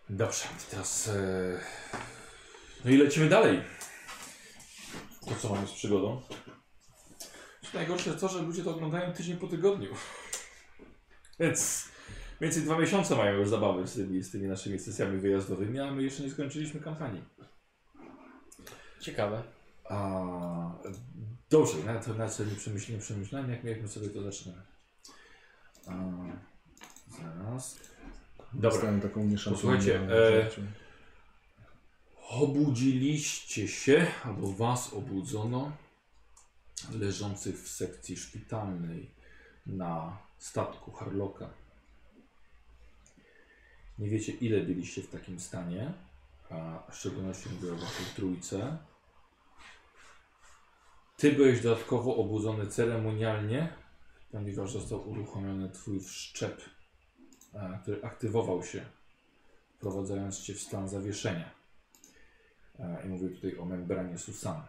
Dobrze, teraz... No i lecimy dalej. To co mamy z przygodą? Najgorsze jest to, że ludzie to oglądają tydzień po tygodniu. Więc więcej 2 miesiące mają już zabawy z tymi naszymi sesjami wyjazdowymi, a my jeszcze nie skończyliśmy kampanii. Ciekawe. Dobrze, na co nie przemyślałem, jak my sobie to zaczynamy. Zaraz. Dobra, taką mieszankę. Posłuchajcie, obudziliście się, albo was obudzono, leżących w sekcji szpitalnej na statku Harlocka. Nie wiecie, ile byliście w takim stanie, a w szczególności mówię o waszej trójce. Ty byłeś dodatkowo obudzony ceremonialnie, ponieważ został uruchomiony twój wszczep, który aktywował się, wprowadzając cię w stan zawieszenia. I mówię tutaj o membranie Susana.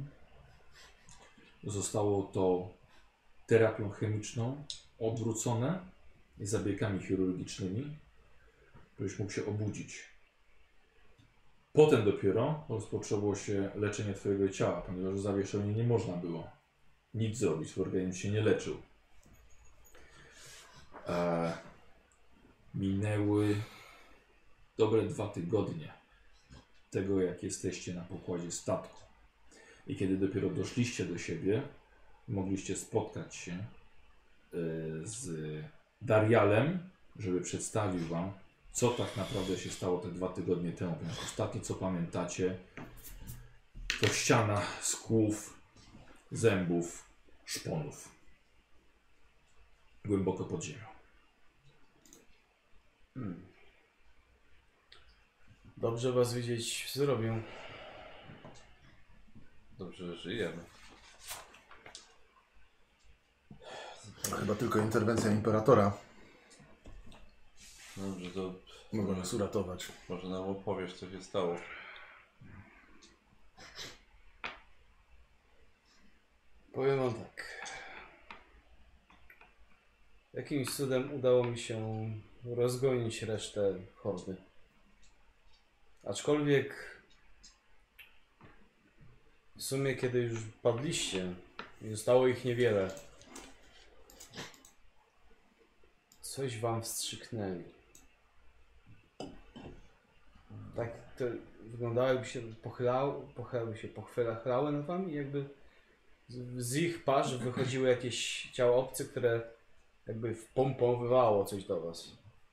Zostało to terapią chemiczną odwrócone i zabiegami chirurgicznymi, żebyś mógł się obudzić. Potem dopiero rozpoczęło się leczenie twojego ciała, ponieważ w zawieszeniu nie można było nic zrobić, twój organizm się nie leczył. Minęły dobre 2 tygodnie tego, jak jesteście na pokładzie statku. I kiedy dopiero doszliście do siebie, mogliście spotkać się z Darialem, żeby przedstawił wam, co tak naprawdę się stało te 2 tygodnie temu. Ponieważ ostatnie, co pamiętacie, to ściana z kłów, zębów, szponów. Głęboko pod ziemią. Dobrze was widzieć w zdrowiu. Dobrze, że żyjemy. Chyba tylko interwencja imperatora Dobrze, to mogła nas uratować. może nam opowiesz, co się stało. Powiem wam tak. Jakimś cudem udało mi się rozgonić resztę hordy. Aczkolwiek w sumie, kiedy już padliście i zostało ich niewiele, coś wam wstrzyknęli. Tak to wyglądało, jakby się pochylały nad wami i jakby z ich pasz wychodziły jakieś ciało obce, które jakby wpompowywało coś do was.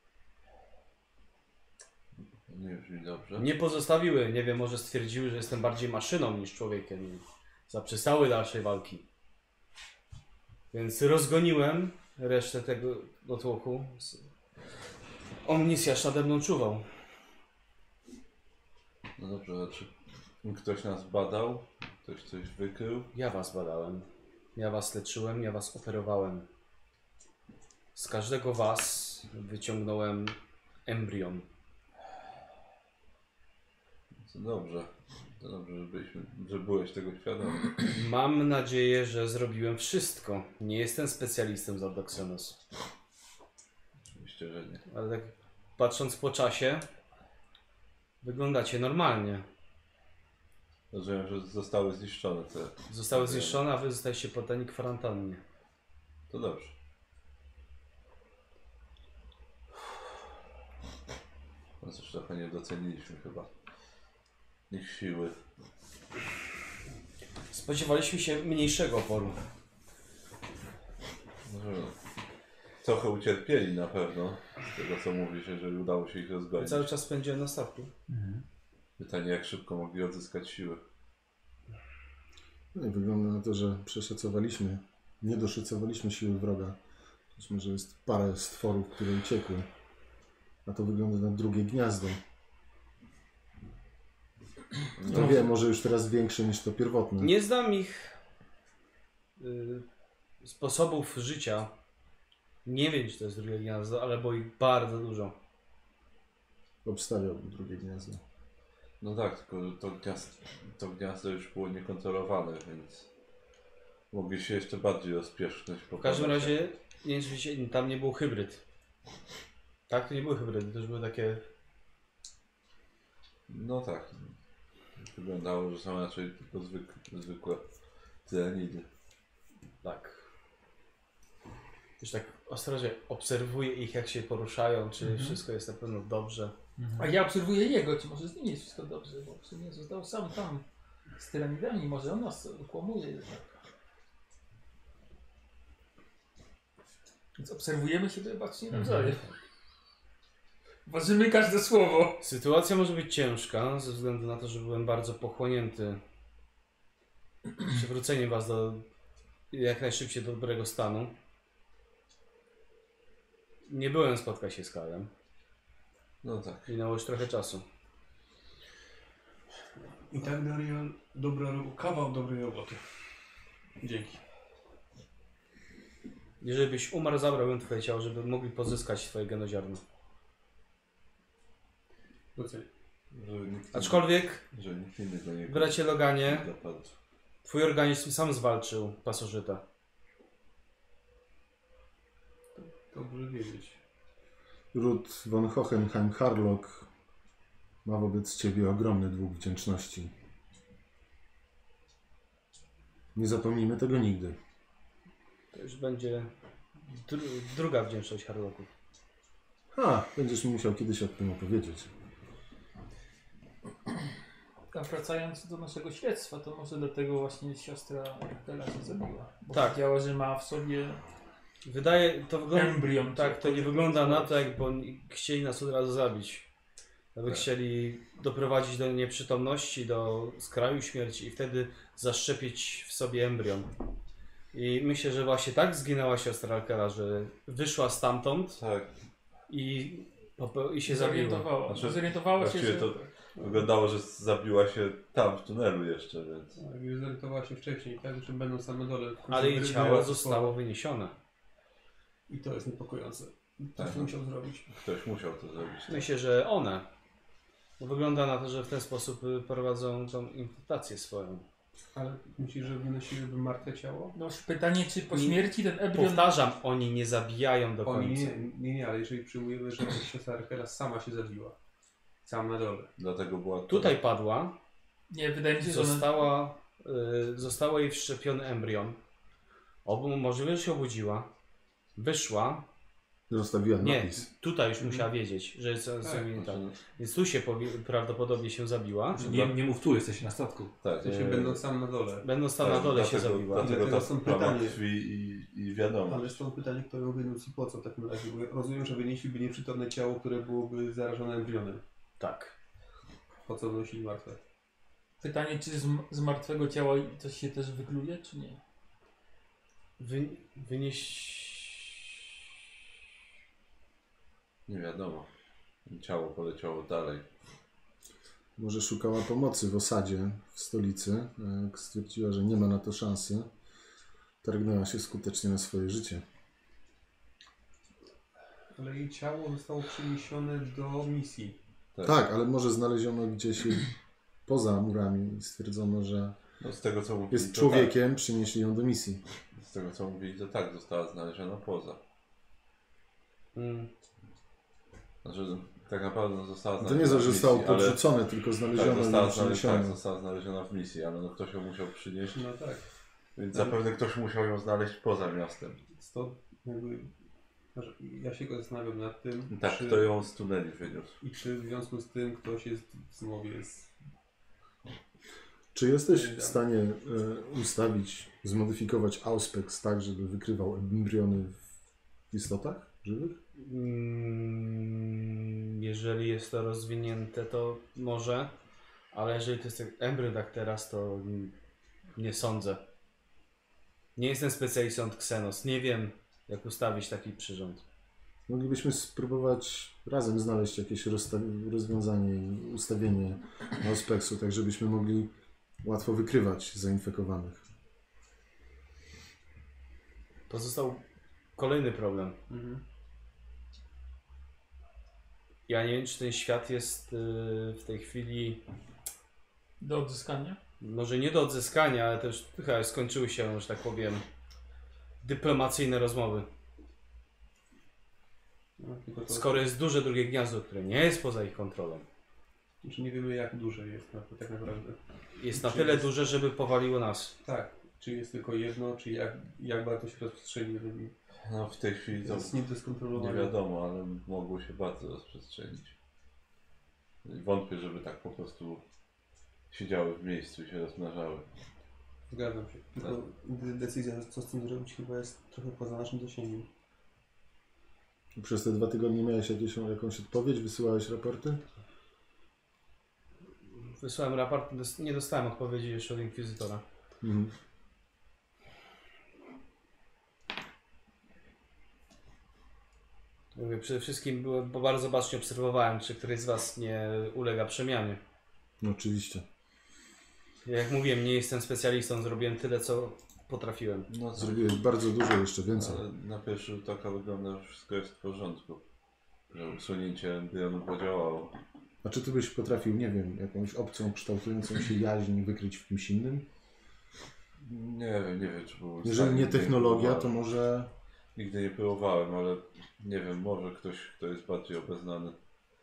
Nie brzmi dobrze. Nie pozostawiły, nie wiem, może stwierdziły, że jestem bardziej maszyną niż człowiekiem i zaprzestały dalszej walki. Więc rozgoniłem resztę tego otłoku. Omnisjasz nade mną czuwał. No dobrze, a czy ktoś nas badał? Ktoś coś wykrył? Ja was badałem. Ja was leczyłem, ja was operowałem. Z każdego was wyciągnąłem embrion. To dobrze. To dobrze, że byłeś tego świadomy. Mam nadzieję, że zrobiłem wszystko. Nie jestem specjalistą z Ordoxonos. Oczywiście, że nie. Ale tak patrząc po czasie, wyglądacie normalnie. Rozumiem, że zostały zniszczone te... Zostały zniszczone, a wy zostaliście poddani kwarantannie. To dobrze. No cóż, trochę nie doceniliśmy chyba ich siły. Spodziewaliśmy się mniejszego oporu. No, trochę ucierpieli na pewno z tego, co mówisz, jeżeli udało się ich rozgonić. Cały czas spędziłem na statku. Pytanie, jak szybko mogli odzyskać siły. No i wygląda na to, że przeszacowaliśmy, nie doszacowaliśmy siły wroga. Myślę, że jest parę stworów, które uciekły. A to wygląda na drugie gniazdo. No wiem, może już teraz większe niż to pierwotne. Nie znam ich sposobów życia. Nie wiem, czy to jest drugie gniazdo, ale było ich bardzo dużo. Obstawiałbym drugie gniazdo. No tak, tylko to gniazdo już było niekontrolowane, więc mogli się jeszcze bardziej rozpieszknąć. W każdym razie, nie wiem, czy wiecie, tam nie był hybryd. Tak, to nie były hybrydy, to już były takie No tak. Wyglądało, że są raczej tylko zwykłe tyranidy. Tak. Już tak ostrożnie obserwuję ich, jak się poruszają, czy wszystko jest na pewno dobrze. A ja obserwuję jego, czy może z nim jest wszystko dobrze, bo w sumie został sam tam z tyranidami, może on nas okłamuje jednak. Więc obserwujemy siebie bacznie nawzajem. Ważymy każde słowo. Sytuacja może być ciężka, ze względu na to, że byłem bardzo pochłonięty przywróceniem was do jak najszybciej do dobrego stanu. Nie byłem spotkać się z Kalem. No tak. Minęło już trochę czasu. I tak Darian, kawał dobrej roboty. Dzięki. Jeżeli byś umarł, zabrałbym twoje ciało, żeby mogli pozyskać twoje genoziarno. Docenię. Aczkolwiek, Że nikt inny go nie bracie Loganie, zapadł. twój organizm sam zwalczył pasożyta. Dobrze wiedzieć. Ruth von Hohenheim-Harlock ma wobec ciebie ogromny dług wdzięczności. Nie zapomnimy tego nigdy. To już będzie druga wdzięczność Harlocków. Będziesz mi musiał kiedyś o tym opowiedzieć. A wracając do naszego śledztwa, to może dlatego właśnie siostra Arkela się zabiła. Bo Tak. wiedziała, że ma w sobie Wydaje, to wygląda... embrion. Tak, to nie wygląda na to, jakby oni chcieli nas od razu zabić. Jakby Tak. chcieli doprowadzić do nieprzytomności, do skraju śmierci i wtedy zaszczepić w sobie embrion. I myślę, że właśnie tak zginęła siostra Alkera, że wyszła stamtąd Tak. i się zabiła. zorientowała. Znaczy, Zorientowała się, właściwie że... to wyglądało, że zabiła się tam w tunelu jeszcze, więc... Tak, już zorientowała się wcześniej, tak, że będą same dole. w końcu Ale jej wyrywają ciało się zostało wyniesione. I to jest niepokojące. Tak. Ktoś musiał zrobić. Ktoś musiał to zrobić. Myślę, że one. Bo wygląda na to, że w ten sposób prowadzą tą infiltrację swoją. Ale myślisz, że wynosiłyby martwe ciało? No pytanie, czy po Nie- śmierci ten embrion... Powtarzam, oni nie zabijają do Oni końca. nie, ale jeżeli przyjmujemy, że siostra Arkela sama się zabiła. Sam na dole. Dlatego była... Tutaj padła, Nie, wydaje mi się, że ona... zostało jej wszczepiony embrion. Możliwe, że się obudziła. Wyszła. Zostawiła Nie, napis. tutaj już musiała wiedzieć, że jest coś nie tak. Znaczy, Więc tu się prawdopodobnie się zabiła. Nie mów tu, jesteś na statku. tak, To się będą sam na dole. Będąc tam na dole się zabiła. Dlatego Dlatego ta są plama pytanie. krwi i wiadomo. Ale stąd pytanie, kto ją wyniósł i po co w takim razie? Bo ja rozumiem, że wynieśliby nieprzytomne ciało, które byłoby zarażone embrionem. Tak. Po co wnosili martwe? Pytanie, czy z martwego ciała coś się też wykluje, czy nie? Wynieść... Nie wiadomo. Ciało poleciało dalej. Może szukała pomocy w osadzie w stolicy. Jak stwierdziła, że nie ma na to szansy, targnęła się skutecznie na swoje życie. Ale jej ciało zostało przeniesione do misji. Tak, ale może znaleziono gdzieś jej poza murami i stwierdzono, że No z tego co mówili, jest to człowiekiem, przynieśli ją do misji. Tak. Z tego co mówili, to tak, została znaleziona poza. Znaczy, tak naprawdę no, została To znaleziona nie, w że misji, zostało ale- podrzucone, tylko Tak, znaleziono i przeniesiono. została znaleziona w misji, ale no ktoś ją musiał przynieść, No tak. więc zapewne ktoś musiał ją znaleźć poza miastem. Stąd jakby... znaczy, ja się go zastanawiam nad tym, Tak, czy, kto ją z tuneli wyniósł. i czy w związku z tym ktoś jest w zmowie z... Czy jesteś w stanie ustawić, zmodyfikować Auspex tak, żeby wykrywał embriony w istotach żywych? Jeżeli jest to rozwinięte, to może, ale jeżeli to jest embrion tak teraz, to nie sądzę. Nie jestem specjalistą od Xenos, nie wiem jak ustawić taki przyrząd. Moglibyśmy spróbować razem znaleźć jakieś rozwiązanie i ustawienie Auspexu, tak żebyśmy mogli łatwo wykrywać zainfekowanych. Pozostał kolejny problem. Ja nie wiem, czy ten świat jest w tej chwili Do odzyskania? może nie do odzyskania, ale też chyba skończyły się, że tak powiem, dyplomacyjne rozmowy. No, tylko to, Skoro jest duże drugie gniazdo, które nie jest poza ich kontrolą. Znaczy nie wiemy jak duże jest tak naprawdę. Jest na tyle duże, żeby powaliło nas. Tak. Czy jest tylko jedno, czy jak bardzo się rozprzestrzeni. No w tej chwili To to jest nie do nie skontrolowania. wiadomo, ale mogło się bardzo rozprzestrzenić. I wątpię, żeby tak po prostu siedziały w miejscu i się rozmnażały. Zgadzam się. Tylko decyzja, co z tym zrobić, chyba jest trochę poza naszym zasięgiem. Przez te 2 tygodnie miałeś jakąś odpowiedź? Wysyłałeś raporty? Wysłałem raport, nie dostałem odpowiedzi jeszcze od Inkwizytora. Mhm. Mówię, przede wszystkim bo bardzo bacznie obserwowałem, czy któryś z was nie ulega przemianie. No oczywiście. Jak mówiłem, nie jestem specjalistą, zrobiłem tyle, co potrafiłem. No tak. Zrobiłeś bardzo dużo, jeszcze więcej. Ale na pierwszy rzut oka wygląda, że wszystko jest w porządku. Że usunięcie embrionu podziałało. A czy ty byś potrafił, nie wiem, jakąś opcją kształtującą się jaźń wykryć w kimś innym? Nie wiem, czy było. Jeżeli nie technologia, to może... Nigdy nie próbowałem, ale nie wiem, może ktoś, kto jest bardziej obeznany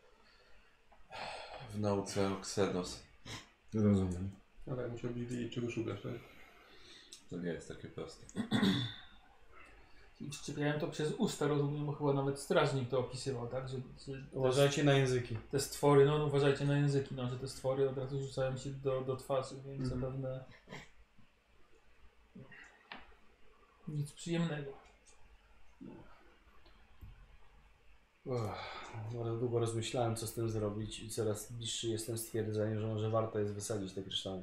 w nauce o Xenos. Rozumiem. No tak, musiałbyś wiedzieć czego szukać, tak? To nie jest takie proste. Szczepiałem to przez usta, rozumiem, bo chyba nawet strażnik to opisywał, tak? Że Uważajcie na języki. te stwory, no uważajcie na języki, no, że te stwory od razu rzucają się do twarzy, więc zapewne nic przyjemnego. Bardzo długo rozmyślałem, co z tym zrobić i coraz bliższy jestem stwierdzeniu, że może warto jest wysadzić te kryształy.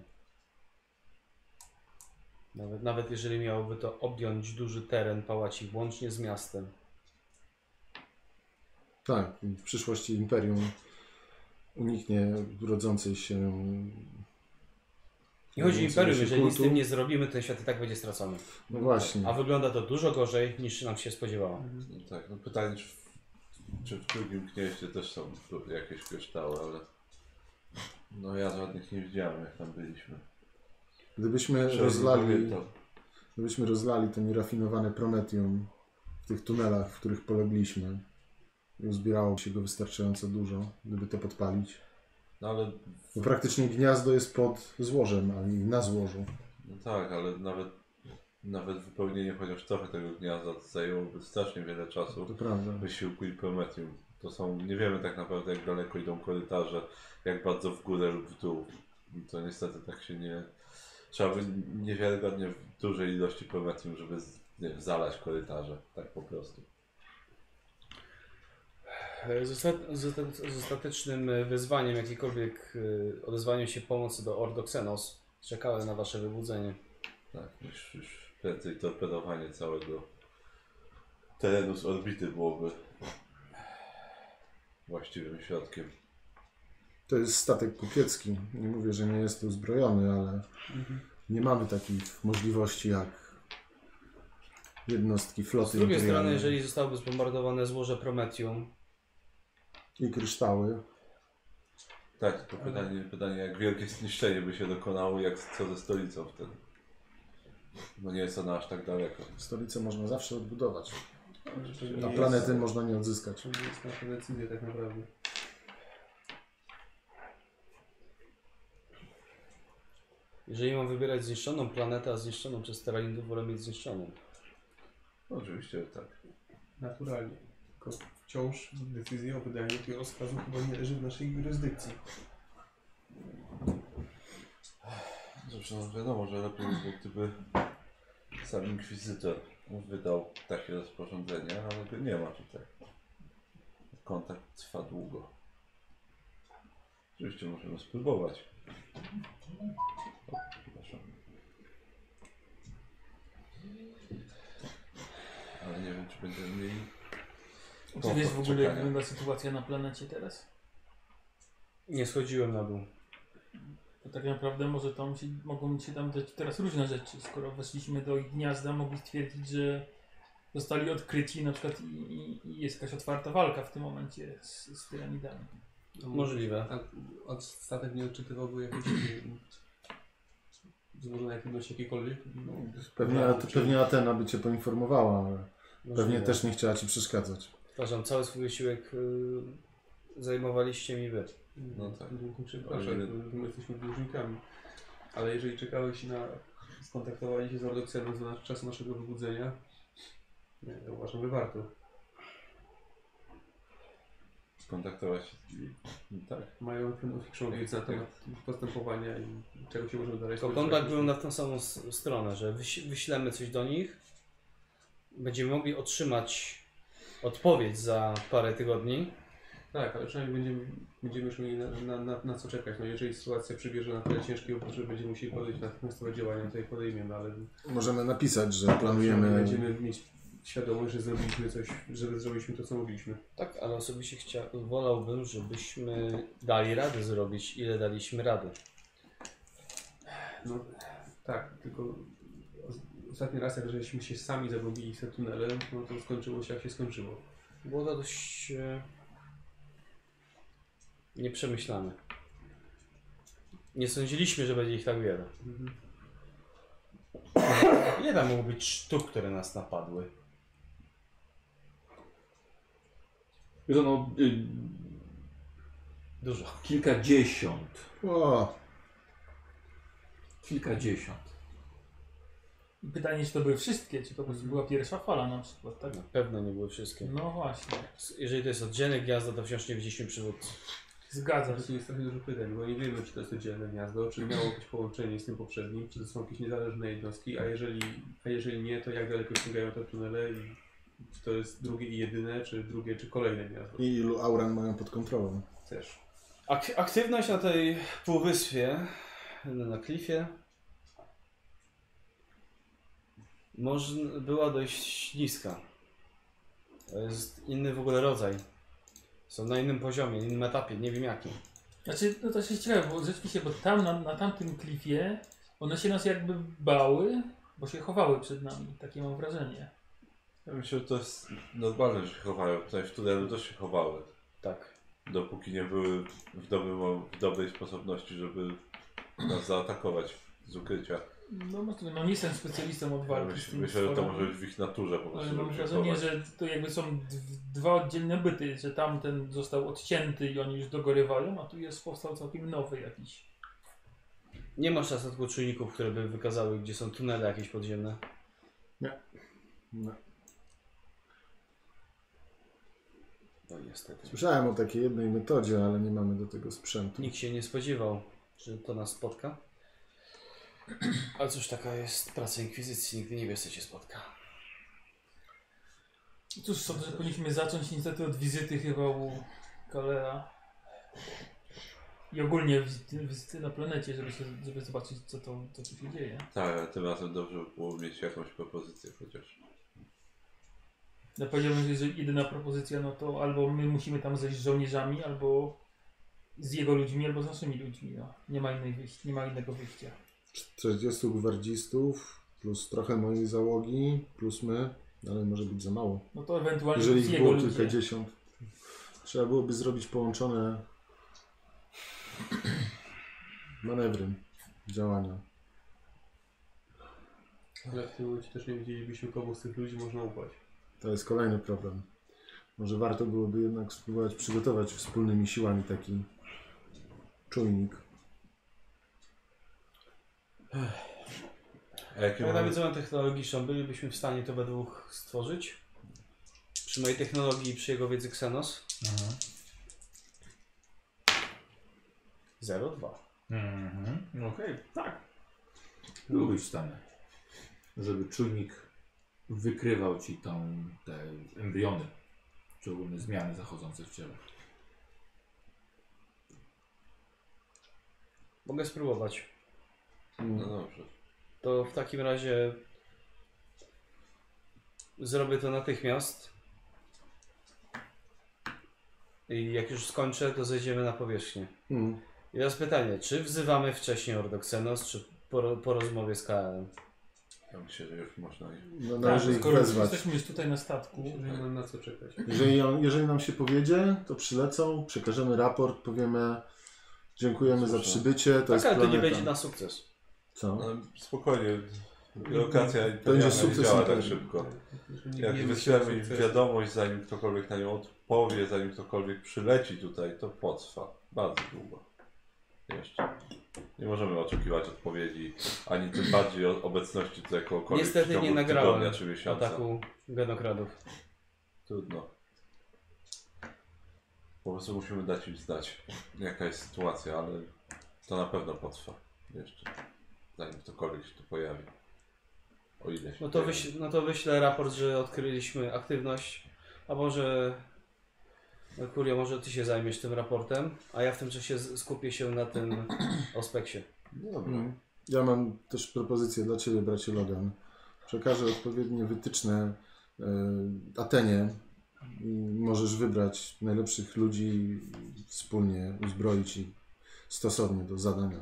Nawet jeżeli miałoby to objąć duży teren Pałaci, łącznie z miastem. Tak, w przyszłości Imperium uniknie rodzącej się... Nie chodzi o Imperium, jeżeli nic z kultu. tym nie zrobimy, ten świat i tak będzie stracony. No właśnie. A wygląda to dużo gorzej, niż nam się spodziewało. No tak, no pytanie, czy w drugim gnieździe też są jakieś kryształy, ale no ja żadnych nie widziałem, jak tam byliśmy. Gdybyśmy rozlali to nierafinowane prometium w tych tunelach, w których polegliśmy i uzbierało się go wystarczająco dużo, gdyby to podpalić. No ale Bo praktycznie gniazdo jest pod złożem, a nie na złożu. no tak, ale nawet wypełnienie chociaż trochę tego gniazda to zajęłoby strasznie wiele czasu. To prawda. Wysiłku i prometium. To są, nie wiemy tak naprawdę jak daleko idą korytarze, jak bardzo w górę lub w dół. To niestety tak się nie... Trzeba by niewiarygodnie w dużej ilości prometium, żeby zalać korytarze. Tak po prostu. Z ostatecznym wyzwaniem, jakikolwiek odezwaniem się pomocy do Ordo Xenos, czekałem na wasze wybudzenie. Tak, już prędzej torpedowanie całego terenu z orbity byłoby właściwym środkiem. To jest statek kupiecki. Nie mówię, że nie jest uzbrojony, ale nie mamy takich możliwości jak jednostki floty Z drugiej strony, imperialnej. jeżeli zostałoby zbombardowane złoże Prometium, I kryształy. Tak, to pytanie jak wielkie zniszczenie by się dokonało, jak co ze stolicą wtedy. Bo nie jest ona aż tak daleko. Stolicę można zawsze odbudować, To a nie planety jest, można nie odzyskać. to nie jest nasza decyzja tak naprawdę. jeżeli mam wybierać zniszczoną planetę, a zniszczoną przez Teralindów, wolę mieć zniszczoną. No, oczywiście, że tak. Naturalnie. Tylko wciąż decyzja o wydaniu tych rozkazów chyba nie leży w naszej jurysdykcji. Zresztą wiadomo, że lepiej by było, gdyby sam inkwizytor wydał takie rozporządzenia, ale go nie ma tutaj. Kontakt trwa długo. Oczywiście możemy spróbować. O, przepraszam. Ale nie wiem, czy będziemy mieli... Czy wiesz w ogóle, jak czekania. wygląda sytuacja na planecie teraz? Nie schodziłem na dół. To tak naprawdę może mogą się tam dać teraz różne rzeczy. Skoro weszliśmy do ich gniazda, mogli stwierdzić, że zostali odkryci na przykład i jest jakaś otwarta walka w tym momencie z tyranidami. Możliwe. A statek nie odczytywałby jakiejś złożonej aktywności jakiejkolwiek? No, Pewnie Atena by cię poinformowała, ale Możliwe. pewnie też nie chciała ci przeszkadzać. Przepraszam, cały swój wysiłek zajmowaliście mi wy. No tak. Przepraszam, my jesteśmy dłużnikami. Ale jeżeli czekałeś skontaktowali się z Ordoksenem do czasu naszego wybudzenia, ja uważam, że warto. Skontaktować się. Tak. Mają większą wiedzę na temat postępowania i czego się możemy dalej To kontakt był na tą samą stronę, że wyślemy coś do nich, będziemy mogli otrzymać odpowiedź za parę tygodni. Tak, ale przynajmniej będziemy już mieli na co czekać. No jeżeli sytuacja przybierze na tyle ciężkie obróty, że będziemy musieli podjąć natychmiastowe działania, to je podejmiemy, ale Możemy napisać, że planujemy... Będziemy mieć świadomość, że zrobiliśmy coś, że zrobiliśmy to, co mogliśmy. Tak, ale osobiście wolałbym, żebyśmy dali radę zrobić, ile daliśmy rady. No tak, tylko ostatni raz, jak żeśmy się sami zagłębili w te tunele, no to skończyło się jak się skończyło. Było to dość nieprzemyślane. Nie sądziliśmy, że będzie ich tak wiele. Ile tam mogło być sztuk, które nas napadły? Wiesz, no, Dużo. kilkadziesiąt. O, Kilkadziesiąt. I pytanie, czy to były wszystkie, czy to po prostu była pierwsza fala na przykład, tak? Na pewno nie były wszystkie. No właśnie, Jeżeli to jest oddzielne gniazdo, to wciąż nie widzieliśmy przywódcy. zgadzam Tu się. jest trochę dużo pytań, bo nie wiemy, czy to jest oddzielne gniazdo, czy miało jakieś połączenie z tym poprzednim, czy to są jakieś niezależne jednostki, a jeżeli nie, to jak daleko sięgają te tunele i czy to jest drugie i jedyne, czy drugie, czy kolejne gniazdo. i ilu auran mają pod kontrolą. Też. Aktywność na tej półwyspie, na klifie, była dość niska. To jest inny w ogóle rodzaj. Są na innym poziomie, innym etapie, nie wiem jakim. Znaczy, no to się ciekawe, bo rzeczywiście, bo tam na tamtym klifie one się nas jakby bały, bo się chowały przed nami. Takie mam wrażenie. Ja myślę, że to jest normalne, że się chowają. Tutaj w tunelu też się chowały. Tak. Dopóki nie były w dobrej sposobności, żeby nas zaatakować z ukrycia. No, no nie jestem specjalistą od Ja walki z tymi myślę, że to stworami, może być w ich naturze po ale prostu, mam żeby się wrażenie, chować. że to jakby są dwa oddzielne byty, że tamten został odcięty i oni już dogorywają, a tu powstał całkiem nowy jakiś. Nie masz statku czujników, które by wykazały, gdzie są tunele jakieś podziemne? No. No niestety. Słyszałem o takiej jednej metodzie, ale nie mamy do tego sprzętu. Nikt się nie spodziewał, że to nas spotka. Ale cóż, taka jest praca inkwizycji, nigdy nie wiesz, co cię spotka. Cóż, sądzę, że powinniśmy zacząć niestety od wizyty chyba u Kalera. I ogólnie wizyty na planecie, żeby zobaczyć, co tu się dzieje. Tak, ale tym razem dobrze by było mieć jakąś propozycję chociaż. Ja powiedziałbym, że jedyna propozycja, no to albo my musimy tam zejść z żołnierzami, albo z jego ludźmi, albo z naszymi ludźmi. No. Nie ma innego wyjścia. 40 gwardzistów, plus trochę mojej załogi, plus my, ale może być za mało. No to ewentualnie Jeżeli z ich jego było ludzie. kilkadziesiąt, trzeba byłoby zrobić połączone manewry, działania. Ale w tym momencie też nie wiedzielibyśmy, komu z tych ludzi można ufać. To jest kolejny problem. Może warto byłoby jednak spróbować przygotować wspólnymi siłami taki czujnik. A jakie Jak na mamy... wiedzą technologiczną, bylibyśmy w stanie to we dwóch stworzyć? Przy mojej technologii i przy jego wiedzy Xenos? 0,2. Okej, tak. Byłbyś w stanie, żeby czujnik wykrywał ci te embriony, czy ogólne zmiany zachodzące w ciele. Mogę spróbować. No dobrze. To w takim razie zrobię to natychmiast. I jak już skończę, to zejdziemy na powierzchnię. I teraz pytanie, czy wzywamy wcześniej Ordoxenos, czy po rozmowie z KL? Ja myślę, że już można ich... No, Tak, należy ich skoro wezwać. jesteśmy już tutaj na statku, Myślę, że nie ma na co czekać. Jeżeli nam się powiedzie, to przylecą, przekażemy raport, powiemy dziękujemy za przybycie, to Tak, jest ale to planeta. nie będzie na sukces. Co? No, spokojnie. Biurokracja Będzie imperialna nie sukces działa tak imperii. szybko. Nie Jak wiemy, wyślemy czy im sukces- wiadomość, zanim ktokolwiek na nią odpowie, zanim ktokolwiek przyleci tutaj, to potrwa bardzo długo. Jeszcze. Nie możemy oczekiwać odpowiedzi, ani tym bardziej obecności tutaj kogokolwiek w Niestety ciągu nie nagrałem tygodnia czy miesiąca. ataku genokradów. Trudno. Po prostu musimy dać im znać, jaka jest sytuacja, ale to na pewno potrwa jeszcze, zanim ktokolwiek się tu pojawi. O ile się pojawi. No to wyślę raport, że odkryliśmy aktywność, a może... Kurio, może ty się zajmiesz tym raportem, a ja w tym czasie skupię się na tym Ospeksie. No dobra. Ja mam też propozycję dla Ciebie, bracie Logan. Przekażę odpowiednie wytyczne Atenie. Możesz wybrać najlepszych ludzi i wspólnie uzbroić ich stosownie do zadania.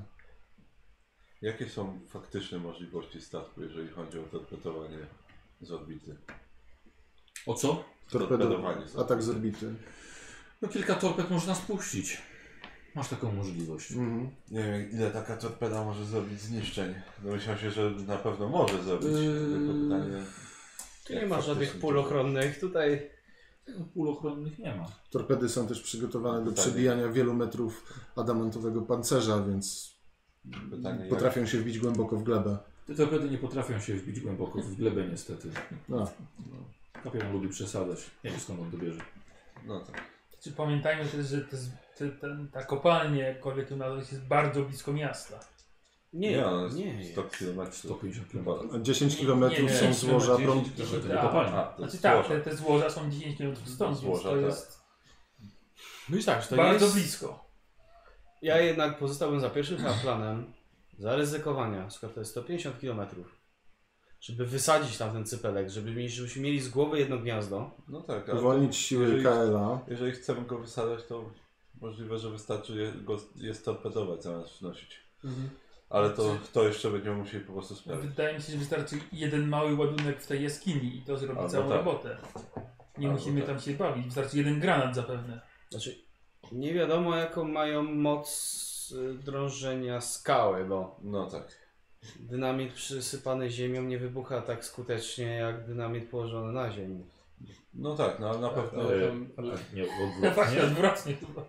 Jakie są faktyczne możliwości statku, jeżeli chodzi o torpedowanie z orbity? O co? Torpedowanie z Atak z orbity. orbity. No kilka torped można spuścić. Masz taką możliwość. Nie wiem, ile taka torpeda może zrobić zniszczeń. Domyślam się, że na pewno może zrobić. Tylko pytanie, Tu jak nie ma faktycznie żadnych to pól ochronnych. Tutaj Pól ochronnych nie ma. Torpedy są też przygotowane do Pytanie. przebijania wielu metrów adamantowego pancerza, więc pytanie potrafią się wbić głęboko w glebę. Te torpedy nie potrafią się wbić głęboko w glebę niestety. No. Kapitan lubi przesadzać. Nie wiem skąd on to bierze. No tak. Czy pamiętajmy też, że ta kopalnia, jakkolwiek ją nazwać, jest bardzo blisko miasta. Nie, ona jest nie 100 km. 150 km. A 10 km Nie, są nie, złoża 10 prąd. To nie Tak. kopalnia. A, to Znaczy jest tak, złoża. te złoża są 10 km stąd, Złoża, więc to tak. jest No i tak, że to bardzo jest... blisko. Ja jednak pozostałbym za pierwszym planem zaryzykowania, skoro to jest 150 km, żeby wysadzić tam ten cypelek, żebyśmy mieli z głowy jedno gniazdo. No tak, ale Uwolnić siły jeżeli- KLA. jeżeli chcemy go wysadzać, to możliwe, że wystarczy je storpedować zamiast wznosić. Ale to jeszcze będziemy musieli po prostu sprawdzić. Wydaje mi się, że wystarczy jeden mały ładunek w tej jaskini i to zrobi Albo całą tak. robotę. Nie Albo musimy tak. tam się bawić, wystarczy jeden granat zapewne. Znaczy, nie wiadomo jaką mają moc drążenia skały, bo No tak. dynamit przysypany ziemią nie wybucha tak skutecznie jak dynamit położony na ziemi. No tak, no ale na pewno. Nie, Właśnie odwrotnie. odwrotnie chyba.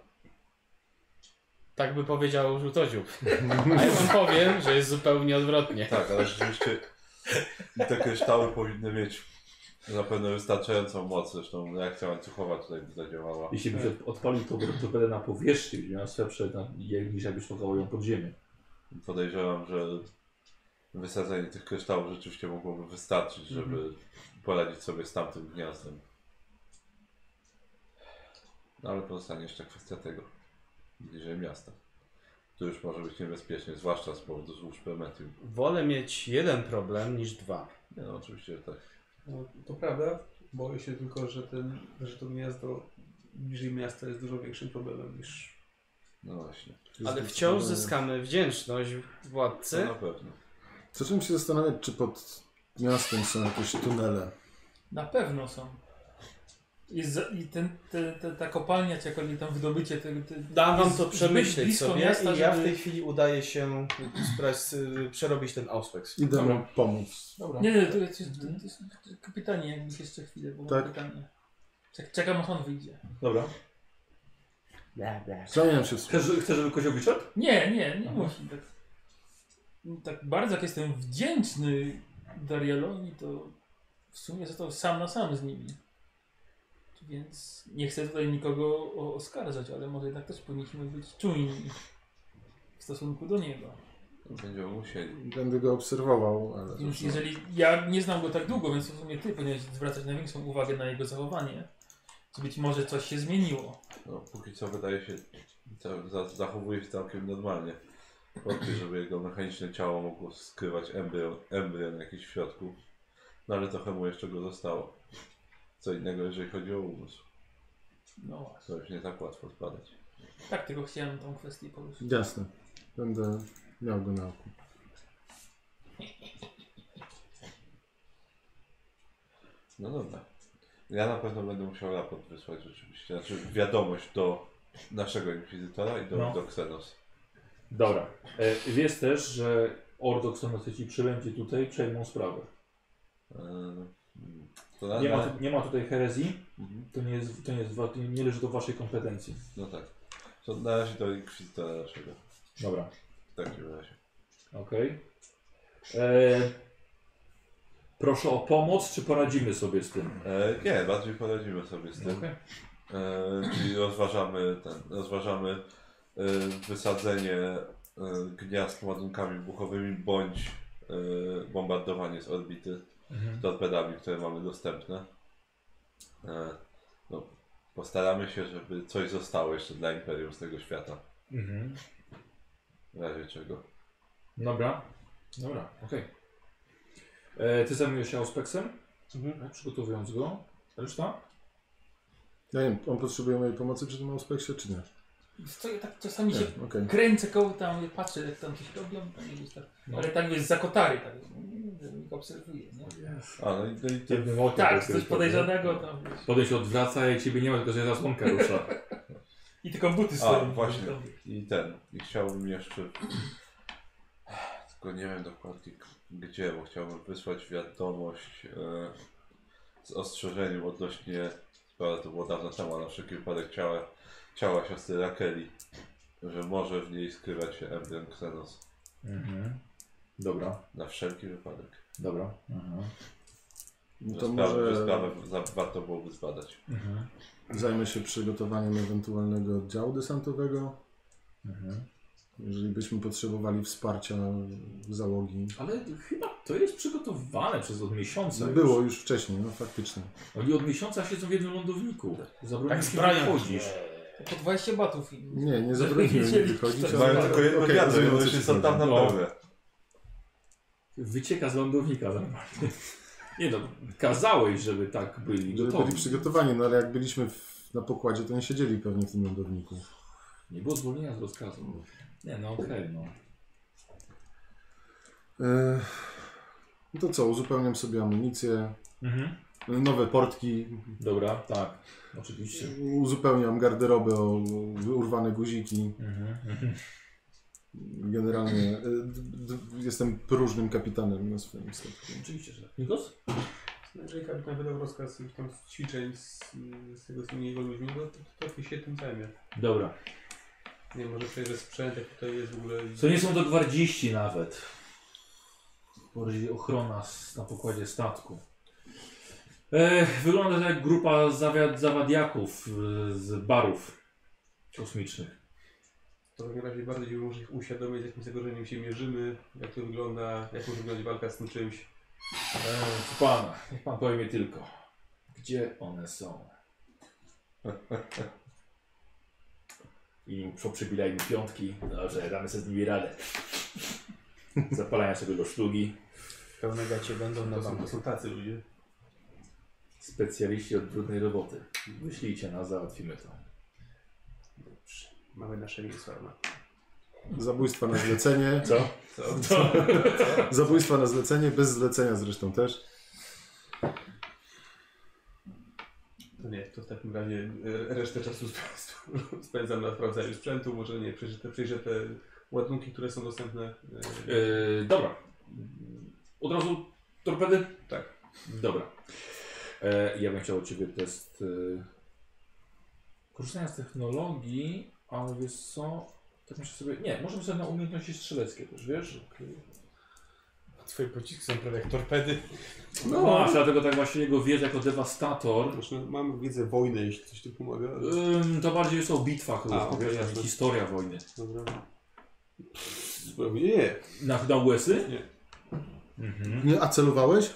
Tak by powiedział Żółtodziób. A ja wam powiem, że jest zupełnie odwrotnie. Tak, ale rzeczywiście te kryształy powinny mieć zapewne wystarczającą moc. Zresztą reakcja łańcuchowa tutaj by zadziałała. Jeśli byś odpalił tą torpedę na powierzchni, będzie miała słabsze niż jakbyś szukał ją pod ziemię. Podejrzewam, że wysadzenie tych kryształów rzeczywiście mogłoby wystarczyć, żeby poradzić sobie z tamtym gniazdem. No ale pozostanie jeszcze kwestia tego, bliżej miasta. Tu już może być niebezpiecznie, zwłaszcza z powodu złóż Permetium. Wolę mieć jeden problem niż dwa. Nie no, oczywiście, że tak. No, to prawda. Boję się tylko, że to gniazdo bliżej miasta jest dużo większym problemem niż... No właśnie. Ale wciąż zyskamy wdzięczność To władcy. na pewno. Zacząłem się zastanawiać, czy pod miastem są jakieś tunele. Na pewno są. I ta kopalnia, czy jakkolwiek tam wydobycie... Dam wam jest to zbyt przemyśleć blisko sobie miasta, i ja w żeby- tej chwili udaję się przerobić ten Auspex. Idę mu pomóc. Dobra. Nie, to jest kapitanie, jakbyś jeszcze chwilę, bo mam Tak. pytanie. Czekam aż on wyjdzie. Dobra. Bla, bla. Zamieniam się w Chcesz, żeby kozioł wyszedł? Nie musi. Tak bardzo jak jestem wdzięczny Darielowi, to w sumie został sam na sam z nimi. Więc nie chcę tutaj nikogo oskarżać, ale może jednak też powinniśmy być czujni w stosunku do niego. Będziemy musieli. Będę go obserwował, ale Więc cóż, jeżeli ja nie znam go tak długo, więc w sumie ty powinieneś zwracać największą uwagę na jego zachowanie. Czy być może coś się zmieniło. No, póki co wydaje się, zachowuje się całkiem normalnie. Wątpię, żeby jego mechaniczne ciało mogło skrywać embrion jakiś w środku. No ale trochę mu jeszcze go zostało. Co innego, jeżeli chodzi o umysł. No właśnie. To już nie tak łatwo zbadać. Tak, tylko chciałem tą kwestię poruszyć. jasne. Będę miał go na oku. No dobra. Ja na pewno będę musiał raport wysłać rzeczywiście. Znaczy wiadomość do naszego inkwizytora i do Xenos. Dobra. Wiesz też, że Ordox ci przybędzie tutaj, przejmą sprawę. To Nie ma tutaj herezji, Mhm. to nie leży to w waszej kompetencji. No tak. To na razie do inkwizytora naszego. Dobra, W takim razie. okej. Proszę o pomoc, czy poradzimy sobie z tym? Nie, bardziej poradzimy sobie z tym. Okej. Czyli rozważamy wysadzenie gniazd ładunkami wybuchowymi bądź bombardowanie z orbity torpedami, które mamy dostępne. No, postaramy się, żeby coś zostało jeszcze dla Imperium z tego świata. W razie czego. Dobra, okej. Ty zajmujesz się Auspexem, tak, przygotowując go. Reszta? Ja nie wiem, on potrzebuje mojej pomocy przy tym Auspexie, czy nie? Co, ja tak czasami się Nie, okej. kręcę koło tam, patrzę jak tam coś robią, tak, ale tak jest za kotary, tak, że ich obserwuję, nie? No i Tak, coś podejrzanego tam. Potem się odwraca i ciebie nie ma, tylko że zasłonka rusza. I tylko buty stoją. właśnie. I chciałbym jeszcze... Tylko nie wiem dokładnie gdzie, bo chciałbym wysłać wiadomość z ostrzeżeniem odnośnie... To było dawno temu, ale na wszelki wypadek ciała siostry Rakeli, że może w niej skrywać się embrion Xenos. Dobra, Na wszelki wypadek. dobra. No to Że może sprawę warto byłoby zbadać. zajmę się przygotowaniem ewentualnego oddziału desantowego. Jeżeli byśmy potrzebowali wsparcia załogi. Ale chyba to jest przygotowane od miesiąca. Było już wcześniej, no faktycznie. Oni od miesiąca siedzą w jednym lądowniku. Zabronią Tak ci zbrają. wychodzić. Po 20 batów. Nie zabronimy mi wychodzić. Mają tylko jedno okej, wiadro, rozumiem, o co już ci są tam chodzi. na No. pełne. Wycieka z lądownika normalnie. Nie no, kazałeś, żeby tak byli Żeby gotowi. byli przygotowani, no ale jak byliśmy na pokładzie, to nie siedzieli pewnie w tym lądowniku. Nie było zwolnienia z rozkazu. Nie no, okej, no. No to co, uzupełniam sobie amunicję, nowe portki, Dobra, tak, oczywiście. uzupełniam garderobę o urwane guziki. Generalnie jestem próżnym kapitanem na swoim statku. Oczywiście, że tak. Nikos? Jeżeli kapitan wydał rozkaz jakichś tam ćwiczeń z tego z tymi jego ludźmi, to się tym zajmie. Dobra. Nie wiem, może przejrzę sprzęt, jak tutaj jest w ogóle... Co nie są to gwardziści nawet. Bardziej ochrona na pokładzie statku. Wygląda to jak grupa zawadiaków z barów kosmicznych. To w takim razie bardziej muszę ich uświadomić, z jakim zagrożeniem się mierzymy, jak to wygląda, jak może wyglądać walka z tym czymś. Proszę pana, niech pan powie mi tylko, gdzie one są? I poprzybilaj mi piątki, dobrze, damy sobie z nimi radę. Zapalają sobie do szlugi. Pełne gacie będą na To banku. są tacy ludzie. Specjaliści od brudnej roboty. Wyślijcie nas, załatwimy to. Dobrze. Mamy nasze miejsca. Zabójstwa na zlecenie. Co? Co? Zabójstwa na zlecenie, bez zlecenia zresztą też. To nie, to w takim razie resztę czasu spędzam na sprawdzaniu sprzętu, może nie, przejrzę te ładunki, które są dostępne. Dobra. Od razu torpedy? Tak. Dobra. Ja bym chciał od Ciebie test korzystania z technologii, ale wiesz co? Tak myślę sobie, nie, możemy sobie na umiejętności strzeleckie też, wiesz? Twoje pociski są prawie jak torpedy. No masz, dlatego tak właśnie jego wiedza jako dewastator. Zresztą mam wiedzę wojny, jeśli coś tu pomaga. To bardziej jest o bitwach, okej, wiesz, jasne. historia wojny. Dobra. Zupełnie nie. Na łesy? Nie. Mhm. A celowałeś?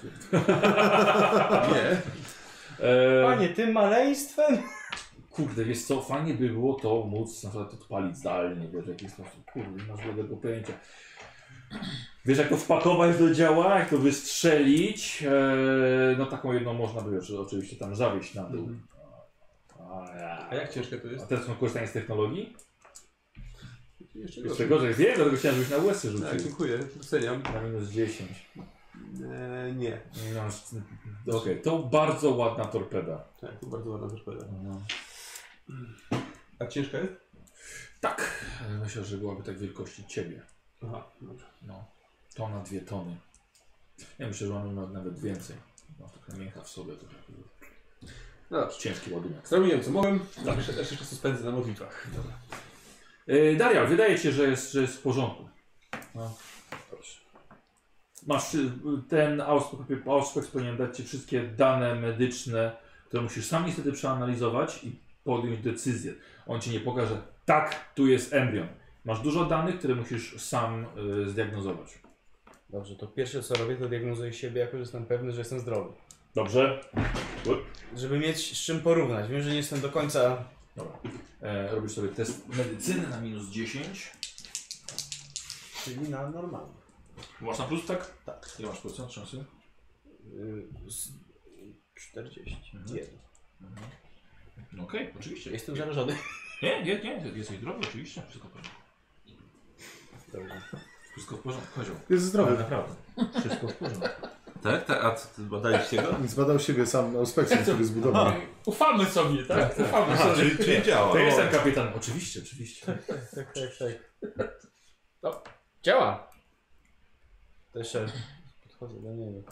Nie. Panie, tym maleństwem? Kurde, wiesz co, fajnie by było to móc na przykład odpalić zdalnie, wiesz, w jakiś sposób. Kurde, nie masz żadnego pojęcia. Wiesz, jak to wpakować do działa, jak to wystrzelić, no taką jedną można by już oczywiście tam zawieść na dół. A jak ciężkie to A jest? teraz są korzystanie z technologii? Jeszcze Jeszcze gorzej, wiem, dlatego chciałem, żebyś na łesy rzucił. Tak, dziękuję, doceniam. Na minus 10. Nie. No, okej, to bardzo ładna torpeda. Tak, to bardzo ładna torpeda. No. A ciężka jest? Tak, myślę, że byłaby tak wielkości ciebie. Aha, dobrze. No. Tona, 2 tony. Ja myślę, że mamy nawet więcej. Ma trochę mięcha w sobie. To No dobrze. ciężki ładunek. Zrobiłem co mogłem. Jeszcze czasu spędzę na modlitwach. Dobra. Darial, wydaje ci się, że jest w porządku. No, dobrze. Masz ten Auspex powinien dać ci wszystkie dane medyczne, które musisz sam niestety przeanalizować i podjąć decyzję. On ci nie pokaże, tak, tu jest embrion. Masz dużo danych, które musisz sam zdiagnozować. Dobrze, to pierwsze co robię, to diagnozuję siebie, jako że jestem pewny, że jestem zdrowy. Dobrze? Żeby mieć z czym porównać. Wiem, że nie jestem do końca... Dobra. Robisz sobie test medycyny na -10. Czyli na normalny. Masz na plus, tak? Tak. Ile masz procent szansy? 41. No okej, oczywiście. Jestem zarażony. Nie, jesteś zdrowy, oczywiście. Wszystko w porządku. Dobrze. Wszystko w porządku. Chodź. Jest zdrowy. Naprawdę. Wszystko w porządku. Tak? A badaliście go? Zbadał siebie sam Auspex, który zbudował. Ufamy sobie, tak? Ufamy Aha, sobie. czyli działa. To jest ten kapitan. Oczywiście. Tak. No, działa. To jeszcze podchodzę do niego.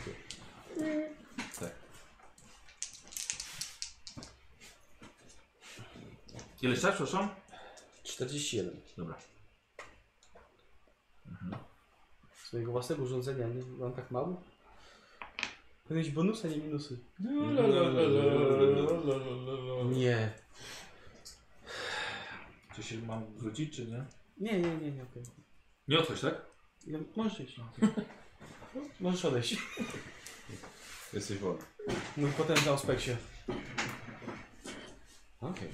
Ile czas, przepraszam? 41. Dobra. Z mojego własnego urządzenia nie mam tak mało? Powinny być bonusy, a nie minusy. Nie. Czy się mam wrócić, czy nie? Nie, okej. Nie odchodź, tak? Możesz iść. Możesz odejść. Jesteś wolny. Mój potężny Auspeksie. Okej.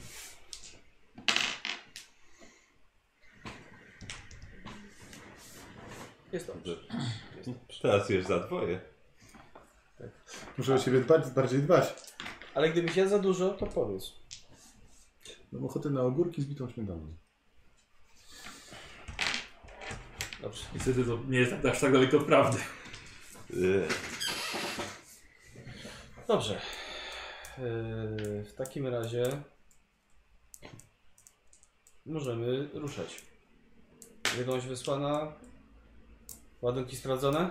Jest dobrze. Teraz już za dwoje. Muszę o siebie bardziej dbać. Ale gdybyś jadł za dużo, to powiedz. Mam ochotę na ogórki z bitą śmietaną. Dobrze. Niestety to nie jest aż tak daleko od prawdy. Dobrze. W takim razie możemy ruszać. Wiadomość wysłana. Ładunki sprawdzone?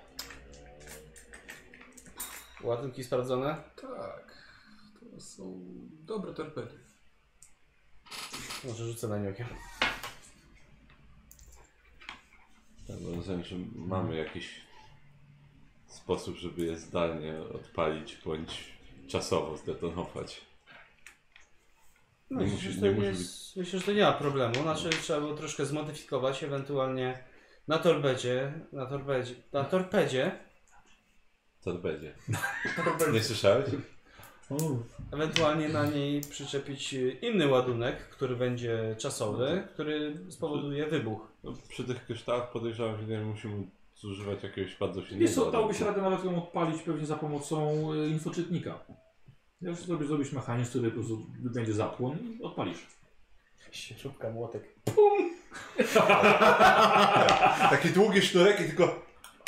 Ładunki sprawdzone? Tak. To są dobre torpedy. Może rzucę na nie okiem. Tak, bo rozumiem, że mamy jakiś sposób, żeby je zdalnie odpalić bądź czasowo zdetonować. No, Nie myślę, musi- że nie to musi nie jest, myślę, że to nie ma problemu. Znaczy trzeba było troszkę zmodyfikować, ewentualnie na torpedzie. To będzie. Nie słyszałeś? Ewentualnie na niej przyczepić inny ładunek, który będzie czasowy, który spowoduje wybuch. No, przy tych kryształach podejrzewam, że nie musimy zużywać jakiegoś bardzo Wiesz silnego. co, dałoby się radę nawet ją odpalić pewnie za pomocą infoczytnika. Już zrobisz mechanizm, który po prostu będzie zapłon i odpalisz. Śrubka, młotek. Taki długi sznurek i tylko...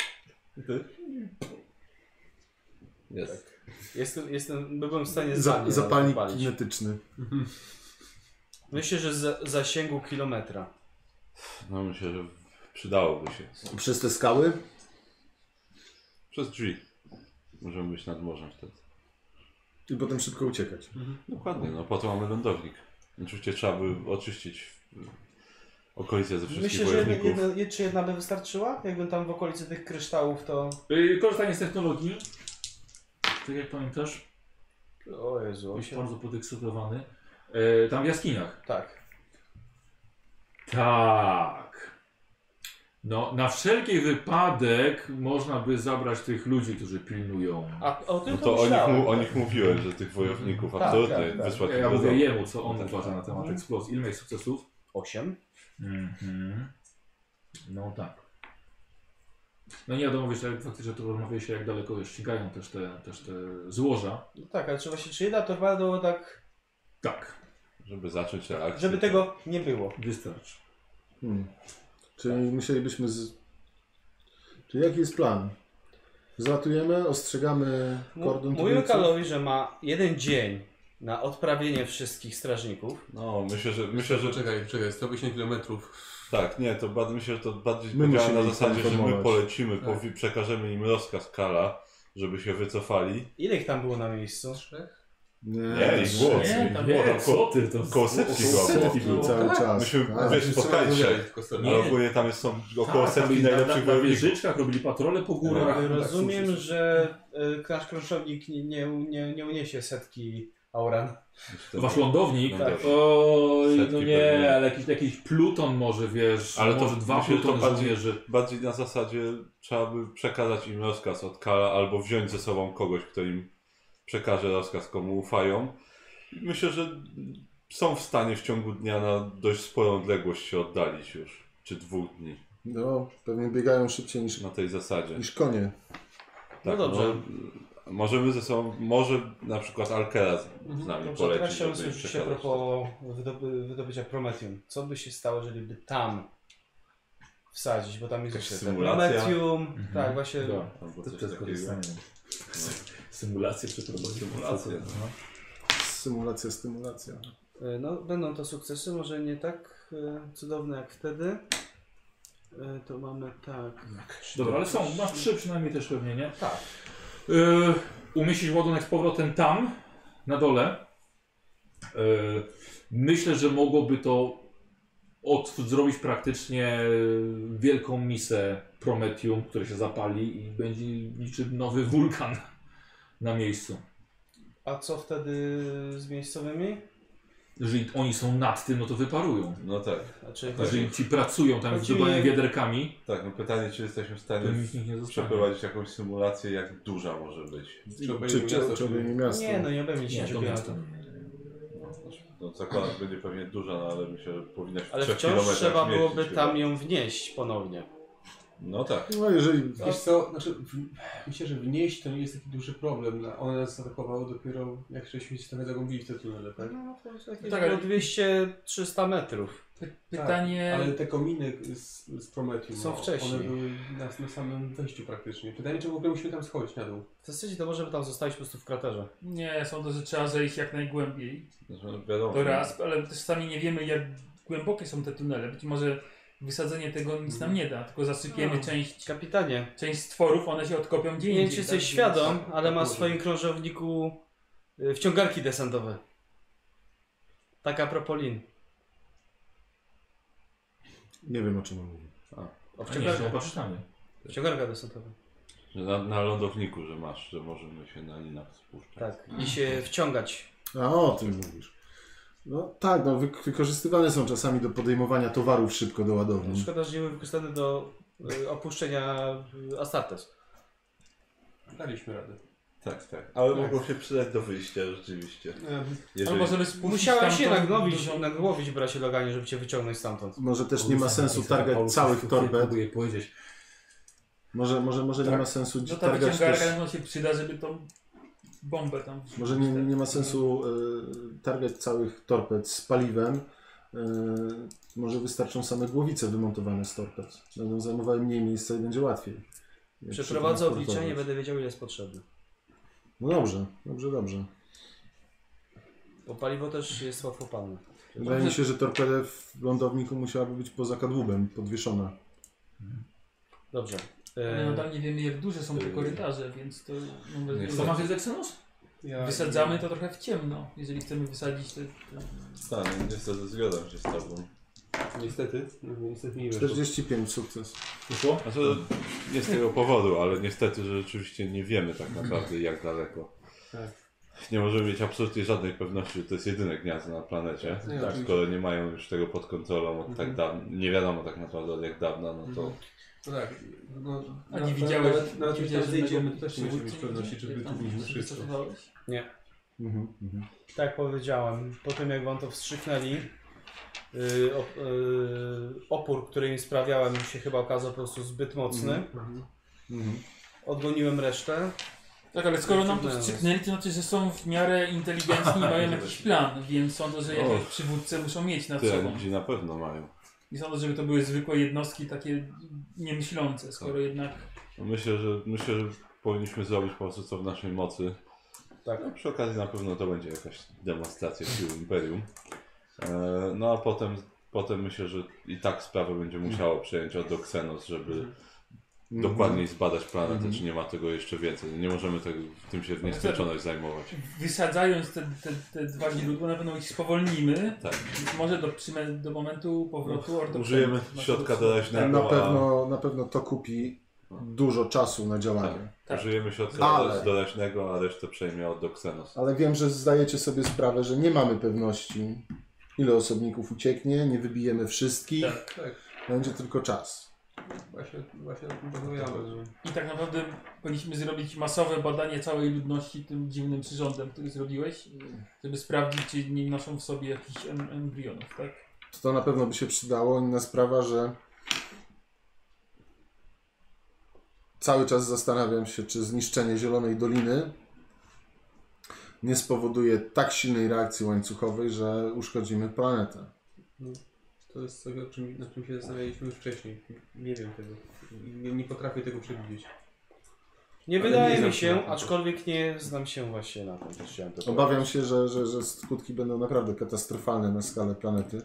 Jest. Byłem w stanie Zapalnik odpalić. kinetyczny. Myślę, że z zasięgu kilometra. No myślę, że przydałoby się. Przez te skały? Przez drzwi. Możemy być nad morzem wtedy. I potem szybko uciekać. Dokładnie, no po to mamy lądownik. Oczywiście trzeba by oczyścić okolice ze wszystkich Myślę, że wojowników. czy jedna by wystarczyła? Jakbym tam w okolicy tych kryształów to... Korzystanie z technologii. Tak jak pamiętasz, O Jezu, jest bardzo podekscytowany. Tam w jaskiniach. Tak. Tak. No, na wszelki wypadek można by zabrać tych ludzi, którzy pilnują. A o tym No to myślałem. o nich mówiłem, że tych wojowników Tak, absolutnie tak, tak. wysłać Ja do mówię domu. jemu, co on uważa na temat eksplozji. Ile miałeś sukcesów? 8. No tak. No nie wiadomo, wiesz, jak faktycznie to rozmawia się, jak daleko ścigają też te złoża. No tak, ale trzeba się, czy jedna torpeda było tak, Tak, Żeby zacząć reakcję. żeby tego nie było. wystarczy. Czyli musielibyśmy Czyli jaki jest plan? Zlatujemy, ostrzegamy kordon Mówimy trójców? Karlowi, że ma jeden dzień na odprawienie wszystkich strażników. No, myślę, że Czekaj, 150 km. tak, nie, to myślę, że to bardziej My działa musimy na ich zasadzie, że my poinformować. polecimy, przekażemy im rozkaz Kala, żeby się wycofali. Ile ich tam było na miejscu? Nie, ich było. Nie, tam Nie, co ty, to Koło setki setki było. było. Cały czas. Myśmy, Tak. wiesz, spotkali się, ale ogólnie tam są około setki na najlepszych wojowników. wieżyczkach, robili patrole po górach. Rozumiem, że nasz kroszownik nie uniesie setki auran. Wasz lądownik? Tak. Oj, Setki no pewnie. nie, ale jakiś pluton może, wiesz, Ale może to 2 myślę, że to plutony żołnierzy. bardziej na zasadzie trzeba by przekazać im rozkaz od Kala albo wziąć ze sobą kogoś, kto im przekaże rozkaz, komu ufają. Myślę, że są w stanie w ciągu dnia na dość sporą odległość się oddalić już, czy 2 dni No, pewnie biegają szybciej na tej zasadzie. niż konie. No dobrze. Możemy ze sobą, może na przykład Alkera z nami Dobrze, poleci, teraz chciałbym żeby im słyszeć a przekazać. propos wydobycia Prometium. Co by się stało, jeżeli by tam wsadzić, bo tam jest Jakaś jeszcze symulacja? Prometium. Tak, właśnie. No, Albo to coś też takiego. korzystanie. Symulację przeprowadzić. Symulację, no. Stymulacja. No, będą to sukcesy, może nie tak cudowne jak wtedy. To mamy tak. Dobra, ale są, masz 3 przynajmniej też pewnie, nie? Tak. Umieścić ładunek z powrotem tam, na dole. Myślę, że mogłoby to zrobić praktycznie wielką misę Prometium, które się zapali i będzie niczym nowy wulkan na miejscu. A co wtedy z miejscowymi? Jeżeli oni są nad tym, no to wyparują. No tak, Znaczy, Jeżeli ci pracują tam Chodzi zdobywają mi- wiaderkami, tak. No pytanie, czy jesteśmy w to stanie nikt nie zostanie. przeprowadzić jakąś symulację, jak duża może być. Czy obejmie miasto? nie, no nie obejmie Nie, 10 to km. miasto. No zakładam, że będzie pewnie duża, no ale myślę, że powinnaś w Ale 3 wciąż kilometrach trzeba mieścić byłoby chyba. tam ją wnieść ponownie. No tak. No jeżeli... Wiesz co, znaczy, myślę, że wnieść to nie jest taki duży problem. One nas zaatakowały dopiero jak żeśmy się trochę zagłębili w te tunele, tak? No, to jest jakieś Tak, ale- 200-300 metrów. Pytanie... Tak, ale te kominy z Prometium, Są wcześniej. one były na samym wejściu praktycznie. Pytanie, czy w ogóle musimy tam schodzić na dół? W zasadzie to możemy tam zostawić po prostu w kraterze. Nie, sądzę, że trzeba zejść jak najgłębiej. Znaczy, no wiadomo, To raz, ale też sami nie wiemy, jak głębokie są te tunele. Być może wysadzenie tego nic nam nie da, tylko zasypiemy No. Kapitanie, część stworów, one się odkopią gdzie nie wiem indziej. czy jesteś tak? świadom, Więc- ale ma w może. swoim krążowniku wciągarki desantowe. Tak a propos lin. Nie wiem o czym on mówi. O A nie, wciągarka. to patrzamy. Wciągarka desantowa. że na lądowniku, że masz, że możemy się na linach spuszczać. Tak. I się wciągać. A o tym mówisz. No tak, no wykorzystywane są czasami do podejmowania towarów szybko do ładowni. Szkoda, że nie były wykorzystane do opuszczenia Astartes. Daliśmy radę. Tak, tak. Ale mogą się przydać do wyjścia rzeczywiście. Albo możemy spuścić Musiałem się tamtą nagłowić, dużą- nagłowić bracie Loganie, żeby cię wyciągnąć stamtąd. Może też nie ma sensu targać całych torped. Próbuję powiedzieć. Może nie ma sensu No ta targać wyciągarka też... na pewno się przyda, żeby tą bombę tam wrzucić. Może nie ma sensu targać całych torped z paliwem. Może wystarczą same głowice wymontowane z torped. Będą zajmowały mniej miejsca i będzie łatwiej. je Przeprowadzę przetransportować. obliczenie, będę wiedział ile jest potrzebne. No dobrze. Bo paliwo też jest łatwopalne. Wydaje mi się, że torpeda w lądowniku musiałaby być poza kadłubem podwieszona. Dobrze. Ale nadal nie wiemy, jak duże są te korytarze, więc to... Co masz z Exynos? Wysadzamy to trochę w ciemno, jeżeli chcemy wysadzić te... Tak, no, niestety zgadzam się z tobą. Niestety nie weszło. 45 sukces. Wyszło? Znaczy, nie z tego powodu, ale niestety, że rzeczywiście nie wiemy tak naprawdę jak daleko. Tak. Nie możemy mieć absolutnie żadnej pewności, że to jest jedyne gniazdo na planecie. Nie, Tak, oczywiście. skoro nie mają już tego pod kontrolą od tak dawno, nie wiadomo tak naprawdę od jak dawna, no to No tak, no, A nie widziałeś... nawet nie jeśli tam zejdziemy, żadnego to też nie musimy mieć przywódcy, pewności, czy jak tam wytłumiliśmy wszystko. wycofywałeś? Tak jak powiedziałem, po tym jak wam to wstrzyknęli, opór, który im sprawiałem, się chyba okazał po prostu zbyt mocny. Odgoniłem resztę. Tak, ale skoro nam to Wyciągnęłem. wstrzyknęli, to znaczy, że są w miarę inteligentni i mają jakiś plan, więc sądzę, że jakieś przywódcy muszą mieć nad tyle sobą. ludzi na pewno mają. I sądzę, żeby to były zwykłe jednostki takie niemyślące, skoro jednak... No myślę, że powinniśmy zrobić po prostu co w naszej mocy, Tak. No, przy okazji na pewno to będzie jakaś demonstracja sił Imperium. No a potem myślę, że i tak sprawę będzie musiało przejąć od Xenos, żeby dokładniej zbadać planetę, czy nie ma tego jeszcze więcej. Nie możemy tym się w nieskończoność zajmować. Wysadzając te dwa źródła, na pewno ich spowolnimy. Tak. Może do momentu powrotu Ordo Użyjemy Xenos. środka doraźnego. Na pewno to kupi dużo czasu na działanie. Tak. Użyjemy środka doraźnego, a resztę przejmie od Xenos. Ale wiem, że zdajecie sobie sprawę, że nie mamy pewności, ile osobników ucieknie, nie wybijemy wszystkich. Tak. Będzie tylko czas. Właśnie o tym rozmawiamy. Że... I tak naprawdę powinniśmy zrobić masowe badanie całej ludności tym dziwnym przyrządem, który zrobiłeś, żeby sprawdzić, czy nie noszą w sobie jakichś embrionów, tak? To na pewno by się przydało. Inna sprawa, że cały czas zastanawiam się, czy zniszczenie Zielonej Doliny nie spowoduje tak silnej reakcji łańcuchowej, że uszkodzimy planetę. No, to jest coś, nad czym się zastanawialiśmy już wcześniej. Nie wiem tego. Nie potrafię tego przewidzieć. Nie Ale wydaje nie mi znam się, na tym. aczkolwiek nie znam się właśnie na tym. Też chciałem to Obawiam się, że skutki będą naprawdę katastrofalne na skalę planety.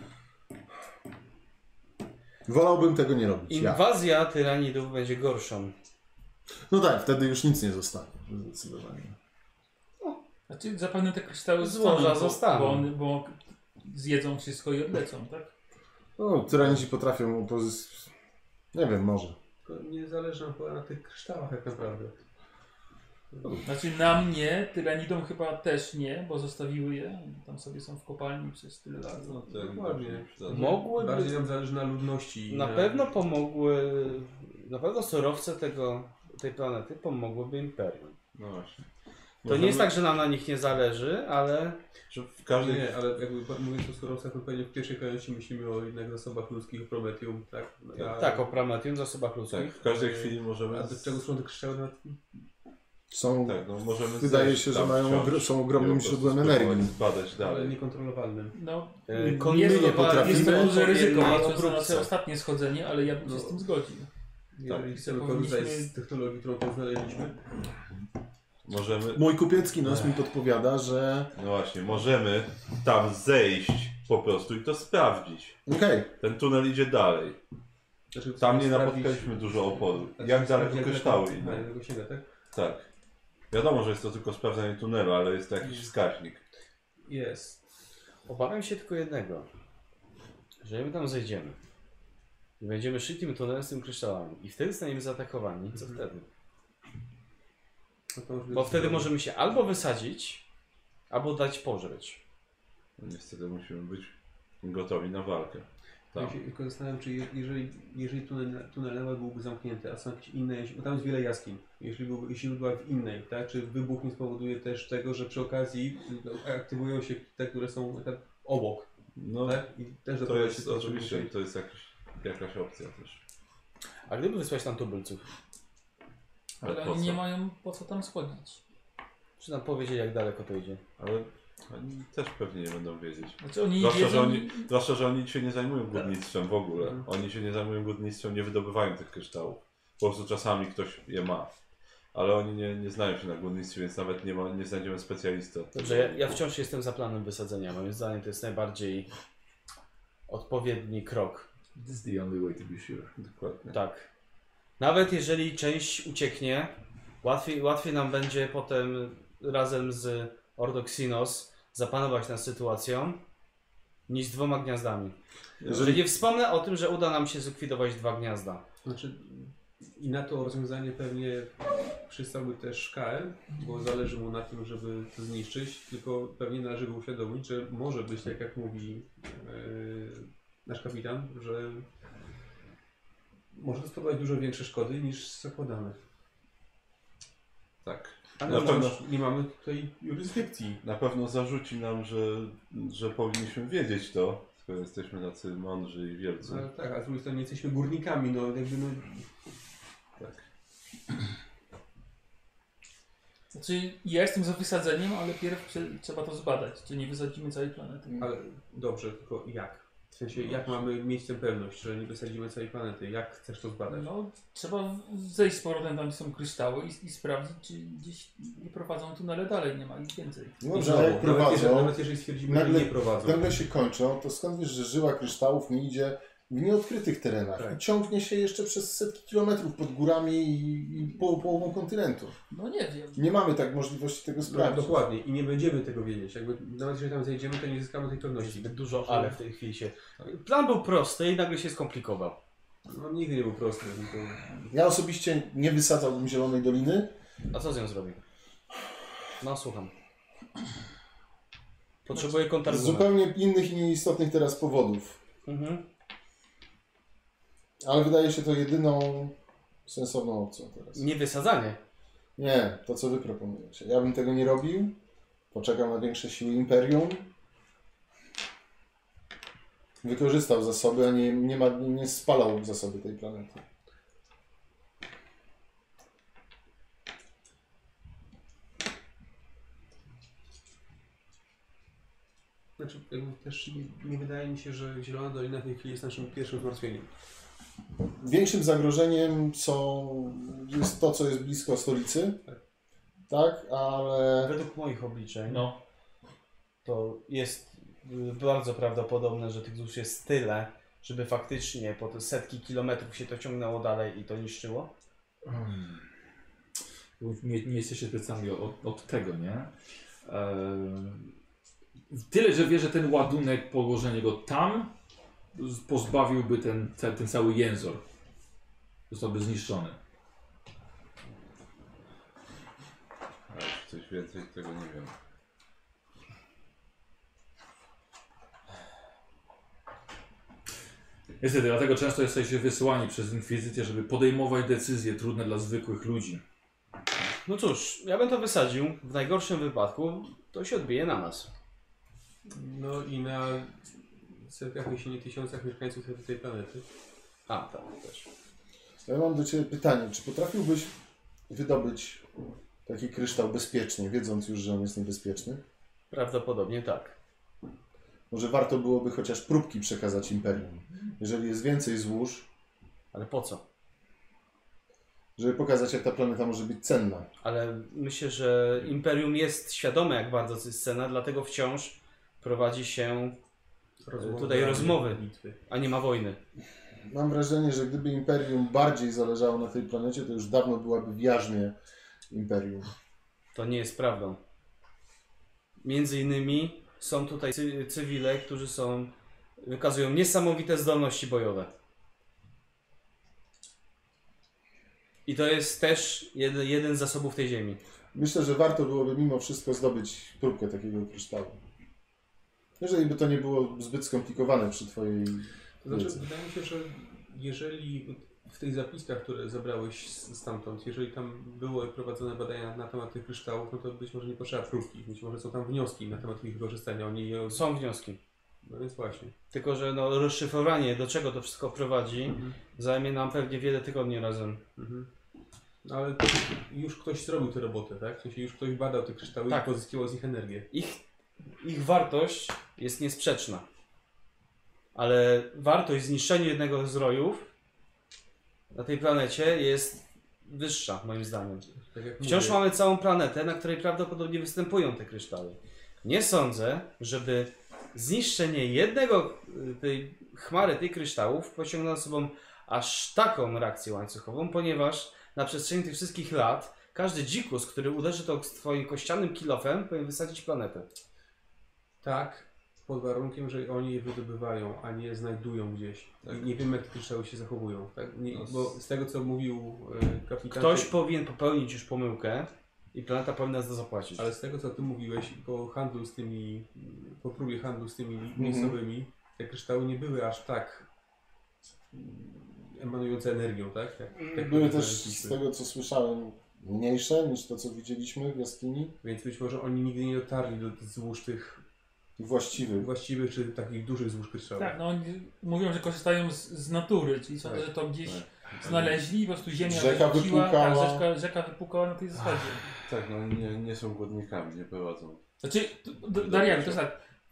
Wolałbym tego nie robić. Ja. Inwazja tyranidów będzie gorszą. No tak, wtedy już nic nie zostanie. Zdecydowanie. Znaczy zapewne te kryształy Złoża zostaną. bo zjedzą wszystko i odlecą, tak? No, tyranidzi potrafią nie wiem, może. Tylko nie zależy nam chyba na tych kryształach tak naprawdę. Znaczy nam nie, tyranidom chyba też nie, bo zostawiły je. Tam sobie są w kopalni przez tyle lat. No tak, Dokładnie. Mogłyby, Bardziej nam zależy na ludności. i na pewno pomogły, na pewno surowce tej planety pomogłyby Imperium. No właśnie. To nie jest tak, że nam na nich nie zależy, ale że w każdej... Nie, ale jakby mówiąc o surowcach, to pewnie w pierwszej kolejności myślimy o jednak zasobach ludzkich, o Prometium, tak? tak, o Prometium, zasobach Tak, ludzkich. w każdej chwili możemy... A do czego są te kryształy? Nawet... Są, Tak, no możemy wydaje zejść się, że tam są ogromnym i po prostu źródłem spróbować energii. Badać Ale dalej. niekontrolowalnym. No, My nie potrafimy. jest to duże ryzyko, odpowiedniej patrząc na nasze obróbce. ostatnie schodzenie, ale ja bym się z tym zgodził. Jeżeli chcemy powinniśmy- korzystać z technologii, którą tam znaleźliśmy. Możemy... Mój kupiecki nos mi podpowiada, że No właśnie, możemy tam zejść po prostu i to sprawdzić. okej, Ten tunel idzie dalej. Znaczy, Tam nie sprawdzić- napotkaliśmy dużo oporu. znaczy, Jak daleko sprawdzić, kryształy jak idą. daleko sięga, tak? Tak. Wiadomo, że jest to tylko sprawdzanie tunelu, ale jest to jakiś wskaźnik. Jest. Obawiam się tylko jednego. Jeżeli my tam zejdziemy i będziemy szli tym tunelem z tym kryształami i wtedy zostaniemy zaatakowani, co wtedy? No to już Bo jest- wtedy możemy się albo wysadzić, albo dać pożreć. No niestety musimy być gotowi na walkę. Ja Tam. się tylko zastanawiam, czy jeżeli tunel nawet byłby zamknięty, a są jakieś inne, bo tam jest wiele jaskiń, jeśli była w innej, tak, czy wybuch nie spowoduje też tego, że przy okazji aktywują się te, które są tak obok, No tak? I też to doprowadzi jest się do oczywiście, tego, to jest jakaś opcja też. A gdyby wysłać tam tubylców? Ale po oni co? nie mają po co tam schodzić. Czy nam powiedzieli, jak daleko to idzie? Ale oni też pewnie nie będą wiedzieć. Znaczy oni Zwłaszcza, że oni się nie zajmują górnictwem w ogóle. Oni się nie zajmują górnictwem, nie wydobywają tych kryształów. Po prostu czasami ktoś je ma. Ale oni nie znają się na górnictwie, więc nawet nie znajdziemy specjalisty od tego. Dobrze, ja wciąż jestem za planem wysadzenia. Moim zdaniem to jest najbardziej odpowiedni krok. This is the only way to be sure. Dokładnie. Tak. Nawet jeżeli część ucieknie, łatwiej nam będzie potem razem z Ordo Xenos zapanować nad sytuacją niż z 2 gniazdami. Jeżeli nie wspomnę o tym, że uda nam się zlikwidować 2 gniazda. Znaczy, i na to rozwiązanie pewnie przystałby też KL, bo zależy mu na tym, żeby to zniszczyć, tylko pewnie należy go uświadomić, że może być tak jak mówi nasz kapitan, że może to spowodować dużo większe szkody niż zakładamy. Tak. Ale Na pewno- nie mamy tutaj jurysdykcji. Na pewno zarzuci nam, że powinniśmy wiedzieć to, skoro jesteśmy tacy mądrzy i wielcy. No, tak, a z drugiej strony nie jesteśmy górnikami, no jakby no... Tak. Znaczy ja jestem za wysadzeniem, ale pierw trzeba to zbadać, czy nie wysadzimy całej planety. Ale dobrze, tylko jak? W sensie, jak mamy mieć tę pewność, że nie wysadzimy całej planety? Jak chcesz to zbadać? No, trzeba zejść z powrotem tam, gdzie są kryształy i sprawdzić, czy gdzieś nie prowadzą tunele dalej, nie ma ich więcej. No, że jak prowadzą, Nawet jeżeli stwierdzimy, nagle, że nie prowadzą. nagle się kończą, to skąd wiesz, że żyła kryształów nie idzie w nieodkrytych terenach Tak. i ciągnie się jeszcze przez setki kilometrów pod górami i połową kontynentu. No nie wiem. Nie mamy tak możliwości tego No, sprawdzić. dokładnie. I nie będziemy tego wiedzieć. Jakby, nawet jeżeli tam zejdziemy, to nie zyskamy tej pewności. Zbyt dużo ale w tej chwili się... Plan był prosty i nagle się skomplikował. No nigdy nie był prosty. Tylko... Ja osobiście nie wysadzałbym Zielonej Doliny. A co z nią zrobił? No, słucham. Potrzebuję Z kontrargument. zupełnie innych i nieistotnych teraz powodów. Mhm. Ale wydaje się to jedyną sensowną opcją teraz. Nie wysadzanie. Nie, to co wy proponujecie. Ja bym tego nie robił. Poczekał na większe siły Imperium. Wykorzystał zasoby, a nie spalał zasoby tej planety. Znaczy, jakby też nie wydaje mi się, że Zielona Dolina w tej chwili jest naszym pierwszym zmartwieniem. Większym zagrożeniem jest to, co jest blisko stolicy. Tak, ale Według moich obliczeń No, to jest bardzo prawdopodobne, że tych złóż jest tyle, żeby faktycznie po te setki kilometrów się to ciągnęło dalej i to niszczyło. Nie jesteście specjalnie od tego, nie? Tyle, że wie, że ten ładunek, położenie go tam pozbawiłby ten cały jęzor. Zostałby zniszczony. Ale coś więcej tego nie wiem. Niestety, dlatego często jesteście wysyłani przez Inkwizycję, żeby podejmować decyzje trudne dla zwykłych ludzi. No cóż, ja bym to wysadził. W najgorszym wypadku to się odbije na nas. No i na setkach, jeśli nie tysiącach mieszkańców tej planety. A, tak, też. ja mam do Ciebie pytanie. Czy potrafiłbyś wydobyć taki kryształ bezpiecznie, wiedząc już, że on jest niebezpieczny? Prawdopodobnie tak. Może warto byłoby chociaż próbki przekazać Imperium. Jeżeli jest więcej złóż, Ale po co? żeby pokazać, jak ta planeta może być cenna. Ale myślę, że Imperium jest świadome, jak bardzo to jest cena, dlatego wciąż prowadzi się tutaj rozmowy, bitwy. a nie ma wojny. Mam wrażenie, że gdyby Imperium bardziej zależało na tej planecie, to już dawno byłaby w jarzmie Imperium. To nie jest prawdą. Między innymi są tutaj cywile, którzy wykazują niesamowite zdolności bojowe. I to jest też jeden z zasobów tej ziemi. Myślę, że warto byłoby mimo wszystko zdobyć próbkę takiego kryształu. Jeżeli by to nie było zbyt skomplikowane przy Twojej To znaczy, wiedzy. wydaje mi się, że jeżeli w tych zapiskach, które zebrałeś stamtąd, jeżeli tam były prowadzone badania na temat tych kryształów, no to być może nie potrzeba próbki. Być może są tam wnioski na temat ich wykorzystania. Oni je... Są wnioski. No więc właśnie. Tylko, że rozszyfrowanie, do czego to wszystko prowadzi, zajmie nam pewnie wiele tygodni razem. Mhm. No ale to już ktoś zrobił tę robotę, tak? W sensie już ktoś badał te kryształy Tak. i pozyskiwał z nich energię. Ich wartość jest niesprzeczna. Ale wartość zniszczenia jednego z rojów na tej planecie jest wyższa, moim zdaniem. Tak jak Wciąż mówię, mamy całą planetę, na której prawdopodobnie występują te kryształy. Nie sądzę, żeby zniszczenie tej chmary tych kryształów pociągnęło za sobą aż taką reakcję łańcuchową, ponieważ na przestrzeni tych wszystkich lat każdy dzikus, który uderzy to swoim kościanym kilofem, powinien wysadzić planetę. tak, pod warunkiem, że oni je wydobywają, a nie znajdują gdzieś. Tak. I nie wiem, jak te kryształy się zachowują. Tak? Nie, No, bo z tego, co mówił kapitan... Ktoś powinien popełnić już pomyłkę i planeta powinna za to zapłacić. Ale z tego, co ty mówiłeś, po próbie handlu z tymi miejscowymi, te kryształy nie były aż tak emanujące energią, tak? Jak Były te też, zapisy. z tego co słyszałem, mniejsze niż to, co widzieliśmy w jaskini. Więc być może oni nigdy nie dotarli do złóż tych Właściwych. właściwych, czy takich dużych złóż kryształów. tak, no oni mówią, że korzystają z natury, czyli sądzę, że to gdzieś znaleźli i po prostu ziemia Rzeka wyrzuciła, wypłukała. tak, rzeka wypłukała na tej zasadzie. Tak, no nie są głodnikami, nie prowadzą. Znaczy, Darian, to jest tak,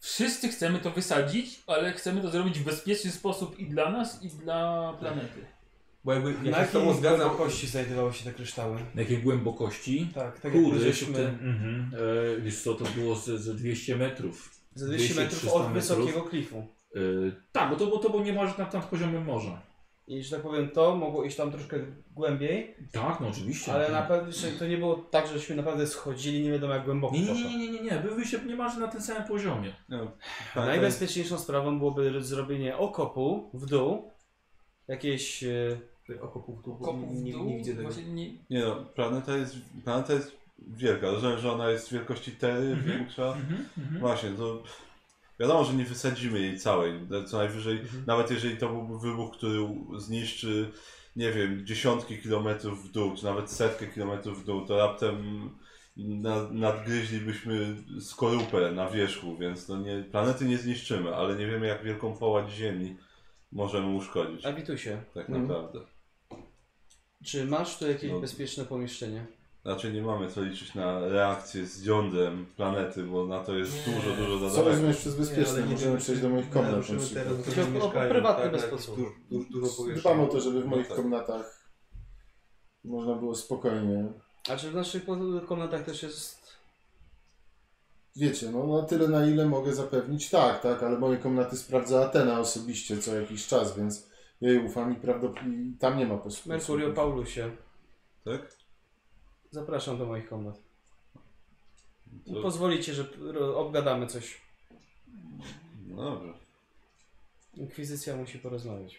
Wszyscy chcemy to wysadzić, ale chcemy to zrobić w bezpieczny sposób i dla nas, i dla planety. Bo jakby Na jak się z tobą jakiej zgadzam, głębokości znajdowały się te kryształy? Na jakiej głębokości? Tak, tak jak my Kurde, żeśmy wiesz co, to było ze 200 metrów. za 200 metrów 300 od wysokiego klifu. Tak, bo to było niemalże nad poziomem morza. I że tak powiem, to mogło iść tam troszkę głębiej, Tak, no oczywiście. ale na pewno że to nie było tak, żeśmy naprawdę schodzili nie wiadomo jak głęboko. Nie. Wy wyjście niemalże na tym samym poziomie. No, Najbezpieczniejszą sprawą byłoby zrobienie okopu w dół, jakieś... okopów w dół, bo Kopów w dół, nie widzę tego. właśnie nie... Nie no, planeta jest wielka. Rozumiem, że ona jest wielkości Terry, większa. Właśnie, to wiadomo, że nie wysadzimy jej całej. Co najwyżej, nawet jeżeli to byłby wybuch, który zniszczy, nie wiem, dziesiątki kilometrów w dół, czy nawet setkę kilometrów w dół, to raptem nadgryźlibyśmy skorupę na wierzchu, więc to nie, planety nie zniszczymy, ale nie wiemy, jak wielką połać Ziemi możemy uszkodzić. Abitusie, Tak naprawdę. czy masz tu jakieś No. bezpieczne pomieszczenie? Znaczy nie mamy co liczyć na reakcję z jądrem planety, bo na to jest dużo Co zadań. rozumiesz przez bezpieczne? Możemy przejść do moich komnat na Naruszymy przykład. teraz, Chodzi o gdzie mieszkają, prywatny tak, bez tak, podsłuchu. dużo powierzchni. Dbam o to, żeby w moich tak. komnatach można było spokojnie. A czy w naszych komnatach też jest... Wiecie, no na tyle na ile mogę zapewnić, tak, ale moje komnaty sprawdza Atena osobiście co jakiś czas, więc ja jej ufam i prawdopodobnie tam nie ma posłuchu. Mercurio Paulusie, Tak? zapraszam do moich komnat. To, Pozwolicie, że obgadamy coś. no dobrze. Inkwizycja musi porozmawiać.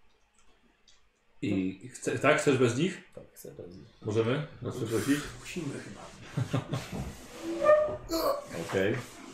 I tak? Chcesz bez nich? Tak, chcę pewnie. Możemy nas przeprosić? Musimy chyba. Okej.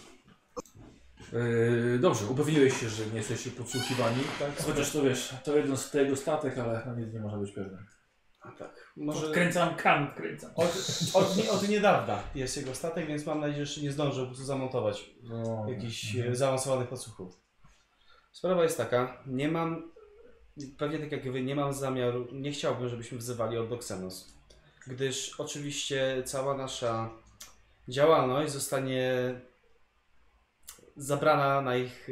Dobrze, upewniłeś się, że nie jesteście podsłuchiwani. Tak, Chociaż to wiesz, to jeden z tego statek, ale na nic nie można być pewny. A tak. Może Odkręcam kan, odkręcam. od niedawna jest jego statek, więc mam nadzieję, że jeszcze nie zdążę po prostu zamontować No, jakichś zaawansowanych podsłuchów. Sprawa jest taka, nie mam, pewnie tak jak wy, nie mam zamiaru, nie chciałbym, żebyśmy wzywali Ordoxenos, gdyż oczywiście cała nasza działalność zostanie zabrana na ich...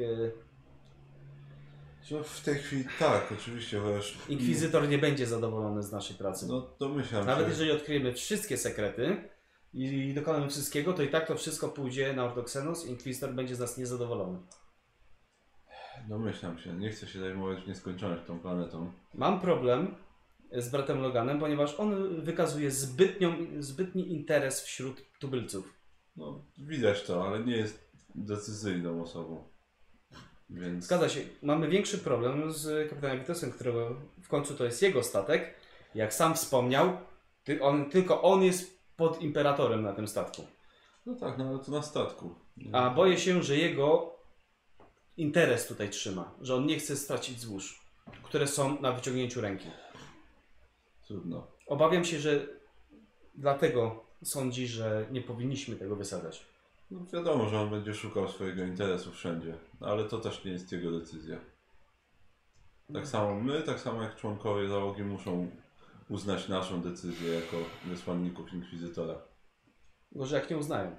No, w tej chwili tak, oczywiście, chociaż... Inkwizytor nie będzie zadowolony z naszej pracy. No domyślam Nawet się. jeżeli odkryjemy wszystkie sekrety i dokonamy wszystkiego, to i tak to wszystko pójdzie na Ordoxenos i Inkwizytor będzie z nas niezadowolony. Domyślam się. Nie chcę się zajmować w nieskończoność tą planetą. Mam problem z bratem Loganem, ponieważ on wykazuje zbytni interes wśród tubylców. No widać to, ale nie jest decyzyjną osobą. Więc... Zgadza się, mamy większy problem z kapitanem Vitosem, którego w końcu to jest jego statek. Jak sam wspomniał, tylko on jest pod imperatorem na tym statku. No tak, no ale to na statku. A boję się, że jego interes tutaj trzyma, że on nie chce stracić złóż, które są na wyciągnięciu ręki. Trudno. Obawiam się, że dlatego sądzi, że nie powinniśmy tego wysadzać. No wiadomo, że on będzie szukał swojego interesu wszędzie, ale to też nie jest jego decyzja. Tak samo my, tak samo jak członkowie załogi muszą uznać naszą decyzję jako wysłanników Inkwizytora. Może jak nie uznają.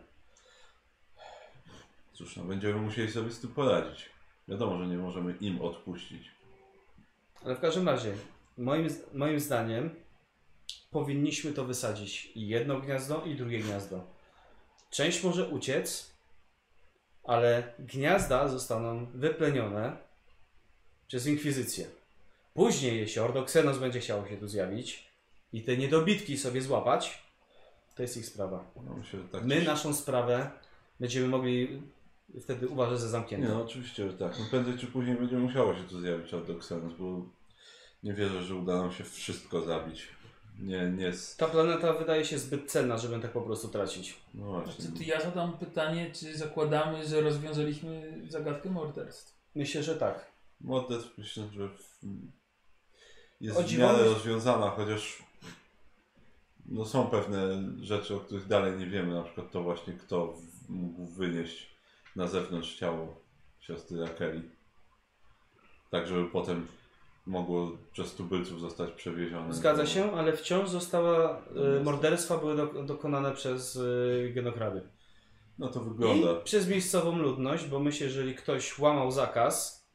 Cóż, no będziemy musieli sobie z tym poradzić. Wiadomo, że nie możemy im odpuścić. Ale w każdym razie, moim zdaniem, powinniśmy to wysadzić i jedno gniazdo, i drugie gniazdo. Część może uciec, ale gniazda zostaną wyplenione przez Inkwizycję. Później, jeśli Ordoxenos będzie chciał się tu zjawić i te niedobitki sobie złapać, to jest ich sprawa. No, myślę, że tak. My naszą sprawę będziemy mogli wtedy uważać za Nie, zamkniętą. no oczywiście, że tak. No, prędzej czy później będzie musiało się tu zjawić Ordoxenos, bo nie wierzę, że uda nam się wszystko zabić. Nie jest... Ta planeta wydaje się zbyt cenna, żeby tak po prostu tracić. No właśnie. Znaczy, to ja zadam pytanie, czy zakładamy, że rozwiązaliśmy zagadkę morderstw? Myślę, że tak. Morderstw myślę, że jest O w dziwo, miarę rozwiązana, chociaż no są pewne rzeczy, o których dalej nie wiemy. Na przykład to właśnie kto mógł wynieść na zewnątrz ciało siostry Rakeli. Tak, żeby potem mogło przez tubylców zostać przewiezione. Zgadza się, ale wciąż została, morderstwa były dokonane przez genokrady. No to wygląda. I przez miejscową ludność, bo myślę, że jeżeli ktoś łamał zakaz,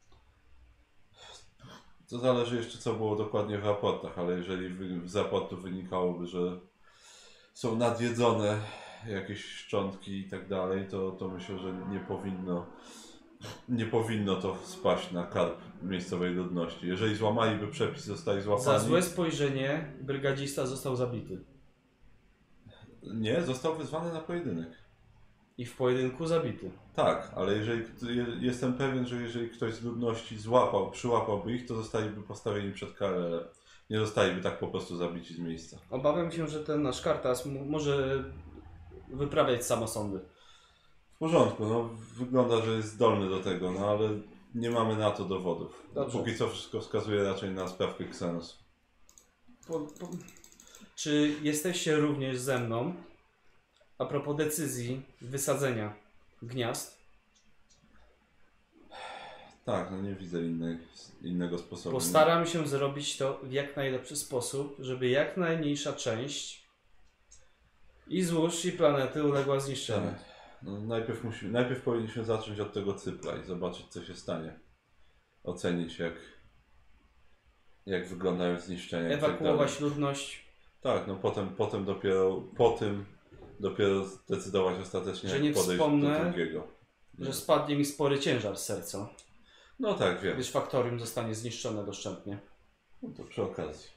To zależy jeszcze co było dokładnie w raportach, ale jeżeli z raportu wynikałoby, że są nadjedzone jakieś szczątki i tak dalej, to myślę, że nie powinno to spaść na karb miejscowej ludności. Jeżeli złamaliby przepis, zostali złapani... za złe spojrzenie brygadzista został zabity. Nie, został wezwany na pojedynek. I w pojedynku zabity. Tak, ale jestem pewien, że jeżeli ktoś z ludności przyłapałby ich, to zostaliby postawieni przed KRL-em. Nie zostaliby tak po prostu zabici z miejsca. Obawiam się, że ten nasz Kartas może wyprawiać samosądy. W porządku, no wygląda, że jest zdolny do tego, no ale nie mamy na to dowodów. Dobrze. Póki co wszystko wskazuje raczej na sprawkę Xenos. Czy jesteście również ze mną a propos decyzji wysadzenia gniazd? Tak, no nie widzę innego sposobu. Postaram się zrobić to w jak najlepszy sposób, żeby jak najmniejsza część i złóż i planety uległa zniszczeniu. Tak. No, najpierw powinniśmy zacząć od tego cypla i zobaczyć, co się stanie. Ocenić, jak wyglądają zniszczenia. Ewakuować ludność. Tak, no potem dopiero zdecydować ostatecznie, Że jak nie podejść wspomnę, do drugiego. że spadnie mi spory ciężar z serca, No tak, wiem. gdyż faktorium zostanie zniszczone doszczętnie. No to przy okazji.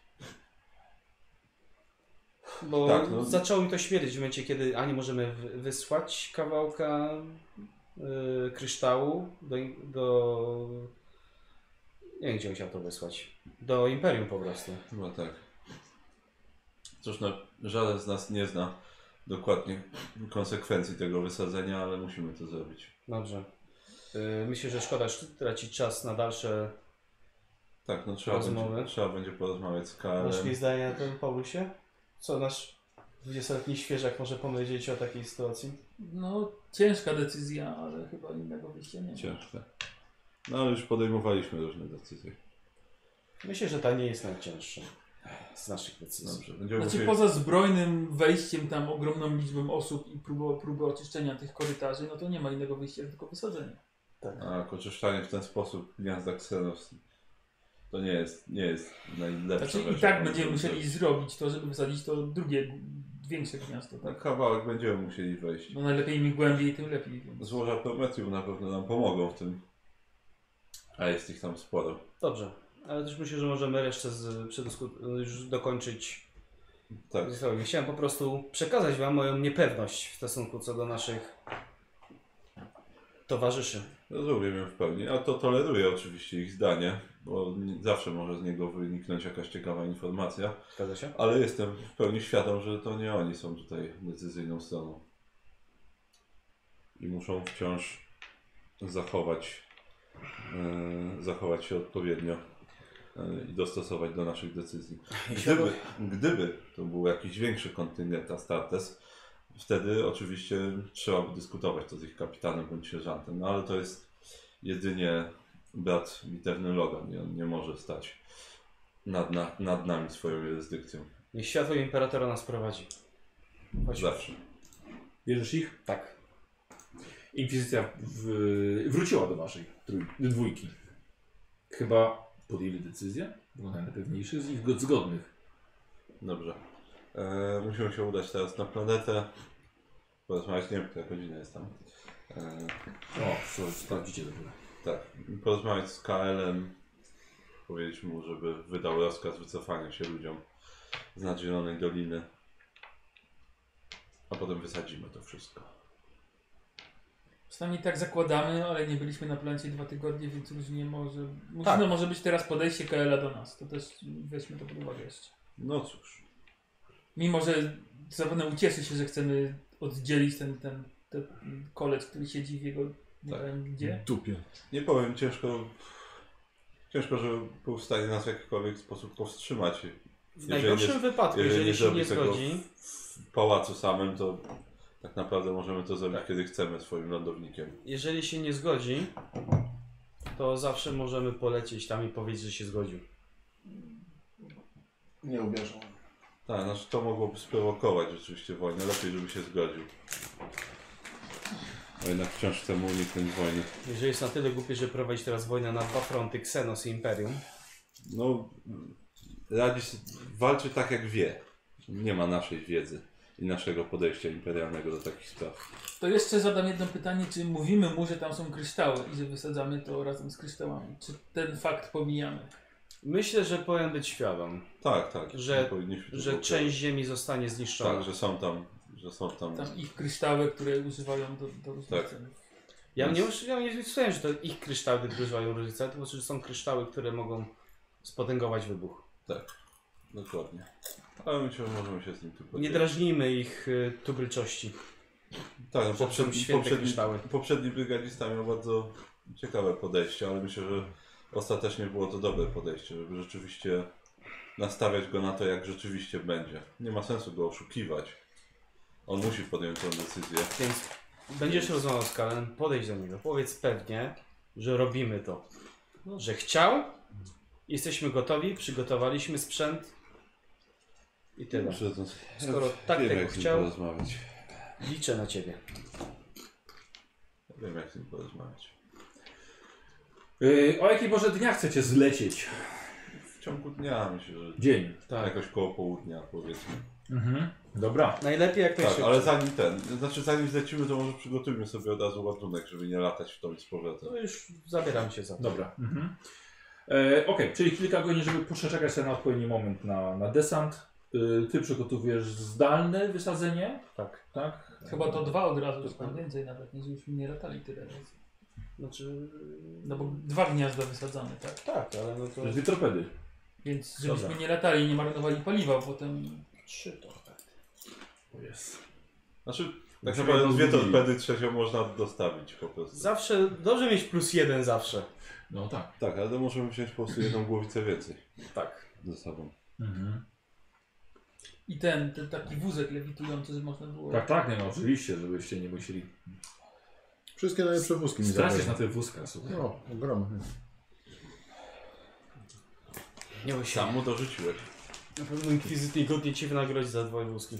Bo Tak, no. zaczęło mi to śmierdzić w momencie, kiedy ani możemy wysłać kawałka kryształu do... Nie wiem, gdzie on chciał to wysłać. Do Imperium po prostu. Chyba tak. Cóż, no, żaden z nas nie zna dokładnie konsekwencji tego wysadzenia, ale musimy to zrobić. Dobrze. Myślę, że szkoda tracić czas na dalsze Tak, no rozmowy. trzeba będzie porozmawiać z Masz KRM. jakieś zdanie na tym, Paulusie? Co nasz 20-letni świeżak może powiedzieć o takiej sytuacji? No, ciężka decyzja, ale chyba innego wyjścia nie ma. Ciężko. No ale już podejmowaliśmy różne decyzje. Myślę, że ta nie jest najcięższa z naszych decyzji. Dobrze, będziemy Znaczy musieli... poza zbrojnym wejściem tam ogromną liczbą osób i próbą oczyszczenia tych korytarzy, no to nie ma innego wyjścia, tylko wysadzenie. A oczyszczanie w ten sposób gniazda Xenos to nie jest najlepsza Znaczy rzecz, i tak jaką będziemy możemy musieli zrobić. zrobić to, żeby wysadzić to drugie, większe gniazdo, Na tak? kawałek będziemy musieli wejść. No najlepiej im głębiej, tym lepiej. Więc. Złoża Prometrium na pewno nam pomogą w tym. A jest ich tam sporo. Dobrze, ale też myślę, że możemy resztę już dokończyć. Tak. Chciałem po prostu przekazać Wam moją niepewność w stosunku co do naszych towarzyszy. Rozumiem ją w pełni, a to toleruję oczywiście ich zdanie, bo zawsze może z niego wyniknąć jakaś ciekawa informacja, Zgadza się? ale jestem w pełni świadom, że to nie oni są tutaj decyzyjną stroną. I muszą wciąż zachować się odpowiednio i dostosować do naszych decyzji. Gdyby to był jakiś większy kontyngent Astartes, wtedy oczywiście trzeba by dyskutować to z ich kapitanem bądź sierżantem, no ale to jest jedynie brat bitewny Logan i on nie może stać nad nami swoją jurysdykcją. Niech światło Imperatora nas prowadzi. Chodźmy. Zawsze. Bierzesz ich? Tak. Inkwizycja wróciła do waszej dwójki. Chyba podjęli decyzję? Było najpewniejszy z ich zgodnych. Dobrze. Musimy się udać teraz na planetę. Porozmawiać, nie wiem, która godzina jest tam. Sprawdzicie dopiero. Tak. Porozmawiać z KL-em. Powiedzieć mu, żeby wydał rozkaz wycofania się ludziom z Nadzielonej Doliny. A potem wysadzimy to wszystko. Przynajmniej tak zakładamy, ale nie byliśmy na planecie 2 tygodnie, więc różnie może... Tak. No, może być teraz podejście KL-a do nas. To też weźmy to pod uwagę jeszcze. No cóż. Mimo, że zapewne ucieszy się, że chcemy oddzielić ten kolec, który siedzi w jego... Nie Tak. wiem gdzie. Dupie. Nie powiem, ciężko, żeby był w stanie nas w jakikolwiek sposób powstrzymać. W najgorszym wypadku, jeżeli się nie tego zgodzi, w pałacu samym, to tak naprawdę możemy to zrobić, kiedy chcemy swoim lądownikiem. jeżeli się nie zgodzi, to zawsze możemy polecieć tam i powiedzieć, że się zgodził. Nie uwierzą. Tak, znaczy to mogłoby sprowokować rzeczywiście wojnę. Lepiej, żeby się zgodził. A jednak wciąż chcemy uniknąć wojny. Jeżeli jest na tyle głupie, że prowadzi teraz wojnę na 2 fronty, Xenos i Imperium. No, walczy tak jak wie. Nie ma naszej wiedzy i naszego podejścia imperialnego do takich spraw. To jeszcze zadam jedno pytanie, czy mówimy mu, że tam są kryształy i że wysadzamy to razem z kryształami? Czy ten fakt pomijamy? Myślę, że powinien być świadom, Tak, tak. Że- nie powinniśmy że tego część ziemi zostanie zniszczona. Tak, że są tam. Tam ich kryształy, które używają do różnych Tak. celów. Ja nie myślałem, że to ich kryształy wyrywają różnicę, to znaczy, że są kryształy, które mogą spotęgować wybuch. Dokładnie. Ale myślę, że możemy się z nim tu Nie podzielić. drażnijmy ich tubylczości. Tak, no, że są święte kryształy. poprzedni brygadzista miał bardzo ciekawe podejście, ale myślę, że ostatecznie było to dobre podejście, żeby rzeczywiście nastawiać go na to, jak rzeczywiście będzie. Nie ma sensu go oszukiwać. On musi podjąć tę decyzję. Więc będziesz rozmawiał z Kalenem, podejdź do niego, powiedz pewnie, że robimy to. Że chciał, jesteśmy gotowi, przygotowaliśmy sprzęt i tyle. Skoro tak wiem, tego jak z nim chciał, porozmawiać. liczę na ciebie. Wiem, jak z nim porozmawiać. O jakiej może dnia chcecie zlecieć? W ciągu dnia myślę, że Dzień. Tak. jakoś koło południa, powiedzmy. Dobra. Najlepiej jak Tak, najszybciej. ale zanim zlecimy, to może przygotujmy sobie od razu ładunek, żeby nie latać w tą i z powrotem. To już zabieram się za to. Dobra. Okej, czyli kilka godzin, żeby poczekać sobie na odpowiedni moment na desant. Ty przygotowujesz zdalne wysadzenie? Tak. Tak? Chyba to 2 od razu, czy tam więcej nawet, nie żebyśmy nie latali tyle razy. Znaczy... No bo 2 gniazda wysadzamy, tak? Tak, ale no to... 2 torpedy. Więc żebyśmy Dobra. nie latali i nie marnowali paliwa, bo potem 3 torpedy. O jest. Znaczy, tak Musimy naprawdę jedną 2 zgubić. torpedy, trzecią można dostawić po prostu. Zawsze dobrze mieć +1 zawsze. No tak. Tak, ale to możemy wziąć po prostu jedną głowicę więcej Tak. ze sobą. i ten taki wózek lewitujący, że można było... Tak, nie no, oczywiście, żebyście nie musieli Wszystkie najlepsze wózki mi stracić zabrali. na tych wózkach, słuchaj. No, ogromny. Nie bój się. Sam mu dorzuciłeś. Na pewno Inkwizycji godnie ci wynagrodzi za 2 wózki.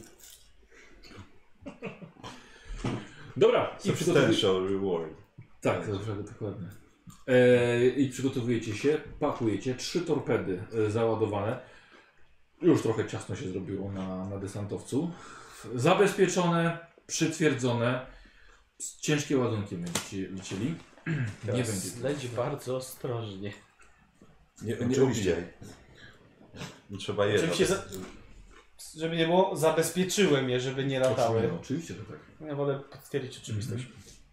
Dobra, i przygotowujecie. Substantial reward. Tak, dokładnie. I przygotowujecie się, pakujecie 3 torpedy załadowane. Już trochę ciasno się zrobiło na desantowcu. Zabezpieczone, przytwierdzone. Z ciężkie ładunki będziecie liczyli. Nie będzie. Leć bardzo ostrożnie. Nie Oczywiście. obijaj. Nie trzeba je. Oczywiście żeby nie było, zabezpieczyłem je, żeby nie latały. No, oczywiście, że tak. Ja wolę potwierdzić oczywistość.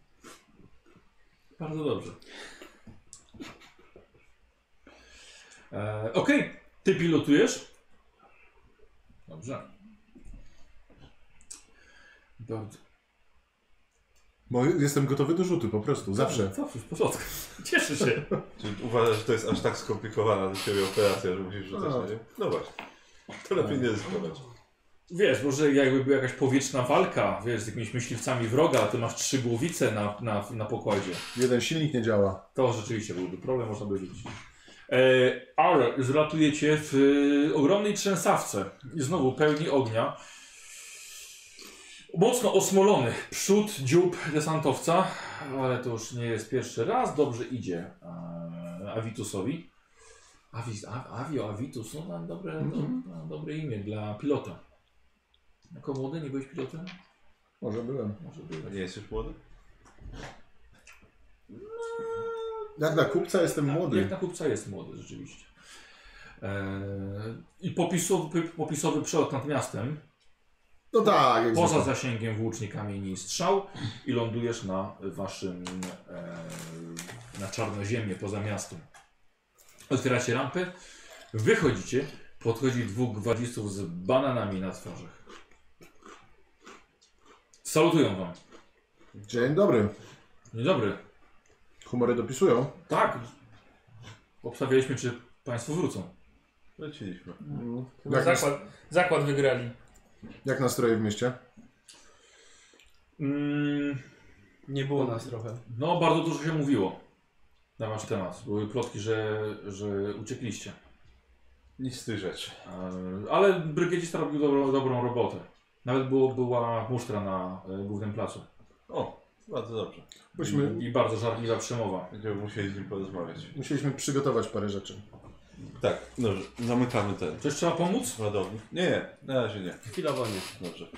Bardzo dobrze. Okej, ty pilotujesz? Dobrze. Bardzo. Bo jestem gotowy do rzutu, po prostu, zawsze. Zawsze, w porządku. Cieszę się. Czy uważasz, że to jest aż tak skomplikowana dla Ciebie operacja, że musisz rzucać No. na nią? No właśnie. To lepiej nie ryzykować. Wiesz, może jakby była jakaś powietrzna walka, wiesz, z jakimiś myśliwcami wroga, a ty masz 3 głowice na pokładzie. Jeden silnik nie działa. To rzeczywiście byłby problem, można by rzucić. Ale zlatujecie w ogromnej trzęsawce. I znowu pełni ognia. Mocno osmolony przód, dziób desantowca, ale to już nie jest pierwszy raz. Dobrze idzie Avitusowi. Avitus, no mam dobre imię dla pilota. Jako młody nie byłeś pilotem? Może byłem. Może A byłeś. nie jesteś młody? Jak na kupca jestem młody. Jak na kupca jest młody, rzeczywiście. I popisowy przelot nad miastem, No tak, jak poza zwykle. zasięgiem włóczni kamieni i strzał i lądujesz na waszym, na czarnoziemię poza miastem. Otwieracie rampę, wychodzicie, podchodzi 2 gwardzistów z bananami na twarzach. Salutują wam. Dzień dobry. Dzień dobry. Humory dopisują. Tak. Obstawialiśmy, czy państwo wrócą. Leciliśmy. Chyba zakład wygrali. Jak nastroje w mieście? Nie było nas trochę. No, bardzo dużo się mówiło na wasz temat. Były plotki, że uciekliście. Nic z tych rzeczy. Ale brygadzista robił dobrą robotę. Nawet była musztra na głównym placu. O, Bardzo dobrze. I bardzo żarliwa przemowa. Będziemy musieli z nim porozmawiać. Musieliśmy przygotować parę rzeczy. Tak, dobrze. Zamykamy ten Coś trzeba pomóc? ładownik. Nie, na razie nie. Chwilowo nie. Dobrze.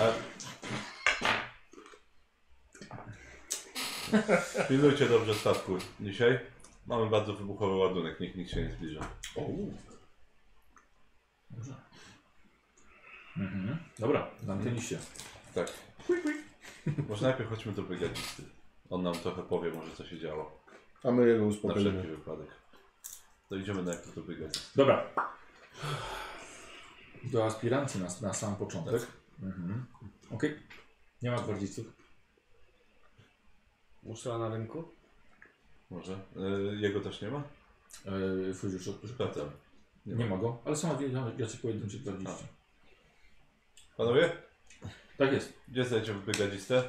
Pilnujcie dobrze statku dzisiaj. Mamy bardzo wybuchowy ładunek, nikt się nie zbliża. Dobrze. Dobra, zamknęliście. Tak. Może najpierw chodźmy do brygadzisty. On nam trochę powie może co się działo. A my jego Na wszelki uspokoimy. wypadek. To idziemy najpierw do brygadzisty. Dobra. Do aspirancji na sam początek. Okej. Nie ma gwardzistów. Muszla na rynku? Może? Jego też nie ma? Sprawdzam. Nie ma go, ale są jacyś pojedynczy gwardziści. Panowie? Tak jest. Gdzie znajdziemy brygadzistę?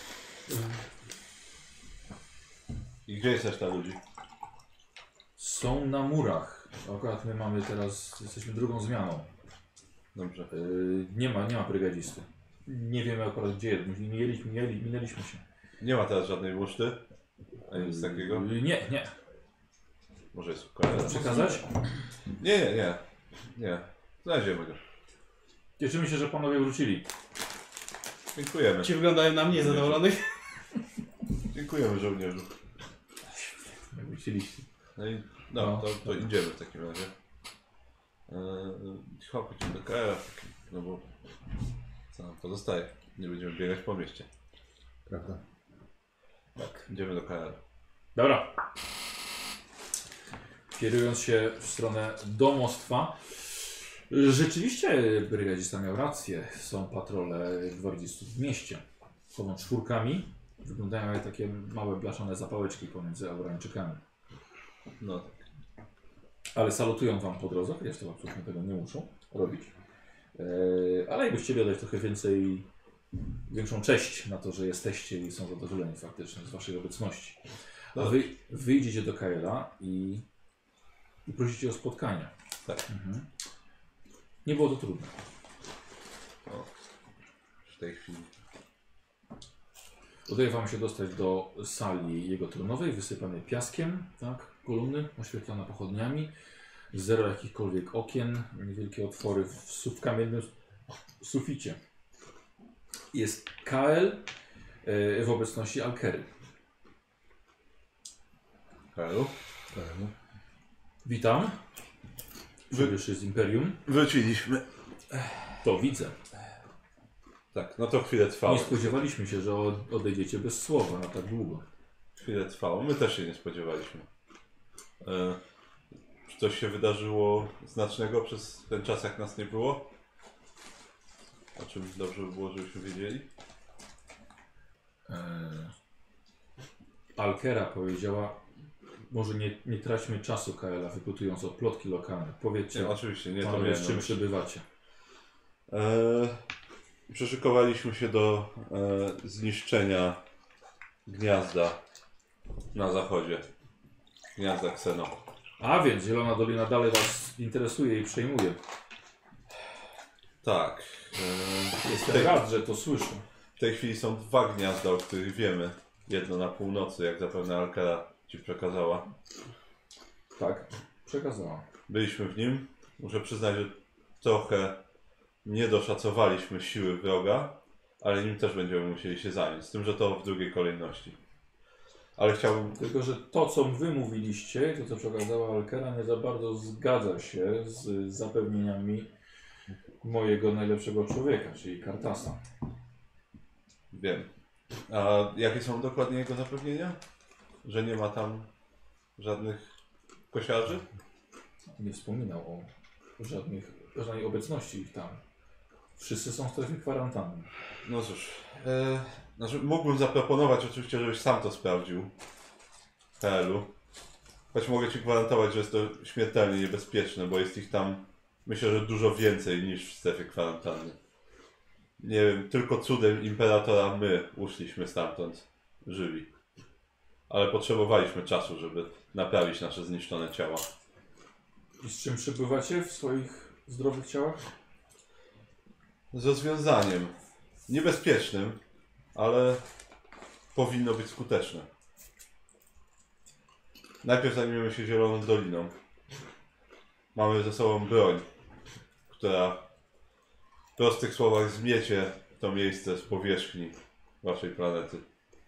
I gdzie jest reszta ludzi? Są na murach. Akurat my mamy teraz, jesteśmy drugą zmianą. Dobrze. Nie ma brygadzisty. Nie wiemy akurat gdzie jest. Minęliśmy się. Nie ma teraz żadnej muszty? Ani nic takiego? Nie. Może jest kolejna. Przekazać? Nie. Znajdziemy go. Cieszymy się, że panowie wrócili. Dziękujemy. Ci wyglądają na mnie zadowolonych? Dziękujemy żołnierzu. Jakby chcieliście. No, to idziemy w takim razie. Chyba pójdziemy do KR, no bo co nam pozostaje? Nie będziemy biegać po mieście. Prawda. Tak, idziemy do KR. Dobra. Kierując się w stronę domostwa, rzeczywiście brygadzista miał rację. Są patrole gwardzistów w mieście. Chodzą czwórkami. Wyglądają jak takie małe blaszane zapałeczki pomiędzy Aurańczykami. No tak. Ale salutują wam po drodze, chociaż to absolutnie tego nie muszą robić. Ale jakby chcieli oddać trochę większą cześć na to, że jesteście i są zadowoleni faktycznie z waszej obecności. A wy wyjdziecie do Kaela i prosicie o spotkanie. Tak. Nie było to trudne. W tej chwili. Udaje wam się dostać do sali jego tronowej, wysypanej piaskiem, tak? Kolumny oświetlone pochodniami, zero jakichkolwiek okien, niewielkie otwory w kamiennym suficie. Jest Kael w obecności Alkery. Halo? Witam. Przybyszy z Imperium. Wróciliśmy. To widzę. Tak, no to chwilę trwało. Nie spodziewaliśmy się, że odejdziecie bez słowa na tak długo. Chwilę trwało. My też się nie spodziewaliśmy. Czy coś się wydarzyło znacznego przez ten czas, jak nas nie było? O czym dobrze by było, żebyśmy wiedzieli? Alkera powiedziała, może nie traćmy czasu, Kaela, wypytując o plotki lokalne. Powiedzcie, Nie, oczywiście, nie to panowie, miałem z na czym myśli. przybywacie. Przeszykowaliśmy się do zniszczenia gniazda na zachodzie. Gniazda Kseno. A więc Zielona Dolina dalej was interesuje i przejmuje. Tak. Jestem rad, że to słyszę. W tej chwili są dwa gniazda, o których wiemy. Jedno na północy, jak zapewne Alkera ci przekazała. Tak, przekazałam. Byliśmy w nim. Muszę przyznać, że trochę nie doszacowaliśmy siły wroga, ale nim też będziemy musieli się zająć. Z tym, że to w drugiej kolejności. Ale chciałbym... Tylko, że to, co wy mówiliście, to co przekazała Alkera, nie za bardzo zgadza się z zapewnieniami mojego najlepszego człowieka, czyli Kartasa. Wiem. A jakie są dokładnie jego zapewnienia? Że nie ma tam żadnych kosiarzy? Nie wspominał o żadnej obecności ich tam. Wszyscy są w strefie kwarantanny. No cóż, znaczy mógłbym zaproponować oczywiście, żebyś sam to sprawdził w PL-u. Choć mogę ci gwarantować, że jest to śmiertelnie niebezpieczne, bo jest ich tam, myślę, że dużo więcej niż w strefie kwarantanny. Nie wiem, tylko cudem Imperatora my uszliśmy stamtąd żywi. Ale potrzebowaliśmy czasu, żeby naprawić nasze zniszczone ciała. I z czym przybywacie w swoich zdrowych ciałach? Z rozwiązaniem. Niebezpiecznym, ale powinno być skuteczne. Najpierw zajmiemy się Zieloną Doliną. Mamy ze sobą broń, która w prostych słowach zmiecie to miejsce z powierzchni waszej planety.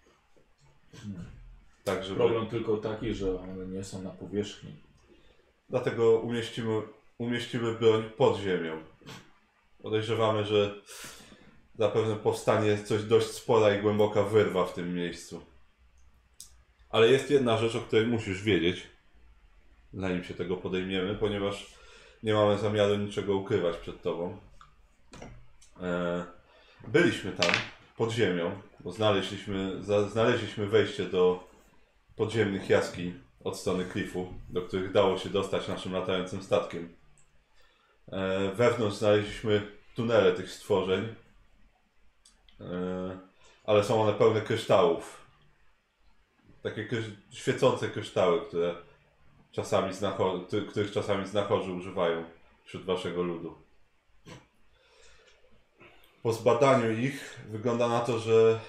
Tak, żeby... Problem tylko taki, że one nie są na powierzchni. Dlatego umieścimy broń pod ziemią. Podejrzewamy, że zapewne powstanie coś dość spora i głęboka wyrwa w tym miejscu. Ale jest jedna rzecz, o której musisz wiedzieć, zanim się tego podejmiemy, ponieważ nie mamy zamiaru niczego ukrywać przed tobą. Byliśmy tam, pod ziemią, bo znaleźliśmy wejście do podziemnych jaskiń od strony klifu, do których dało się dostać naszym latającym statkiem. Wewnątrz znaleźliśmy tunele tych stworzeń, ale są one pełne kryształów. Takie świecące kryształy, których czasami znachorzy używają wśród waszego ludu. Po zbadaniu ich wygląda na to, że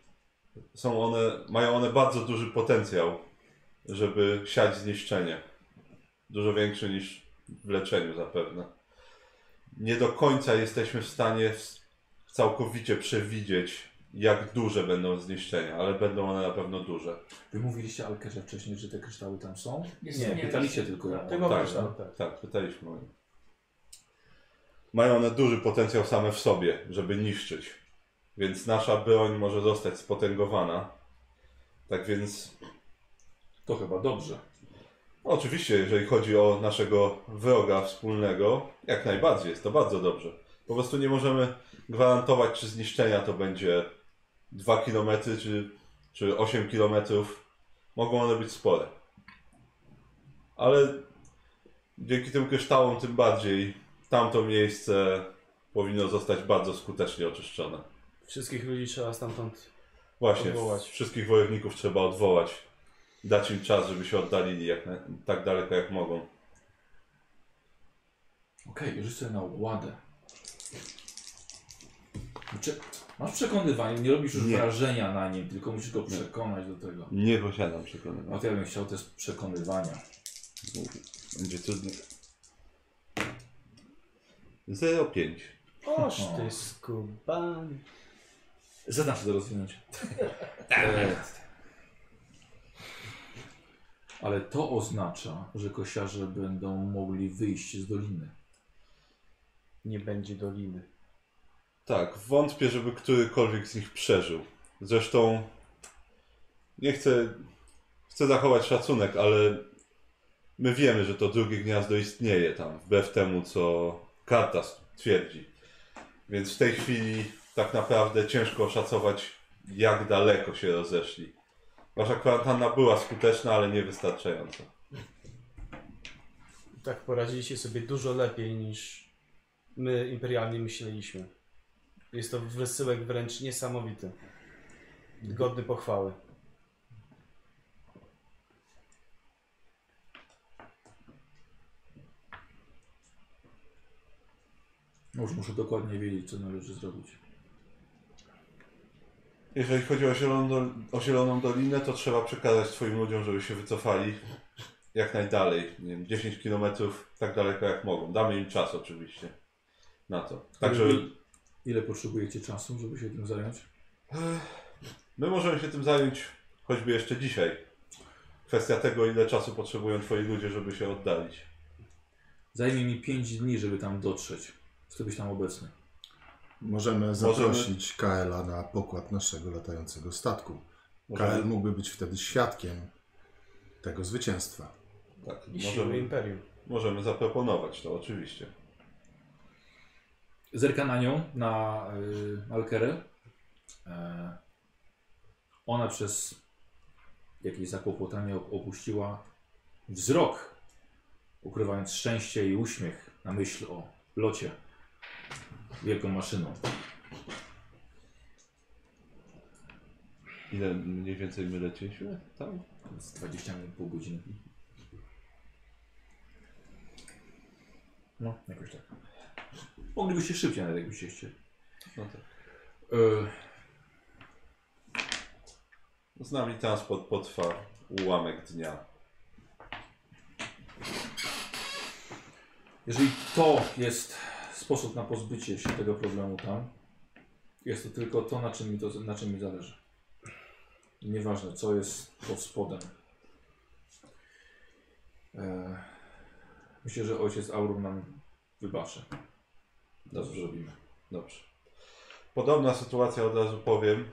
mają one bardzo duży potencjał, żeby siać zniszczenie. Dużo większy niż w leczeniu zapewne. Nie do końca jesteśmy w stanie całkowicie przewidzieć, jak duże będą zniszczenia, ale będą one na pewno duże. Wy mówiliście Alkerze wcześniej, że te kryształy tam są? Nie, pytaliście tylko. Tak, pytaliśmy o nie. Mają one duży potencjał same w sobie, żeby niszczyć. Więc nasza broń może zostać spotęgowana. Tak więc... To chyba dobrze. Oczywiście, jeżeli chodzi o naszego wroga wspólnego, jak najbardziej, jest to bardzo dobrze. Po prostu nie możemy gwarantować, czy zniszczenia to będzie 2 km, czy 8 km. Mogą one być spore. Ale dzięki tym kryształom tym bardziej tamto miejsce powinno zostać bardzo skutecznie oczyszczone. Wszystkich ludzi trzeba stamtąd Właśnie, odwołać. wszystkich wojowników trzeba odwołać. Dać im czas, żeby się oddalili tak daleko jak mogą. Okej, rzuć sobie na ogładę. Masz przekonywanie, nie robisz już wrażenia na nim, tylko musisz go przekonać do tego. Nie posiadam przekonywania. No to ja bym chciał test przekonywania. Będzie trudno. 0,5. Oż ty skubany. Zadam się do rozwinięcia. Ale to oznacza, że kosiarze będą mogli wyjść z doliny. Nie będzie doliny. Tak, wątpię, żeby którykolwiek z nich przeżył. Zresztą chcę zachować szacunek, ale my wiemy, że to drugie gniazdo istnieje tam, wbrew temu, co Kartas twierdzi. Więc w tej chwili tak naprawdę ciężko oszacować, jak daleko się rozeszli. Wasza kwarantanna była skuteczna, ale niewystarczająca. Tak poradziliście sobie dużo lepiej niż my imperialnie myśleliśmy. Jest to wysyłek wręcz niesamowity. Godny pochwały. No już muszę dokładnie wiedzieć, co należy zrobić. Jeżeli chodzi o Zieloną Dolinę, to trzeba przekazać swoim ludziom, żeby się wycofali jak najdalej. Nie wiem, 10 km, tak daleko jak mogą. Damy im czas oczywiście na to. Także Ile potrzebujecie czasu, żeby się tym zająć? my możemy się tym zająć choćby jeszcze dzisiaj. Kwestia tego, ile czasu potrzebują twoi ludzie, żeby się oddalić. Zajmie mi 5 dni, żeby tam dotrzeć. Chcę być tam obecny. Możemy zaprosić Kaela na pokład naszego latającego statku. Kael mógłby być wtedy świadkiem tego zwycięstwa. Tak, I siły imperium. możemy zaproponować to oczywiście. Zerka na nią, na Alkerę. Ona przez jakieś zakłopotanie opuściła wzrok, ukrywając szczęście i uśmiech na myśl o locie wielką maszyną. Ile mniej więcej my leciliśmy tam? Z 20 minut, pół godziny. No, jakoś tak. Moglibyście szybciej nawet, jakbyście chcieli. No tak. Z nami transport potrwa ułamek dnia. Jeżeli to jest sposób na pozbycie się tego problemu tam, jest to tylko to, na czym mi zależy. Nieważne, co jest pod spodem. Myślę, że ojciec Aurum nam wybaczy. Dobrze zrobimy. Dobrze. Podobna sytuacja, od razu powiem,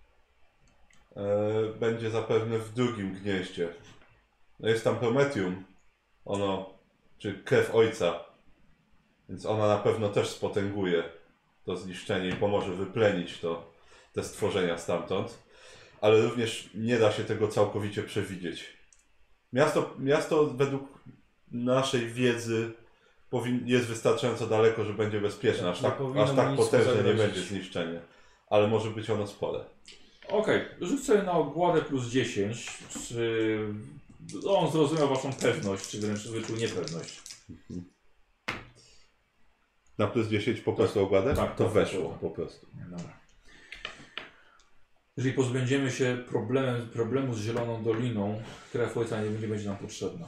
będzie zapewne w drugim gnieździe. No jest tam Prometium, czy krew ojca, więc ona na pewno też spotęguje to zniszczenie i pomoże wyplenić te stworzenia stamtąd, ale również nie da się tego całkowicie przewidzieć. Miasto według naszej wiedzy jest wystarczająco daleko, że będzie bezpieczne, aż tak potężne nie będzie zniszczenie, ale może być ono spore. Okej, rzuć sobie na ogładę plus 10, czy on zrozumiał waszą pewność, czy wręcz wyczuł niepewność. Na plus 10 po prostu ogładę? Tak, to tak, weszło tak. po prostu. Dobra. Jeżeli pozbędziemy się problemu z Zieloną Doliną, krew ojca nie będzie nam potrzebna.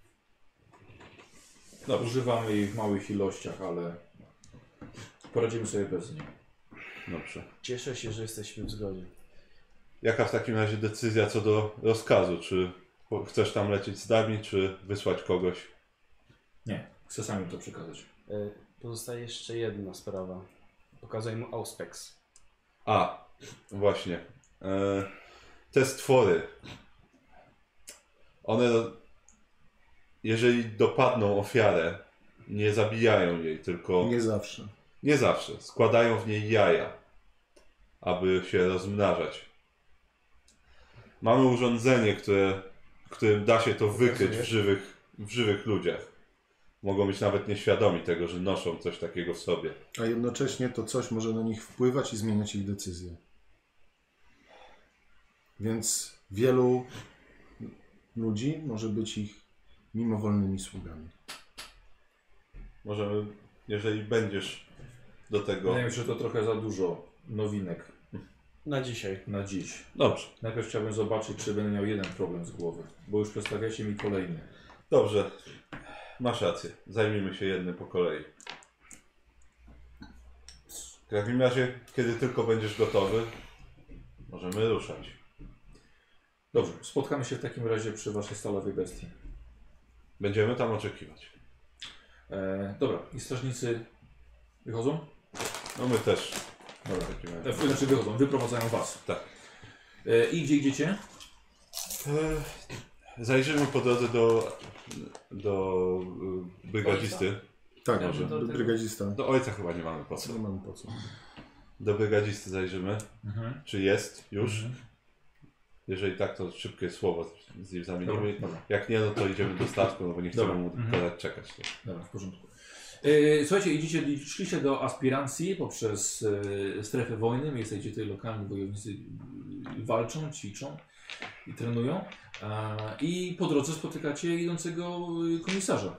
Dobrze. Używamy jej w małych ilościach, ale poradzimy sobie bez niej. Dobrze. Cieszę się, że jesteśmy w zgodzie. Jaka w takim razie decyzja co do rozkazu? Czy chcesz tam lecieć z nami, czy wysłać kogoś? Nie, chcę sami to przekazać. Pozostaje jeszcze jedna sprawa. Pokazuję mu Auspex. A, właśnie. Te stwory. One, jeżeli dopadną ofiarę, nie zabijają jej, tylko... Nie zawsze. Nie zawsze. Składają w niej jaja, aby się rozmnażać. Mamy urządzenie, którym da się to wykryć w żywych ludziach. Mogą być nawet nieświadomi tego, że noszą coś takiego w sobie. A jednocześnie to coś może na nich wpływać i zmieniać ich decyzje. Więc wielu ludzi może być ich mimowolnymi sługami. Możemy, jeżeli będziesz do tego... Wydaje mi się, że to trochę za dużo nowinek Na dzisiaj. na dziś. Dobrze. Najpierw chciałbym zobaczyć, czy będę miał jeden problem z głowy, bo już przedstawiacie mi kolejny. Dobrze. Masz rację. Zajmijmy się jednym po kolei. W takim razie, kiedy tylko będziesz gotowy, możemy ruszać. Dobrze, spotkamy się w takim razie przy waszej stalowej bestii. Będziemy tam oczekiwać. Dobra, i strażnicy wychodzą? No my też. Dobra. W takim razie. Znaczy wychodzą, wyprowadzają was. Tak. I gdzie idziecie? Zajrzymy po drodze do brygadzisty. Tak, Ja może. bym do tego- Brygadzista. Do ojca chyba nie mamy po co. Nie mamy po co. Do brygadzisty zajrzymy. Czy jest już? Mhm. Jeżeli tak, to szybkie słowo z nim Dobra, zamienimy. dobra. Jak nie, no to idziemy do statku, no bo nie chcemy Dobra. mu kazać czekać. Dobra, w porządku. Słuchajcie, szliście do aspirancji poprzez strefę wojny, miejsce, gdzie tutaj lokalni wojownicy walczą, ćwiczą i trenują. I po drodze spotykacie idącego komisarza.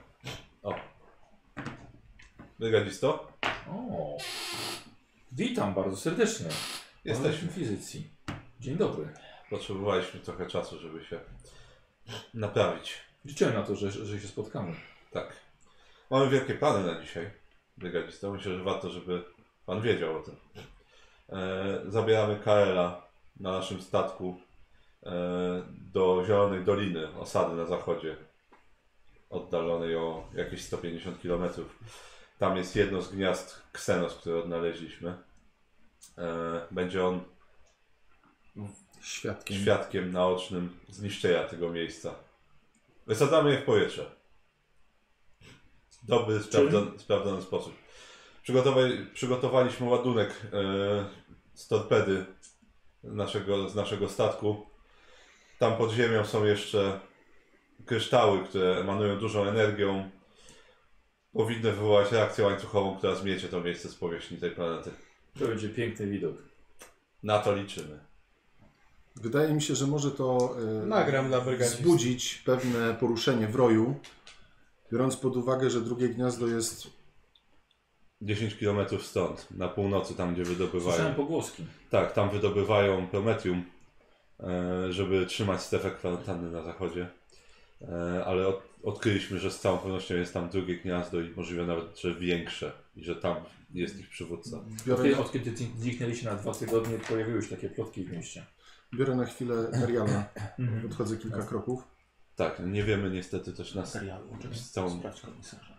Brygadzisto? O, witam bardzo serdecznie. Jesteśmy. Fizycji. Dzień dobry. Potrzebowaliśmy trochę czasu, żeby się naprawić. Liczyłem na to, że się spotkamy. Tak. Mamy wielkie plany na dzisiaj, brygadzisto. Myślę, że warto, żeby pan wiedział o tym. Zabieramy Kaela na naszym statku do Zielonej Doliny, osady na zachodzie, oddalonej o jakieś 150 km. Tam jest jedno z gniazd Xenos, które odnaleźliśmy. Będzie on świadkiem naocznym zniszczenia tego miejsca. Wysadzamy je w powietrze. Dobry, sprawdzony sposób. Przygotowaliśmy ładunek z torpedy z naszego statku. Tam pod ziemią są jeszcze kryształy, które emanują dużą energią. Powinny wywołać reakcję łańcuchową, która zmiecie to miejsce z powierzchni tej planety. To będzie piękny widok. Na to liczymy. Wydaje mi się, że może to Nagram dla brygadzisty. wzbudzić pewne poruszenie w roju, biorąc pod uwagę, że drugie gniazdo jest 10 km stąd, na północy, tam gdzie wydobywają. Słyszałem pogłoski. Tak, tam wydobywają prometium żeby trzymać strefę kwarantanny na zachodzie. Ale odkryliśmy, że z całą pewnością jest tam drugie gniazdo i możliwe nawet, że większe i że tam jest ich przywódca. Od kiedy zniknęliście na 2 tygodnie, pojawiły się takie plotki w mieście. Biorę na chwilę Ariana. Odchodzę kilka kroków. Tak, nie wiemy niestety też nas z całą... komisarza.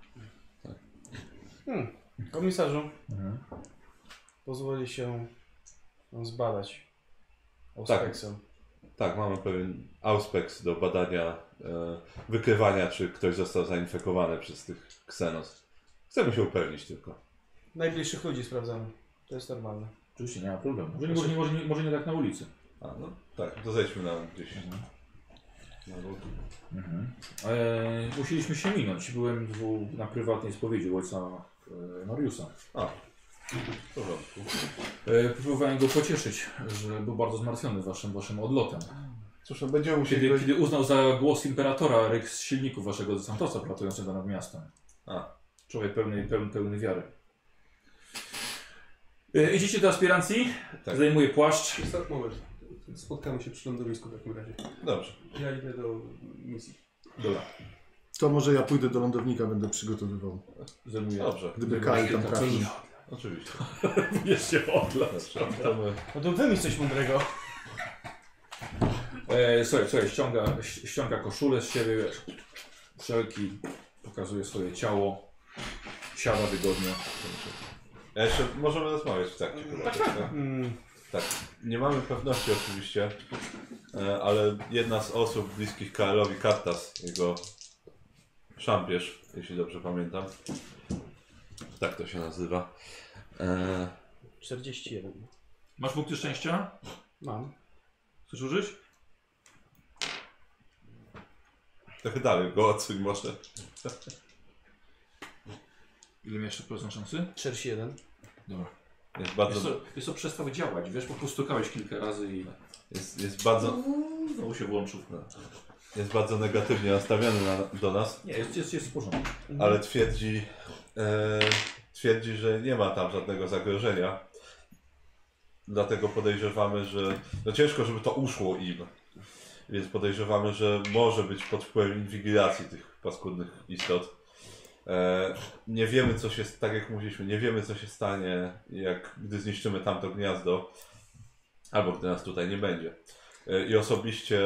Komisarzu, pozwoli się zbadać auspeksem. Tak, mamy pewien auspeks do badania, wykrywania, czy ktoś został zainfekowany przez tych Xenos. Chcemy się upewnić tylko. Najbliższych ludzi sprawdzamy. To jest normalne. Oczywiście, nie ma problemu. Może nie tak na ulicy. A, no tak, to zejdźmy na gdzieś. Na lód. Musieliśmy się minąć. Byłem na prywatnej spowiedzi u ojca Mariusza. A, w porządku. Próbowałem go pocieszyć, że był bardzo zmartwiony waszym odlotem. Cóż, no będziemy musieli... Kiedy uznał za głos imperatora ryk z silników waszego Santosa pratującego nad miastem. Człowiek pełny wiary. Idziecie do aspirancji? Tak. Zajmuję płaszcz. Moment. Spotkamy się przy lądowisku w takim razie. Dobrze. Ja idę do misji. Dobra. To może ja pójdę do lądownika, będę przygotowywał. Zajmuję. Dobrze. Gdyby Kai tam trafił. Oczywiście. Jeszcze odlot. Dobrze. To my... No to wymyśl coś mądrego. Słuchaj, ściąga koszulę z siebie, wiesz, wszelki, pokazuje swoje ciało, siada wygodnie. Ja jeszcze możemy rozmawiać w trakcie. Tak. Nie mamy pewności oczywiście, ale jedna z osób bliskich Kaelowi, Kartas, jego szampierz, jeśli dobrze pamiętam. Tak to się nazywa. 41. Masz punkty szczęścia? Mam. Chcesz użyć? Trochę dalej go odsuń może. Ile jeszcze procent szansy? 41. Dobra. Jest bardzo... Jest to przestał działać, wiesz, postukałeś kilka razy i Jest bardzo... znowu się włączył. Jest bardzo negatywnie nastawiony do nas, Nie, jest w porządku. ale twierdzi, że nie ma tam żadnego zagrożenia. Dlatego podejrzewamy, że... No ciężko, żeby to uszło im. Więc podejrzewamy, że może być pod wpływem inwigilacji tych paskudnych istot. Nie wiemy, co się... Tak jak mówiliśmy, nie wiemy, co się stanie, gdy zniszczymy tamto gniazdo. Albo gdy nas tutaj nie będzie. I osobiście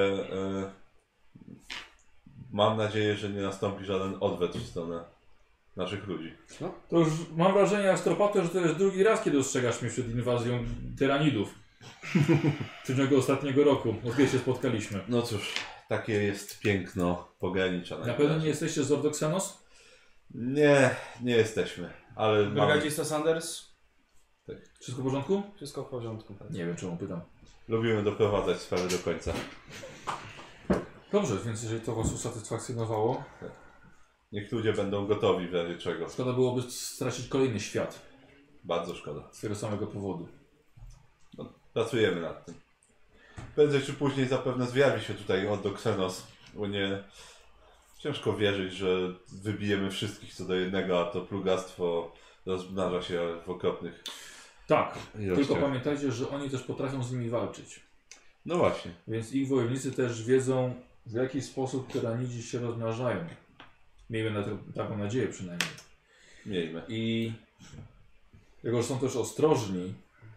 mam nadzieję, że nie nastąpi żaden odwet w stronę naszych ludzi. To już mam wrażenie, Astropato, że to jest drugi raz, kiedy ostrzegasz mnie przed inwazją tyranidów. W ciągu ostatniego roku, od kiedy się spotkaliśmy. No cóż, takie jest piękno pogranicza. Na pewno nie jesteście z Ordoxenos? Nie, nie jesteśmy, ale mamy... Brygadzista Sanders? Wszystko w porządku? Wszystko w porządku. Nie wiem, czemu pytam. Lubimy doprowadzać sprawy do końca. Dobrze, więc jeżeli to was usatysfakcjonowało, Niech ludzie będą gotowi w razie czego. szkoda byłoby stracić kolejny świat Bardzo szkoda. z tego samego powodu. No, pracujemy nad tym. Prędzej czy później zapewne zjawi się tutaj Ordoxenos, bo nie... Ciężko wierzyć, że wybijemy wszystkich co do jednego, a to plugastwo rozmnaża się w okropnych Tak, ilościach. tylko pamiętajcie, że oni też potrafią z nimi walczyć. No właśnie. Więc ich wojownicy też wiedzą, w jaki sposób tyranidzi się rozmnażają. Miejmy na taką nadzieję przynajmniej. Miejmy. I jako że są też ostrożni,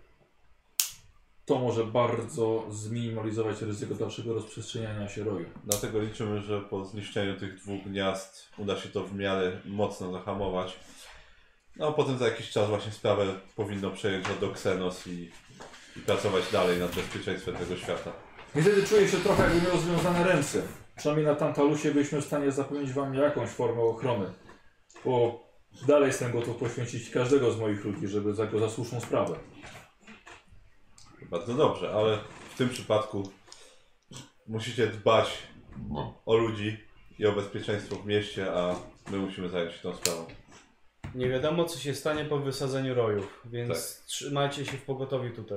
to może bardzo zminimalizować ryzyko dalszego rozprzestrzeniania się roju. Dlatego liczymy, że po zniszczeniu tych dwóch gniazd uda się to w miarę mocno zahamować. No a potem za jakiś czas właśnie sprawę powinno przejąć Ordoxenos i pracować dalej nad bezpieczeństwem tego świata. I wtedy czuję się trochę, jakby miał związane ręce. Przynajmniej na Tantalusie byliśmy w stanie zapewnić wam jakąś formę ochrony. Bo dalej jestem gotów poświęcić każdego z moich ludzi, żeby za słuszną sprawę. Bardzo dobrze, ale w tym przypadku musicie dbać o ludzi i o bezpieczeństwo w mieście, a my musimy zająć się tą sprawą. Nie wiadomo, co się stanie po wysadzeniu rojów, więc Tak. trzymajcie się w pogotowiu tutaj.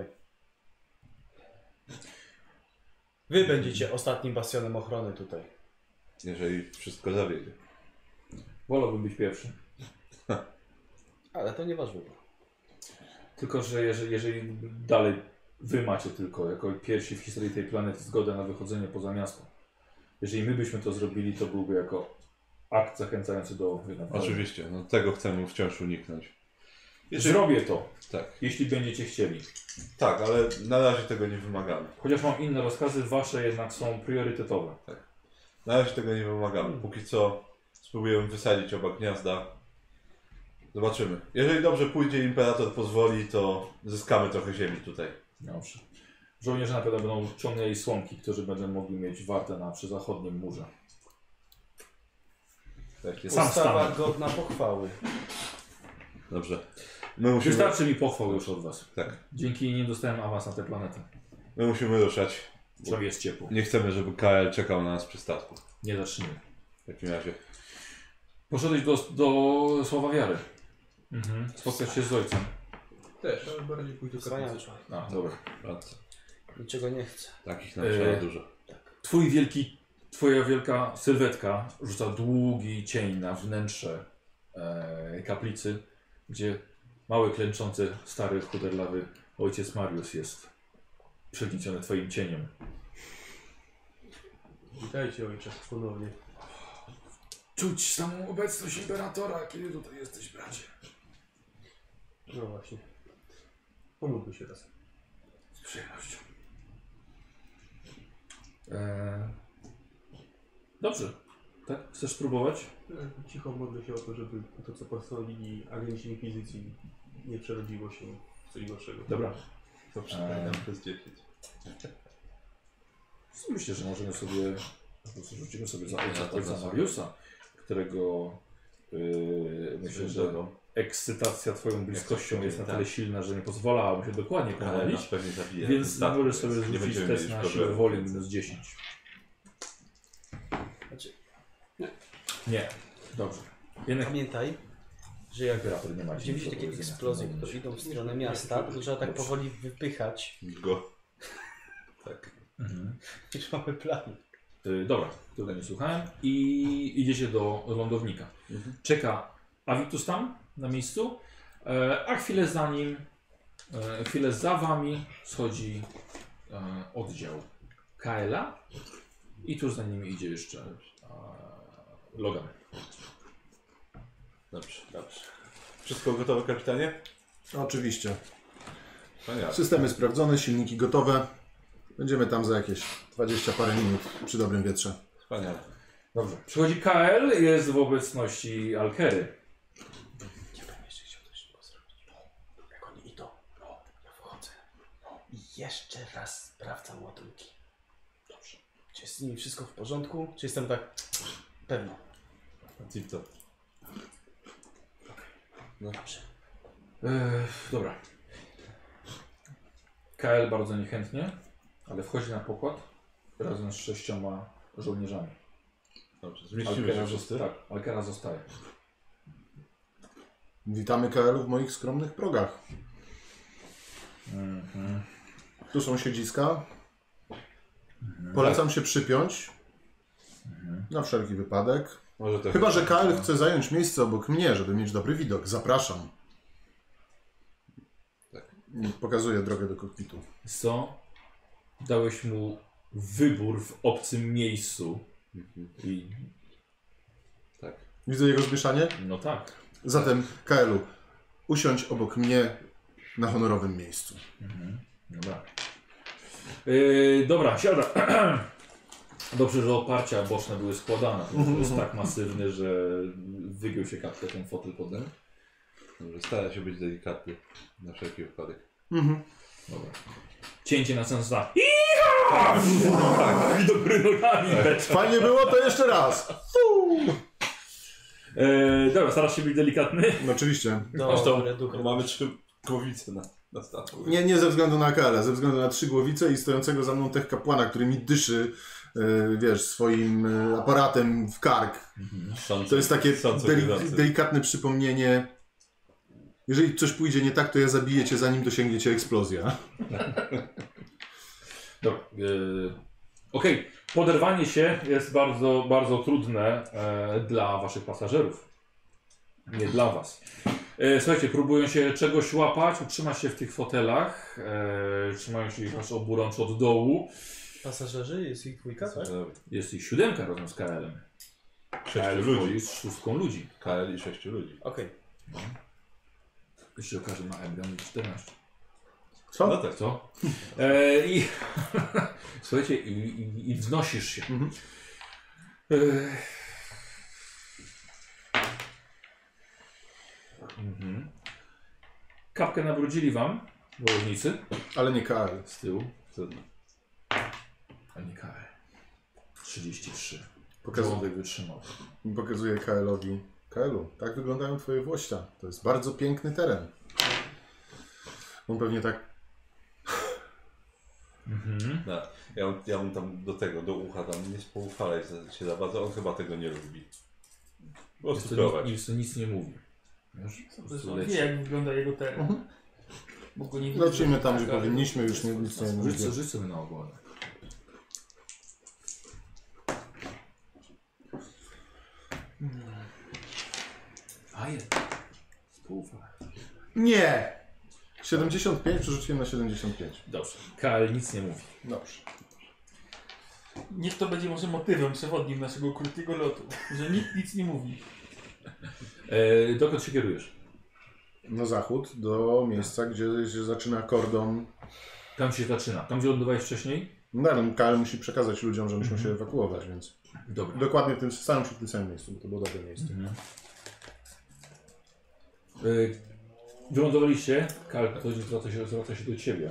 Wy będziecie ostatnim bastionem ochrony tutaj. Jeżeli wszystko zawiedzie. Wolałbym być pierwszy. Ale to nie wasz wybór. Tylko, że jeżeli dalej wy macie tylko jako pierwsi w historii tej planety zgodę na wychodzenie poza miasto. Jeżeli my byśmy to zrobili, to byłby jako akt zachęcający do wynagrodzenia. Oczywiście, no tego chcemy wciąż uniknąć. Zrobię to, Tak, jeśli będziecie chcieli. tak, ale na razie tego nie wymagamy. Chociaż mam inne rozkazy, wasze jednak są priorytetowe. Na razie tego nie wymagamy. Póki co spróbujemy wysadzić oba gniazda. Zobaczymy. Jeżeli dobrze pójdzie, imperator pozwoli, to zyskamy trochę ziemi tutaj. Dobrze. Żołnierze na pewno będą ciągnęli słomki, którzy będą mogli mieć wartę przy zachodnim murze. Tak jest. Sam Postawa stanę. godna pochwały. Dobrze. My musimy, Wystarczy mi pochwał już od was. tak, Dzięki nim dostałem awans na tę planetę. my musimy ruszać. Przynajmniej jest ciepło. Nie chcemy, żeby KL czekał na nas przy statku. Nie zaczniemy. W takim razie. Poszedłeś do Słowa Wiary. Spotkać się z ojcem. Też, ale bardziej pójść do Wspaniały kaplicy. człowiek. A, dobra. Pracy. Niczego nie chcę. Takich nam trzeba dużo. Twoja wielka sylwetka rzuca długi cień na wnętrze kaplicy, gdzie mały, klęczący, stary, chuderlawy ojciec Mariusz jest przegnieciony twoim cieniem. Witajcie ojcze, ponownie. Czuć samą obecność imperatora, kiedy tutaj jesteś, bracie. No właśnie. Pomódlmy się raz. Z przyjemnością. Dobrze. Tak? Chcesz spróbować? Cicho modlę się o to, żeby to, co postanowili agenci Inkwizycji, nie przerodziło się w coś gorszego. Dobra. To przynajmniej przez 10. Myślę, że możemy sobie, po prostu rzucimy sobie za Ja to ojca za Mariusza, którego myślę, że ekscytacja twoją bliskością jest na tyle silna, że nie pozwala mu się dokładnie KL pomylić. nas pewnie zabije. Więc Tak, możesz sobie nie zrzucić będziemy test mieli na problemu, siłę woli więc- minus 10. Znaczy, Nie. Dobrze. Jednak pamiętaj, że jak imperator nie ma będziemy widzieć takie eksplozje, które idą w stronę miasta, to trzeba tak powoli wypychać, Go. Tak. już mamy plan. Dobra, tego nie słuchałem. I idziecie do lądownika. Czeka Avitus tam na miejscu, a chwilę za nim, chwilę za wami schodzi oddział Kaela i tuż za nim idzie jeszcze Logan. Dobrze. Wszystko gotowe, kapitanie? Oczywiście. Wspaniale. Systemy sprawdzone, silniki gotowe. Będziemy tam za jakieś 20 parę minut przy dobrym wietrze. Wspaniale. Dobrze. Przychodzi Kael, jest w obecności Alkery. Ja bym jeszcze chciał coś zrobić. Jak oni idą, ja wchodzę i jeszcze raz sprawdzam ładunki. Dobrze. Czy jest z nimi wszystko w porządku? Czy jestem tak pewno? Tip-top. Dobrze. Dobra. Kael bardzo niechętnie, ale wchodzi na pokład razem z 6 żołnierzami. Dobrze, zmieścimy się wszyscy. Tak, Alkera zostaje. Witamy KL w moich skromnych progach. Tu są siedziska. Polecam się przypiąć. Na wszelki wypadek. Może to Chyba że KL chce zająć miejsce obok mnie, żeby mieć dobry widok. Zapraszam. Pokazuję drogę do kokpitu. Co? Dałeś mu wybór w obcym miejscu. I Tak. Widzę jego zmieszanie? no tak. Zatem KL-u, usiądź obok mnie na honorowym miejscu. Dobra. Dobra, siada. Dobrze, że oparcia boczne były składane. To jest tak masywny, że wygiął się kapkę ten fotel potem. Dobrze, stara się być delikatny na wszelki wypadek. Dobra. Cięcie na sens za. I do góry nogami. Fajnie było, to jeszcze raz. Dobra, starasz się być delikatny? No, oczywiście. Dobre, duchy. Mamy 3 głowice na statku. Nie ze względu na KL, ze względu na 3 głowice i stojącego za mną tech kapłana, który mi dyszy, wiesz, swoim aparatem w kark. To jest takie delikatne przypomnienie. Jeżeli coś pójdzie nie tak, to ja zabiję cię, zanim dosięgnie cię eksplozja. Dobra. Okej. Poderwanie się jest bardzo, bardzo trudne dla waszych pasażerów. Nie dla was. Słuchajcie, próbują się czegoś łapać, utrzymać się w tych fotelach. Trzymają się ich aż oburącz od dołu. Pasażerzy? Jest ich dwójka, tak? Jest ich 7 razem z KL-em. 6 ludzi. Jest 6 ludzi. KL i 6 ludzi. Okej. Jeszcze okaże na Emblem i 14. Co? No tak. Co? I słuchajcie, i wznosisz się. Kapkę nabrudzili wam, wołownicy, Ale nie KL. z tyłu, Trudno. a nie KL. 33. Pokazuję, Żołądek wytrzymał. pokazuję KL-owi. KL-u, tak wyglądają twoje włościa. To jest bardzo piękny teren. On pewnie tak... No, ja mu tam do ucha tam nie spoufalaj się za bardzo, on chyba tego nie lubi. Po prostu prowadź. Nic nie mówi. Wiesz, po prostu On leci. wie, jak wygląda jego teren. Bo go nie Lecimy tam, gdzie Tak, ale- powinniśmy, już nic nie mówię. Rzuć sobie na ogólne. A jest. Spoufaj. Nie! 75 przerzuciłem na 75. Dobrze. KL nic nie mówi. Dobrze. Niech to będzie może motywem przewodnim naszego krótkiego lotu, że nikt nic nie mówi. Dokąd się kierujesz? Na zachód, do miejsca, gdzie się zaczyna kordon. Tam się zaczyna. Tam, gdzie lądowałeś wcześniej? No, KL musi przekazać ludziom, że muszą się ewakuować, więc Dobra. dokładnie w tym samym miejscu, bo to było dobre miejsce. Wylądowaliście. KL podchodzi, zwraca się do ciebie.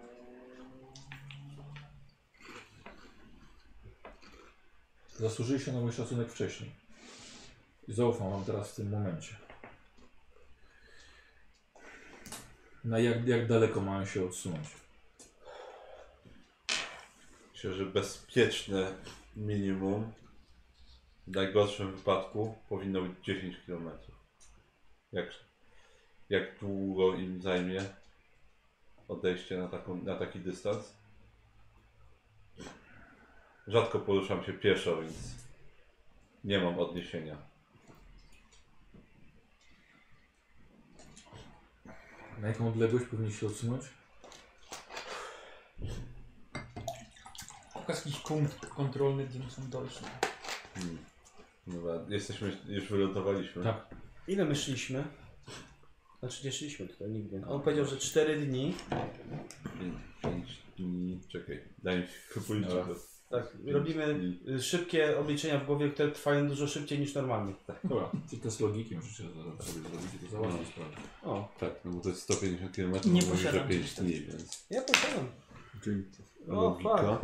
Zasłużyliście na mój szacunek wcześniej. I zaufam wam teraz w tym momencie. Na jak daleko mają się odsunąć? Myślę, że bezpieczne minimum w najgorszym wypadku powinno być 10 km. Jak długo im zajmie odejście na taki dystans? Rzadko poruszam się pieszo, więc nie mam odniesienia. Na jaką odległość powinni się odsunąć? Pokaż jakiś punkt kontrolny, gdzie muszą dojść. Dobra, już wylądowaliśmy. Tak. Ile my szliśmy? Znaczy nie szliśmy tutaj nigdy. On powiedział, że 4 dni. 5 dni. Czekaj, daj mi policzyć. Dobra. Tak, robimy szybkie obliczenia w głowie, które trwają dużo szybciej niż normalnie. Dobra, czy test logiki możecie sobie zrobić i to załatwić sprawę. O, Tak, no bo to jest 150 km, Nie mówisz, że posiadam 5 tej dni, więc ja posiadam. Czyli O, logika.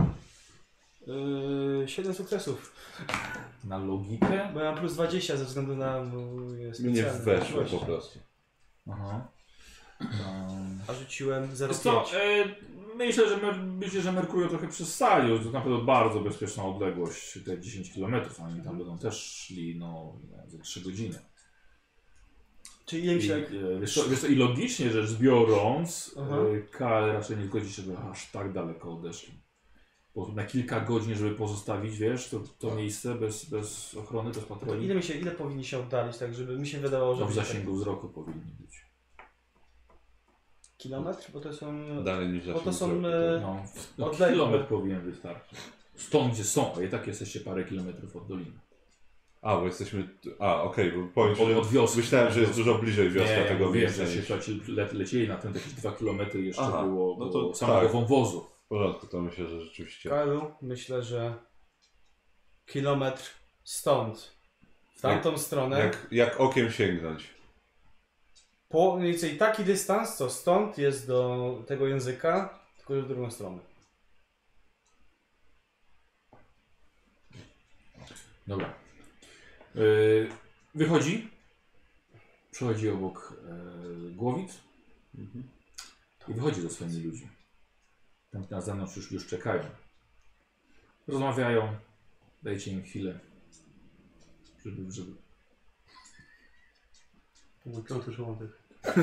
7 sukcesów. Na logikę? Bo ja mam plus 20 ze względu na Mi nie specjalne weszło możliwości. po prostu. Aha. A rzuciłem Wiesz co, 0,5. myślę, że Merkurio trochę przestawił. To na pewno bardzo bezpieczna odległość, te 10 km. Oni tam będą też szli za 3 godziny. Czyli ile mi się tak... Wiesz co, i logicznie rzecz biorąc, Aha. KL raczej nie zgodzi się, żeby aż tak daleko odeszli. Bo na kilka godzin, żeby pozostawić, wiesz, to miejsce bez ochrony, bez patroli. Ile powinni się oddalić, tak żeby mi się wydawało, że... To w zasięgu wzroku powinni być. Kilometr? Bo to są... Dalej niż Bo to zasięg są... wzroku, Odległe. Kilometr powinien wystarczyć. Stąd, gdzie są, a i tak jesteście parę kilometrów od doliny. bo jesteśmy... okej, bo powiem ci, Od że wioski. myślałem, że jest dużo bliżej wioska Nie, tego wiem, miejsca że się niż... słuchajcie, lecieli na ten jakieś 2 km jeszcze Aha, było no do to samego tak. wąwozu. W porządku, to myślę, że rzeczywiście... Kalu, myślę, że kilometr stąd, w tamtą stronę, Jak okiem sięgnąć. po mniej więcej taki dystans, co stąd jest do tego języka, tylko że w drugą stronę. Dobra. Wychodzi. Przechodzi obok głowic. I wychodzi ze swoimi ludźmi. Tam na zewnątrz już czekają. Rozmawiają. Dajcie im chwilę. Żeby... To mój piąty żołądek.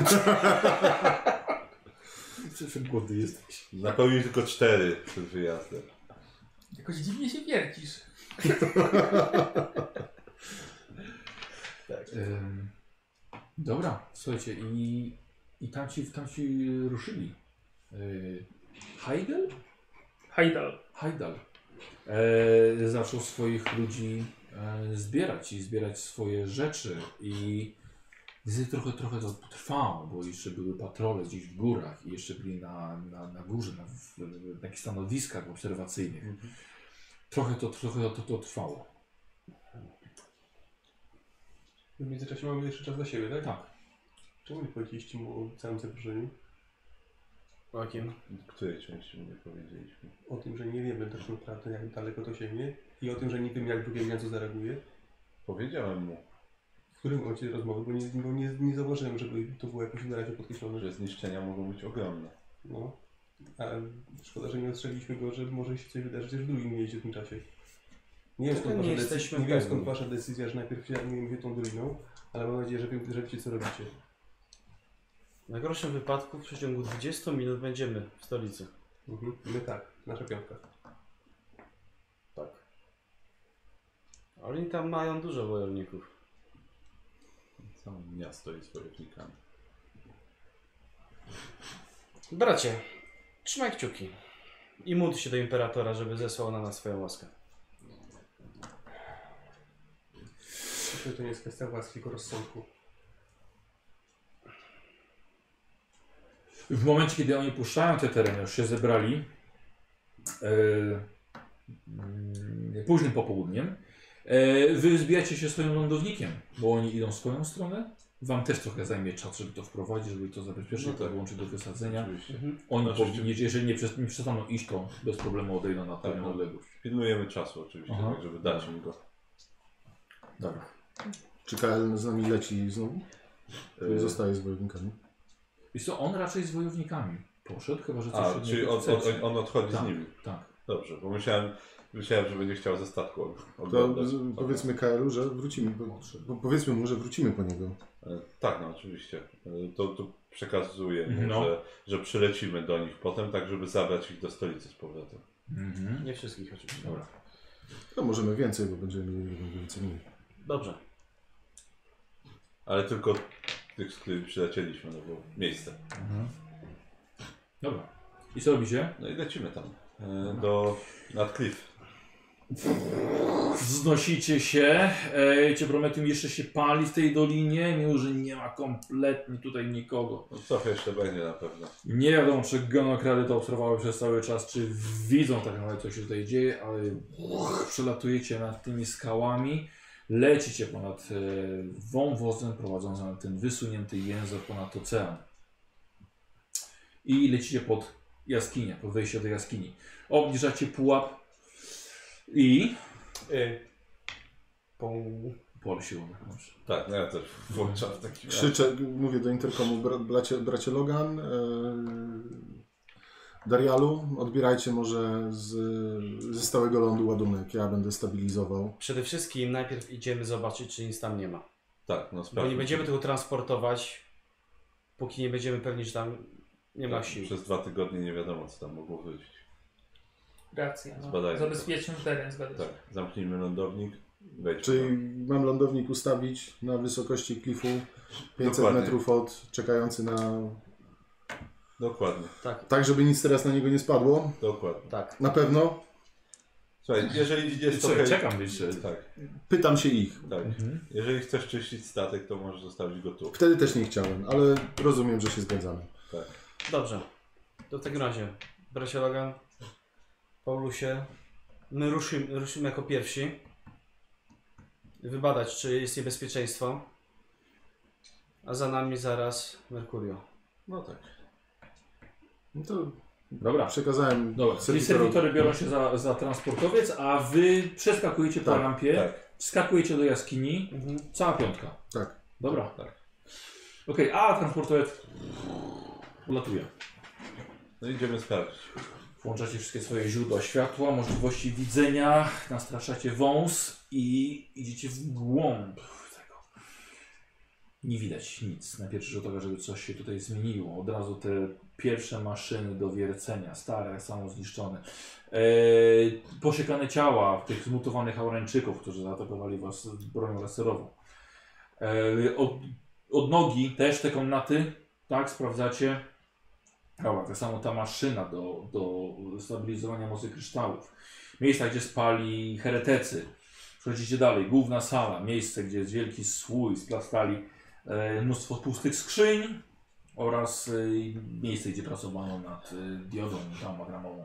Przecież głodny jesteś. Napełnił tylko 4 przed wyjazdem. Jakoś dziwnie się wiercisz. Tak. Dobra, słuchajcie, i tamci ruszyli. Heidel? Heidel. Zaczął swoich ludzi zbierać swoje rzeczy i trochę to trwało, bo jeszcze były patrole gdzieś w górach i jeszcze byli na górze, w takich stanowiskach obserwacyjnych. Trochę to trwało. W międzyczasie mamy jeszcze czas dla siebie, tak? Tak. Czemu nie powiedzieliście mu o całym zagrożeniu? O jakim? Której części nie powiedzieliśmy? O tym, że nie wiemy tak naprawdę, jak daleko to sięgnie i o tym, że nie wiem, jak drugie miasto zareaguje. Powiedziałem mu, W którym momencie rozmowy, bo nie zauważyłem, żeby to było jakoś wyraźnie podkreślone. że zniszczenia mogą być ogromne. No, ale szkoda, że nie ostrzeliśmy go, że może się coś wydarzyć też w drugim mieście w tym czasie. Nie wiem, skąd, Nie jesteśmy nie wiem, pewni. skąd wasza decyzja, że najpierw sięgniemy się tą doliną, ale mam nadzieję, że wiecie, co robicie. W najgorszym wypadku w przeciągu 20 minut będziemy w stolicy. My tak, nasza piątka. Tak. Oni tam mają dużo wojowników. Całe miasto jest wojownikami. Bracie, trzymaj kciuki. I módl się do Imperatora, żeby zesłał na nas swoją łaskę. To nie jest kwestia łaski, tylko rozsądku. W momencie, kiedy oni puszczają te tereny, już się zebrali późnym popołudniem, wy zbijacie się swoim lądownikiem, bo oni idą w swoją stronę. Wam też trochę zajmie czas, żeby to wprowadzić, żeby to zabezpieczyć, to włączyć do wysadzenia. Oczywiście. Oni Oczywiście. powinni, jeżeli nie przestaną iść, to bez problemu odejdą na pewną no. odległość. Pilnujemy czasu oczywiście, Aha. tak żeby dać im go. Dobra. Czy KL z nami leci znowu? Czy zostaje z wojownikami? Wiesz co, on raczej z wojownikami poszedł, chyba że coś A, czyli on odchodzi tak, z nimi. Tak. Dobrze, bo myślałem, że będzie chciał ze statku To oglądać. powiedzmy KL-u, że wrócimy. Bo powiedzmy mu, że wrócimy po niego. Tak, no oczywiście. To przekazuję mu, No. że przylecimy do nich potem, tak żeby zabrać ich do stolicy z powrotem. Mhm. Nie wszystkich oczywiście. Dobra. To możemy więcej, bo będziemy mieli więcej mniej. Dobrze. Ale tylko tych, z którymi przylecieliśmy, no bo miejsce. Mhm. Dobra. I co robicie? No i lecimy tam. Nad Cliff. Wznosicie się. Ciebrometym jeszcze się pali w tej dolinie, mimo że nie ma kompletnie tutaj nikogo. No co jeszcze będzie na pewno. Nie wiadomo, czy gonokrady to obserwowały przez cały czas, czy widzą tak naprawdę, co się tutaj dzieje, ale przelatujecie nad tymi skałami, lecicie ponad wąwozem prowadzącym na ten wysunięty język ponad ocean. I lecicie pod jaskinię, pod wejście do jaskini. Obniżacie pułap i... Pol się dobrze. Tak, no ja też włączam w takim razie. Krzyczę, mówię do interkomu, bracie Logan, Darialu, odbierajcie może ze stałego lądu ładunek, ja będę stabilizował. Przede wszystkim najpierw idziemy zobaczyć, czy nic tam nie ma. Tak, no Bo sprawdźmy. nie będziemy tego transportować, póki nie będziemy pewni, że tam nie ma Tak, sił. przez 2 tygodnie nie wiadomo, co tam mogło wrócić. Racja, no. Zbadajmy Zabezpieczmy teren, zgadza się. Tak, zamknijmy lądownik, wejdźmy. Czyli mam lądownik ustawić na wysokości klifu 500 Dokładnie. metrów od czekający na... Dokładnie, Tak, żeby nic teraz na niego nie spadło? dokładnie. Tak. Na pewno? Słuchaj, jeżeli jest Słuchaj, okej- czekam jeszcze. Tak, Pytam się ich. tak. Mhm. Jeżeli chcesz czyścić statek, to możesz zostawić go tu. Wtedy też nie chciałem, ale rozumiem, że się zgadzamy. Tak. Dobrze. To w takim razie, bracie Logan, Paulusie, my ruszymy jako pierwsi. Wybadać, czy jest niebezpieczeństwo. A za nami zaraz Mercurio. No tak. No to Dobra. przekazałem Dobra, czyli serwitorowi. serwitory biorą się za transportowiec, a wy przeskakujecie po Tak, rampie, Tak. wskakujecie do jaskini, cała piątka. Tak. Dobra. Tak. Okej, a transportowiec ulatuje. No idziemy sprawdzić. Włączacie wszystkie swoje źródła światła, możliwości widzenia, nastraszacie wąs i idziecie w głąb tego. Nie widać nic na pierwszy rzut oka, żeby coś się tutaj zmieniło. Od razu te pierwsze maszyny do wiercenia, stare, samo zniszczone. Posiekane ciała tych zmutowanych Aurańczyków, którzy zaatakowali was bronią laserową. Odnogi też te komnaty, tak, sprawdzacie. Tak samo ta maszyna do stabilizowania mocy kryształów. Miejsca, gdzie spali heretycy. Przechodzicie dalej, główna sala, miejsce, gdzie jest wielki słój z plastali, mnóstwo pustych skrzyń oraz miejsce, gdzie pracowano nad diodą gammagramową.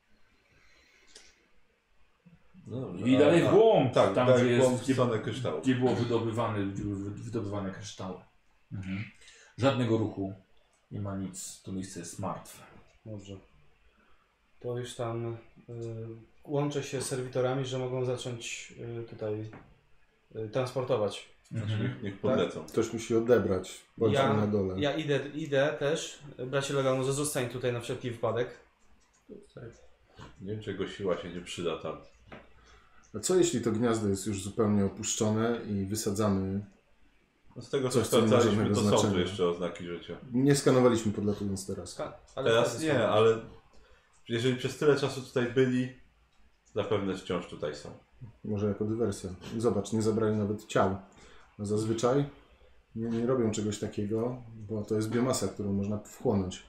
I dalej w głąb, Tak, tam dalej gdzie w głąb jest, w stronę kryształu. gdzie były wydobywane kryształy. Żadnego ruchu, nie ma nic, to miejsce jest martwe. Dobrze. To już tam łączę się z serwitorami, że mogą zacząć tutaj transportować. Znaczy, niech podlecą. Ktoś musi odebrać, bądź na dole. Ja idę też. Bracie Loganu, zostań tutaj na wszelki wypadek. Nie wiem, czego siła się nie przyda tam. A co jeśli to gniazdo jest już zupełnie opuszczone i wysadzamy? No z tego co Coś, co nie ma sprawdzaliśmy, żadnego to są tu znaczenia. jeszcze oznaki życia. Nie skanowaliśmy podlatując teraz. Teraz nie, ale jeżeli przez tyle czasu tutaj byli, zapewne wciąż tutaj są. Może jako dywersja. Zobacz, nie zabrali nawet ciał. No zazwyczaj nie robią czegoś takiego, bo to jest biomasa, którą można wchłonąć.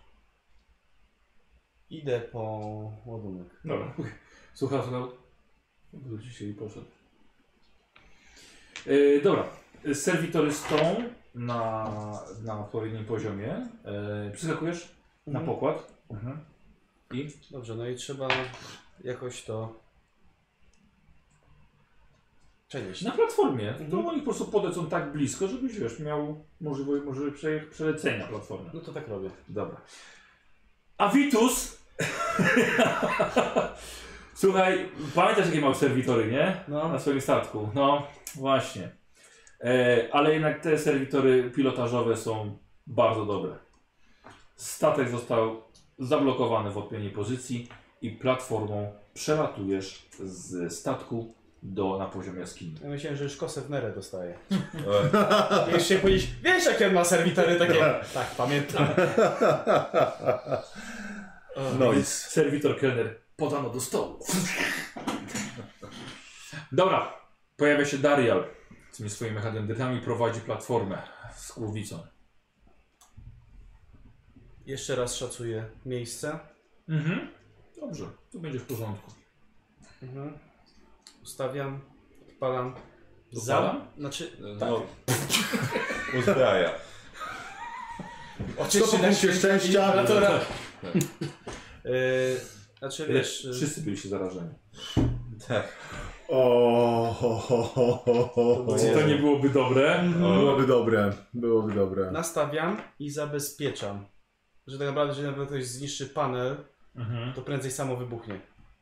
Idę po ładunek. Dobra. Słuchaj, wróci się i poszedł. Dobra. Serwitory są na odpowiednim poziomie. Przeskakujesz na pokład. I? Dobrze, no i trzeba jakoś to przenieść. Na platformie. To oni po prostu podlecą tak blisko, żebyś wiesz, miał możliwość przelecenia platformy. No to tak robię. Dobra. Avitus! Słuchaj, pamiętasz jakie miał serwitory, nie? No. Na swoim statku. No, właśnie. Ale jednak te serwitory pilotażowe są bardzo dobre. Statek został zablokowany w odpowiedniej pozycji i platformą przelatujesz z statku na poziom jaskini. Ja myślałem, że już kosę w nerę dostaję. Ale Jeszcze powiedzieć, wiesz jakie on ma serwitory takie? Tak, pamiętam. No i serwitor kelner podano do stołu. Dobra, pojawia się Darial z tymi swoimi mechadendrytami, prowadzi platformę z głowicą. Jeszcze raz szacuję miejsce. Dobrze, to będzie w porządku. Ustawiam, odpalam. Odpalam? Znaczy, no, uzbraja. To punkcie szczęścia. Znaczy wiesz... Wszyscy byliście zarażeni. Tak. Czy to nie byłoby dobre? Byłoby dobre. Byłoby dobre. Nastawiam i zabezpieczam. Że tak naprawdę, jeżeli nawet ktoś zniszczy panel, to prędzej samo wybuchnie.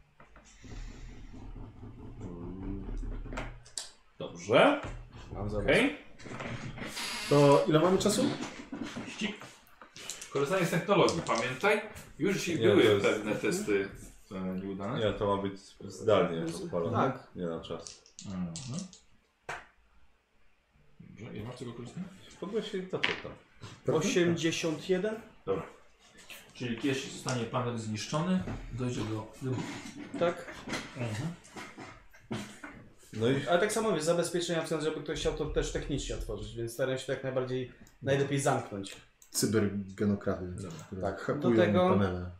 Dobrze. Mam Okej. To ile mamy czasu? Ścig. Korzystanie z technologii, pamiętaj. Już dzisiaj Nie, były to jest- pewne testy nieudane. Nie, to ma być zdalnie odpalone. Tak. Nie na czas. Dobrze, ile masz czego korzystać? Kogoś się zapytam. 81? Dobra. Czyli jeśli zostanie panel zniszczony, dojdzie do wybuchu. Tak. No i Ale tak samo jest zabezpieczenia, w sensie, żeby ktoś chciał to też technicznie otworzyć, więc staram się tak najlepiej zamknąć. Cybergenokrady, które Tak. hakują Do tego- panele.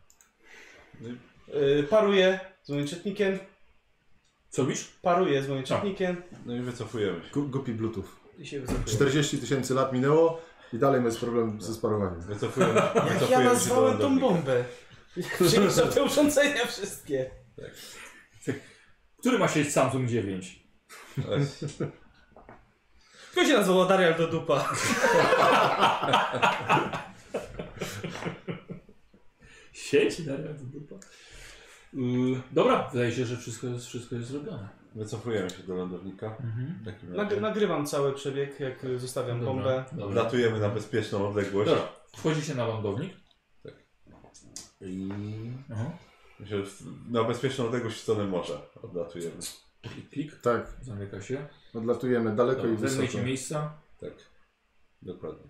Paruję z moim czytnikiem. Co robisz? Paruję z moim czytnikiem no i wycofujemy się. Głupi Bluetooth. i się wycofuję. 40 000 lat minęło i dalej jest problem ze sparowaniem. Wycofujemy, Jak ja wycofujemy się do nazwałem tą lądownika. bombę? Przepraszam, te urządzenia wszystkie. Który ma sieć Samsung 9? Kto się nazywał Darial do dupa? Sieć? Dobra, wydaje się, że wszystko jest zrobione. Wycofujemy się do lądownika. W takim razie. Nagrywam cały przebieg, jak zostawiam bombę. Dobra. Latujemy na bezpieczną odległość. Dobra, wchodzicie na lądownik. Tak. I... Aha. Myślę, że na bezpieczną odległość w stronę morza odlatujemy. Klik, Tak, zamyka się. odlatujemy daleko i Dobra, wysoko. zajmujecie miejsca. Tak. Dokładnie.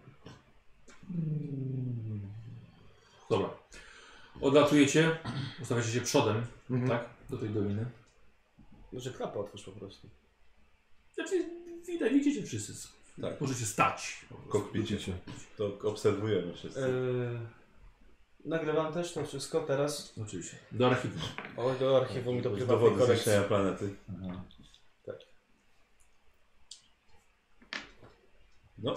Dobra. Odlatujecie, ustawiacie się przodem, tak? Do tej doliny. Może klapę otwórz po prostu. Znaczy, widzicie wszyscy. Tak. Możecie stać. W kokpicie. Widzicie. To obserwujemy wszyscy. Nagrywam też to wszystko teraz. Oczywiście. Do archiwum. O, do archiwum i do prywatnej Dowody kolekcji. zniszczenia planety. Aha. No.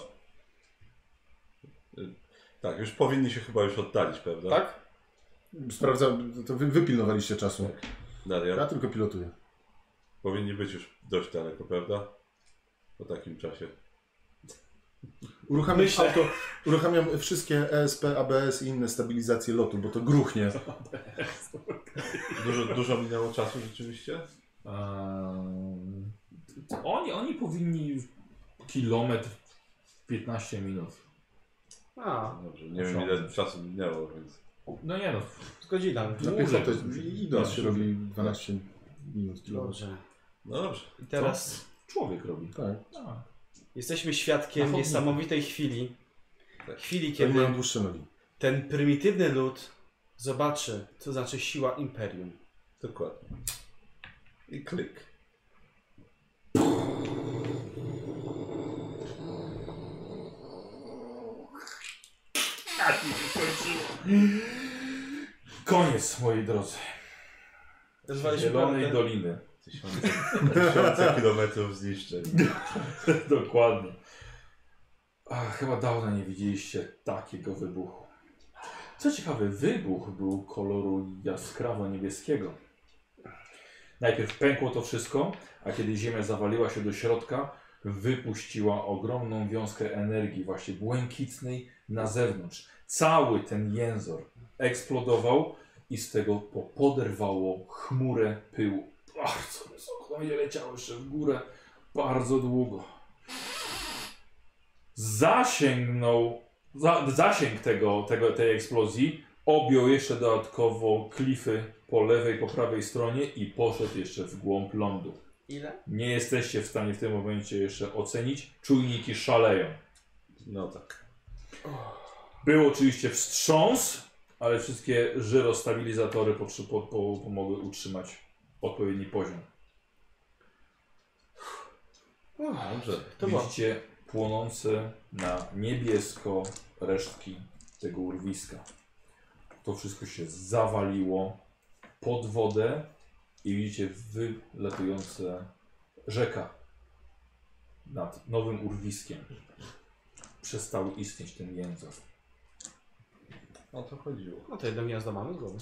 Tak, już powinni się chyba już oddalić, prawda? Tak? Sprawdzam, to wy pilnowaliście czasu. Dario? Ja tylko pilotuję. Powinni być już dość daleko, prawda? Po takim czasie. Uruchamiam auto, uruchamiam wszystkie ESP, ABS i inne stabilizacje lotu, bo to gruchnie. Dużo minęło czasu rzeczywiście? Oni powinni kilometr w 15 minut. A, Dobrze, nie wiem ile czasu minęło, więc... No nie no. z godzina. Na Dłużej. piechotę idąc się robi 12 minut. Dobrze. No dobrze. I teraz Człowiek robi. Tak, A. jesteśmy Na świadkiem chodniku. niesamowitej chwili. Tak. Chwili, kiedy kiedy mają dłuższe nogi. ten prymitywny lud zobaczy, co znaczy siła Imperium. Dokładnie. I klik. Koniec, moi drodzy. Rozwaliśmy Zielonej planetę. Doliny. Tysiące kilometrów zniszczeń. Dokładnie. Chyba dawno nie widzieliście takiego wybuchu. Co ciekawe, wybuch był koloru jaskrawo-niebieskiego. Najpierw pękło to wszystko, a kiedy Ziemia zawaliła się do środka, wypuściła ogromną wiązkę energii, właśnie błękitnej, na zewnątrz. Cały ten jęzor eksplodował i z tego poderwało chmurę pyłu. Bardzo wysoko, będzie leciało jeszcze w górę bardzo długo. Zasięg tej eksplozji objął jeszcze dodatkowo klify po lewej, po prawej stronie i poszedł jeszcze w głąb lądu. Ile? Nie jesteście w stanie w tym momencie jeszcze ocenić. Czujniki szaleją. No tak. Był oczywiście wstrząs, ale wszystkie żyrostabilizatory pomogły utrzymać odpowiedni poziom. Dobrze. To było. Widzicie płonące na niebiesko resztki tego urwiska. To wszystko się zawaliło pod wodę i widzicie wylatujące rzeka nad nowym urwiskiem. Przestał istnieć ten język. O to chodziło. No to jedno gniazdo mamy z głowy.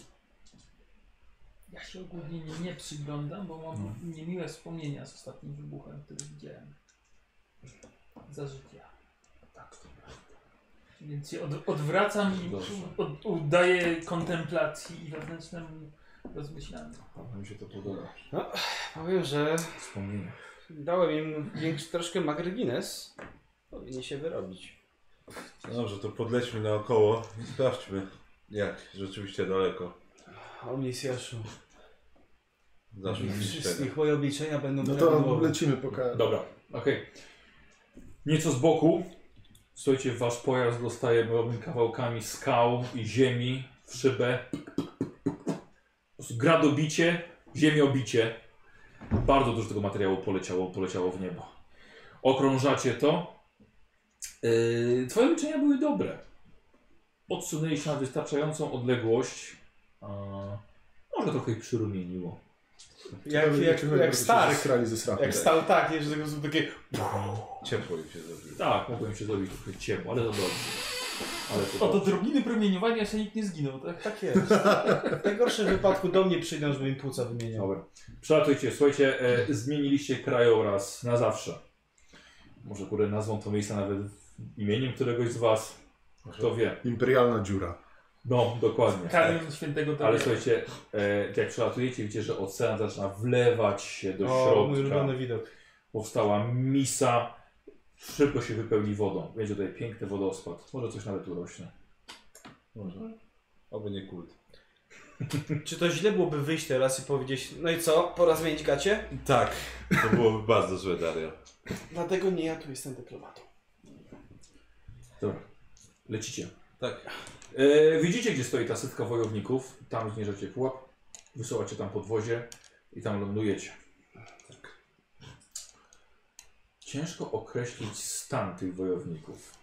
Ja się ogólnie nie przyglądam, bo mam niemiłe wspomnienia z ostatnim wybuchem, który widziałem. Za życia. Tak, to prawda. Więc się odwracam i Dobrze. udaję kontemplacji i wewnętrznemu rozmyślaniu. Mi się to podoba. Powiem, że Wspomnienia. dałem im troszkę margines. Powinni się wyrobić. No dobrze, to podlećmy naokoło i sprawdźmy, jak rzeczywiście daleko O misjaszu. zaszły zniszczenia. Wszystkich moje obliczenia będą No to prawidłowe. lecimy po KR. Dobra, okej. Nieco z boku, słuchajcie, wasz pojazd dostaje małymi kawałkami skał i ziemi w szybę. Po prostu gradobicie, ziemiobicie. Bardzo dużo tego materiału poleciało w niebo. Okrążacie to. Twoje liczenia były dobre. Odsunęli się na wystarczającą odległość. Może trochę ich przyrumieniło. Jak Stark. Skrali ze strachu. Jak stał tak, nie, że tego są takie... Ciepło im się zrobiło. Tak, mogłem się zrobić trochę ciepło, ale to dobrze. Ale to Od odrobiny promieniowania jeszcze nikt nie zginął, tak? Tak jest. W najgorszym wypadku do mnie przyjdą, żeby im płuca wymieniał. Dobra. Przelatujcie, słuchajcie, zmieniliście krajobraz na zawsze. Może kurde nazwą to miejsca nawet imieniem któregoś z was. Kto wie. Imperialna dziura. No, dokładnie. Kamień świętego Ale Tadeusza. słuchajcie, jak przelatujecie, widzicie, że ocean zaczyna wlewać się do O, mój środka. ulubiony widok. Powstała misa. Szybko się wypełni wodą. Będzie tutaj piękny wodospad. Może coś nawet urośnie. Może. Oby nie kult. Czy to źle byłoby wyjść teraz i powiedzieć, no i co, pora zmienić gacie? Tak, to byłoby bardzo złe, Dario. Dlatego nie ja tu jestem dyplomatą. Dobra. Lecicie. Tak. Widzicie, gdzie stoi ta setka wojowników. Tam zmierzacie pułap. Wysyłacie tam podwozie i tam lądujecie. Ciężko określić stan tych wojowników.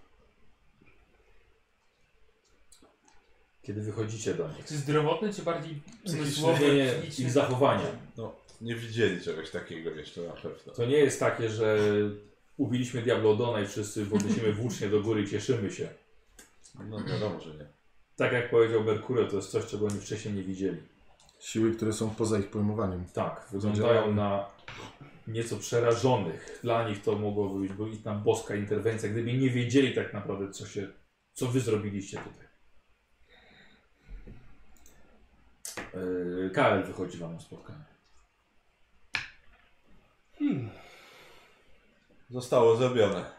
Kiedy wychodzicie do nich. Czy zdrowotny, czy bardziej Nie, umysłowy, nie, psychiczny? ich zachowania. No, nie widzieli czegoś takiego jeszcze na pewno. To nie jest takie, że ubiliśmy Diablodona i wszyscy podnosimy włócznie do góry i cieszymy się. No wiadomo, że nie. Tak jak powiedział Merkurio, to jest coś, czego oni wcześniej nie widzieli. Siły, które są poza ich pojmowaniem. Tak, wyglądają na nieco przerażonych. Dla nich to mogło być tam boska interwencja, gdyby nie wiedzieli tak naprawdę, co wy zrobiliście tutaj. Kael wychodzi wam na spotkanie. Zostało zrobione.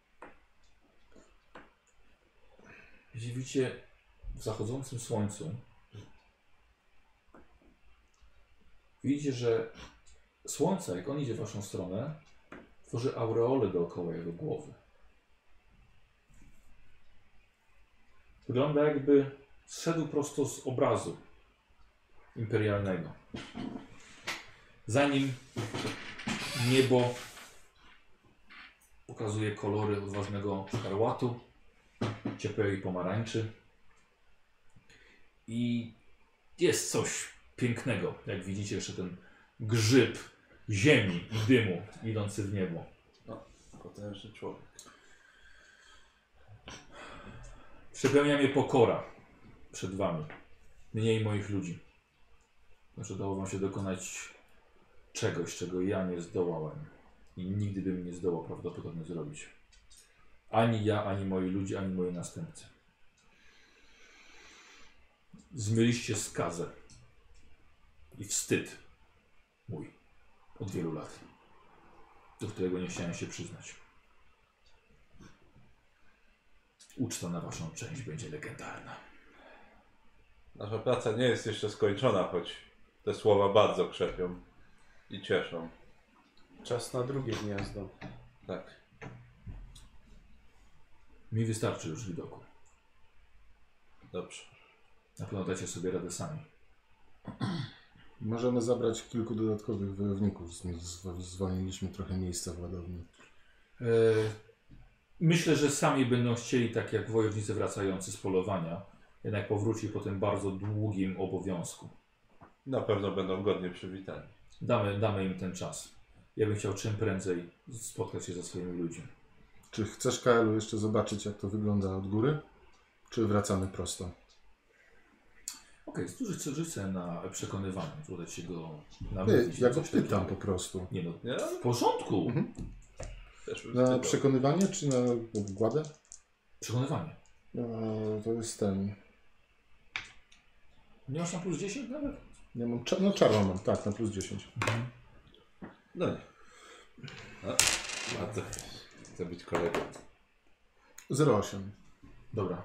Jeśli widzicie w zachodzącym słońcu, widzicie, że słońce, jak on idzie w waszą stronę, tworzy aureolę dookoła jego głowy. Wygląda, jakby zszedł prosto z obrazu imperialnego. Za nim niebo pokazuje kolory odważnego szkarłatu, ciepłej pomarańczy i jest coś pięknego, jak widzicie jeszcze ten grzyb ziemi i dymu idący w niebo. Potężny człowiek. Przepełnia mnie pokora przed wami, mnie i moich ludzi. Że udało wam się dokonać czegoś, czego ja nie zdołałem i nigdy bym nie zdołał prawdopodobnie zrobić. Ani ja, ani moi ludzie, ani moi następcy. Zmyliście skazę i wstyd mój od wielu lat, do którego nie chciałem się przyznać. Uczta na waszą część będzie legendarna. Nasza praca nie jest jeszcze skończona, choć te słowa bardzo krzepią i cieszą. Czas na drugie gniazdo. Tak. Mi wystarczy już widoku. Dobrze. Na pewno dacie sobie radę sami. Możemy zabrać kilku dodatkowych wojowników. Zwolniliśmy trochę miejsca w ładowni. Myślę, że sami będą chcieli, tak jak wojownicy wracający z polowania, jednak powrócić po tym bardzo długim obowiązku. Na pewno będą godnie przywitani. Damy im ten czas. Ja bym chciał czym prędzej spotkać się ze swoimi ludźmi. Czy chcesz, Kaelu, jeszcze zobaczyć, jak to wygląda od góry? Czy wracamy prosto? Okej, rzucę na przekonywanie. Uda ci go Nie, namówić. ja go coś pytam takiego. po prostu. Nie no, Nie? w porządku. Mhm. Też bym Na wtedy- przekonywanie czy na wgładę? Przekonywanie. To jest ten... Nie masz na plus 10 nawet? Ja mam no czarną mam, tak, na plus 10. No nie. A to chcę być kolegą. 0,8. Dobra.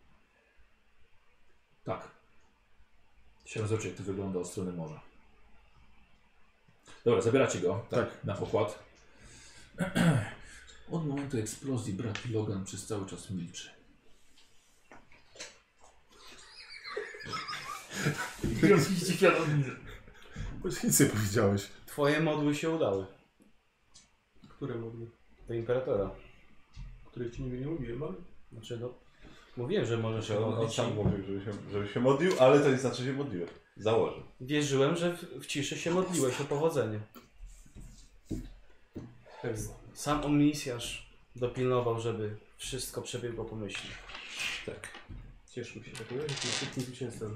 Tak. Chciałem zobaczyć, jak to wygląda od strony morza. Dobra, zabieracie go Tak. na pokład. Od momentu eksplozji brat Logan przez cały czas milczy. Oczywiście świadomie. Nic nie powiedziałeś. Twoje modły się udały. Które modły? Do imperatora. Których ci nigdy nie mówiłem, ale... Znaczy, no, mówiłem, że możesz się On modlić. sam mówił, żeby się modlił, ale to nie znaczy, że się modliłem. Założył. Wierzyłem, że w ciszy się modliłeś o powodzenie. Pewnie. Sam omnisjarz dopilnował, żeby wszystko przebiegło pomyślnie. Tak. Cieszmy się tak, nie? Jestem szybkim zwycięzcą.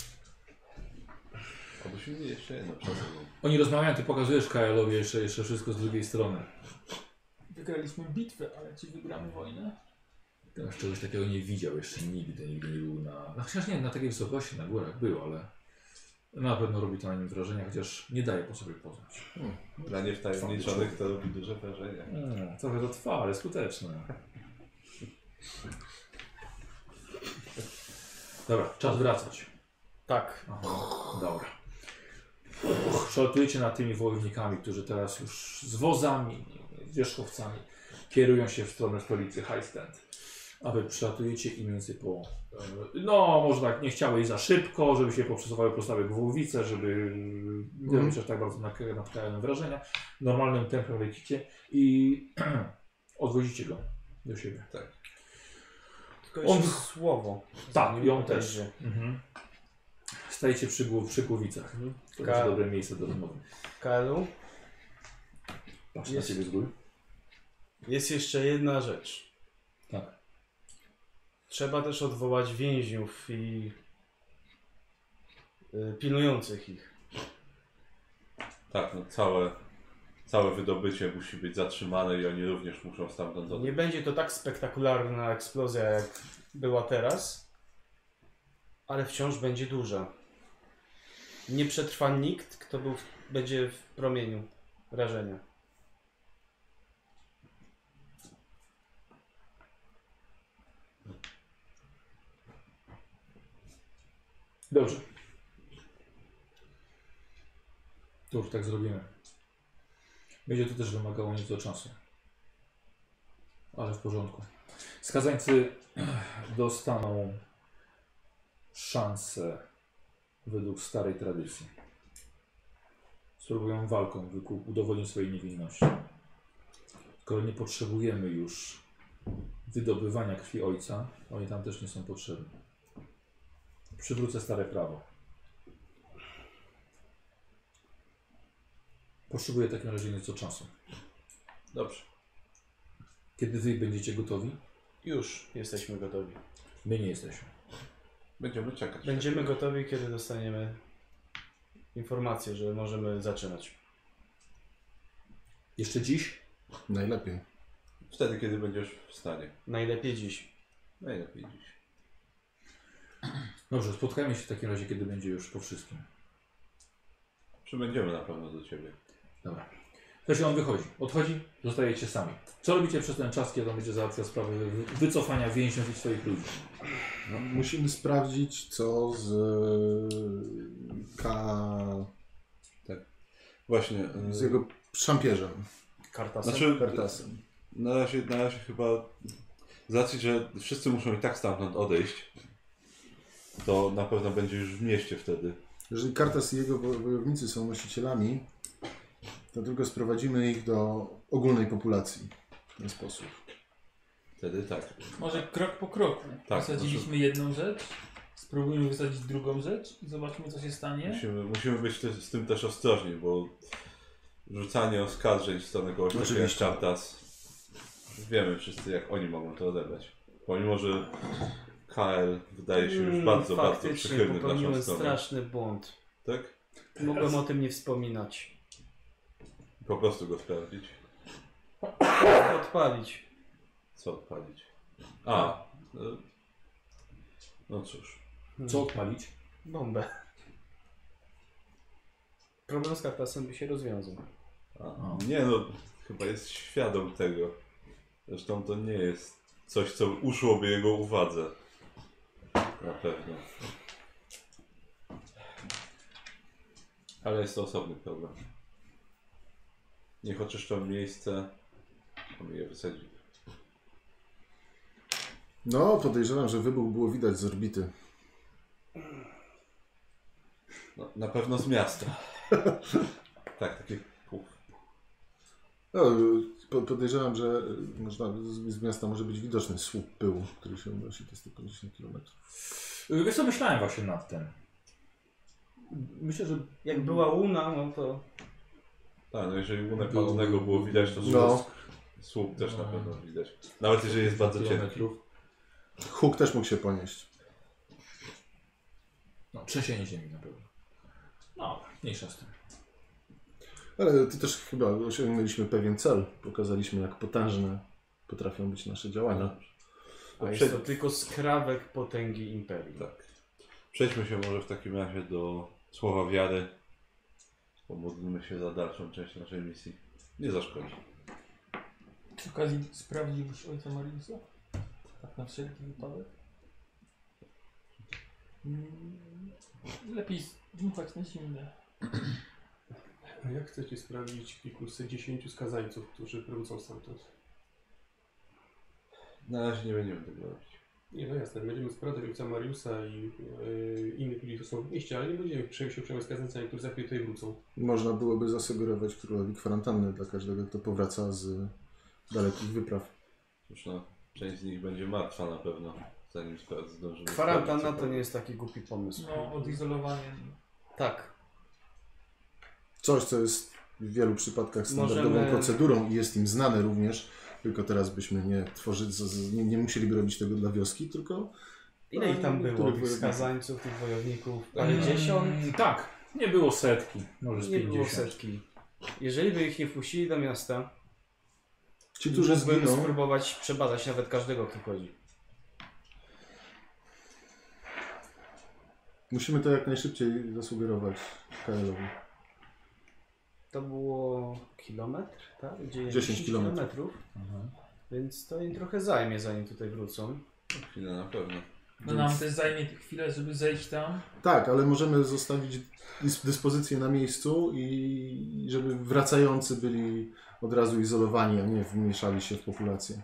Obyśmy mieli jeszcze jedno przed sobą. Oni rozmawiają, ty pokazujesz Kaelowi jeszcze wszystko z drugiej strony. Wygraliśmy bitwę, ale czy wygramy wojnę? Teraz czegoś takiego nie widział jeszcze nigdy nie był na... No chociaż nie, na takiej wysokości, na górach był, ale na pewno robi to na nim wrażenie, chociaż nie daje po sobie poznać. Dla niewtajemniczonych to robi duże wrażenie. Trochę to trwa, ale skuteczne. Dobra, czas wracać. Tak. Aha, dobra. Szaltujecie nad tymi wojownikami, którzy teraz już z wozami, z wierzchowcami kierują się w stronę stolicy High Stand. A wy przylatujecie i mniej więcej po... No, może tak, nie chciałeś za szybko, żeby się poprzesuwały po stałe głowice, żeby nie robić aż tak bardzo natkane wrażenia. Normalnym tempem lecicie i odwozicie go do siebie. Tylko jeszcze słowo. Tak, zanim i on odejdzie. też. Stajecie przy głowicach. To jest dobre miejsce do rozmowy. Kaelu, Patrz na Jest. ciebie z góry. jest jeszcze jedna rzecz. Tak. Trzeba też odwołać więźniów i pilnujących ich. Tak, no całe wydobycie musi być zatrzymane i oni również muszą stamtąd odejść. Nie będzie to tak spektakularna eksplozja, jak była teraz, ale wciąż będzie duża. Nie przetrwa nikt, kto będzie w promieniu rażenia. Dobrze. To już tak zrobimy. Będzie to też wymagało nieco czasu. Ale w porządku. Skazańcy dostaną szansę według starej tradycji. Spróbują walką udowodnić swojej niewinności. Skoro nie potrzebujemy już wydobywania krwi ojca, oni tam też nie są potrzebni. Przywrócę stare prawo. Potrzebuję w takim razie nieco czasu. Dobrze. Kiedy wy będziecie gotowi? Już jesteśmy gotowi. My nie jesteśmy. Będziemy czekać. Będziemy gotowi, kiedy dostaniemy informację, że możemy zaczynać. Jeszcze dziś? Najlepiej. Wtedy, kiedy będziesz w stanie. Najlepiej dziś. Najlepiej dziś. Dobrze, spotkajmy się w takim razie, kiedy będzie już po wszystkim. Przybędziemy na pewno do ciebie. Dobra. Wtedy on wychodzi. Odchodzi, zostajecie sami. Co robicie przez ten czas, kiedy on będzie załatwiał sprawę wycofania więźniów i swoich ludzi? No, musimy sprawdzić, co z Właśnie. z jego szampierzem, Kartasem. Znaczy, Kartasem. na razie chyba z racji, że wszyscy muszą i tak stamtąd odejść, to na pewno będzie już w mieście wtedy. Jeżeli Kartas i jego wojownicy są nosicielami, to tylko sprowadzimy ich do ogólnej populacji w ten sposób. Wtedy tak. Może krok po kroku. Tak, Wysadziliśmy jedną rzecz, spróbujmy wysadzić drugą rzecz i zobaczmy, co się stanie. Musimy być z tym też ostrożni, bo rzucanie oskarżeń w stronę kogoś takiego jak Oczywiście. Kartas, wiemy wszyscy, jak oni mogą to odebrać. Pomimo, że KL wydaje się już bardzo faktycznie przychylny w naszą popełniłem stronę. straszny błąd. Tak? Mogłem o tym nie wspominać. Po prostu go sprawdzić. Odpalić. Co odpalić? A. No cóż. Co odpalić? Bombę. Problem z Kartasem by się rozwiązał. Nie no, chyba jest świadom tego. Zresztą to nie jest coś, co uszłoby jego uwadze. Na pewno. Ale jest to osobny problem. Niech oczyszczą miejsce, a my je wysadzimy. No, podejrzewam, że wybuch było widać z orbity. No, na pewno z miasta. Tak, takie puf. No, podejrzewam, że z miasta może być widoczny słup pyłu, który się unosi te 150 km. Wiesz co, myślałem właśnie nad tym. Myślę, że... Jak była łuna, no to Tak, no jeżeli łunę palonego było widać, to No. słup też na pewno widać. Nawet jeżeli jest bardzo cienki. kilometrów. Huk też mógł się ponieść. No, trzęsienie ziemi na pewno. No, mniejsza z tym. Ale ty też chyba osiągnęliśmy pewien cel. Pokazaliśmy, jak potężne potrafią być nasze działania. a jest to tylko skrawek potęgi Imperium. Tak. Przejdźmy się może w takim razie do słowa wiary. Pomódlmy się za dalszą część naszej misji. Nie zaszkodzi. Przy okazji sprawdziłbyś ojca Mariusa? Tak na wszelki wypadek? Lepiej dmuchać na zimne. A jak chcecie sprawdzić kilkuset 10 skazańców, którzy wrócą stamtąd? Na razie nie będziemy tego robić. Nie, no jasne, będziemy sprawdzać ojca Mariusa i innych ludzi, którzy są w mieście, ale nie będziemy się przejmować skazańcami, którzy za chwilę tutaj wrócą. Można byłoby zasugerować królowi kwarantannę dla każdego, kto powraca z dalekich wypraw. Cóż no, część z nich będzie martwa na pewno, zanim zdążymy. Kwarantanna sprawdzić, to nie jest taki głupi pomysł. No, odizolowanie. Tak. Coś, co jest w wielu przypadkach standardową Możemy- procedurą i jest im znane również, tylko teraz byśmy nie musieliby robić tego dla wioski, tylko Ile ich tam było? Niektórych Tych wojowników. skazańców, tych wojowników? Ale 10? Tak, nie było setki, może z Nie było 50. setki. Jeżeli by ich nie wpuścili do miasta, ci, którzy mógłbym zginą, spróbować przebadać nawet każdego, kto chodzi. musimy to jak najszybciej zasugerować Kaelowi. To było kilometr, tak? Gdzie 10 kilometrów. Więc to im trochę zajmie, zanim tutaj wrócą. Chwilę na pewno. No nam też zajmie chwilę, żeby zejść tam. Tak, ale możemy zostawić dyspozycję na miejscu i żeby wracający byli od razu izolowani, a nie wmieszali się w populację.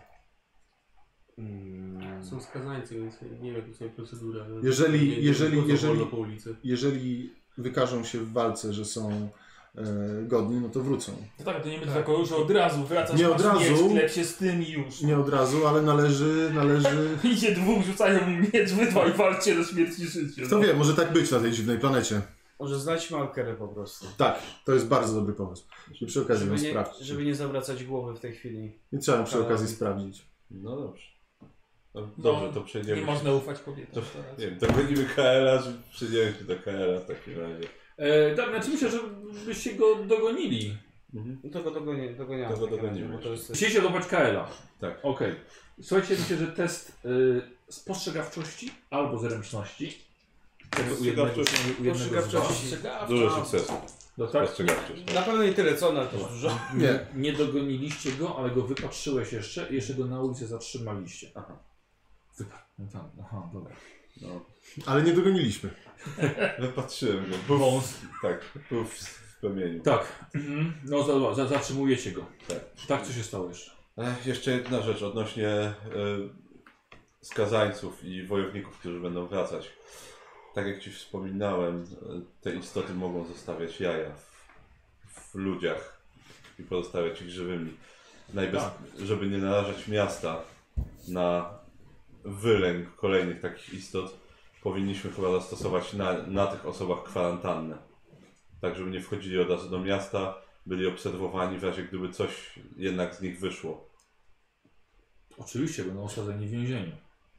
Są skazańcy, więc nie wiem, jakie są procedury, ale... Jeżeli- wolno po ulicy. Jeżeli wykażą się w walce, że są godni, no to wrócą. No tak, to nie będzie tak, że od razu wracasz, Nie masz od razu. miecz, klep się z tym i już. Nie od razu, ale należy... Idzie dwóch, rzucają mi miecz, wy dwaj walczcie do śmierci i życia. Kto wie, może tak być na tej dziwnej planecie. Może znajdźmy Alkerę po prostu. Tak, to jest bardzo dobry pomysł. I przy okazji ją Żeby nie, sprawdzić. żeby nie zawracać głowy w tej chwili. I trzeba przy okazji sprawdzić. No dobrze. No, dobrze, to przejdziemy. Nie można ufać kobietom To, teraz. nie wiem, to będziemy KL-a, że przejdziemy się do KL-a w takim razie. Tak, znaczy myślę, że byście go dogonili. No to go dogoniamy. To go dogonimy. Bo to jest... Chcieliście dogonić Kaela. Tak. Okej. Słuchajcie, myślę, że test spostrzegawczości albo zręczności. Tego u jednego z Spostrzegawczości. was. Dużo sukcesu. No tak? Spostrzegawczość. Na pewno nie tyle co, ale też dużo. Nie, Nie dogoniliście go, ale go wypatrzyłeś jeszcze i jeszcze go na ulicy zatrzymaliście. Aha. No tam, aha, dobra. No. ale nie dogoniliśmy. Wypatrzyłem go. Wąs. Tak, był w promieniu. Tak. No zatrzymujecie go. Tak. Tak, co się stało jeszcze? Jeszcze jedna rzecz odnośnie skazańców i wojowników, którzy będą wracać. Tak jak Ci wspominałem, te istoty mogą zostawiać jaja w ludziach i pozostawiać ich żywymi. Żeby nie narażać miasta na wylęk kolejnych takich istot, powinniśmy chyba zastosować na tych osobach kwarantannę. Tak, żeby nie wchodzili od razu do miasta, byli obserwowani w razie gdyby coś jednak z nich wyszło. Oczywiście będą osadzeni w więzieniu.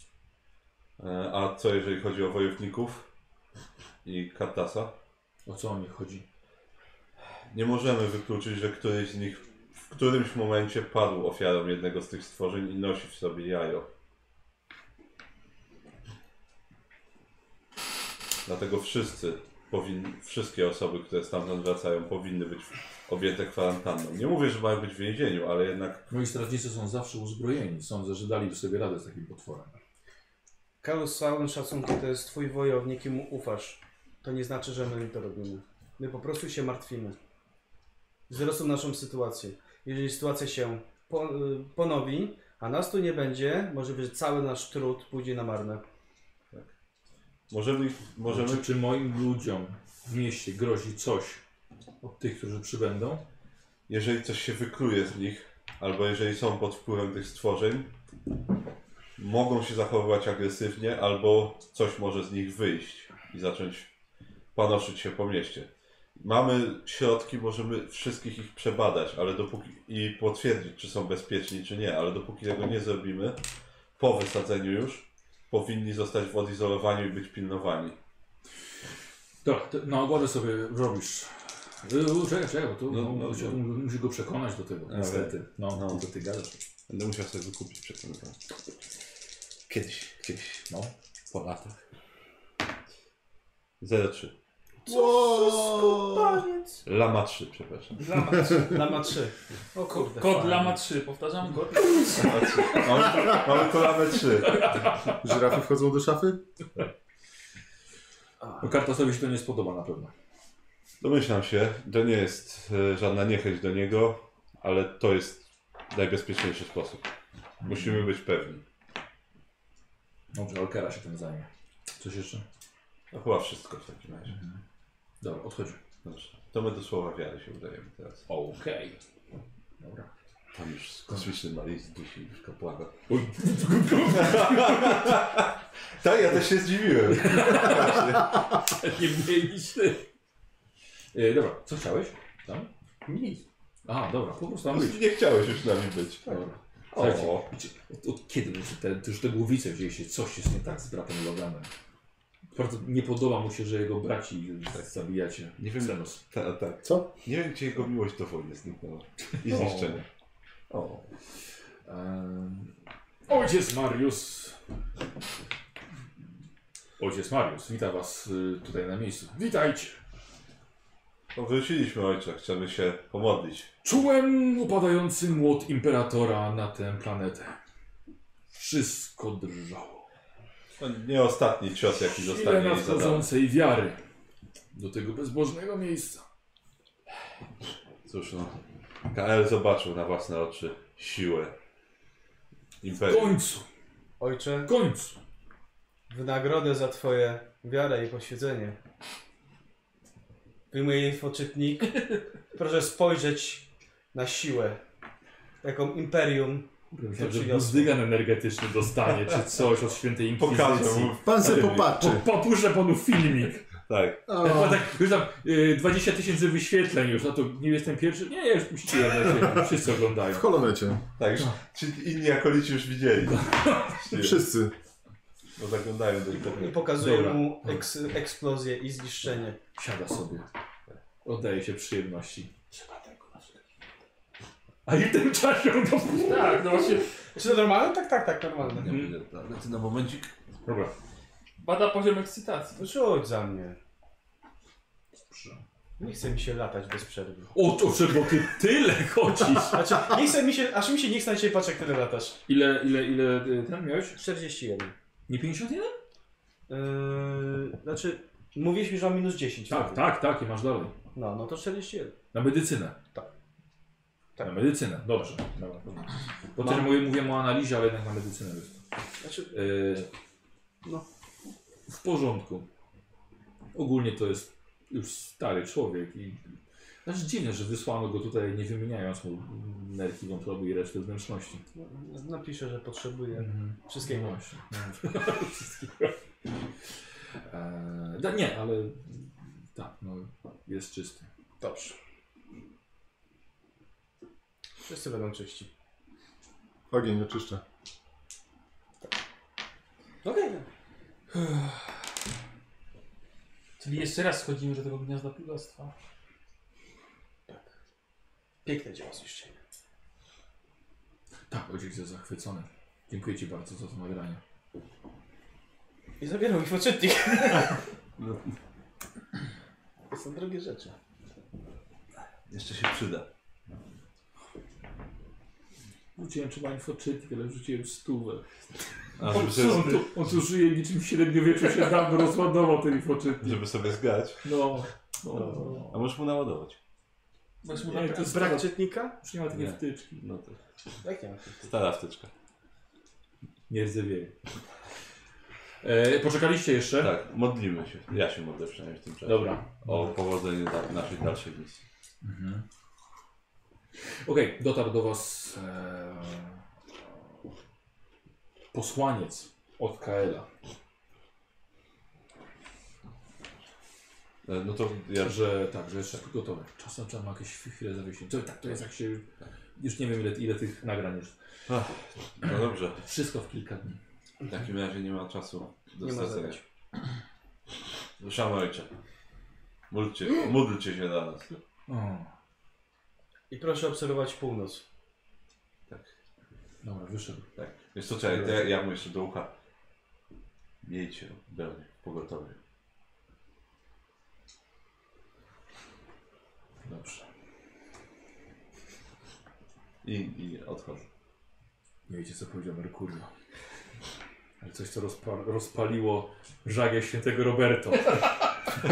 A co jeżeli chodzi o wojowników i Kartasa? O co o nich chodzi? Nie możemy wykluczyć, że któryś z nich w którymś momencie padł ofiarą jednego z tych stworzeń i nosi w sobie jajo. Dlatego wszystkie osoby, które stamtąd wracają, powinny być objęte kwarantanną. Nie mówię, że mają być w więzieniu, ale jednak... Moi strażnicy są zawsze uzbrojeni. Sądzę, że daliby sobie radę z takim potworem. Karol, z całym szacunkiem, to jest twój wojownik i mu ufasz. To nie znaczy, że my to robimy. My po prostu się martwimy. Zrozum naszą sytuację. Jeżeli sytuacja się ponowi, a nas tu nie będzie, może być, że cały nasz trud pójdzie na marne. Możemy... Czy moim ludziom w mieście grozi coś od tych, którzy przybędą? Jeżeli coś się wykluje z nich, albo jeżeli są pod wpływem tych stworzeń, mogą się zachowywać agresywnie, albo coś może z nich wyjść i zacząć panoszyć się po mieście. Mamy środki, możemy wszystkich ich przebadać, ale i potwierdzić, czy są bezpieczni, czy nie, ale dopóki tego nie zrobimy, po wysadzeniu już, powinni zostać w odizolowaniu i być pilnowani. Tak, na ogładę sobie robisz. Czekaj, bo tu musi go przekonać do tego, niestety. No, to ty gadasz. Będę musiał sobie wykupić przekonywanie. Kiedyś, No, po latach. 0,3. Lama 3, przepraszam. Lama 3. O kurde. Kod fajnie. Lama 3, powtarzam, kod Mamy to lamę 3. Żyrafy wchodzą do szafy? No, Kartasowi się to nie spodoba na pewno. Domyślam się, to nie jest żadna niechęć do niego, ale to jest najbezpieczniejszy sposób. Musimy być pewni. Dobrze, Alkera się tym zajmie. Coś jeszcze? No chyba wszystko w takim razie. Dobra, odchodzi. Dobrze. To my do słowa wiary się udajemy teraz. Okej. Dobra. Tam już kosmiczny malist dusi już kapłana. Tak, ja też się zdziwiłem. Nie mieliście. Dobra, co chciałeś? Tam? Nic. A, dobra, po prostu tam być. Nie chciałeś już z nami być. Dobra. O. Słuchajcie, wiecie, od kiedy już te głowice wzięliście? Coś jest nie tak z bratem Loganem. Bardzo nie podoba mu się, że jego braci zabijacie. Nie wiem, Xenos. tak. Co? Nie wiem, gdzie jego miłość do wojny zniknęła. I zniszczenia. O. Ojciec Mariusz. Ojciec Mariusz, witam was tutaj na miejscu. Witajcie. No, wróciliśmy, ojcze. Chcemy się pomodlić. Czułem upadający młot Imperatora na tę planetę. Wszystko drżało. No, nie ostatni cios, jaki Ile zostanie jej zadany. nadchodzącej wiary do tego bezbożnego miejsca. Cóż no. KL zobaczył na własne oczy siłę W imperium. końcu, Ojcze, w końcu. w nagrodę za twoje wiarę i poświęcenie wyjmuję jej poczytnik. Proszę spojrzeć na siłę, jaką imperium Myślałem, że przyniosło. buzdygan energetyczny dostanie, czy coś od świętej inkwizycji. Pokażę mu. Pan se popatrzy. Popuszczę panu filmik. Tak. O, Tak, już tam 20 000 wyświetleń już, a to nie jestem pierwszy. Nie, ja już puściłem, wszyscy oglądają. w holonecie. Tak, już ci inni akolici już widzieli. Wszyscy. No zaglądają do i internetu. pokazuję Dobra. mu eksplozję i zniszczenie. Siada sobie. Oddaje się przyjemności. A i w tym czasie on to... Tak, no właśnie. Czy to normalne? Tak, normalne. Nie będzie, lecę na momencik. Dobra. Bada poziom ekscytacji. To rzuć za mnie. Nie chce mi się latać bez przerwy. O, to bo ty tyle chodzisz. Znaczy, nie chce mi się, aż mi się nie chce na ciebie patrzeć, jak tyle latasz. Ile ten miałeś? 41. Nie 51? Znaczy, mówiłeś mi, że mam minus 10. Tak, i masz dalej. No to 41. Na medycynę. Tak. Na medycynę, dobrze. Dobra. Bo też mówiłem o analizie, ale jednak na medycynę jest. Znaczy, No. W porządku. Ogólnie to jest już stary człowiek i znaczy dziwne, że wysłano go tutaj nie wymieniając mu nerki, wątroby i reszty wnętrzności. napiszę, że potrzebuję wszystkiego. No właśnie. Wszystkiego. Nie, ale tak, no jest czysty. Dobrze. Wszyscy będą czyści. Ogień oczyszcza. Okej. Czyli jeszcze raz schodzimy do tego gniazda plugastwa. Piękne dzieło zniszczenia. Tak, ojciec jest zachwycony. Dziękuję ci bardzo za to nagranie. I zabierał ich poczytnik. To są drogie rzeczy. Jeszcze się przyda. Wrzuciłem trzeba infoczytnik, ale wrzuciłem 100. A On tu żyje niczym w średniowieczu się dawno rozładował ten infoczytnik. żeby sobie zgrać. No. A możesz mu naładować. Możesz mu Nie, tam to jest Brak czytnika? Już nie ma takiej Nie. wtyczki. No to Jak nie ma? stara wtyczka. Nie rdzewieje. Poczekaliście jeszcze? Tak, modlimy się. Ja się modlę przynajmniej w tym czasie. Dobra. O powodzenie naszej dalszej misji. Mhm. Okej, dotarł do was posłaniec od Kaela. No to ja... Że tak, że jest wszystko gotowe. Czasem trzeba ma jakieś chwilę zawiesić. To jest jak się... Już nie wiem ile tych nagrań jest. No dobrze. Wszystko w kilka dni. W takim razie nie ma czasu do Nie ma stracenia. zadać. Duszamy ojcze. Módlcie się dla nas. O, I proszę obserwować północ. Tak. dobra, wyszedł. Tak. Wiesz co, czekaj, ja mu jeszcze do ucha. Miejcie broń w pogotowiu. Dobrze. I odchodzę. Nie wiecie co powiedział Merkurio. Ale coś co rozpaliło żagę świętego Roberto.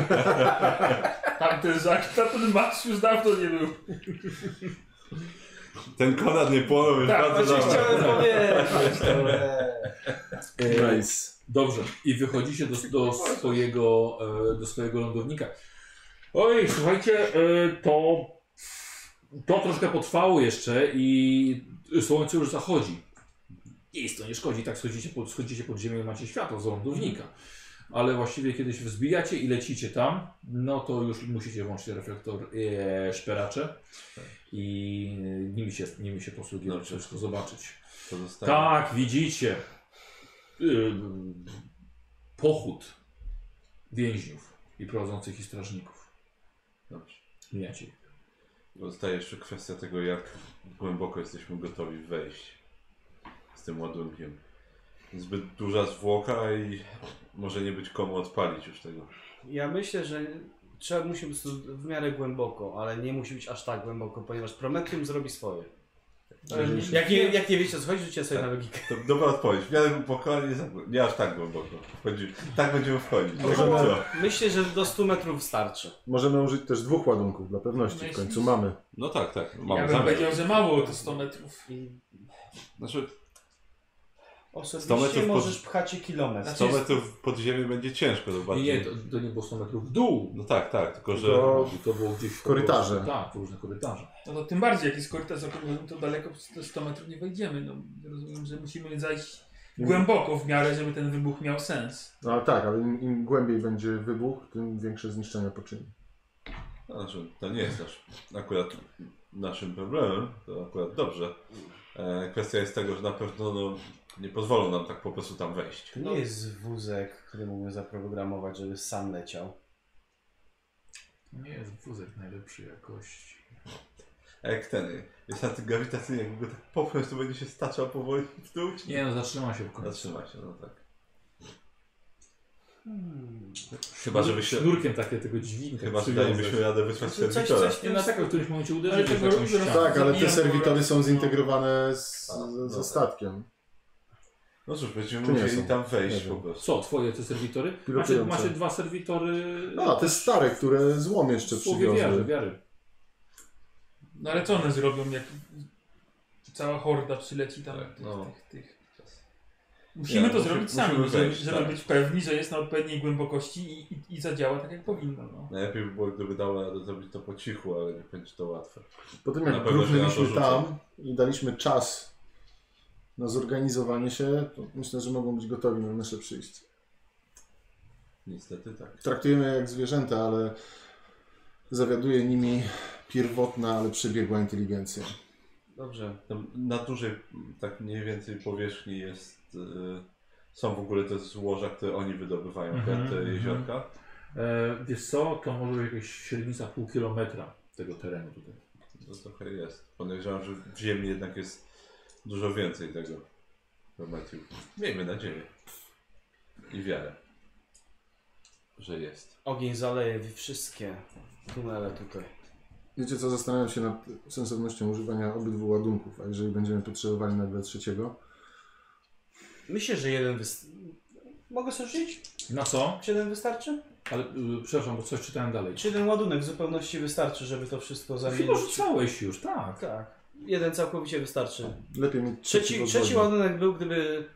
Tamten marsz już dawno nie był. Ten Konrad nie płonął już Tak, bardzo Właśnie dawno. chciałem powiedzieć. Nice. Dobrze. I wychodzicie do swojego lądownika. Oj, słuchajcie, to troszkę potrwało jeszcze i słońce już zachodzi. Nic to nie szkodzi, tak schodzicie pod ziemię i macie światło z lądownika. Ale właściwie kiedy się wzbijacie i lecicie tam, no to już musicie włączyć reflektor szperacze i nimi się posługiwać, No, żeby wszystko zobaczyć. To zostało. Tak, widzicie pochód więźniów i prowadzących ich strażników. Dobrze. Mijacie ich. Zostaje jeszcze kwestia tego, jak głęboko jesteśmy gotowi wejść z tym ładunkiem. Zbyt duża zwłoka i może nie być komu odpalić już tego. Ja myślę, że musi być w miarę głęboko, ale nie musi być aż tak głęboko, ponieważ Prometheum zrobi swoje. Ale Jak nie wiecie o co chodzi, rzućcie sobie na logikę. To dobra odpowiedź. W miarę głęboko, ale nie aż tak głęboko. Tak będziemy wchodzić. Około, myślę, że do 100 metrów starczy. Możemy użyć też 2 ładunków dla pewności. W końcu mamy. No tak. Ja Mamy bym zamiar. powiedział, że mało to 100 metrów. Znaczy, Osobiście 100 metrów możesz pchać i kilometr. 100 metrów pod ziemię będzie ciężko. To bardziej... Nie, to nie było 100 metrów w dół. No tak, tylko że... To To było gdzieś w korytarze. Tak, w różnych korytarzach. No to tym bardziej, jak jest korytarz zakrąglony, to daleko te 100 metrów nie wejdziemy. No, rozumiem, że musimy zajść głęboko w miarę, żeby ten wybuch miał sens. No tak, ale im głębiej będzie wybuch, tym większe zniszczenia poczyni. Znaczy, to nie jest akurat naszym problemem, to akurat dobrze. Kwestia jest tego, że na pewno nie pozwolą nam tak po prostu tam wejść. To nie jest wózek, który mógłbym zaprogramować, żeby sam leciał. To nie jest wózek najlepszej jakości. A jak ten jest antygrawitacyjny, jakby go tak popchnąć, to będzie się staczał powoli w dół? Czy Nie no, zatrzyma się w końcu. Zatrzyma się, no tak. Chyba, żeby się... Sznurkiem tego dźwignia. Chyba, że dalibyśmy radę wysłać Coś- serwitora. coś- Nie na taką w którymś momencie Ale uderzyć tego w jakąś zaraz- ścianę. Tak, ale te zabijam serwitory po są raz. zintegrowane no ze tak. statkiem. No cóż, będziemy Czy nie musieli są? tam Nie wejść wiem. po prostu. Co, twoje te serwitory? Pilotujące. Macie 2 serwitory... A, te stare, które złom jeszcze Słowie przywiozły. wiary. No ale co one zrobią, jak cała horda przyleci tam Tak, tych. Musimy to musimy- zrobić sami, musimy wejść, żeby tak. być pewni, że jest na odpowiedniej głębokości i zadziała tak jak powinno. No. Najlepiej by było, gdyby dała radę zrobić to po cichu, ale nie będzie to łatwe. Po tym Na jak pewno się na to grupnęliśmy rzucę. tam i daliśmy czas na zorganizowanie się, to myślę, że mogą być gotowi na nasze przyjście. Niestety tak. Traktujemy je jak zwierzęta, ale zawiaduje nimi pierwotna, ale przebiegła inteligencja. Dobrze. Tam na dużej, tak mniej więcej powierzchni jest... są w ogóle te złoża, które oni wydobywają, te jeziorka. Wiesz co, to może być jakaś średnica pół kilometra tego terenu tutaj. To trochę jest. Podejrzewam, że w ziemi jednak jest dużo więcej tego Prometheum. Miejmy nadzieję. I wiarę, że jest. Ogień zaleje wszystkie tunele tutaj. Wiecie co, zastanawiam się nad sensownością używania obydwu ładunków, a jeżeli będziemy potrzebowali nagle trzeciego, Myślę, że jeden Mogę sobie rzucić? Na co? Czy jeden wystarczy? Ale przepraszam, bo coś czytałem dalej. Czy jeden ładunek w zupełności wystarczy, żeby to wszystko Chyba zamienić? rzucałeś już, tak. Tak. Jeden całkowicie wystarczy. lepiej mieć Trzeci ładunek był, gdyby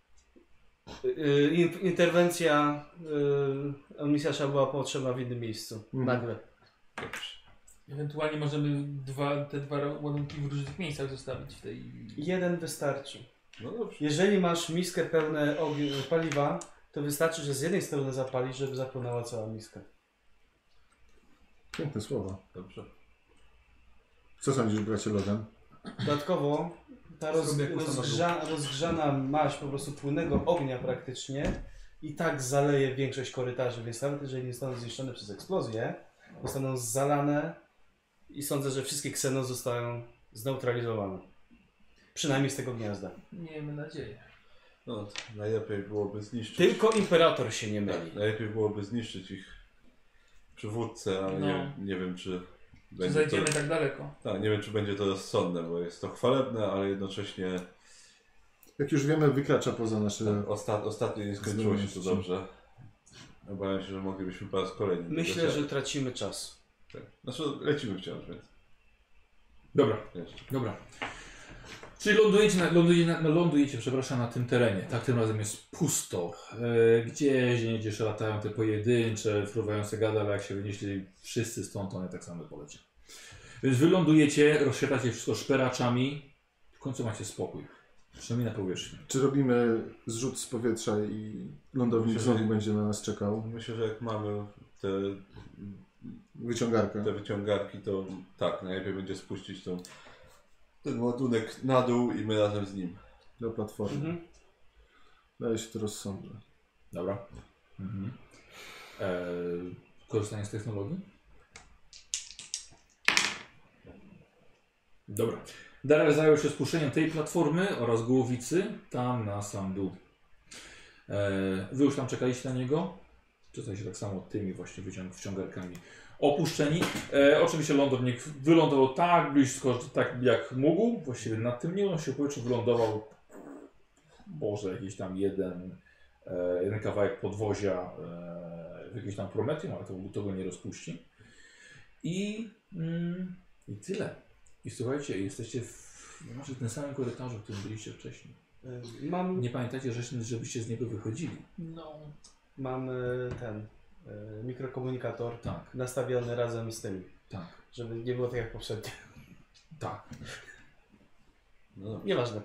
interwencja misjasza była potrzebna w innym miejscu. Nagle. Dobrze. Ewentualnie możemy te dwa ładunki w różnych miejscach zostawić w tej... Jeden wystarczy. No dobrze. Jeżeli masz miskę pełne paliwa, to wystarczy, że z jednej strony zapalisz, żeby zapłonęła cała miska. Piękne słowa. Dobrze. Co sądzisz, bracie Logan? Dodatkowo ta Zrobię jakąś rozgrzana maść po prostu płynnego ognia praktycznie i tak zaleje większość korytarzy, więc nawet jeżeli nie zostaną zniszczone przez eksplozję, zostaną zalane i sądzę, że wszystkie kseno zostają zneutralizowane. Przynajmniej z tego gniazda. Miejmy nadzieję. No, najlepiej byłoby zniszczyć. Tylko Imperator się nie myli. Najlepiej byłoby zniszczyć ich przywódcę, ale No. nie wiem, czy Czy będzie zajdziemy to... tak daleko? Tak, nie wiem, czy będzie to rozsądne, bo jest to chwalebne, ale jednocześnie Jak już wiemy, wykracza poza nasze... ostatnio nie skończyło się to dobrze. Obawiam się, że moglibyśmy po raz kolejny. Myślę, że tracimy czas. Tak. Znaczy, lecimy wciąż, więc. Dobra, Jeszcze. dobra. Czyli lądujecie, przepraszam, na tym terenie. Tak, tym razem jest pusto. Gdzieś jeszcze latają te pojedyncze, fruwające gada, ale jak się wynieśli wszyscy stąd, to one tak samo polecią. Więc wy lądujecie, rozświetlacie wszystko szperaczami. W końcu macie spokój. Przynajmniej na powierzchni. Czy robimy zrzut z powietrza i lądownik Myślę, że- znowu będzie na nas czekał? Myślę, że jak mamy te Wyciągarkę. wyciągarki, to tak, najlepiej będzie spuścić ten ładunek na dół i my razem z nim. Do platformy. Mhm. Daje się to rozsądne. Dobra. Mhm. Korzystanie z technologii? Dobra. Daryl zajął się spuszczeniem tej platformy oraz głowicy tam na sam dół. Wy już tam czekaliście na niego? Czasami tak samo tymi właśnie wciągarkami opuszczeni. Oczywiście lądownik wylądował tak blisko, tak jak mógł. Właściwie nad tym nie się powietrzu wylądował może jakiś tam jeden kawałek podwozia w jakimś tam Prometium, ale to go nie rozpuści. I tyle. I słuchajcie, jesteście w tym samym korytarzu, w którym byliście wcześniej. Mam, Nie pamiętajcie, żebyście z niego wychodzili. No. mam ten mikrokomunikator Tak, nastawiony razem z tym, tak, żeby nie było tak jak poprzednio. tak. No dobrze. Nieważne.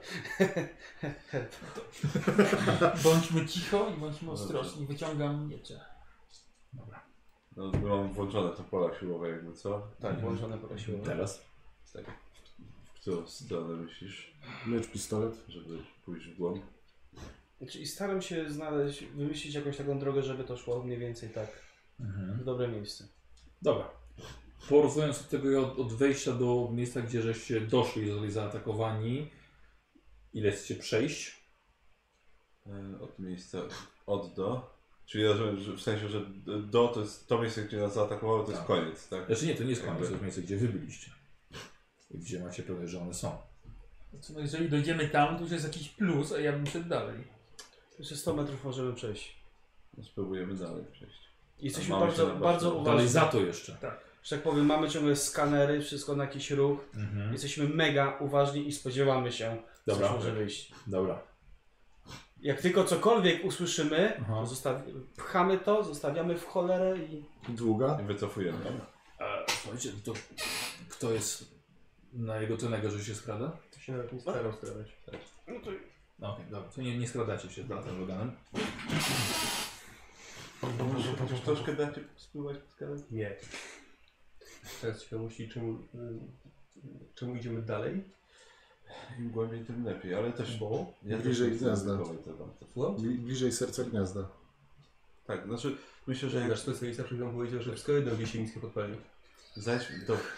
Bądźmy cicho i bądźmy ostrożni. Wyciągam miecze. Dobra. No, mam włączone to pola siłowe jakby, co? Tak, włączone prosiło. Teraz? Tak. W którą stronę myślisz, Miecz, pistolet. żeby pójść w głąb? Znaczy, i staram się wymyślić jakąś taką drogę, żeby to szło mniej więcej tak w dobre miejsce. Dobra. Porównując od tego od wejścia do miejsca, gdzie żeście doszli i zostali zaatakowani, ile chcecie przejść? Od miejsca od do. Czyli rozumiem, że w sensie, że do to jest to miejsce, gdzie nas zaatakowało, to jest Tak. koniec, tak? Znaczy nie, to nie jest koniec, to jest miejsce, gdzie wy byliście. I gdzie macie pewność, że one są. Znaczy, no jeżeli dojdziemy tam, to już jest jakiś plus, a ja bym szedł dalej. Jeszcze 100 metrów możemy przejść. No, spróbujemy dalej przejść. Jesteśmy Mamy się bardzo, na bardzo baczności. Dalej uważni. za to jeszcze. Że tak powiem, mamy ciągle skanery, wszystko na jakiś ruch. Mhm. Jesteśmy mega uważni i spodziewamy się, Dobra. co może wyjść. Dobra. Jak tylko cokolwiek usłyszymy, Aha. to pchamy to, zostawiamy w cholerę i... Długa. I wycofujemy. Słuchajcie, to kto jest na jego tonnego, że się skrada? To się nawet nie starał skradać. No okej, dobra. To nie skradacie się z bratem Loganem. Może chociaż troszkę dacie spływać pod skalę? Nie. Teraz ciekawości, czemu idziemy dalej? Im głębiej, tym lepiej, ale też... Bo? Ja Bliżej też nie chcę gniazda. ryzykować za bardzo. Słucham? Bliżej serca gniazda. Tak, znaczy myślę, że Że jak nasz specjalista przed chwilą powiedział, że wszystko jedno, gdzie się nic nie podpali. zaś...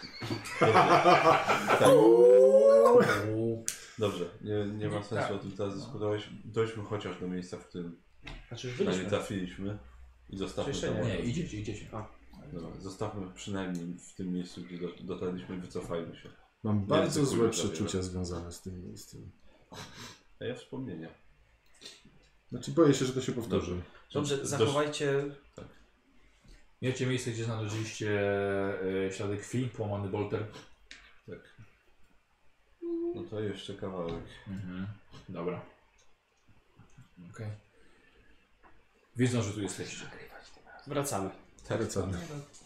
Dobrze, nie ma sensu Tak. o tym teraz dyskutować. Dojdźmy chociaż do miejsca, w którym Znaczy już na nie byliśmy. trafiliśmy i zostawmy Jeszcze tam. Nie, idziecie. Dobra, zostawmy przynajmniej w tym miejscu, gdzie dotarliśmy, wycofajmy się. Mam bardzo tylko złe już przeczucia zabiera. związane z tym miejscem. A ja wspomnienia. Znaczy boję się, że to się powtórzy. Dobrze, zachowajcie... Miecie miejsce, gdzie znaleźliście ślady krwi, połamany bolter. Tak. No to jeszcze kawałek. Mhm. Dobra. Okej. Wiedzą, że tu jesteście. Wracamy. Wracamy.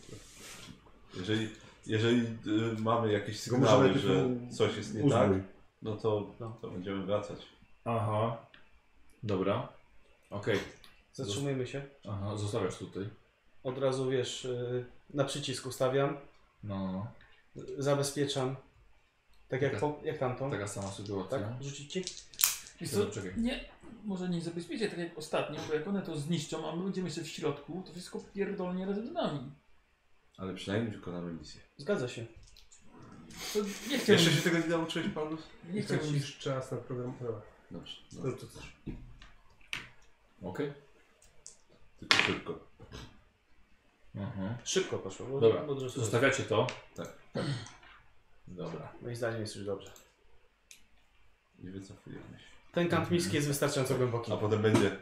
Jeżeli mamy jakieś Tylko może sygnały, najpierw że mu coś jest nie tak, Uzbrój. no to będziemy wracać. Aha. Dobra. Okej. Zatrzymujemy się. Aha, zostawiasz tutaj. Od razu, wiesz, na przycisk ustawiam. No. Zabezpieczam. Tak jak, jak tamtą. Taka sama sytuacja. Tak? Rzucić ci? Wiesz co, Czekaj. nie, może nie zabezpieczę tak jak ostatnio, bo jak one to zniszczą, a my będziemy jeszcze w środku, to wszystko pierdolnie razem z nami. Ale przynajmniej wykonamy misję. Zgadza się. To nie chciałbym, Jeszcze się tego nie nauczyłeś, Paulus? nie chciałbym Tracisz czas na program. Dobrze. No, No to coś. Okej. tylko szybko. Mhm. Szybko poszło. Bo, Dobra. bo dużo- Zostawiacie to? Tak. Dobra. Moim zdaniem jest już dobrze. I wycofujemy się. Ten kant miski jest wystarczająco głęboki. A potem będzie...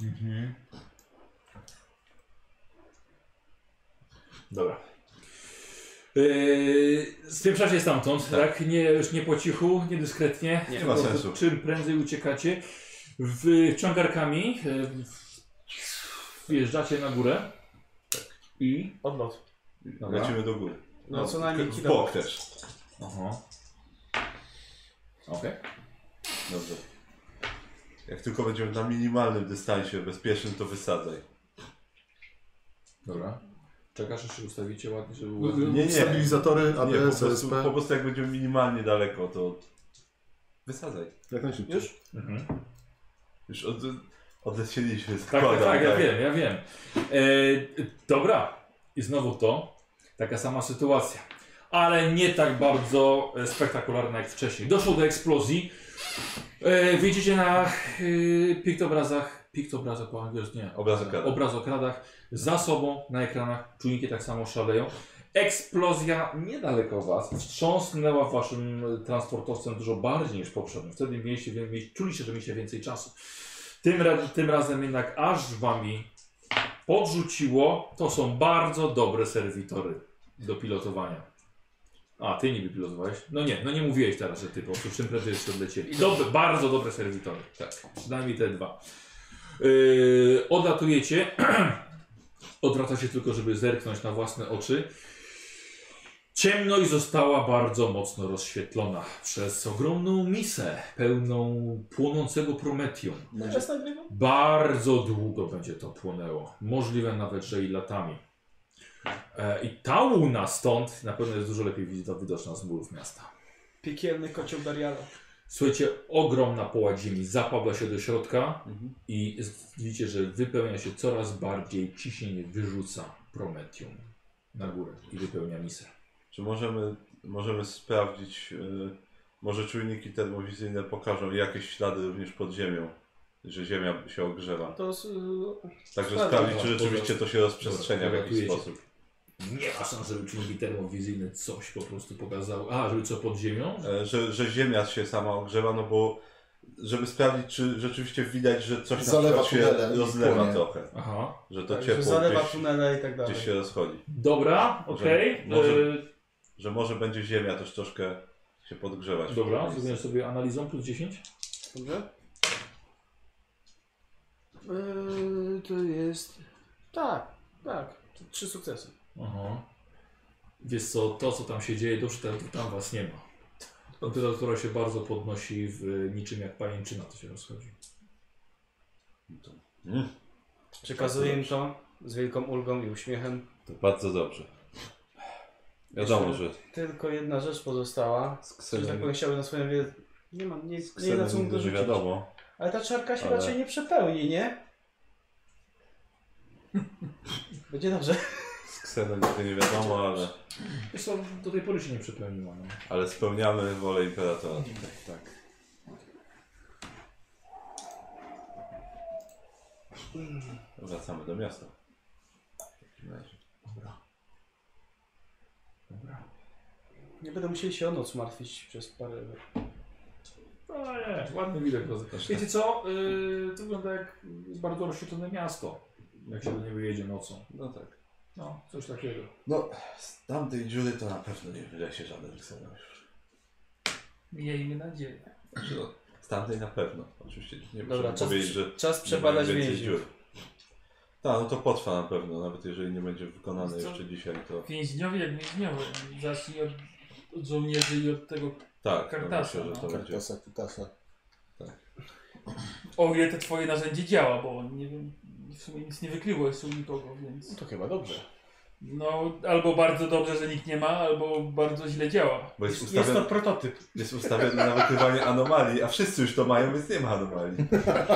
Dobra. Spieprzacie stamtąd, tak? Już nie po cichu, nie dyskretnie. Nie ma sensu. Czym prędzej uciekacie. Wciągarkami wjeżdżacie na górę. I... Odlot. Dobra. Lecimy do góry. No co najmniej w bok kilometr. też. Aha. Okej. Dobrze. Jak tylko będziemy na minimalnym dystansie bezpiecznym, to wysadzaj. Dobra. Czekasz, aż się ustawicie ładnie, żeby było ładnie. Nie, nie. Stabilizatory, Nie, po ABS, prostu, SP. po prostu jak będziemy minimalnie daleko, to wysadzaj. Jak najszybciej. Już? Mhm. Już odlecieliśmy. Tak, ja wiem. Dobra. I znowu to. Taka sama sytuacja. Ale nie tak bardzo spektakularna jak wcześniej. Doszło do eksplozji. Widzicie na piktobrazach, po angielsku nie, obrazokradach, za sobą na ekranach, czujniki tak samo szaleją. Eksplozja niedaleko was wstrząsnęła waszym transportowcem dużo bardziej niż poprzednio. Wtedy czuliście, że mieliście więcej czasu. Tym razem jednak aż wami podrzuciło. To są bardzo dobre serwitory do pilotowania. A, ty niby pilotowałeś? No nie mówiłeś teraz, że ty po prostu czym prędzej jeszcze odlecieli. Bardzo dobre serwitory. Tak, przynajmniej te dwa. Odlatujecie. Odwracacie tylko, żeby zerknąć na własne oczy. Ciemność została bardzo mocno rozświetlona przez ogromną misę pełną płonącego prometium. Bardzo długo będzie to płonęło. Możliwe nawet, że i latami. I ta łuna stąd na pewno jest dużo lepiej widoczna z murów miasta. Piekielny kocioł Dariala. Słuchajcie, ogromna połać ziemi zapadła się do środka i widzicie, że wypełnia się coraz bardziej, ciśnienie wyrzuca prometium na górę i wypełnia misę. Czy możemy sprawdzić, może czujniki termowizyjne pokażą jakieś ślady również pod ziemią, że ziemia się ogrzewa. Także sprawdzić, czy rzeczywiście to się rozprzestrzenia w jakiś sposób. Nie ma szans, żeby czujniki termowizyjne coś po prostu pokazały. Żeby co pod ziemią? Że ziemia się sama ogrzewa, no bo żeby sprawdzić, czy rzeczywiście widać, że coś Zalewa na przykład się rozlewa trochę. Aha. Że to Tak, ciepło że zalewa tunele i tak dalej. gdzieś się rozchodzi. Dobra, okej. Że może będzie ziemia też troszkę się podgrzewać. Dobra, zrobimy sobie analizą plus 10. Dobrze? To jest... Tak. 3 sukcesy. Aha. Wiesz co, to co tam się dzieje, tam was nie ma. Temperatura się bardzo podnosi niczym jak pajęczyna, to się rozchodzi. Przekazuję im to z wielką ulgą i uśmiechem. To bardzo dobrze. Wiadomo, że Tylko jedna rzecz pozostała. Że tak powiem, chciałbym na swoją wiedzę. Nie mam, nie na co mu nie dorzucić. wiadomo. Ale ta czarka się Ale- raczej nie przepełni, nie? Będzie dobrze. Z Ksenem nigdy nie wiadomo, Wiesz co, do tej pory się nie przepełniła. No. ale spełniamy wolę imperatora. Tak. Wracamy do miasta. Dobra. Nie będę musieli się o noc martwić przez parę... No nie, ładny widok. Wiecie co, to wygląda jak bardzo rozświetlone miasto, jak się do niego jedzie nocą. No tak. No, coś takiego. No, z tamtej dziury to na pewno nie wyda się żaden scenariusz. Miejmy nadzieję. Znaczy, no, z tamtej na pewno. Oczywiście nie Dobra, możemy powiedzieć, że czas nie przebadać mają więcej więźniów. dziur. Tak, no to potrwa na pewno, nawet jeżeli nie będzie wykonane Wiesz co? jeszcze dzisiaj, to Więźniowie jak więźniowie. Zacznij od żołnierzy i od tego tak, Kartasa, myślę, że to no. będzie. Kartasa, kutasa. o ile te twoje narzędzie działa, bo nie wiem, w sumie nic nie wykryło jeszcze u nikogo, więc... To chyba dobrze. No, albo bardzo dobrze, że nikt nie ma, albo bardzo źle działa. Bo jest Jest to ustawiony, prototyp. jest ustawiony na wykrywanie anomalii, a wszyscy już to mają, więc nie ma anomalii.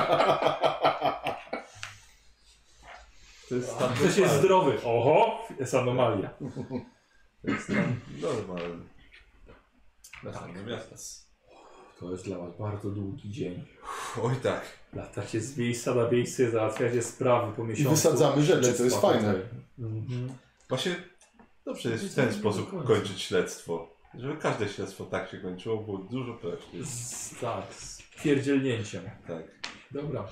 To jest stan Ktoś jest normalny. zdrowy. Oho, jest anomalia. To jest stan normalny. Wracamy do miasta. To jest dla was bardzo długi dzień. Oj tak. Latacie z miejsca na miejsce, załatwiacie sprawy po I miesiącu. wysadzamy rzeczy, to jest śledztwa fajne. tutaj. Mhm. Właśnie dobrze jest w ten sposób kończyć śledztwo. Żeby każde śledztwo tak się kończyło, było dużo prościej. Tak, z pierdzielnięciem. Tak. Dobra.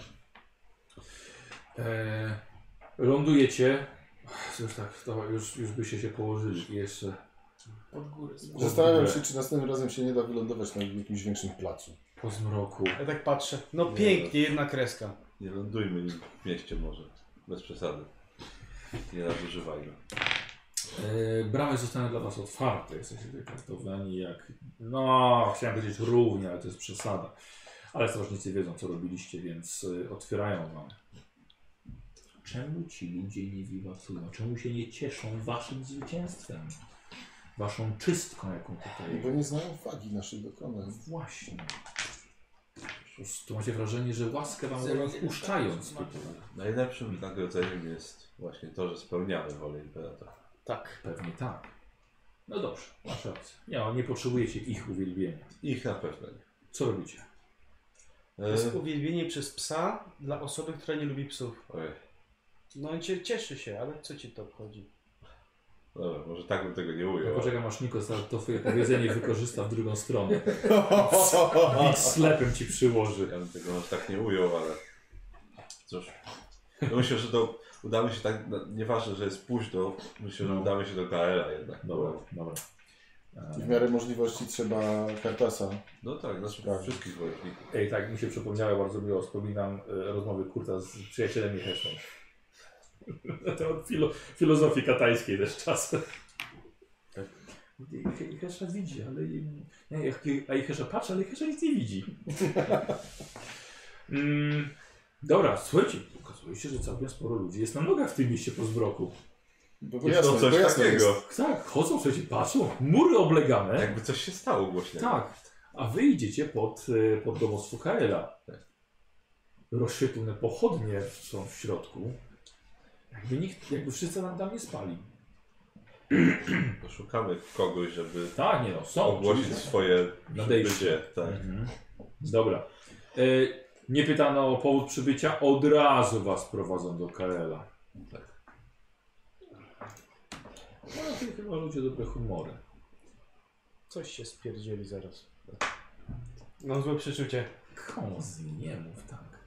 Lądujecie. Już tak, to już byście się położyli i jeszcze Pod górę. Zastanawiam się, czy następnym razem się nie da wylądować na jakimś większym placu. Po zmroku. Ja tak patrzę. No pięknie, jedna kreska. Nie lądujmy nim w mieście może. Bez przesady. Nie nadużywajmy. Bramy zostaną dla was otwarte. Jesteście wykartowani jak... No, chciałem powiedzieć równie, ale to jest przesada. Ale strażnicy wiedzą, co robiliście, więc otwierają wam. Czemu ci ludzie nie wiwatują? Czemu się nie cieszą waszym zwycięstwem? Waszą czystką, jaką tutaj... Bo nie znają wagi naszych dokonań. Właśnie. Po prostu macie wrażenie, że łaskę wam robią wpuszczając tutaj. Najlepszym wynagrodzeniem jest właśnie to, że spełniamy wolę imperatora. Tak. Pewnie tak. No dobrze, masz rację. Nie potrzebujecie ich uwielbienia. Ich na pewno nie. Co robicie? To jest uwielbienie przez psa dla osoby, która nie lubi psów. Ojej. No i cieszy się, ale co ci to obchodzi? Dobra, może tak bym tego nie Ja ujął. poczekam aż Nikos to swoje powiedzenie wykorzysta w drugą stronę. Big slepem ci przyłoży. Ja bym tego może tak nie ujął, ale cóż. No myślę, że udamy się tak, no, nieważne, że jest późno, myślę, że udamy się do KL-a jednak. Dobra, dobra. I w miarę możliwości trzeba Kartasa. No tak, znaczy Tak. wszystkich wojowników. Ej, tak, mi się przypomniało, bardzo miło wspominam rozmowy Kurta z przyjacielem Jeheszem. Na temat filozofii katańskiej też czasem. Tak. Jehesza widzi, ale... A Jehesza patrzy, ale Jehesza nic nie widzi. Dobra, słuchajcie, okazuje się, że całkiem sporo ludzi jest na nogach w tym mieście po zmroku. Bo Jest to coś jasne takiego. jest. Tak, chodzą, słuchajcie, patrzą, mury oblegane. Jakby coś się stało głośnego. Tak, a wy idziecie pod domostwo Kaela. Rozświetlone pochodnie są w środku. Jakby wszyscy tam nie spali. Poszukamy kogoś, żeby Tak, nie no, są. ogłosić oczywiście. swoje Nadejście. przybycie. Tak. Mhm. Dobra. Nie pytano o powód przybycia, od razu was prowadzą do Kaela. Tak. No, to chyba ludzie dobre humory. Coś się spierdzieli zaraz. No złe przeczucie. Kozi, nie mów tak.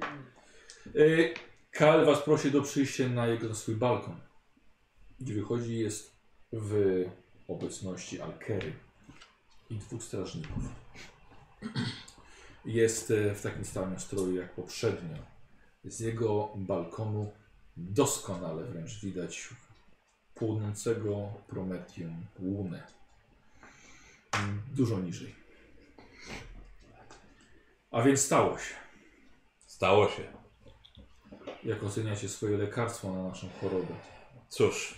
Kael was prosi do przyjścia na swój balkon, gdzie wychodzi jest w obecności Alkery i 2 strażników. Jest w takim samym stroju jak poprzednio. Z jego balkonu doskonale wręcz widać płonącego Prometium łunę. Dużo niżej. A więc stało się. Stało się. Jak oceniacie swoje lekarstwo na naszą chorobę? Cóż.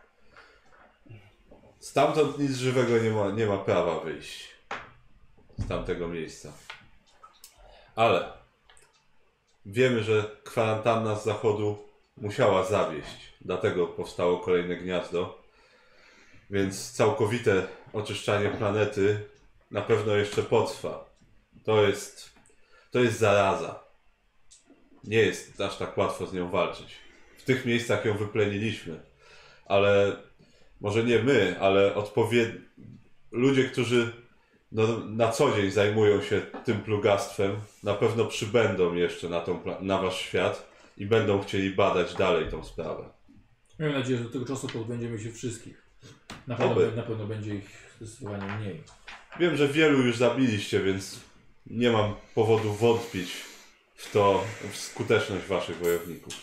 Stamtąd nic żywego nie ma prawa wyjść. Z tamtego miejsca. Ale wiemy, że kwarantanna z zachodu musiała zawieść. Dlatego powstało kolejne gniazdo. Więc całkowite oczyszczanie planety na pewno jeszcze potrwa. To jest zaraza. Nie jest aż tak łatwo z nią walczyć. W tych miejscach ją wypleniliśmy. Ale może nie my, ale ludzie, którzy na co dzień zajmują się tym plugastwem, na pewno przybędą jeszcze na wasz świat i będą chcieli badać dalej tą sprawę. Miejmy nadzieję, że do tego czasu pozbędziemy się wszystkich. Na pewno będzie ich zdecydowanie mniej. Wiem, że wielu już zabiliście, więc nie mam powodu wątpić w skuteczność waszych wojowników.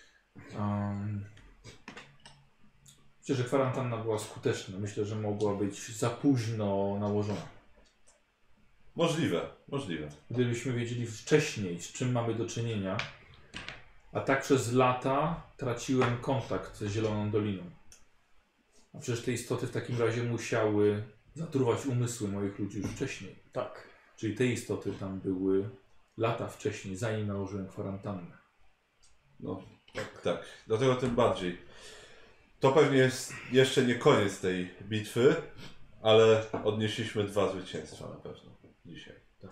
Myślę, że kwarantanna była skuteczna. Myślę, że mogła być za późno nałożona. Możliwe. Gdybyśmy wiedzieli wcześniej, z czym mamy do czynienia, a tak przez lata traciłem kontakt ze Zieloną Doliną. A przecież te istoty w takim razie musiały zatruwać umysły moich ludzi już wcześniej. Tak. Czyli te istoty tam były lata wcześniej, zanim nałożyłem kwarantannę. No, tak. Dlatego tym bardziej. To pewnie jest jeszcze nie koniec tej bitwy, ale odnieśliśmy 2 zwycięstwa na pewno dzisiaj. Tak.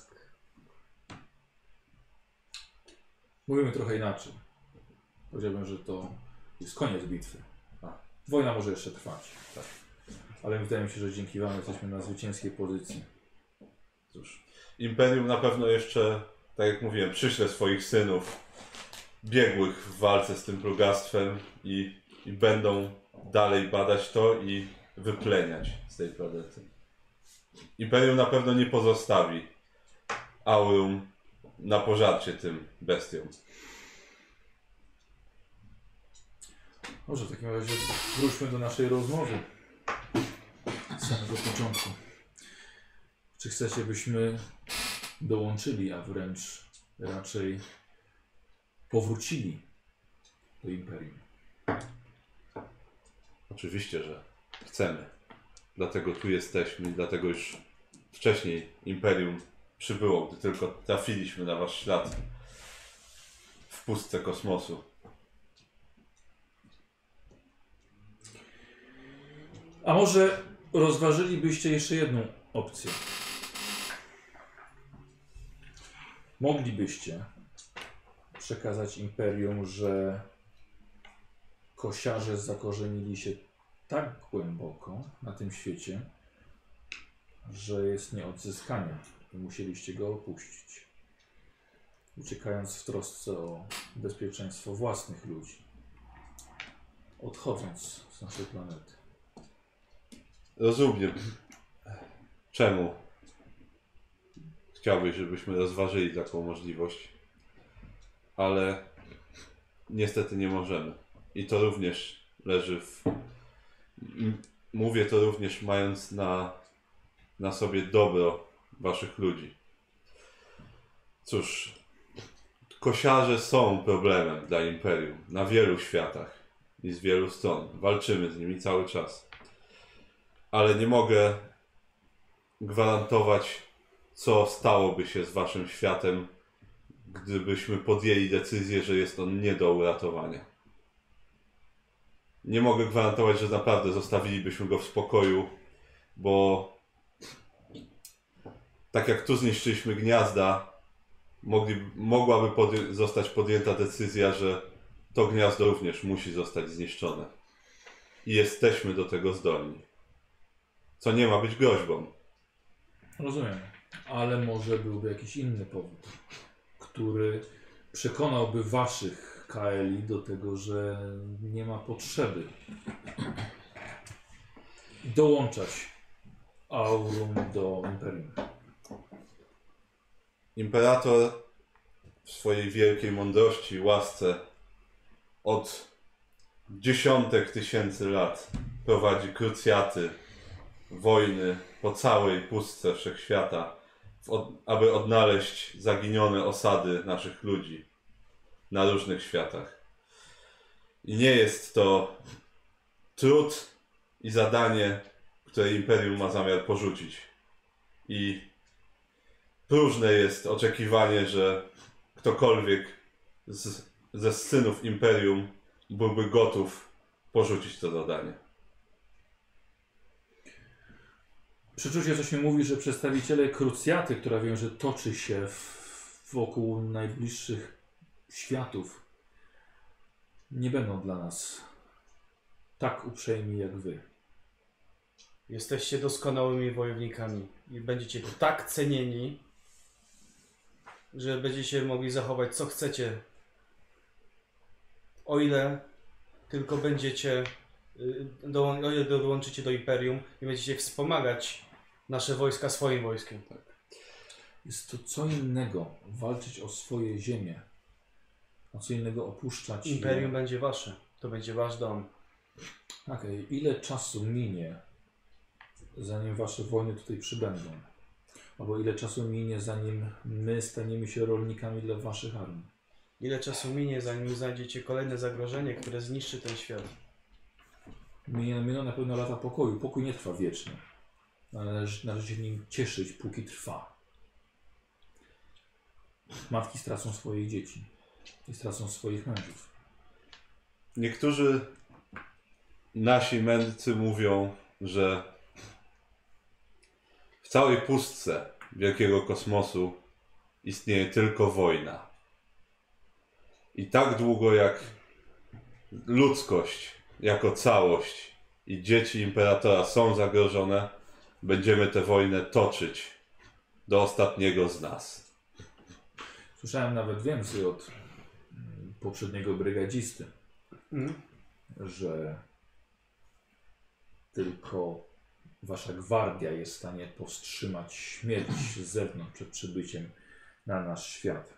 Mówimy trochę inaczej. Powiedziałbym, że to jest koniec bitwy. Wojna może jeszcze trwać. Tak. Ale wydaje mi się, że dzięki wam jesteśmy na zwycięskiej pozycji. Cóż, Imperium na pewno jeszcze, tak jak mówiłem, przyśle swoich synów biegłych w walce z tym plugastwem i będą dalej badać to i wypleniać z tej planety. Imperium na pewno nie pozostawi Aurum na pożarcie tym bestiom. Może w takim razie wróćmy do naszej rozmowy z samego początku. Czy chcecie, byśmy dołączyli, a wręcz raczej powrócili do Imperium? Oczywiście, że chcemy. Dlatego tu jesteśmy, dlatego już wcześniej Imperium przybyło, gdy tylko trafiliśmy na wasz ślad w pustce kosmosu. A może rozważylibyście jeszcze jedną opcję? Moglibyście przekazać Imperium, że kosiarze zakorzenili się tak głęboko na tym świecie, że jest nie odzyskania i musieliście go opuścić, uciekając w trosce o bezpieczeństwo własnych ludzi, odchodząc z naszej planety. Rozumiem. Czemu chciałbyś, żebyśmy rozważyli taką możliwość, ale niestety nie możemy. I to również leży w... Mówię to również mając na sobie dobro waszych ludzi. Cóż, kosiarze są problemem dla Imperium na wielu światach i z wielu stron. Walczymy z nimi cały czas. Ale nie mogę gwarantować, co stałoby się z waszym światem, gdybyśmy podjęli decyzję, że jest on nie do uratowania. Nie mogę gwarantować, że naprawdę zostawilibyśmy go w spokoju, bo tak jak tu zniszczyliśmy gniazda, mogłaby zostać podjęta decyzja, że to gniazdo również musi zostać zniszczone. I jesteśmy do tego zdolni. Co nie ma być groźbą. Rozumiem, ale może byłby jakiś inny powód, który przekonałby waszych KLI do tego, że nie ma potrzeby dołączać Aurum do Imperium. Imperator w swojej wielkiej mądrości, łasce od dziesiątek tysięcy lat prowadzi krucjaty, wojny po całej pustce wszechświata, aby odnaleźć zaginione osady naszych ludzi na różnych światach. I nie jest to trud i zadanie, które Imperium ma zamiar porzucić. I próżne jest oczekiwanie, że ktokolwiek ze synów Imperium byłby gotów porzucić to zadanie. Przeczucie coś mi mówi, że przedstawiciele krucjaty, która wiem, że toczy się wokół najbliższych światów, nie będą dla nas tak uprzejmi jak wy. Jesteście doskonałymi wojownikami i będziecie tak cenieni, że będziecie mogli zachować co chcecie, o ile tylko będziecie, o ile dołączycie do Imperium i będziecie wspomagać nasze wojska swoim wojskiem. Tak. Jest to co innego walczyć o swoje ziemię, a co innego opuszczać Imperium będzie wasze, to będzie wasz dom. Tak, ile czasu minie, zanim wasze wojny tutaj przybędą? Albo ile czasu minie, zanim my staniemy się rolnikami dla waszych armii? Ile czasu minie, zanim znajdziecie kolejne zagrożenie, które zniszczy ten świat? Miną na pewno lata pokoju. Pokój nie trwa wiecznie. Należy się nim cieszyć, póki trwa. Matki stracą swoich dzieci i stracą swoich mężów. Niektórzy nasi mędrcy mówią, że w całej pustce wielkiego kosmosu istnieje tylko wojna. I tak długo jak ludzkość jako całość i dzieci Imperatora są zagrożone, będziemy tę wojnę toczyć do ostatniego z nas. Słyszałem nawet więcej od poprzedniego brygadzisty, że tylko wasza gwardia jest w stanie powstrzymać śmierć z zewnątrz przed przybyciem na nasz świat.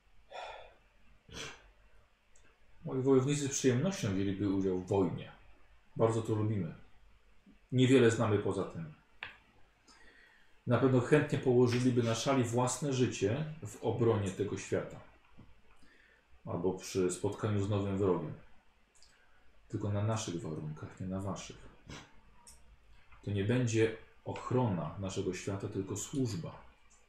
Moi wojownicy z przyjemnością wzięliby udział w wojnie. Bardzo to lubimy. Niewiele znamy poza tym. Na pewno chętnie położyliby na szali własne życie w obronie tego świata. Albo przy spotkaniu z nowym wrogiem. Tylko na naszych warunkach, nie na waszych. To nie będzie ochrona naszego świata, tylko służba.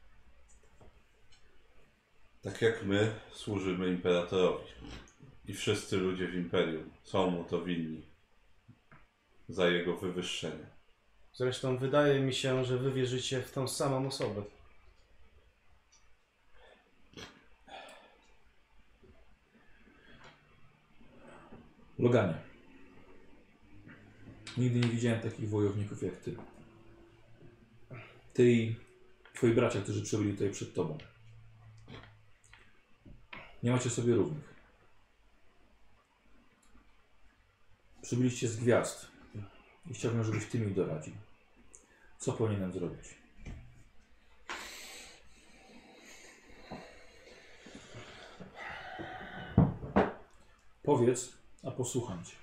Tak jak my służymy imperatorowi. I wszyscy ludzie w imperium są mu to winni. Za jego wywyższenie. Zresztą wydaje mi się, że wy wierzycie w tą samą osobę. Loganie. Nigdy nie widziałem takich wojowników jak ty. Ty i twoi bracia, którzy przybyli tutaj przed tobą. Nie macie sobie równych. Przybyliście z gwiazd i chciałbym, żebyś ty mi doradził. Co powinienem zrobić? Powiedz, a posłucham cię.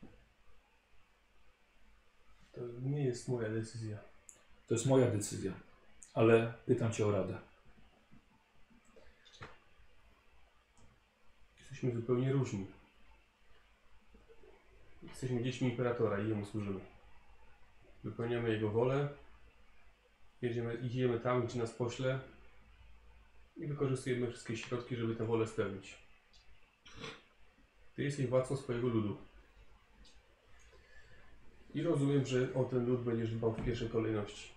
To nie jest moja decyzja. To jest moja decyzja, ale pytam cię o radę. Jesteśmy zupełnie różni. Jesteśmy dziećmi imperatora i jemu służymy. Wypełniamy jego wolę, idziemy tam, gdzie nas pośle i wykorzystujemy wszystkie środki, żeby tę wolę spełnić. Ty jesteś władcą swojego ludu. I rozumiem, że o ten lud będziesz dbał w pierwszej kolejności.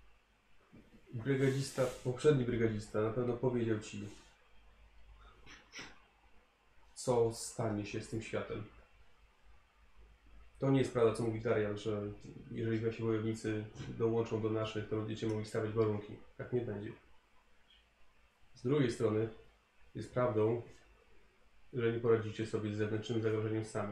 Poprzedni brygadzista na pewno powiedział ci, co stanie się z tym światem. To nie jest prawda, co mówi Darian, że jeżeli wasi wojownicy dołączą do naszych, to będziecie mogli stawiać warunki. Tak nie będzie. Z drugiej strony jest prawdą, że nie poradzicie sobie z zewnętrznym zagrożeniem sami.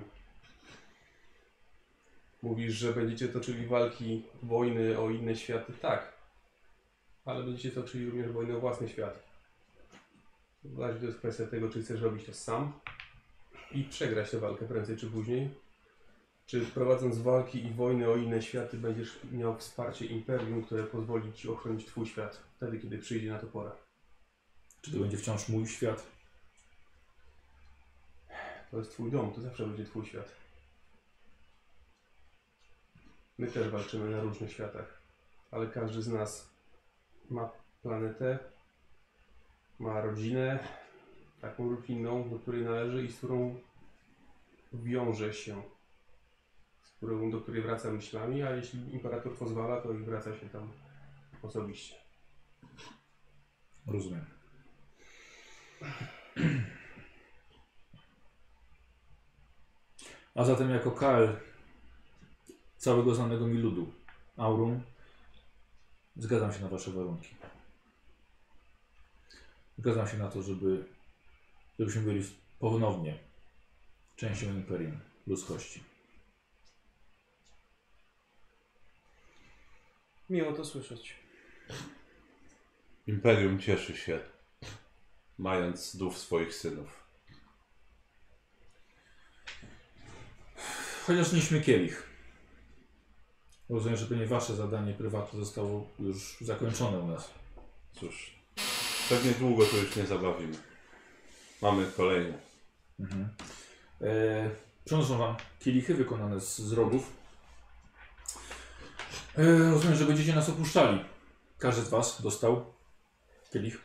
Mówisz, że będziecie toczyli walki, wojny o inne światy. Tak. Ale będziecie toczyli również wojnę o własny świat. W razie to jest kwestia tego, czy chcesz robić to sam i przegrać tę walkę prędzej czy później. Czy prowadząc walki i wojny o inne światy będziesz miał wsparcie imperium, które pozwoli ci ochronić twój świat wtedy, kiedy przyjdzie na to pora. Czy to będzie wciąż mój świat? To jest twój dom, to zawsze będzie twój świat. My też walczymy na różnych światach, ale każdy z nas ma planetę, ma rodzinę, taką lub inną, do której należy i z którą wiąże się, do której wraca myślami, a jeśli imperator pozwala, to i wraca się tam osobiście. Rozumiem. A zatem jako Kael całego znanego mi ludu, Aurum, zgadzam się na wasze warunki. Zgadzam się na to, żebyśmy byli ponownie częścią imperium ludzkości. Miło to słyszeć. Imperium cieszy się, mając znów swoich synów. Chociaż nieśmy kielich. Rozumiem, że pewnie wasze zadanie prywatne zostało już zakończone u nas. Cóż, pewnie długo to już nie zabawimy. Mamy kolejne. Mhm. Przynoszą wam kielichy wykonane z rogów. Rozumiem, że będziecie nas opuszczali. Każdy z was dostał kielich.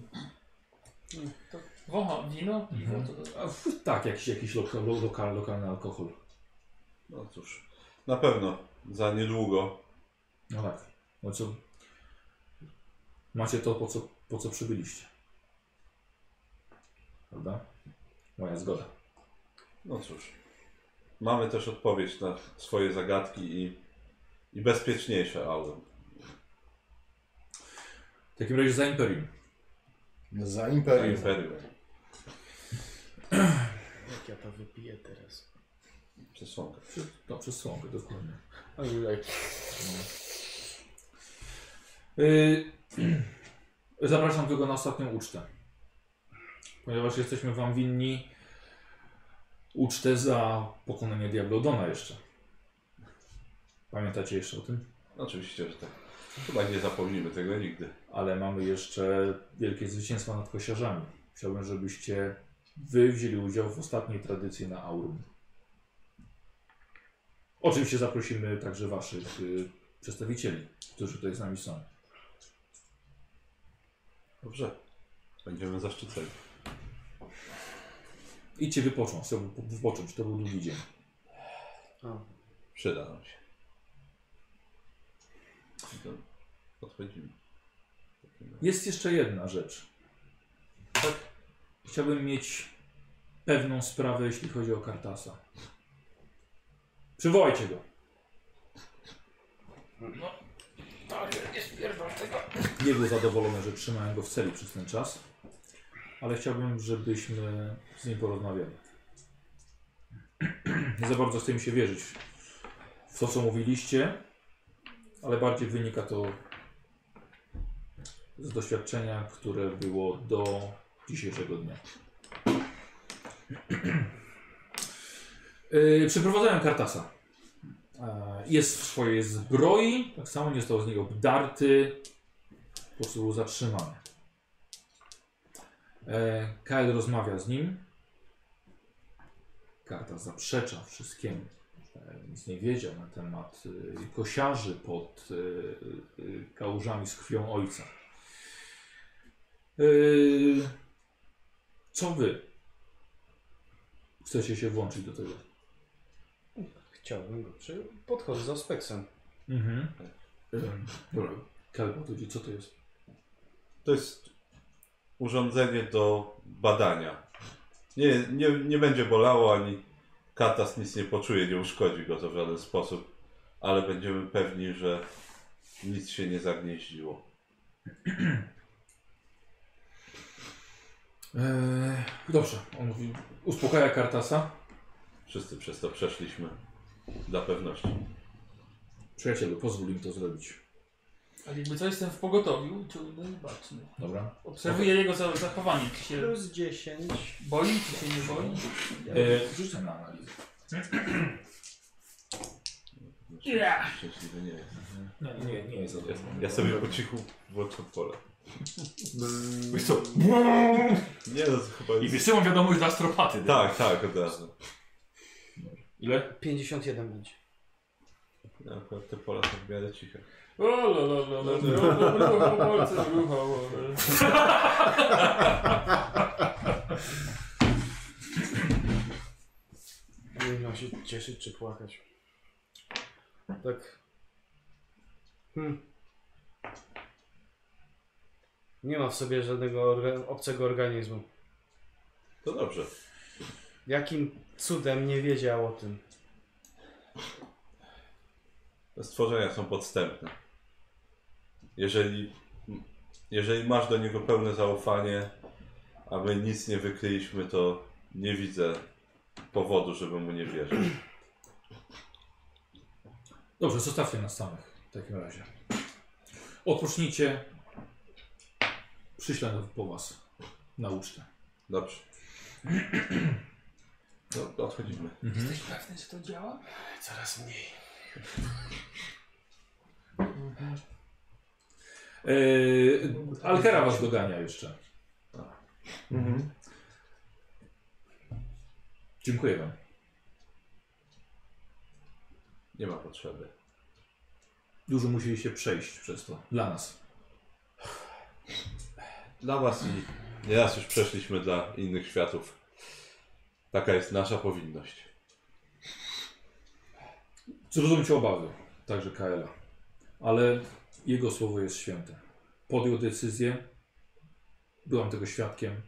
To wącha wino, piwo, Tak, jakiś lokalny alkohol. No cóż, na pewno za niedługo. No tak. No co? Macie to, po co przybyliście. Prawda? Moja zgoda. No cóż, mamy też odpowiedź na swoje zagadki i bezpieczniejsze aury. W takim razie za Imperium. Za imperium. Imperium. Jak ja to wypiję teraz? Przesłonka. No, przez słomkę, dokładnie. Ojej. Zapraszam tylko na ostatnią ucztę. Ponieważ jesteśmy wam winni ucztę za pokonanie Diablodona jeszcze. Pamiętacie jeszcze o tym? Oczywiście, że tak. Chyba nie zapomnimy tego nigdy. Ale mamy jeszcze wielkie zwycięstwo nad kosiarzami. Chciałbym, żebyście wy wzięli udział w ostatniej tradycji na Aurum. Oczywiście zaprosimy także waszych przedstawicieli, którzy tutaj z nami są. Dobrze. Będziemy zaszczyceni. Idźcie wypocząć, sobie wypocząć. To był długi dzień. Przyda nam się. I to odchodzimy. Jest jeszcze jedna rzecz. Tak? Chciałbym mieć pewną sprawę, jeśli chodzi o Kartasa. Przywołajcie go. No, tak, nie spierdol tego. Nie był zadowolony, że trzymałem go w celi przez ten czas, ale chciałbym, żebyśmy z nim porozmawiali. Nie za bardzo chcę mi się wierzyć w to, co mówiliście, ale bardziej wynika to z doświadczenia, które było do dzisiejszego dnia. Przyprowadzałem Kartasa. Jest w swojej zbroi, tak samo nie został z niego obdarty, po prostu był zatrzymany. Kyle rozmawia z nim. Kartas zaprzecza wszystkiemu. Nic nie wiedział na temat kosiarzy pod kałużami z krwią ojca. Co wy? Chcecie się włączyć do tego? Chciałbym go podchodzę z Ospeksem. Mhm. Dobra. Kyle podchodzi, co to jest? To jest urządzenie do badania. Nie będzie bolało, ani Kartas nic nie poczuje, nie uszkodzi go to w żaden sposób, ale będziemy pewni, że nic się nie zagnieździło. Dobrze, on mówi, uspokaja Kartasa. Wszyscy przez to przeszliśmy dla pewności. Przyjacielu, pozwól im to zrobić. Ale jakby co, jestem w pogotowiu, czujny i baczny. Dobra. Obserwuję jego zachowanie, czy się Plus 10. boi, czy się nie boi. Rzucę na analizę. Szczęśliwy nie jest. Nie jest zadowolony. Ja sobie po cichu włączam pole. Wiesz co? Nie, no to chyba I jest... wysyłam wiadomość dla astropaty. Tak, od razu. Ile? 51 będzie. Ja akurat te pola są w miarę ciche. O la la la Nie wiem, mam się cieszyć czy płakać. Tak. Nie ma w sobie żadnego obcego organizmu. To dobrze. Jakim cudem nie wiedział o tym? Te stworzenia są podstępne. Jeżeli masz do niego pełne zaufanie, a my nic nie wykryliśmy, to nie widzę powodu, żeby mu nie wierzyć. Dobrze, zostawcie nas samych w takim razie. Odpocznijcie. Przyślę po was na ucztę. Dobrze. No, odchodzimy. Jesteś pewny, że to działa? Coraz mniej. Alkera was dogania jeszcze. Dziękuję wam. Nie ma potrzeby. Dużo musieliście przejść przez to. Dla nas. Dla was i nieraz już przeszliśmy dla innych światów. Taka jest nasza powinność. Zrozumcie obawy, także Kaela. Ale jego słowo jest święte. Podjął decyzję. Byłam tego świadkiem.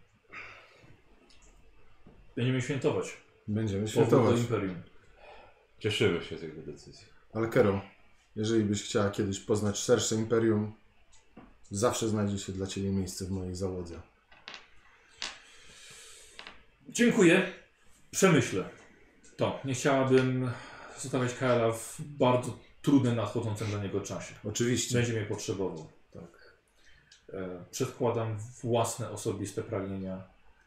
Będziemy świętować. Będziemy Powrót świętować. do Imperium. Cieszymy się z jego decyzji. Ale Kero, jeżeli byś chciała kiedyś poznać szersze imperium, zawsze znajdzie się dla Ciebie miejsce w mojej załodze. Dziękuję. Przemyślę. To, nie chciałabym zostawiać Kaela w bardzo trudnym, nadchodzącym dla niego czasie. Oczywiście. Będzie mnie potrzebował. Tak. Przedkładam własne osobiste pragnienia.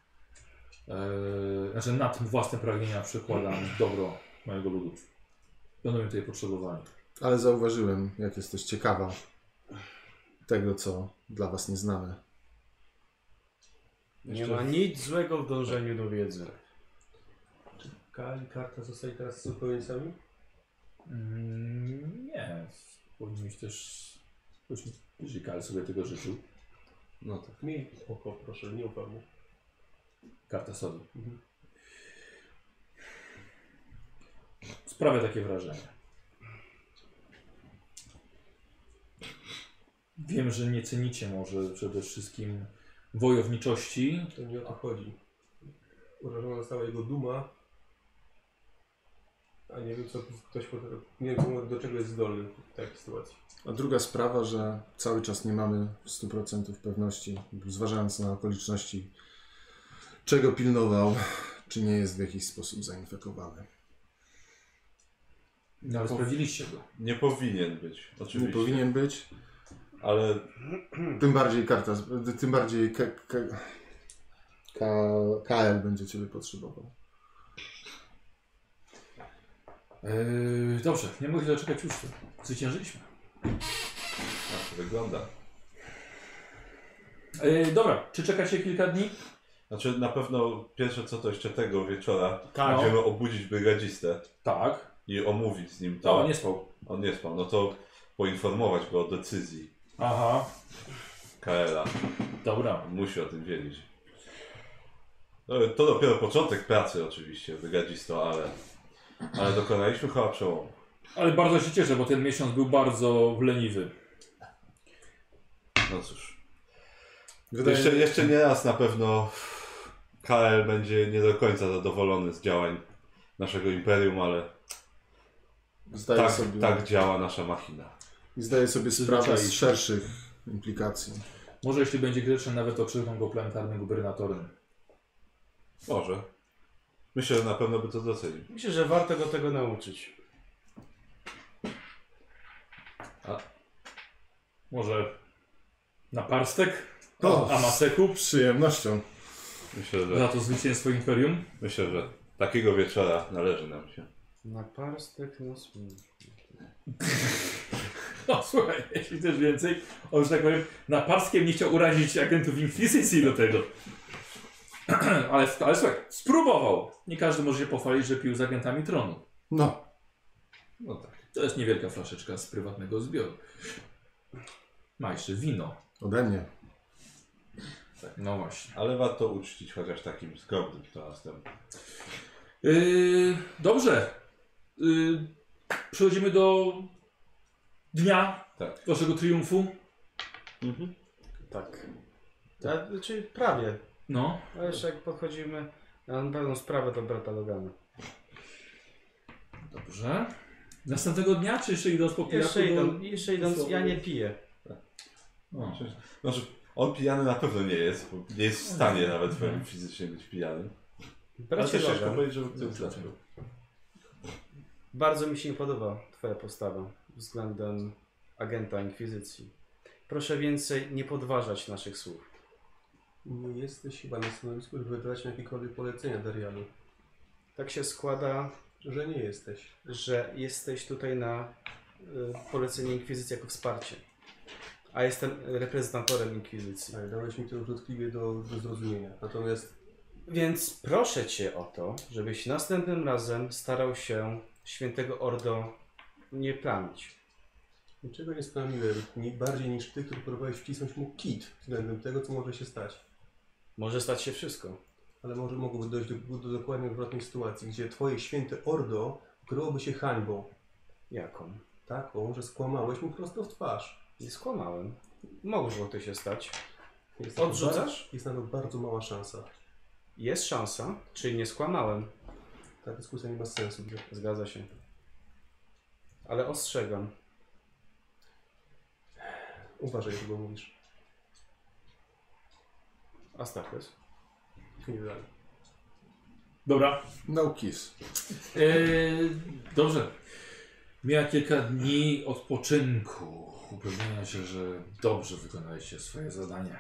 Znaczy nad własne pragnienia przekładam dobro mojego ludu. Będą mnie tutaj potrzebowali. Ale zauważyłem, jak jesteś ciekawa tego, co dla was nieznane. Nie ma nic złego w dążeniu do wiedzy. Kael i karta zostali teraz zupełnie sami? Nie. Powinien mieć też... Jeżeli Kael sobie tego życzył. No tak. Miej oko, proszę, nie ufam mu. Karta sobie. Mhm. Sprawia takie wrażenie. Wiem, że nie cenicie może przede wszystkim wojowniczości. To nie o to chodzi. Urażona została jego duma, a nie wiem, co ktoś nie wiem, do czego jest zdolny w takiej sytuacji. A druga sprawa, że cały czas nie mamy w 100% pewności, zważając na okoliczności, czego pilnował, czy nie jest w jakiś sposób zainfekowany. No, ale sprawdziliście go. Nie powinien być, oczywiście. Nie powinien być, Ale tym bardziej karta, tym bardziej KL będzie ciebie potrzebował. Dobrze, nie mogę się doczekać uczty. Zwyciężyliśmy. tak to wygląda. Dobra, czy czekacie kilka dni? Znaczy na pewno pierwsze co to jeszcze tego wieczora Tak. będziemy obudzić brygadzistę Tak. i omówić z nim To to. nie spał. On nie spał, no to poinformować go o decyzji Aha, KL-a. dobra. Musi o tym wiedzieć. No, to dopiero początek pracy oczywiście, brygadzisto, ale dokonaliśmy chyba przełomu. Ale bardzo się cieszę, bo ten miesiąc był bardzo leniwy. No cóż. Wydaje Jeszcze nie raz na pewno KL będzie nie do końca zadowolony z działań naszego imperium, ale tak działa nasza machina. I zdaję sobie sprawę z Przyzwyczaić. szerszych implikacji. Może jeśli będzie grzeczny, nawet okrzykną go planetarnym gubernatorem. Może. Myślę, że na pewno by to docenił. Myślę, że warto go tego nauczyć. Może na parstek? O! Amaseku? Z przyjemnością. Za to zwycięstwo Imperium? Myślę, że takiego wieczora należy nam się. Na parstek, na służbę. No słuchaj, jeśli też więcej, on, że tak powiem, na parskiem nie chciał urazić agentów Inkwizycji do tego. ale słuchaj, spróbował. Nie każdy może się pochwalić, że pił z agentami tronu. No, No tak. To jest niewielka flaszeczka z prywatnego zbioru. Ma jeszcze wino. ode mnie. No właśnie. Ale warto uczcić chociaż takim skromnym toastem. Dobrze. Przechodzimy do dnia Tak. waszego triumfu. Tak. Znaczy prawie. No. A jeszcze jak podchodzimy na pewną sprawę do brata Logana. Dobrze. Następnego dnia, czy jeszcze idąc po pijaku? Jeszcze idąc, ja nie piję. O. Znaczy, on pijany na pewno nie jest, bo nie jest w stanie nawet fizycznie być pijany. Ale Bracie też ciężko Logan, powiedzieć, żeby Dobrze. ktoś zaczął. bardzo mi się nie podoba twoja postawa względem agenta Inkwizycji. Proszę więcej nie podważać naszych słów. Nie jesteś chyba na stanowisku, żeby wydawać mi jakiekolwiek polecenia Darianu. Tak się składa, Że nie jesteś. że jesteś tutaj na polecenie Inkwizycji jako wsparcie. A jestem reprezentatorem Inkwizycji. Ale dałeś mi to już dotkliwie do zrozumienia. Natomiast Więc proszę cię o to, żebyś następnym razem starał się świętego Ordo nie plamić. niczego nie splamiłem. Bardziej niż ty, który próbowałeś wcisnąć mu kit względem tego, co może się stać. Może stać się wszystko. Ale może mogłoby dojść do dokładnie odwrotnej sytuacji, gdzie twoje święte Ordo ukryłoby się hańbą. Jaką? Taką, że skłamałeś mu prosto w twarz. Nie skłamałem. Mogło to się stać. Jest na to Odrzucasz? Jest na to bardzo mała szansa. Jest szansa, czyli nie skłamałem. Ta dyskusja nie ma sensu. Zgadza się. Ale ostrzegam. Uważaj, czego mówisz. Astartes. Nie dalej. Dobra. No kiss. Dobrze. Miała kilka dni odpoczynku. Upewnienia się, że dobrze wykonaliście swoje zadanie.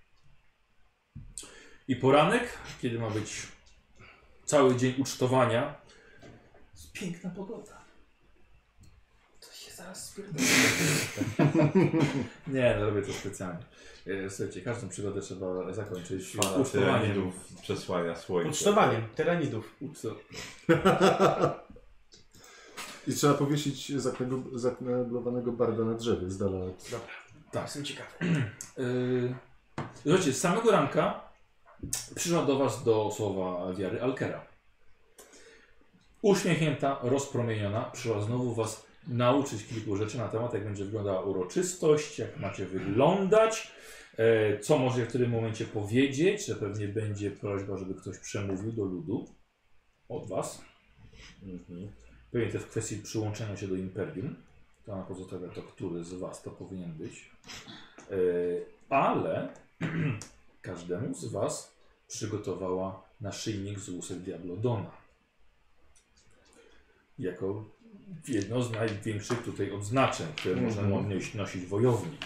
I poranek, kiedy ma być cały dzień ucztowania, jest piękna pogoda. To się zaraz spierdolę. Nie, no robię to specjalnie. Słuchajcie, każdą przygodę trzeba zakończyć Fala ucztowaniem. tyranidów przesłania słońca. Ucztowaniem tyranidów. I trzeba powiesić zakneblowanego barda na drzewie z dala od... Dobra, Tak. jestem ciekawy. Słuchajcie, z samego ranka przyszła do was do słowa wiary Alkera. Uśmiechnięta, rozpromieniona, przyszła znowu was nauczyć kilku rzeczy na temat, jak będzie wyglądała uroczystość, jak macie wyglądać, co może w którym momencie powiedzieć, że pewnie będzie prośba, żeby ktoś przemówił do ludu od was. Pewnie też w kwestii przyłączenia się do Imperium. To ona pozostawia to, który z was to powinien być. Ale każdemu z was przygotowała naszyjnik z łusek Diablodona. Jako jedno z największych tutaj odznaczeń, które można nosić wojownik.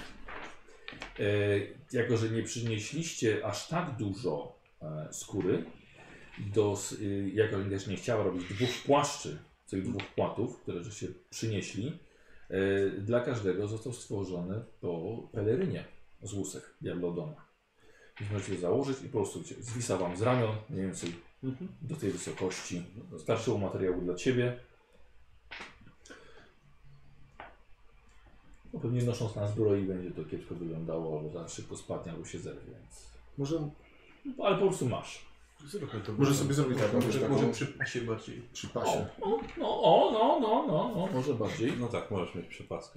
Jako że nie przynieśliście aż tak dużo skóry, jako że też nie chciała robić dwóch płaszczy, tych dwóch płatów, które żeście przynieśli, dla każdego został stworzony po pelerynie z łusek Diablodona. Więc możecie założyć i po prostu zwisa wam z ramion, mniej więcej do tej wysokości. Starczyło materiału dla ciebie. No pewnie nosząc na zbroi będzie to kiepsko wyglądało, albo za szybko spadnie, albo się zerwie, więc... Może, Ale po prostu masz. może sobie zrobić taką, Może przy pasie bardziej. przy pasie. No, może bardziej. No tak, możesz mieć przypaskę.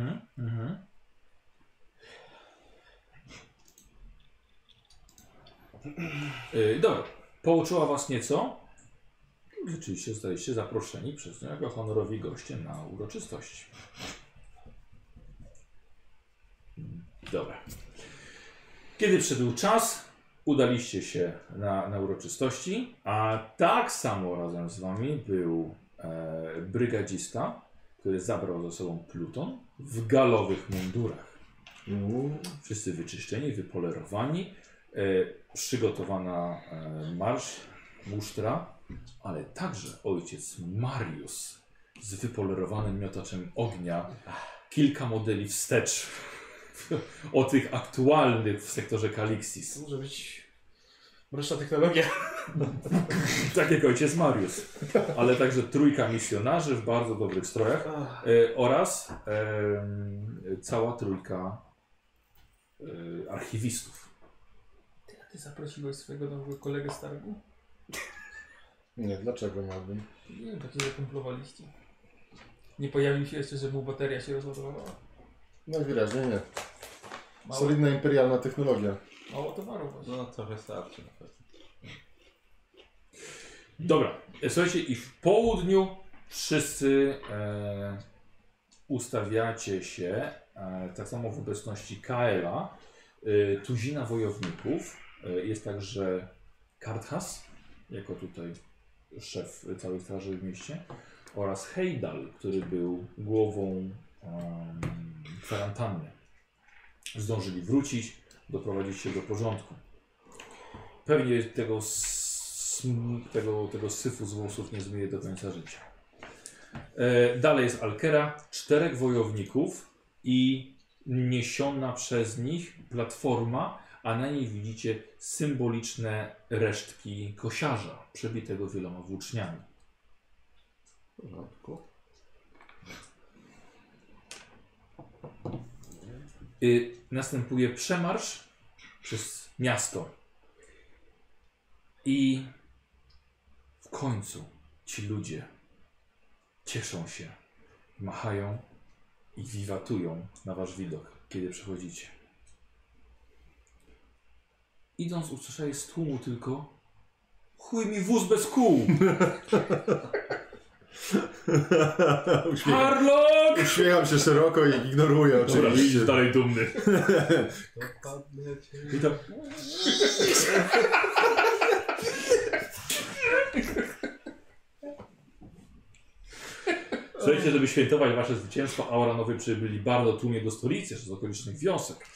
Dobra, pouczyła was nieco. Rzeczywiście zostaliście zaproszeni przez nią jako honorowi goście na uroczystość. Dobra. Kiedy przyszedł czas, udaliście się na uroczystości, a tak samo razem z wami był brygadzista, który zabrał ze sobą pluton w galowych mundurach. Wszyscy wyczyszczeni, wypolerowani, przygotowana marsz, musztra, ale także ojciec Marius z wypolerowanym miotaczem ognia, kilka modeli wstecz o tych aktualnych w sektorze Kalixis. To może być mroczna technologia. Tak jak ojciec Marius, ale także trójka misjonarzy w bardzo dobrych strojach oraz cała trójka archiwistów. Ty zaprosiłeś swojego nowego kolegę z targu? Nie, dlaczego miałbym? Nie wiem, takie zakumplowaliście. Nie pojawił się jeszcze, żeby mu bateria się rozładowała? Najwyraźniej nie. Mało, Solidna imperialna technologia. mało towaru właśnie. No trochę starczy na pewno. Dobra, słuchajcie, i w południu wszyscy ustawiacie się, tak samo w obecności Kaela, tuzina wojowników, jest także Karthas, jako tutaj szef całej straży w mieście, oraz Heidal, który był głową kwarantanny. Zdążyli wrócić, doprowadzić się do porządku. Pewnie tego syfu z włosów nie zmyje do końca życia. Dalej jest Alkera, 4 wojowników i niesiona przez nich platforma, a na niej widzicie symboliczne resztki kosiarza, przebitego wieloma włóczniami. W porządku. Następuje przemarsz przez miasto. I w końcu ci ludzie cieszą się, machają i wiwatują na wasz widok, kiedy przechodzicie. Idąc usłyszeli z tłumu tylko: chuj mi wóz bez kół! Harlock! Uśmiecham się szeroko i ignoruję Dobra, oczywiście. idziesz dalej dumny. I to... Słuchajcie, żeby świętować wasze zwycięstwo, Auranowie przybyli bardzo tłumie do stolicy, z okolicznych wiosek.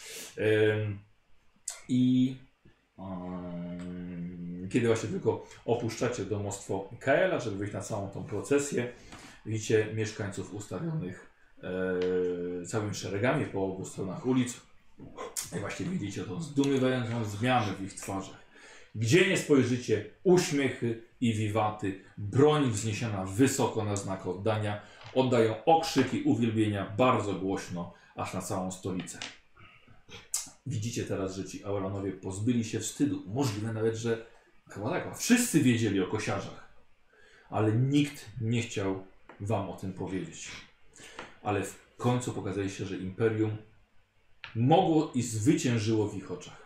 Kiedy właśnie tylko opuszczacie domostwo Kaela, żeby wyjść na całą tą procesję, widzicie mieszkańców ustawionych całymi szeregami po obu stronach ulic. I właśnie widzicie tą zdumiewającą zmianę w ich twarzach. Gdzie nie spojrzycie, uśmiechy i wiwaty, broń wzniesiona wysoko na znak oddania, oddają okrzyki uwielbienia bardzo głośno, aż na całą stolicę. Widzicie teraz, że ci Auranowie pozbyli się wstydu. Możliwe nawet, że chyba tak, wszyscy wiedzieli o kosiarzach, ale nikt nie chciał wam o tym powiedzieć. Ale w końcu pokazaliście, że Imperium mogło i zwyciężyło w ich oczach.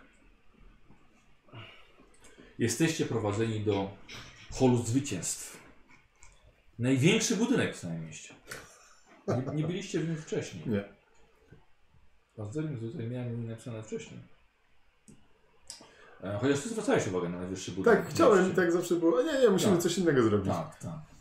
Jesteście prowadzeni do holu zwycięstw. Największy budynek w całym mieście. Nie byliście w nim wcześniej. Nie. Październik tutaj miałem napisane wcześniej. Chociaż ty zwracałeś uwagę na najwyższy budynek. Tak, chciałem i tak zawsze było. Nie, musimy coś innego zrobić. Tak.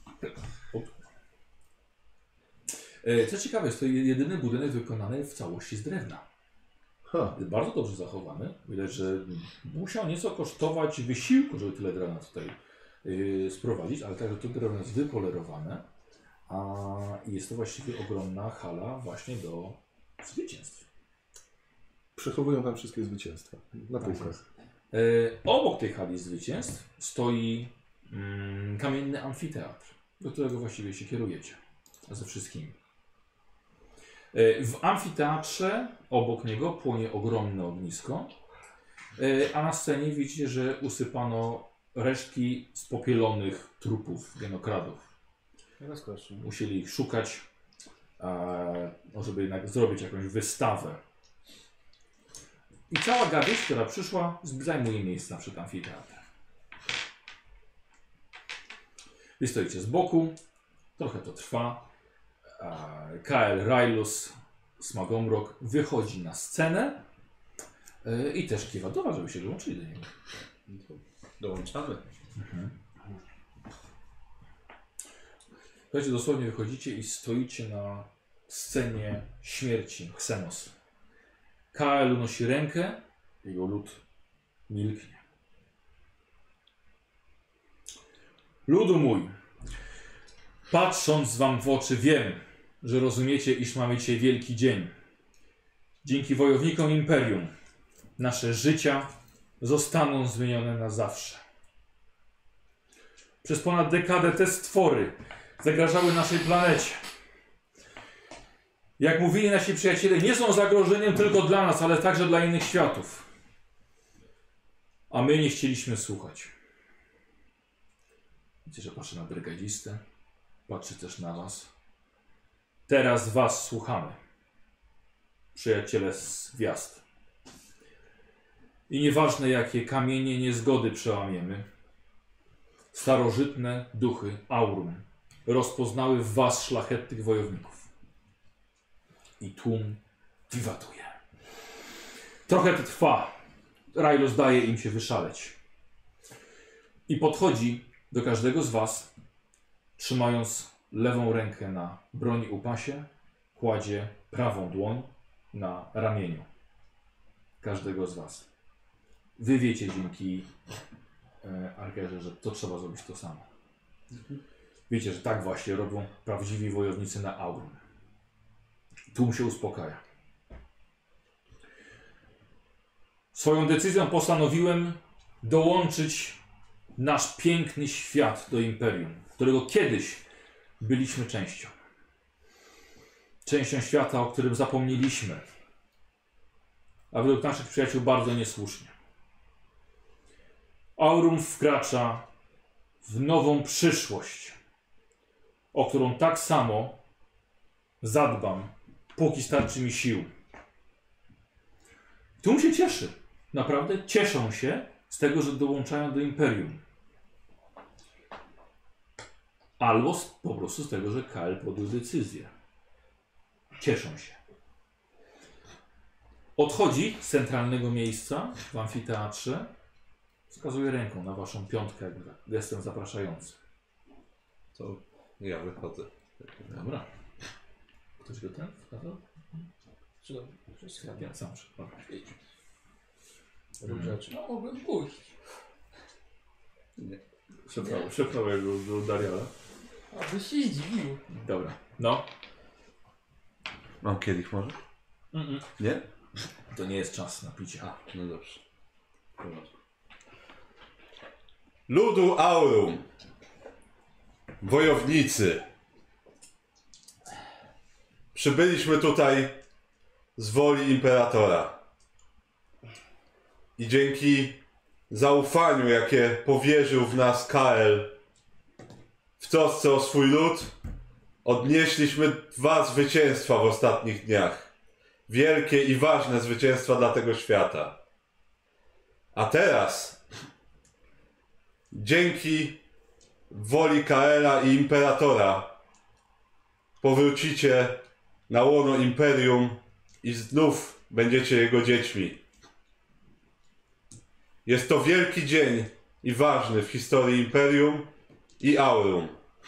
Co ciekawe, jest to jedyny budynek wykonany w całości z drewna. Jest bardzo dobrze zachowany. Widać, że musiał nieco kosztować wysiłku, żeby tyle drewna tutaj sprowadzić, ale także to drewno jest wypolerowane. I jest to właściwie ogromna hala właśnie do zwycięstw. Przechowują tam wszystkie zwycięstwa na półkach. Obok tej hali zwycięstw stoi kamienny amfiteatr, do którego właściwie się kierujecie ze wszystkimi. W amfiteatrze obok niego płonie ogromne ognisko, a na scenie widzicie, że usypano resztki spopielonych trupów genokradów. Musieli ich szukać, żeby jednak zrobić jakąś wystawę. I cała gawieź, która przyszła, zajmuje miejsce przed amfiteatrem. Wy stoicie z boku, trochę to trwa. Kael, Railus, Smagomrok wychodzi na scenę i też kiwa do was, żeby się dołączyli do niego. Dołączamy. Słuchajcie, dosłownie wychodzicie i stoicie na scenie śmierci Xenos. Kael unosi rękę, jego lud milknie. Ludu mój, patrząc wam w oczy, wiem, że rozumiecie, iż mamy dzisiaj wielki dzień. Dzięki wojownikom Imperium nasze życia zostaną zmienione na zawsze. Przez ponad dekadę te stwory zagrażały naszej planecie. Jak mówili nasi przyjaciele, nie są zagrożeniem tylko dla nas, ale także dla innych światów. A my nie chcieliśmy słuchać. Widzicie, że patrzę na brygadzistę. Patrzy też na was. Teraz was słuchamy. Przyjaciele z gwiazd. I nieważne jakie kamienie niezgody przełamiemy, starożytne duchy Aurum rozpoznały w was szlachetnych wojowników. I tłum wiwatuje. Trochę to trwa. Railus daje im się wyszaleć. I podchodzi do każdego z was, trzymając lewą rękę na broni u pasie, kładzie prawą dłoń na ramieniu każdego z was. Wy wiecie dzięki Argerze, że to trzeba zrobić to samo. Wiecie, że tak właśnie robią prawdziwi wojownicy na Aurum. Tłum się uspokaja. Swoją decyzją postanowiłem dołączyć nasz piękny świat do Imperium, którego kiedyś byliśmy częścią. Częścią świata, o którym zapomnieliśmy. A według naszych przyjaciół bardzo niesłusznie. Aurum wkracza w nową przyszłość, o którą tak samo zadbam, póki starczy mi sił. Tłum się cieszy. Naprawdę cieszą się z tego, że dołączają do Imperium. Albo po prostu z tego, że Kael podjął decyzję. Cieszą się. Odchodzi z centralnego miejsca w amfiteatrze. Wskazuje ręką na waszą piątkę, gestem zapraszającym. To ja wychodzę. Dobra. Ktoś go ten wskazał? Ja sam szybko. Rób rzeczy. No mogłem pójść. Szepnął jego do Dariala. Aby się zdziwił. Dobra. No. Mam kielich może? Nie? To nie jest czas na picie. No dobrze. Ludu Aurum. Wojownicy. Przybyliśmy tutaj z woli Imperatora. I dzięki zaufaniu, jakie powierzył w nas Kael w trosce o swój lud, odnieśliśmy 2 zwycięstwa w ostatnich dniach. Wielkie i ważne zwycięstwa dla tego świata. A teraz, dzięki woli Kaela i Imperatora, powrócicie na łono Imperium i znów będziecie jego dziećmi. Jest to wielki dzień i ważny w historii Imperium i Aurum.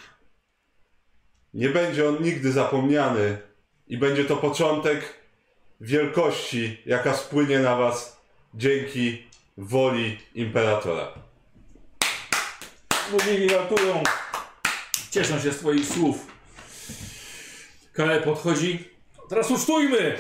Nie będzie on nigdy zapomniany i będzie to początek wielkości, jaka spłynie na was dzięki woli Imperatora. Mówili ratują. Cieszą się z twoich słów. Kael podchodzi. Teraz ucztujmy!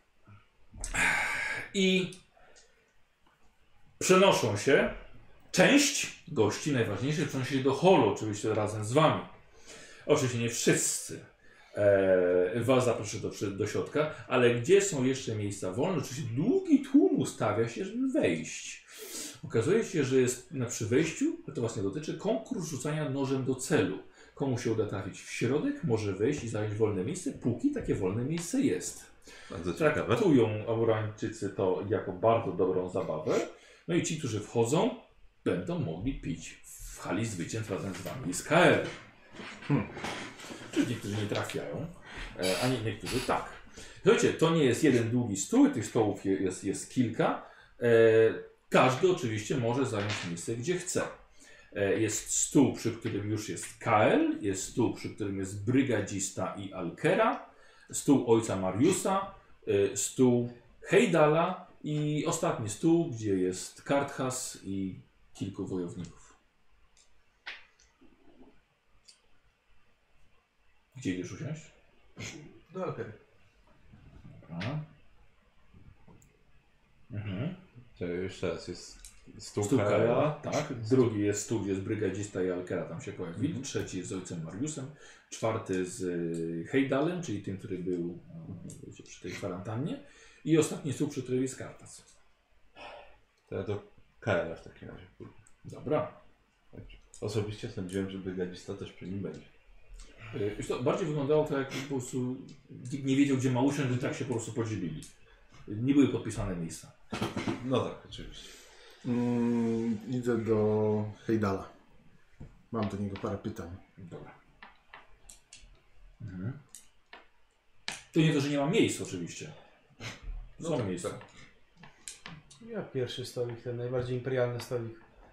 I przenoszą się. Część gości, najważniejszych, przenosi się do holu, oczywiście razem z wami. Oczywiście nie wszyscy. Was zaproszę do środka, ale gdzie są jeszcze miejsca wolne? Oczywiście długi tłum ustawia się, żeby wejść. Okazuje się, że jest przy wejściu, to was nie dotyczy, konkurs rzucania nożem do celu. Komu się uda trafić w środek, może wejść i zająć wolne miejsce, póki takie wolne miejsce jest. Bardzo ciekawe. Traktują Aurańczycy to jako bardzo dobrą zabawę. No i ci, którzy wchodzą, będą mogli pić w hali zwycięstw razem z wami z KR. Czyli niektórzy nie trafiają, a niektórzy tak. Słuchajcie, to nie jest jeden długi stół, tych stołów jest kilka. Każdy oczywiście może zająć miejsce, gdzie chce. Jest stół, przy którym już jest Kael, jest stół, przy którym jest brygadzista i Alkera, stół ojca Mariusa, stół Hejdala i ostatni stół, gdzie jest Karthas i kilku wojowników. Gdzie idziesz usiąść? Do Alkery. Dobra. Mhm. To jeszcze raz jest stół Kaela, Kaela. tak. Drugi jest stół, gdzie jest brygadzista i Alkera, tam się pojawili. Trzeci jest z ojcem Mariusem. Czwarty z Hejdalem, czyli tym, który był wiecie, przy tej kwarantannie. I ostatni stół, przy którym jest Kartas. To ja do Kaela w takim razie pójdę. Dobra. Osobiście sądziłem, że brygadzista też przy nim będzie. Już to bardziej wyglądało to, jak po prostu nikt nie wiedział, gdzie ma usiąść, że tak się po prostu podzielili. Nie były podpisane miejsca. No tak, oczywiście. Idę do Hejdala. Mam do niego parę pytań. Dobra. Mhm. To nie to, że nie ma miejsc oczywiście. Są tak, miejsca. tak. Ja pierwszy stolik, ten najbardziej imperialny stolik.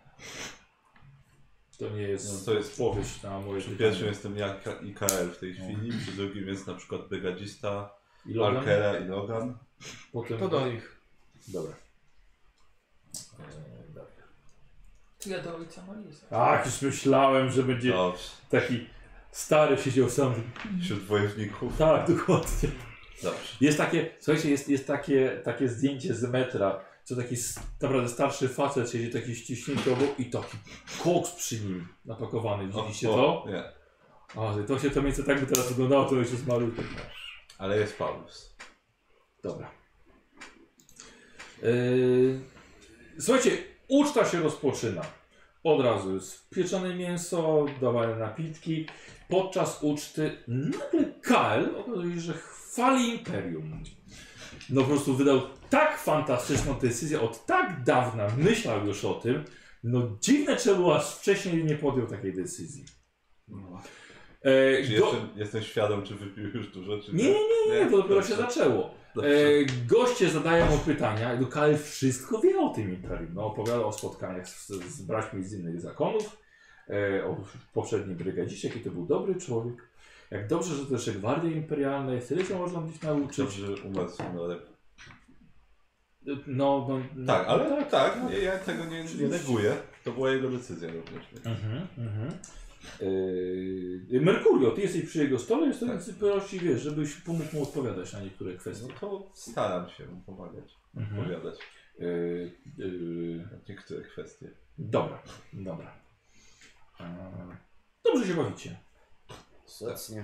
To nie jest, No, to jest powieść na moje Przy pytanie. pierwszym jestem ja i KL w tej chwili, przy drugim jest na przykład brygadzista, I Logan? Alkera i Logan. Potem... To do nich. Dobra. Dobra. To ja do ojca Mariusa. Tak, już myślałem, że będzie Dobrze. taki stary siedział sam. Wśród wojowników. Tak, dokładnie. Dobrze. Jest takie, słuchajcie, jest takie zdjęcie z metra, co taki naprawdę starszy facet siedzi taki ściśnięty obok i taki koks przy nim napakowany. Widzieliście to? Nie. A, to się to miejsce tak by teraz wyglądało, to już jest malutko. Ale jest Paulus. Dobra. Słuchajcie, uczta się rozpoczyna. Od razu jest pieczone mięso, dawane napitki. Podczas uczty nagle Kael okazuje się, że chwali Imperium. No po prostu wydał tak fantastyczną decyzję, od tak dawna myślał już o tym. No dziwne, czemu aż wcześniej nie podjął takiej decyzji. Czy jestem świadom, czy wypił już dużo, czy Nie, to dopiero Dobrze. się zaczęło. Dobrze. Goście zadają mu pytania. Kael wszystko wie o tym Imperium. No, opowiada o spotkaniach z braćmi z innych zakonów, o poprzednim brygadziście, jaki to był dobry człowiek. Jak dobrze, że to jeszcze Gwardia Imperialna jest, tyle się można być nauczyć. Dobrze, że umarł z honorem. No, Tak, ale tak, no. ja tego nie neguję. To była jego decyzja również. Merkurio, ty jesteś przy jego stole, jest to więc prosi, wiesz, żebyś pomógł mu odpowiadać na niektóre kwestie. No to staram się mu pomagać, odpowiadać na niektóre kwestie. Dobra. Dobrze się bawicie. Zacnie.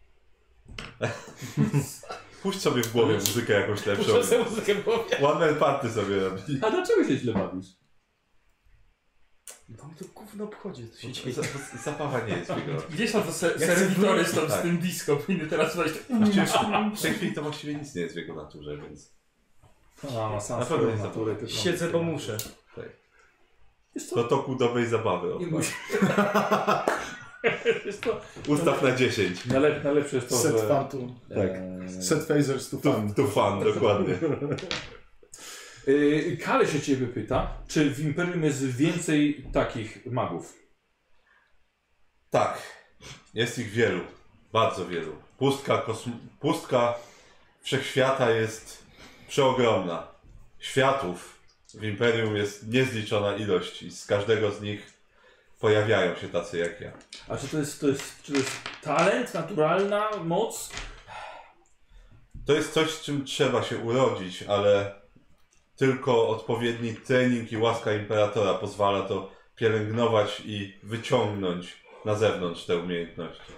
Puść sobie w głowie muzykę jakąś lepszą. Muszę sobie muzykę w głowie. One man party sobie robi. A dlaczego się źle bawisz? No to gówno obchodzi, to się dzieje. Zabawa nie jest jego. Gdzieś tam to serwitory stąd tak. z tym disco powinny teraz wejść. W tej chwili to właściwie nic nie jest w jego naturze, więc... A, sam Na pewno nie naturę. Siedzę, bo muszę. Tak. Jest to... Do toku dobrej zabawy. Nie musi. Jest to... Ustaw na 10. Najlepsze jest to, Set że... fun to... Tak. Set phasers to fun. To fan, dokładnie. Kale się ciebie pyta, czy w Imperium jest więcej takich magów? Tak. Jest ich wielu. Bardzo wielu. Pustka wszechświata jest przeogromna. Światów w Imperium jest niezliczona ilość i z każdego z nich pojawiają się tacy jak ja. A czy to jest talent, naturalna moc? To jest coś, z czym trzeba się urodzić, ale tylko odpowiedni trening i łaska Imperatora pozwala to pielęgnować i wyciągnąć na zewnątrz te umiejętności.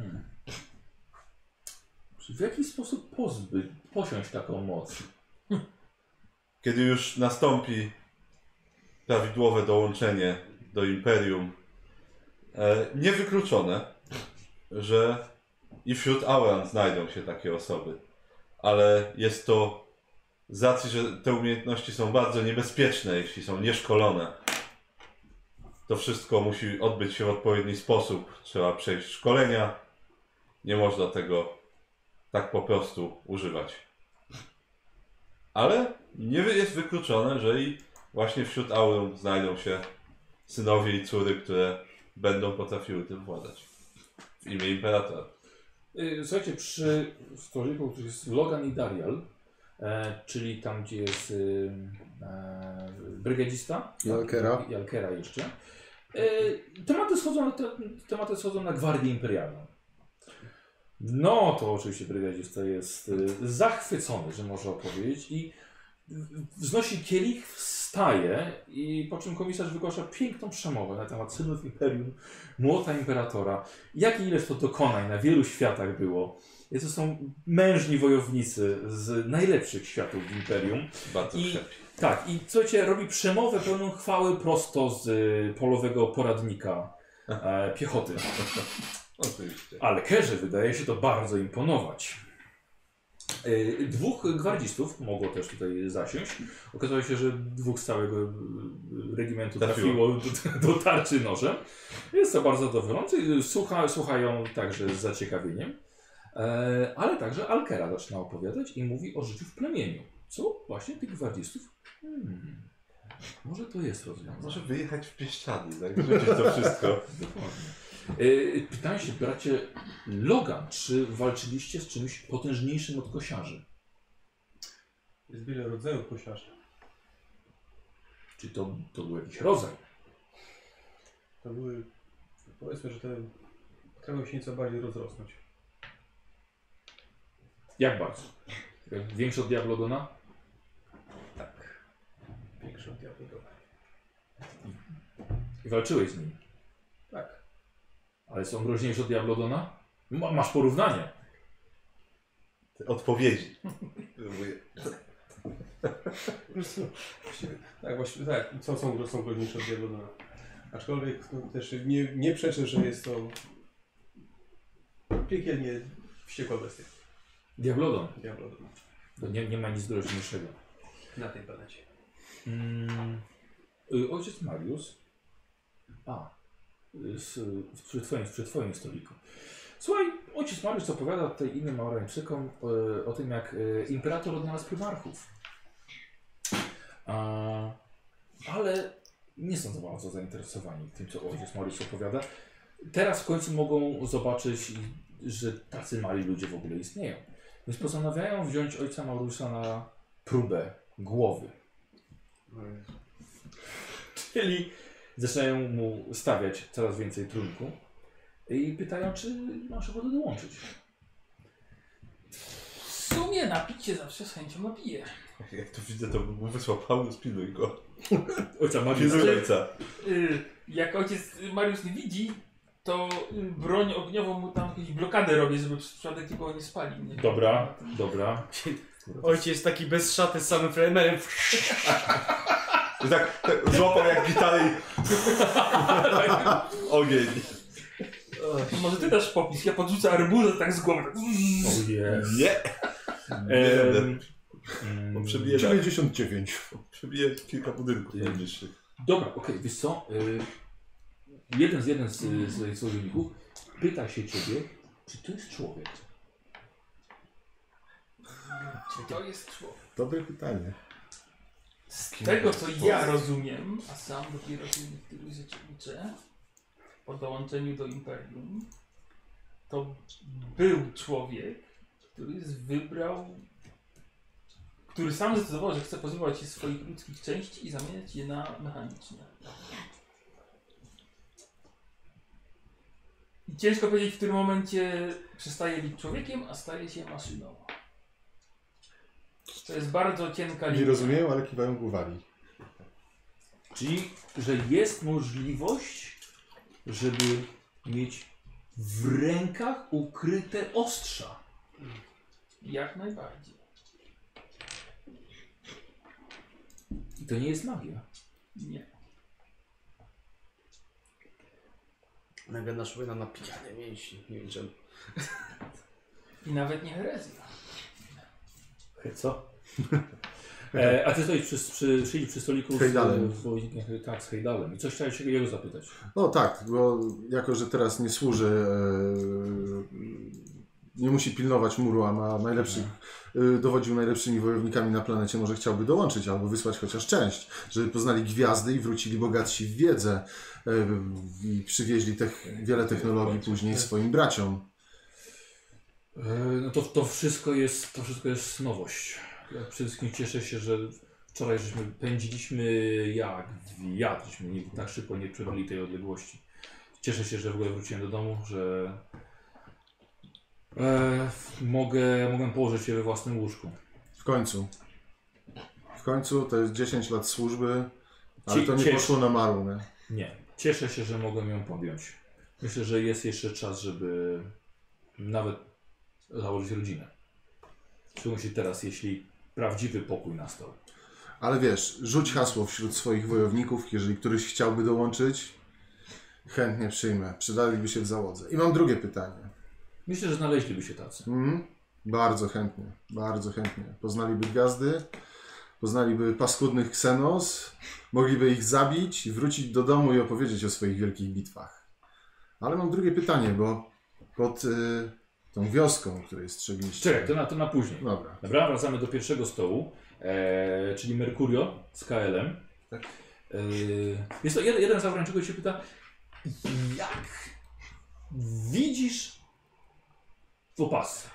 W jaki sposób posiąść taką moc? Kiedy już nastąpi prawidłowe dołączenie do Imperium, niewykluczone, że i wśród Auran znajdą się takie osoby, ale jest to z racji, że te umiejętności są bardzo niebezpieczne, jeśli są nieszkolone. To wszystko musi odbyć się w odpowiedni sposób. Trzeba przejść szkolenia. Nie można tego tak po prostu używać. Ale nie jest wykluczone, że i właśnie wśród Aurum znajdą się synowie i córy, które będą potrafiły tym władać. W imię Imperatora. Słuchajcie, przy stoliku, który jest Logan i Darial, czyli tam, gdzie jest brygadzista I Alkera. i Alkera jeszcze, tematy schodzą na Gwardię Imperialną. No to oczywiście brygadzista jest zachwycony, że może opowiedzieć i wznosi kielich, wstaje i po czym komisarz wygłasza piękną przemowę na temat synów Imperium, młota Imperatora, jak i ileż to dokonań na wielu światach było. To są mężni wojownicy z najlepszych światów w Imperium. Bardzo I krzepi. tak, i słuchajcie, robi przemowę pełną chwały prosto z polowego poradnika piechoty. Oczywiście. Alkerze wydaje się to bardzo imponować. Dwóch gwardzistów mogło też tutaj zasiąść. Okazało się, że dwóch z całego regimentu trafiło do tarczy nożem. Jest to bardzo zadowolony. Słuchają także z zaciekawieniem. Ale także Alkera zaczyna opowiadać i mówi o życiu w plemieniu. Co właśnie tych gwardzistów? Może to jest rozwiązanie. Może wyjechać w Pieszczady, tak? Rzucić to wszystko. Dokładnie. Pytałem się, bracie Logan, czy walczyliście z czymś potężniejszym od kosiarzy? Jest wiele rodzajów kosiarzy. Czy to był jakiś rodzaj? To były, powiedzmy, że te potrafią się nieco bardziej rozrosnąć. Jak bardzo? Większy od Diablodona? Tak. Większy od Diablodona. I walczyłeś z nim. Tak. Ale są groźniejsze od Diablodona? Masz porównanie. Odpowiedzi. Tak, właściwie tak. Są groźniejsze od Diablodona. Aczkolwiek no, też nie przeczę, że jest to piekielnie wściekła bestia. Diablodon. Diablodon. To nie ma nic groźniejszego. Na tej planecie. Ojciec Mariusz. Przy twoim stoliku. Słuchaj, ojciec Mariusz opowiada tutaj innym Aurańczykom o tym, jak imperator odnalazł prymarchów. Ale nie są za bardzo zainteresowani tym, co ojciec Mariusz opowiada. Teraz w końcu mogą zobaczyć że tacy mali ludzie w ogóle istnieją. Więc postanawiają wziąć ojca Mariusza na próbę głowy. Czyli zaczynają mu stawiać coraz więcej trunku i pytają, czy masz ochotę dołączyć. W sumie napić się zawsze z chęcią napiję. Jak to widzę, to bym mu wysłał Paulus, pilnuj go. Ojca Mariusza. Pilnuj ojca. Jak ojciec Mariusz nie widzi, to broń ogniową mu tam jakieś blokadę robię, żeby przez przypadek nikogo nie spalił. Nie? Dobra, dobra. Ojciec jest taki bez szaty z samym framerem. I tak złapał jak gitarę i... Ogień. Może ty dasz popis, ja podrzucę arbuzę tak z głowy. Oh yes. Nie! Nie będę. Bo przebiję 99. Przebiję kilka budynków najbliższych. Dobra, okej, wiesz co? Jeden z sojuszników pyta się ciebie, czy to jest człowiek. Czy to jest człowiek? Dobre pytanie. Z tego co ja rozumiem, a sam dopiero się niektórych rzeczy uczę, po dołączeniu do Imperium, to był człowiek, który sam zdecydował, że chce pozbywać się swoich ludzkich części i zamieniać je na mechaniczne. I ciężko powiedzieć, w którym momencie przestaje być człowiekiem, a staje się maszyną. To jest bardzo cienka linia. Nie rozumieją, ale kiwają głowami. Czyli, że jest możliwość, żeby mieć w rękach ukryte ostrza. Jak najbardziej. I to nie jest magia. Nie. Nagle naszły na napijane mięśni. Nie wiem czemu. I nawet nie herezja. Co? A ty stoisz przy stoliku Hejdalem. Tak, z Hejdalem. I coś chciałeś się jego zapytać. No tak, bo jako, że teraz nie służy, nie musi pilnować muru, a ma najlepszych, dowodził najlepszymi wojownikami na planecie, może chciałby dołączyć albo wysłać chociaż część, żeby poznali gwiazdy i wrócili bogatsi w wiedzę i przywieźli wiele technologii później swoim braciom. No to wszystko jest nowość. Ja przede wszystkim cieszę się, że wczoraj pędziliśmy jak wiatr, żeśmy nigdy tak szybko nie przebyli tej odległości. Cieszę się, że w ogóle wróciłem do domu, że mogę położyć się we własnym łóżku. W końcu to jest 10 lat służby, ale to nie poszło na marne. Nie. Cieszę się, że mogłem ją podjąć. Myślę, że jest jeszcze czas, żeby nawet założyć rodzinę. Szczególnie teraz, jeśli prawdziwy pokój nastał. Ale wiesz, rzuć hasło wśród swoich wojowników, jeżeli któryś chciałby dołączyć, chętnie przyjmę. Przydaliby się w załodze. I mam drugie pytanie. Myślę, że znaleźliby się tacy. Bardzo chętnie, bardzo chętnie. Poznaliby gwiazdy, poznaliby paskudnych Xenos, mogliby ich zabić, wrócić do domu i opowiedzieć o swoich wielkich bitwach. Ale mam drugie pytanie, bo pod tą wioską, której strzeliście... Czekaj, to na później. Dobra, wracamy do pierwszego stołu, czyli Mercurio z KL-em. Tak. Jest to jeden z Awrańczyków się pyta, jak widzisz opasy?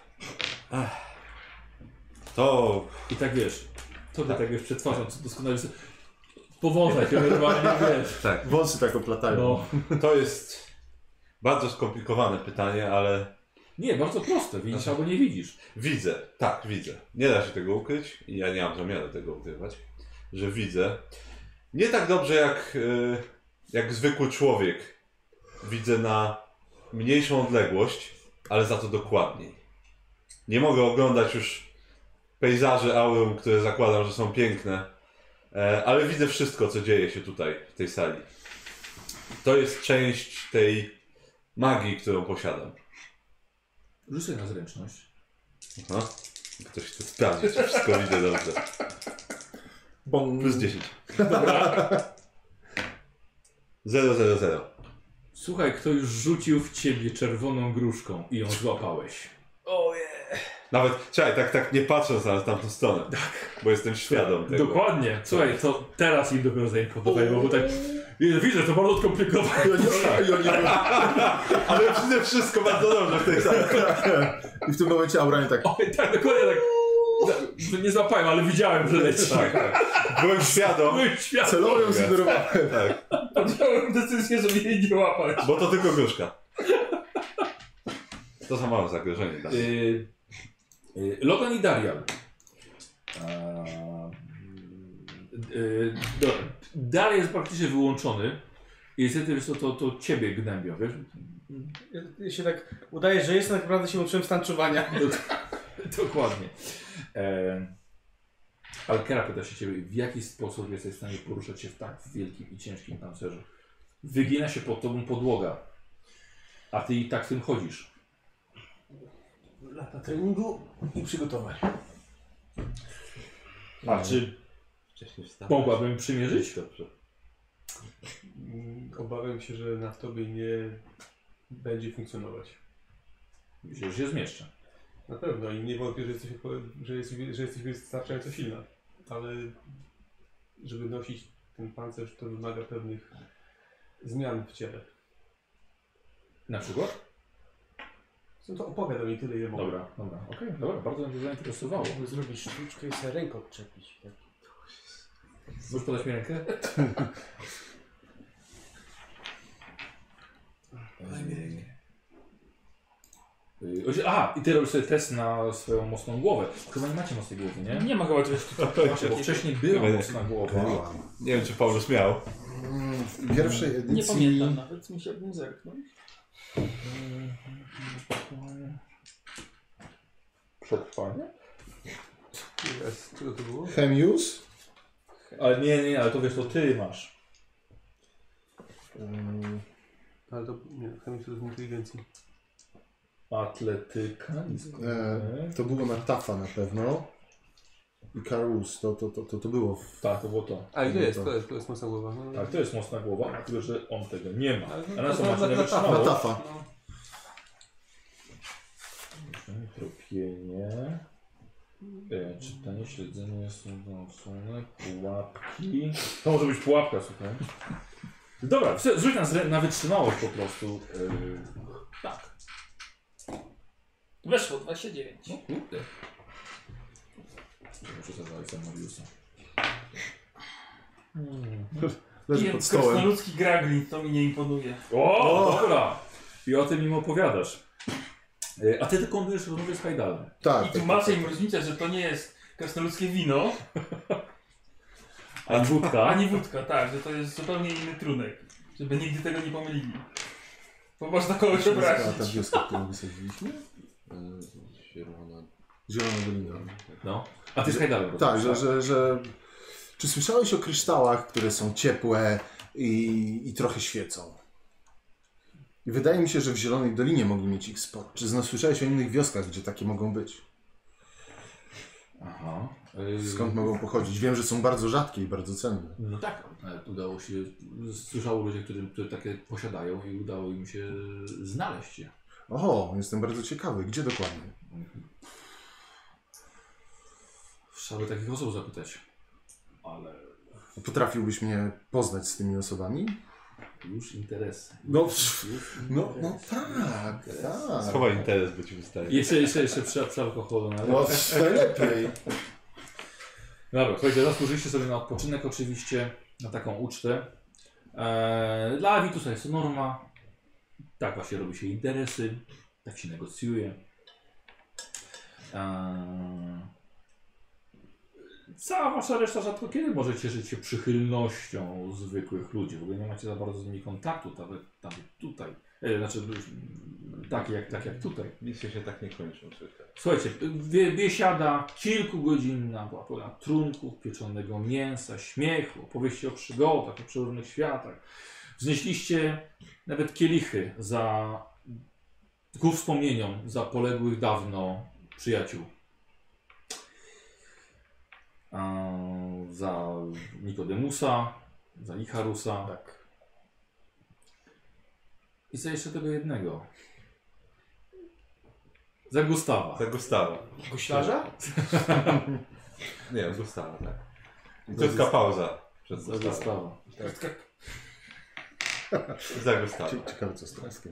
To... I tak wiesz, tak wiesz, przed twarzą, co doskonale powąchać, ewentualnie wiesz. Tak. Włosy tak oplatają. No. To jest bardzo skomplikowane pytanie, ale... Nie, bardzo proste. Widzisz albo nie widzisz. Widzę, tak, widzę. Nie da się tego ukryć i ja nie mam zamiaru tego ukrywać, że widzę. Nie tak dobrze jak zwykły człowiek. Widzę na mniejszą odległość, ale za to dokładniej. Nie mogę oglądać już pejzaży aurum, które zakładam, że są piękne, ale widzę wszystko, co dzieje się tutaj, w tej sali. To jest część tej magii, którą posiadam. Rzuć sobie na zręczność. Aha. Ktoś chce sprawdzić, czy wszystko widzę dobrze. Bong. Plus 10. Dobra. 000. Słuchaj, kto już rzucił w ciebie czerwoną gruszką i ją złapałeś. Nawet, czekaj, tak nie patrząc na tamtą stronę. Tak. Bo jestem świadom tego. Dokładnie. Słuchaj, to teraz im dopiero zaimponowałem, bo tak Widzę, to bardzo skomplikowane. Ale przede wszystko bardzo dobrze w tej sali. I w tym momencie Auranie tak... Oj, tak, dokładnie tak. Nie złapałem, ale widziałem, że leci. Tak. Byłem świadom. Byłem świadom. Celowo ją sugerowałem. Tak. Podjąłem decyzję, żeby jej nie łapać. Bo to tylko gruszka. To za małe zagrożenie. Tak. Logan i Darial. Darial jest praktycznie wyłączony. I niestety, wiesz, to ciebie gnębią, wiesz? Ja się tak udaje, że jestem, tak naprawdę się uczyłem stan czuwania. Dokładnie. Alkera pyta się ciebie, w jaki sposób jesteś w stanie poruszać się w tak wielkim i ciężkim pancerzu. Wygina się pod tobą podłoga, a ty i tak w tym chodzisz. Lata treningu i przygotowań. A czy Wcześniej wstałem. mogłabym przymierzyć? Dobrze. Obawiam się, że na tobie nie będzie funkcjonować. Myślę, że się zmieszczę. Na pewno i nie wątpię, że jesteś wystarczająco silna. Ale żeby nosić ten pancerz, to wymaga pewnych zmian w ciele. Na przykład? No to opowiadam mi tyle, ile mogę. Dobra, okej, dobra, bardzo mnie to zainteresowało. Mógłby zrobić sztuczkę i sobie rękę odczepić. Tak. Możesz podać mi rękę? I ty robisz sobie test na swoją mocną głowę. Chyba nie macie mocnej głowy, nie? Nie ma chyba czegoś tutaj. Macie, bo wcześniej była Chyba nie. mocna głowa. Nie wiem, czy Paulus miał. W pierwszej edycji... Nie pamiętam nawet, musiałbym zerknąć. Przetrwanie? Czego to było? Chemius. Ale nie, ale to wiesz, to ty masz. Ale to nie, chemik to jest inteligencji. Atletyka. To było na Tafa na pewno. I Karus, to było w... Tak, to było to. A i to jest mocna głowa. No, Tak, to jest mocna głowa, a tylko, że on tego nie ma. A na co to macie na na wytrzymałość? Na Tafa. Tropienie. Czytanie, śledzenie, sądzone, pułapki. To może być pułapka, słuchaj. Dobra, zrzuć na wytrzymałość po prostu. Tak. Weszło 29. No kurde. Muszę zadać za Mariusa. Leży pod stołem. Krasnoludzki graglin, to mi nie imponuje. O, dobra. I o tym im opowiadasz. A ty wykonujesz rozmowę z Hajdalem. Tak. I tłumaczę im różnicę, że to nie jest krasnoludzkie wino, Ani wódka. ani wódka, tak, że to jest zupełnie inny trunek. Żeby nigdy tego nie pomylili. Bo można kogoś Ta obrazić. wioska, którą wysadziliśmy? Zielona Dolina. No. A ty z Hajdalem Tak, rozmawiasz, że... Czy słyszałeś o kryształach, które są ciepłe i trochę świecą? I wydaje mi się, że w Zielonej Dolinie mogli mieć ich sporo. Czy słyszałeś o innych wioskach, gdzie takie mogą być? Aha. Skąd mogą pochodzić? Wiem, że są bardzo rzadkie i bardzo cenne. No tak, nawet udało się, słyszało ludzie, którzy takie posiadają i udało im się znaleźć je. O, jestem bardzo ciekawy. Gdzie dokładnie? Trzeba by takich osób zapytać. Ale Potrafiłbyś mnie poznać z tymi osobami? już interesy. No, Już tak. Schowaj interes, bo ci wystaje. Jeszcze przy alkoholu. No, najlepiej. Dobra, słuchajcie, zasłużyliście sobie na odpoczynek oczywiście, na taką ucztę. Dla Avitusa jest to norma. Tak właśnie robi się interesy, tak się negocjuje. Cała wasza reszta rzadko kiedy może cieszyć się przychylnością zwykłych ludzi. W ogóle nie macie za bardzo z nimi kontaktu, nawet tutaj. Znaczy, tak jak tutaj. Misje się tak nie kończą. Zwykle. Słuchajcie, biesiada kilkugodzinna była pełna trunków, pieczonego mięsa, śmiechu, opowieści o przygodach, o przeróżnych światach. Wznieśliście nawet kielichy ku wspomnieniom za poległych dawno przyjaciół. Za Nikodemusa, za Icharusa. Tak. I za jeszcze tego jednego. Za Gustawa. Za Gustawa. Guślarza? Nie, Gustawa, tak. Krótka pauza przed Za Gustawem. Gustawa. Tak. Zagłystamy. Ciekawe co z Traskiem.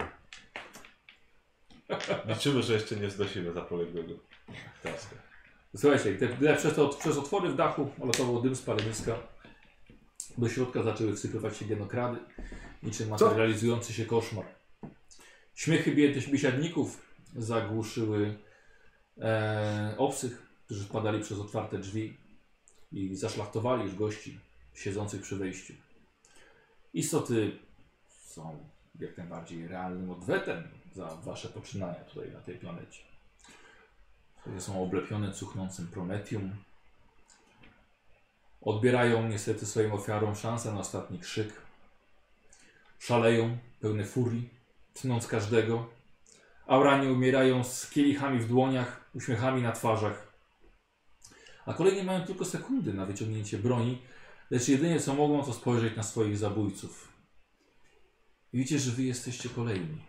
Liczymy, że jeszcze nie znosimy zapoległego Traska. Słuchajcie, przez otwory w dachu lotował dym z paleniska. Do środka zaczęły wsypywać się genokrady, niczym materializujący się koszmar. Śmiechy biesiadników zagłuszyły obcych, którzy wpadali przez otwarte drzwi i zaszlachtowali już gości siedzących przy wejściu. Istoty są jak najbardziej realnym odwetem za wasze poczynania tutaj na tej planecie. Są oblepione cuchnącym prometium. Odbierają niestety swoim ofiarom szansę na ostatni krzyk. Szaleją, pełne furii, tnąc każdego. Auranie umierają z kielichami w dłoniach, uśmiechami na twarzach. A kolejni mają tylko sekundy na wyciągnięcie broni, lecz jedynie co mogą to spojrzeć na swoich zabójców. I widzicie, że wy jesteście kolejni.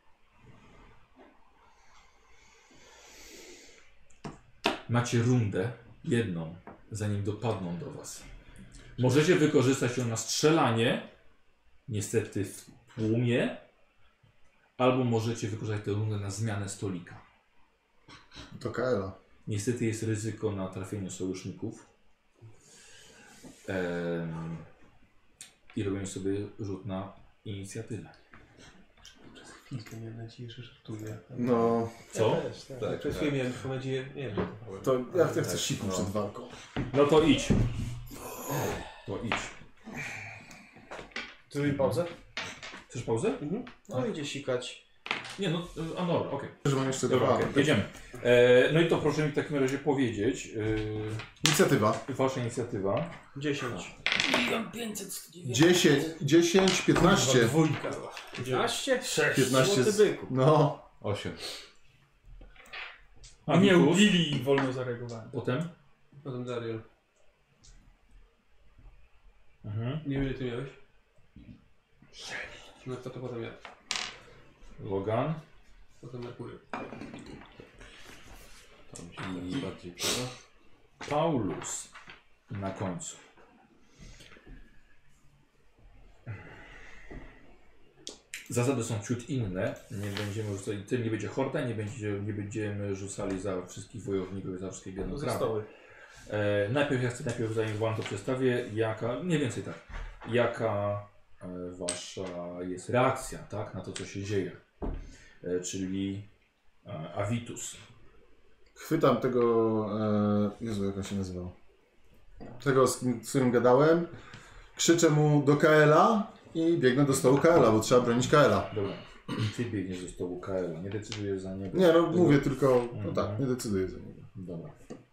Macie rundę, jedną, zanim dopadną do was. Możecie wykorzystać ją na strzelanie, niestety w tłumie, albo możecie wykorzystać tę rundę na zmianę stolika. To Kaela. Niestety jest ryzyko na trafienie sojuszników. I robię sobie rzut na inicjatywę. Przez chwilkę miałem nadzieję, że żartuję. No, Co? Ja też, tak. Tak, Przez chwilę miałem tylko nadzieję, nie wiem. to ja chcę siku przed walką. No to idź. To idź. Zrobimy pauzę? Chcesz pauzę? No idzie sikać. Nie, no, a dobra, okej. Że mam jeszcze Dobra, dwa. okej, jedziemy. No i to proszę mi w takim razie powiedzieć, Inicjatywa. wasza inicjatywa. 10. 10, 15. Dwójka. 15? 6. 15 Złoty byku. No, 8. A mnie Amicus. ubili i wolno zareagowałem. Potem? Potem Dariel. Mhm. Nie wiem ile ty miałeś? 6. No to potem ja. Logan. Potem Merkury. Tam się bardziej przyda. Paulus na końcu. Zasady są ciut inne. Nie będziemy rzucali, tym nie będzie horda, nie będziemy rzucali za wszystkich wojowników, za wszystkie genokrady. Zostały. Najpierw zanim wam to przedstawię, mniej więcej tak, jaka wasza jest reakcja, tak, na to co się dzieje. Czyli Avitus. chwytam tego, Jezu, jak on się nazywał? Tego, z którym gadałem, krzyczę mu do Kaela i biegnę do stołu Kaela, bo trzeba bronić Kaela. Dobra, ty biegniesz do stołu KL, nie decydujesz za niego. Nie, no mówię tylko, no Mhm. tak, nie decyduję za niego. Dobra.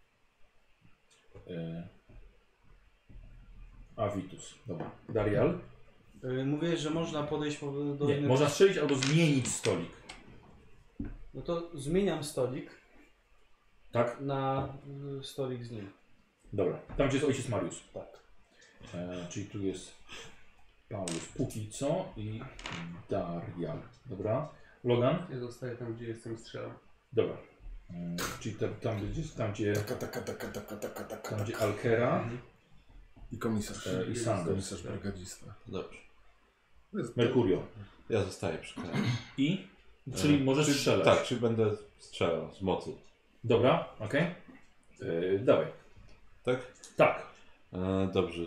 Avitus, dobra. Darial? Mówiłeś, że można podejść do Nie, innego... można strzelić albo zmienić stolik. No to zmieniam stolik Tak? na stolik z nim. Dobra. Tam gdzie jest ojciec Mariusz. Tak. Czyli tu jest Paulus póki co i Darial. Dobra. Logan? Ja zostaję tam gdzie jestem i strzelam. Dobra. Czyli tam gdzie Alkera I komisarz. i Sanders. Komisarz brygadzista. Dobrze. Mercurio. Ja zostaję przy kraju. I? Czyli możesz strzelać. Tak, czyli będę strzelał z mocy. Dobra, okej. Dawaj. Tak? Tak. Dobrze.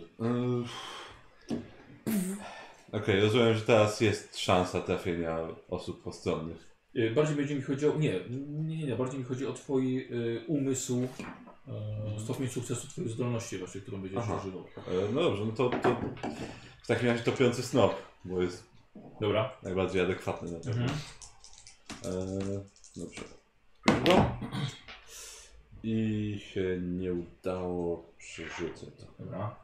Okej, rozumiem, że teraz jest szansa trafienia osób postronnych. Bardziej będzie mi chodziło. Nie, bardziej mi chodzi o twój umysł, stopień sukcesu twojej zdolności właśnie, którą będziesz Aha. używał. No dobrze, no to w takim razie topiący snop, bo jest Dobra. najbardziej adekwatny na pewno. Mhm. Dobrze. No. I się nie udało, przerzucę to. Dobra.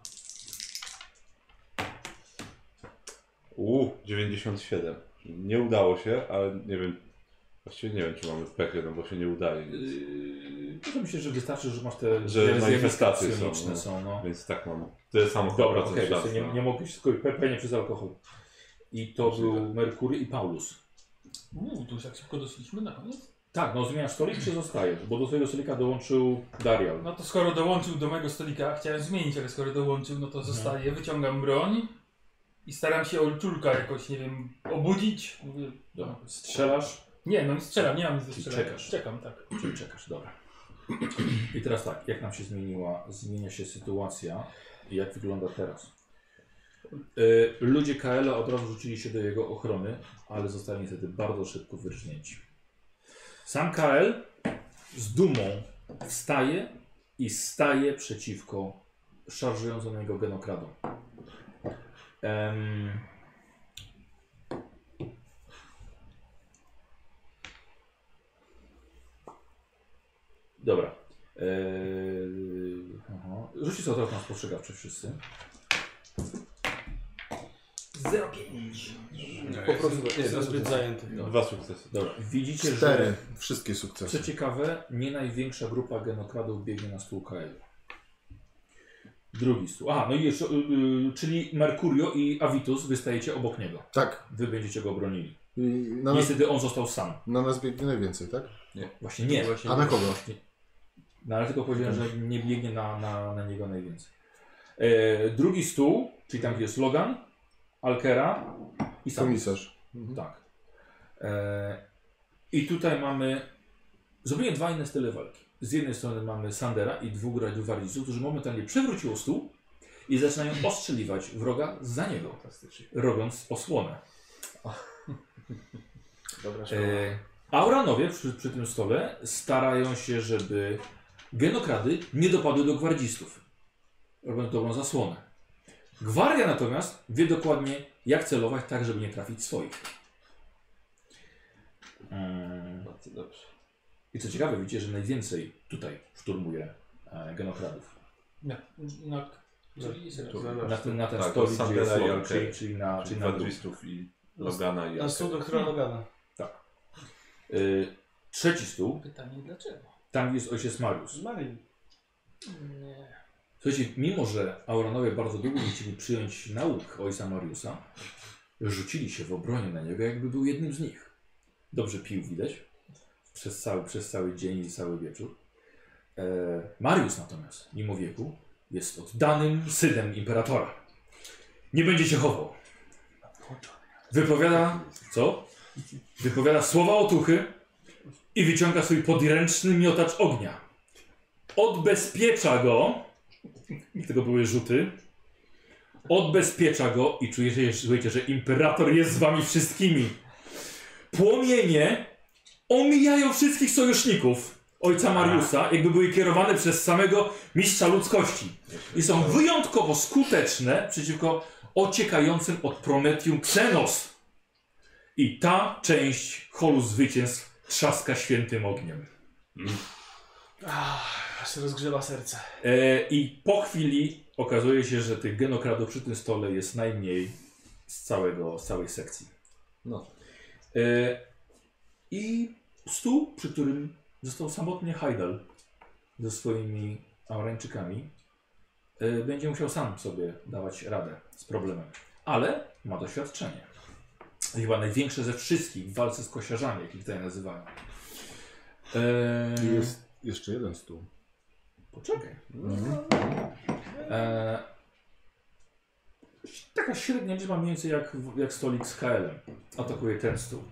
97. Nie udało się, ale nie wiem. Właściwie nie wiem, czy mamy pechę, no bo się nie udaje. To myślę, że wystarczy, że masz te Że manifestacje psioniczne są, no. Więc tak mam. Tyle samo Dobra, procent okej, szans, więc no. nie mogłeś pewnie przez alkohol. I to był Merkury i Paulus. Tu już jak szybko doszliśmy na koniec. Tak, no zmieniasz stolik czy zostajesz? Bo do swojego stolika dołączył Darial. No to skoro dołączył do mojego stolika, chciałem zmienić, ale skoro dołączył, no to zostaje. Wyciągam broń I staram się Olczulka jakoś, nie wiem, obudzić. Mówię, Dobra. Strzelasz? nie, no nie strzelam, nie mam nic do Czyli strzelania. czekasz. Czekam, tak. Czyli czekasz, dobra. I teraz tak, jak nam się zmienia się sytuacja i jak wygląda teraz? Ludzie KL-a od razu rzucili się do jego ochrony, ale zostali niestety bardzo szybko wyrżnięci. Sam KL z dumą wstaje i staje przeciwko szarżującym na niego genokradom. Dobra. Rzućcie sobie teraz na spostrzegawcze wszyscy. 0,5. Po prostu jestem zbyt zajęty. 2 sukcesy. Dobra. Widzicie, 4. że Wszystkie co sukcesy. ciekawe, nie największa grupa genokradów biegnie na stół KL. Drugi stół. A, no i jeszcze, czyli Mercurio i Avitus, wy stajecie obok niego. Tak. Wy będziecie go obronili. I na nas, Niestety on został sam. na nas biegnie najwięcej, tak? Właśnie nie. Właśnie A na kogo? No ale tylko powiedziałem, że nie biegnie na niego najwięcej. Drugi stół, czyli tam gdzie jest Logan, Alkera i sam. Komisarz. Mhm. Tak. I tutaj mamy zupełnie dwa inne style walki. Z jednej strony mamy Sandera i dwóch gwardzistów, którzy momentalnie przewróciło stół i zaczynają ostrzeliwać wroga za niego, robiąc osłonę. Dobra, Auranowie przy tym stole starają się, żeby genokrady nie dopadły do gwardzistów, robiąc dobrą zasłonę. Gwardia natomiast wie dokładnie, jak celować tak, żeby nie trafić swoich. Bardzo dobrze. I co ciekawe, widzicie, że najwięcej tutaj szturmuje genokradów. Na ten Tak, stolik, gdzie Sandera jest i Logan, Alkery. czyli na dół. Gwardzistów i Logana i na stół doktora Logana. Trzeci stół, Pytanie dlaczego? tam jest ojciec Mariusz. Z Marii. Nie. Słuchajcie, mimo że Auranowie bardzo długo nie chcieli przyjąć nauk ojca Mariusa, rzucili się w obronie na niego, jakby był jednym z nich. Dobrze pił, widać, przez cały dzień i cały wieczór. Mariusz natomiast, mimo wieku, jest oddanym synem imperatora. Nie będzie się chował. Wypowiada, co? Wypowiada słowa otuchy i wyciąga swój podręczny miotacz ognia. Odbezpiecza go, i tego były rzuty, odbezpiecza go i czujecie, że imperator jest z wami wszystkimi. Płomienie omijają wszystkich sojuszników ojca Mariusa, jakby były kierowane przez samego mistrza ludzkości. I są wyjątkowo skuteczne przeciwko ociekającym od Prometium Xenos. I ta część holu zwycięstw trzaska świętym ogniem. Aż rozgrzewa serce. I po chwili okazuje się, że tych genokradów przy tym stole jest najmniej z całej sekcji. No. I stół, przy którym został samotnie Hajdal ze swoimi Aurańczykami, będzie musiał sam sobie dawać radę z problemem. Ale ma doświadczenie. Chyba największe ze wszystkich w walce z kosiarzami, jak ich tutaj nazywają. I jest jeszcze jeden stół. Poczekaj. Taka średnia liczba mniej więcej jak stolik z KL-em. Atakuje ten stół.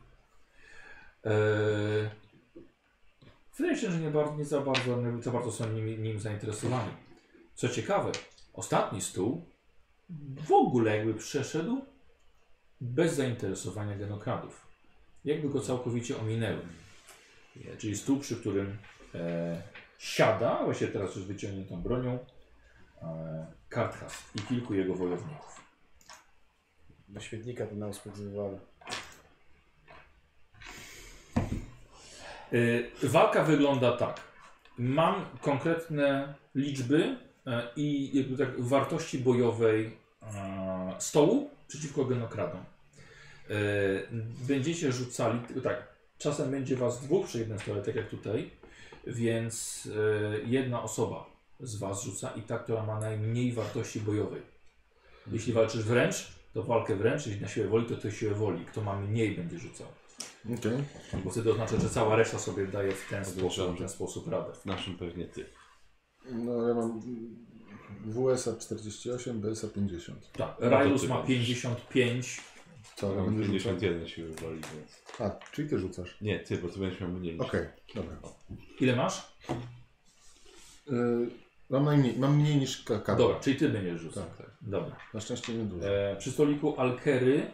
Wydaje się, że nie za bardzo są nim zainteresowani. Co ciekawe, ostatni stół w ogóle jakby przeszedł bez zainteresowania genokradów. Jakby go całkowicie ominęły. Czyli stół, przy którym siada, właśnie teraz już wyciągniętą bronią, Karthas i kilku jego wojowników. Do świetnika to na usprawiedliwione. Walka wygląda tak. Mam konkretne liczby i jakby tak wartości bojowej stołu przeciwko genokradom. Będziecie rzucali, tak, czasem będzie was dwóch przy jednym stole, tak jak tutaj, więc jedna osoba z was rzuca i ta, która ma najmniej wartości bojowej. Jeśli walczysz wręcz, to walkę wręcz, jeśli na siłę woli, to siłę woli. Kto ma mniej, będzie rzucał. Okej. Bo wtedy oznacza, że cała reszta sobie daje w ten sposób radę. W naszym pewnie ty. No ja mam WSA 48, BSA 50. Tak, No to Rajlus ty ma masz. 55. Co, ja Mam będę rzucał? 51 siły woli, więc... A, czyli ty rzucasz. Nie, ty, bo ty będziesz miał mniej niż... Okej, dobra. Ile masz? Mam mniej niż K. Dobra, czyli ty będziesz rzucał. Tak. Dobra. Na szczęście nie dużo. Przy stoliku Alkery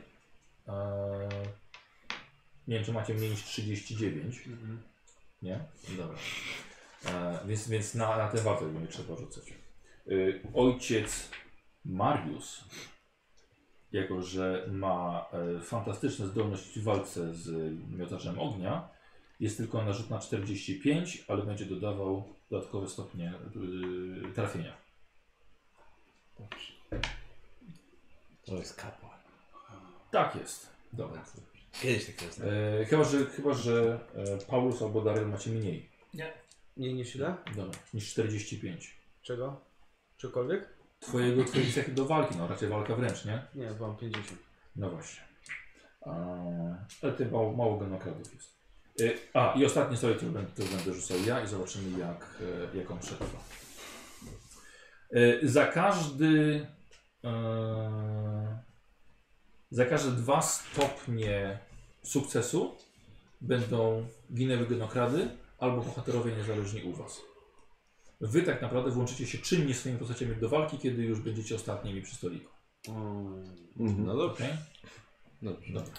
nie wiem, czy macie mniej niż 39. Nie? Dobra. Więc na tę wartość będzie trzeba rzucać. Ojciec Mariusz, jako że ma fantastyczne zdolności w walce z miotaczem ognia, jest tylko na rzut na 45, ale będzie dodawał dodatkowe stopnie trafienia. To jest kapłan. Tak jest. Dobra. Kiedyś tak jest. Chyba, że Paulus albo Daryl macie mniej. Nie niż ile? Dobra, niż 45. Czego? Czegokolwiek? Twojej cechy do walki, no raczej walka wręcz, nie? Nie, mam 50. No właśnie. Ale ty mało genokradów jest. I ostatni sobie to będę rzucał ja i zobaczymy jak on przetrwa. Za każde 2 stopnie sukcesu będą ginęły genokrady albo bohaterowie niezależni u was. Wy tak naprawdę włączycie się czynnie swoimi postaciami do walki, kiedy już będziecie ostatnimi przy stoliku. No dobrze. Okay? Dobrze. Dobra.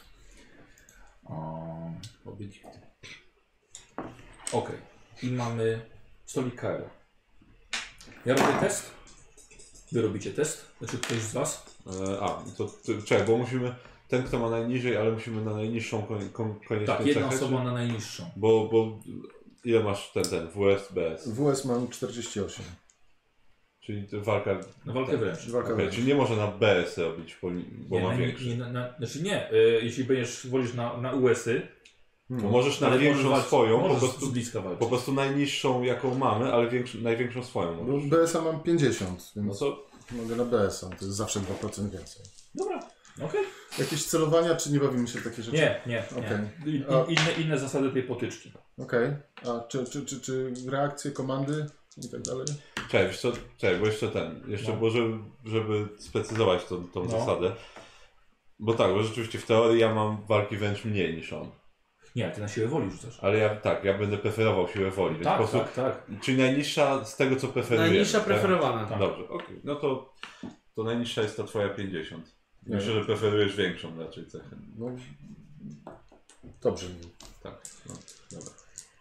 Ok. I mamy stolik KR. Ja robię test. Wy robicie test? Znaczy ktoś z was? Czekaj, bo musimy... Ten, kto ma najniżej, ale musimy na najniższą koniecznie Tak, jedna cechę, osoba czy... na najniższą. Bo ile masz ten WS, BS? WS mam 48. Czyli walka... Na walkę wręcz. Walka Okay, czyli nie może na BS robić, bo ma większy. Znaczy nie, jeśli wolisz na US-y, Bo możesz na ale większą możesz swoją, możesz po prostu, z bliska walczyć. po prostu najniższą jaką mamy, ale największą swoją Bo możesz. BSA mam 50, No więc to mogę na BSA, to jest zawsze 2% więcej. Dobra, okej. Jakieś celowania, czy nie bawimy się w takie rzeczy? Nie. Okej. Inne zasady tej potyczki. Okej. A czy reakcje, komandy i tak dalej? Czekaj, bo jeszcze było, żeby sprecyzować tą zasadę. Bo tak, bo rzeczywiście w teorii ja mam walki wręcz mniej niż on. Nie, ty na siłę woli rzucasz. Ale ja będę preferował siłę woli. Więc po prostu, Tak. Czyli najniższa z tego co preferujesz. Najniższa preferowana. Tak. Dobrze, okej. No to najniższa jest ta twoja 50. Nie. Myślę, że preferujesz większą raczej cechę. No, dobrze. Tak, no, dobra.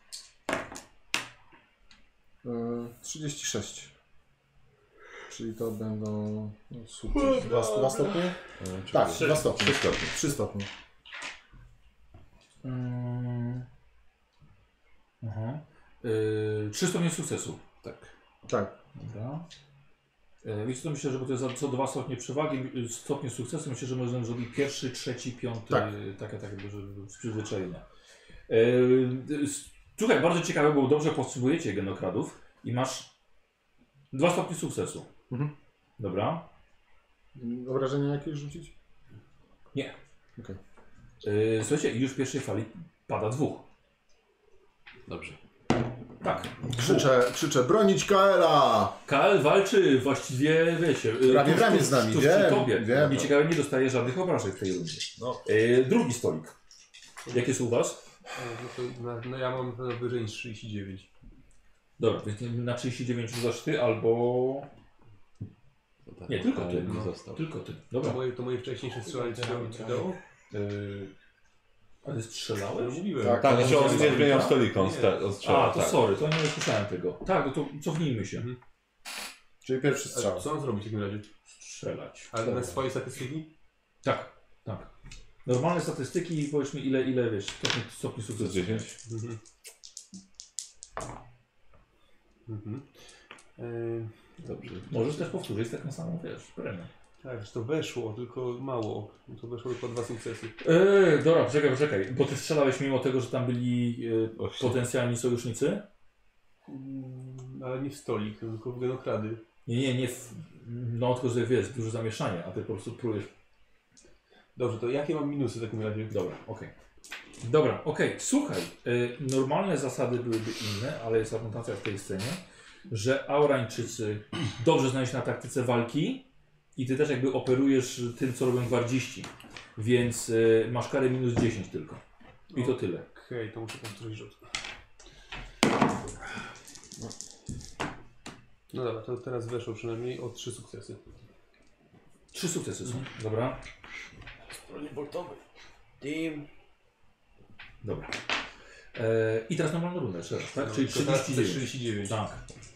36. Czyli to będą super. 2 stopnie? Tak, 2 stopnie. 3 stopnie. 3 stopnie. Aha. 3 stopnie sukcesu. Tak. Dobra. Wiecie co, myślę, że bo to jest co 2 stopnie przewagi, stopnie sukcesu, myślę, że możemy zrobić pierwszy, trzeci, piąty, Tak. takie z przyzwyczajenia. Słuchaj, bardzo ciekawe, bo dobrze podsumujecie genokradów i masz 2 stopnie sukcesu. Mhm. Dobra. Obrażenia jakieś rzucić? Nie. Okej. Słuchajcie, już w pierwszej fali pada 2. Dobrze. Tak. Krzyczę, bronić KL-a! KL walczy właściwie, wiecie, Ramię w ramię z nami, tuż wiem, przy tobie. wiem. I ciekawe, nie dostaje żadnych obrażeń w tej rundzie. No. Drugi stolik. Jakie są u was? Ja mam wyżej niż 39. Dobra, więc na 39 rzucasz ty albo... Nie, tylko ty. Nie został. Tylko ty. Dobra. To moje wcześniejsze strzelanie ci dało? Ale strzelałeś? Mówiłem. Tak. Tak, znaczy on nie stolika? zmieniał stolika, on Nie. strzela, To tak. sorry, to nie usłyszałem tego. Tak, no to cofnijmy się. Czyli pierwszy A strzał. co on zrobi w takim razie? Strzelać. Ale na swoje statystyki? Tak. Normalne statystyki i powiedz mi ile wiesz, stopni To sukcesu. jest 10. Dobrze. Możesz też powtórzyć tak na samą, wiesz, premię. Tak, że to weszło, tylko mało. To weszło tylko 2 sukcesy. Dobra, poczekaj, bo ty strzelałeś mimo tego, że tam byli potencjalni sojusznicy? Ale nie w stolik, tylko w genokrady. Nie, no tylko, że wiesz, duże zamieszanie, a ty po prostu próbujesz. Dobrze, to jakie mam minusy w takim razie? Dobra, okej. Słuchaj, normalne zasady byłyby inne, ale jest anotacja w tej scenie. że Aurańczycy dobrze znają się na taktyce walki i ty też jakby operujesz tym, co robią gwardziści. Więc masz karę minus 10 tylko. I to tyle. Okej, to muszę powtórzyć rzut. No dobra, to teraz weszło przynajmniej o 3 sukcesy. 3 sukcesy są. Dobra. Stronie boltowej. Team. Dobra. I teraz normalna runda jeszcze raz, tak? Czyli To teraz 39. 39. Tak.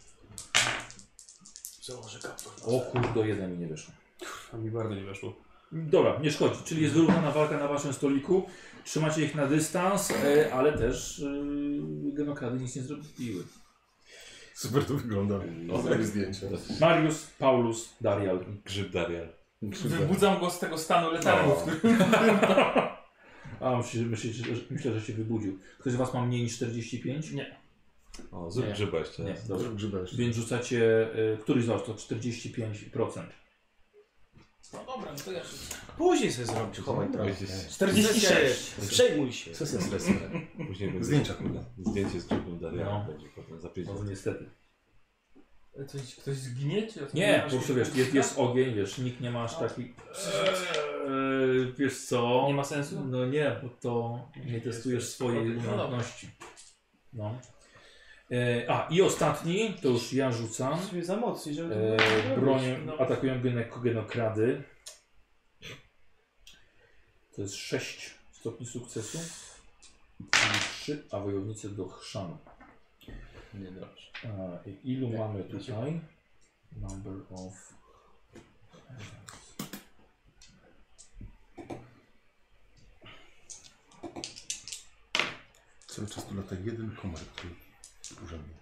Założę kaptur. O kurde, jeden mi nie wyszło. A mi bardzo nie weszło. Dobra, nie szkodzi. Czyli jest wyrównana walka na waszym stoliku. Trzymacie ich na dystans, ale też genokrady nic nie zrobiły. Super to wygląda. Zrobię zdjęcia. Mariusz, Paulus, Darial. Grzyb Darial. Wybudzam go z tego stanu letargu, w którym... A, myślę, że się wybudził. Ktoś z was ma mniej niż 45? Nie. O, zrób Nie. grzyba jeszcze Nie, raz. dobrze. Grzyba jeszcze. Więc rzucacie, któryś z was to 45%. No dobra, no to ja rzucę. Później sobie zrobić. Chowaj trochę. 46. Przejmuj się. Sesja stresowa. Później będzie Zdjęcia kurde. zdjęcie z grzybem Dariala No. będzie potem za 5 No lat. niestety. Ktoś zginie, czy... Nie, po prostu wiesz, jest ogień, wiesz, nikt nie ma aż taki... wiesz co? Nie ma sensu? No nie, bo to nie testujesz swojej No dobra. umiejętności. No. I ostatni, to już ja rzucam. Sobie za mocniej, żeby... Bronię, No. atakują genokrady. To jest 6 stopni sukcesu. I 3, a wojownicy do chrzanu. Nie dobrze. I ilu mamy tutaj? Number of... Cały czas tu lata jeden komar, który wkurza mnie.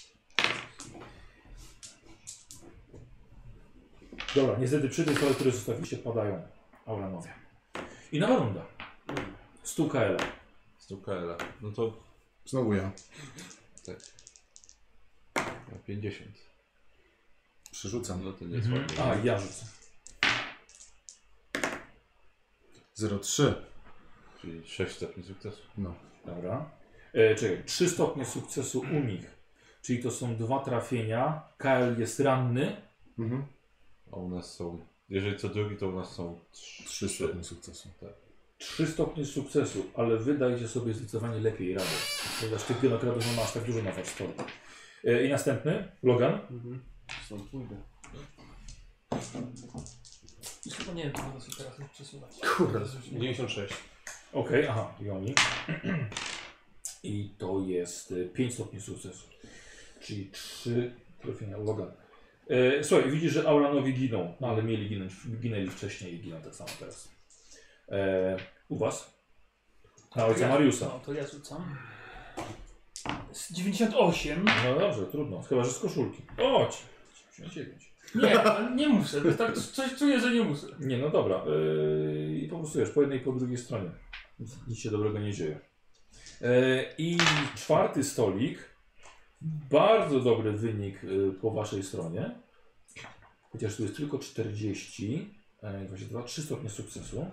Dobra, niestety przy tej fali, które zostawiliście, padają Auranowie. I nowa runda. Stół KL. Stukela. No to Znowu ja. na 50. Przerzucam. No to nie jest Mhm. ładnie. A, ja rzucę. 0,3. Czyli 6 stopni sukcesu. No. Dobra. Czekaj, 3 stopnie sukcesu u nich. Czyli to są 2 trafienia. KL jest ranny. Mhm. A u nas są, jeżeli co drugi, to u nas są 3 stopnie sukcesu. 3 stopnie sukcesu, ale wy dajecie sobie zdecydowanie lepiej radę. Ponieważ tych genokradów nie masz tak dużo na warsztacie. I następny, Logan. Mhm. Stąd pójdę. I chyba nie wiem, czy będę się teraz już przesuwać. Kurde. 96. Okej, aha, i oni. I to jest 5 stopni sukcesu. Czyli 3 trafienia Logan. Słuchaj, widzisz, że Auranowi giną, no ale mieli ginąć, ginęli wcześniej i giną tak samo teraz. U was? Na ojca Mariusza. No to ja rzucam. Z 98. No dobrze, trudno. Chyba, że z koszulki. Chodź. 89. Nie, ale nie muszę. To tak coś czuję, że nie muszę. Nie, no dobra. I po prostu wiesz, po jednej i po drugiej stronie. Nic się dobrego nie dzieje. I czwarty stolik. Bardzo dobry wynik po waszej stronie. Chociaż tu jest tylko 40. 22, 3 stopnie sukcesu.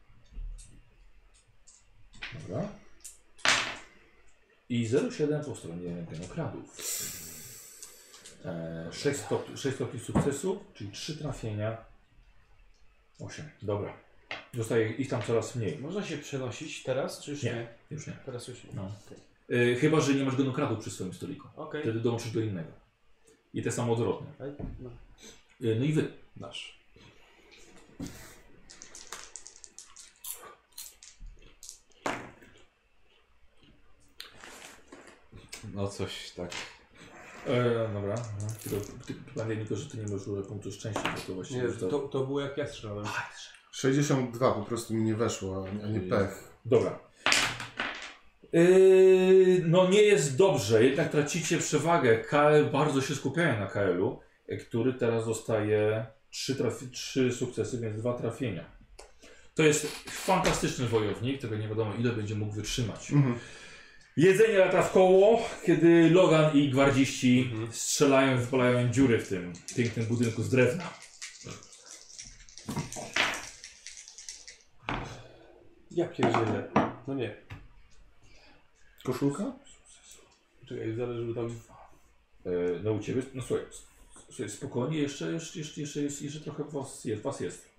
Dobra. I 0,7 po stronie genokradów. 6 stopni sukcesu, czyli 3 trafienia. 8. Dobra. Zostaje ich tam coraz mniej. Można się przenosić teraz, czy już Nie. nie? Już nie. Teraz już nie. No. Okej. Chyba, że nie masz genokradów przy swoim stoliku. Okej. Wtedy dołączysz do innego. I te samo odwrotnie. No. No i wy. Nasz. No coś tak. Dobra. No. Pamiętaj tylko, że ty nie masz dużo punktu szczęścia, bo to właściwie Nie, już to było jak ja strzelałem. 62 po prostu mi nie weszło, a nie pech. Dobra. No nie jest dobrze, jednak tracicie przewagę. KL bardzo się skupiają na KL-u, który teraz dostaje 3 sukcesy, więc 2 trafienia. To jest fantastyczny wojownik, tego nie wiadomo ile będzie mógł wytrzymać. Jedzenie lata w koło, kiedy Logan i gwardziści strzelają i wypalają dziury w tym pięknym budynku z drewna. Ja pierdzielę. No nie. Koszulka? Czekaj, zależy, bo tam No u ciebie, no słuchaj, spokojnie, jeszcze trochę was jest.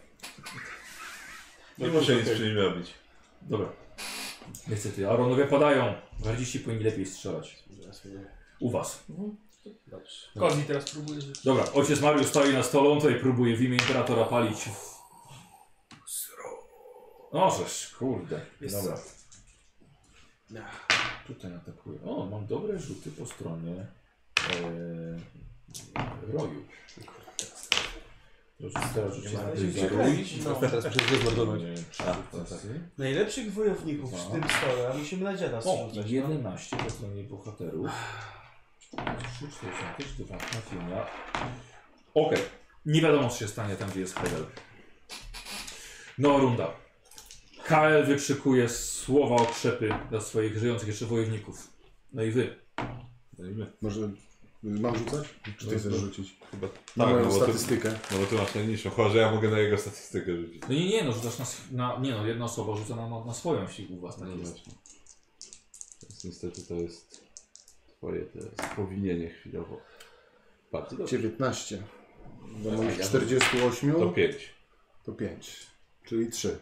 Nie muszę nic przy nim robić. Dobra. Niestety, Aronowie padają. Gardziści powinni lepiej strzelać. U was. Dobrze. Kozi teraz próbuje rzucić. Dobra, ojciec Mariusz stoi na stole, on tutaj próbuje w imię Imperatora palić. No żeż, kurde. Dobra. Tutaj atakuję. O, mam dobre rzuty po stronie roju. Teraz rzucić na rój. Teraz muszę zmordować. Najlepszych wojowników w tym stole, a musimy na dziada O, strzelać. 11 po stronie bohaterów. 3, 4, 5, 2 trafienia. Okej. Nie wiadomo, co się stanie tam, gdzie jest Hedel. Nowa runda. KL wykrzykuje słowa okrzepy dla swoich żyjących jeszcze wojowników. No i wy. Może mam rzucać? Czy ty chcesz rzucić? Chyba Na tak, moją no bo statystykę. No bo ty masz najniższą, chyba że ja mogę na jego statystykę rzucić. No nie, no rzucasz na jedna osoba rzuca na swoją, jeśli u was tak No jest. właśnie. Więc niestety to jest twoje powinienie chwilowo. Bardzo dobrze. 19. Do A moich ja 48 To 5. to 5. Czyli 3.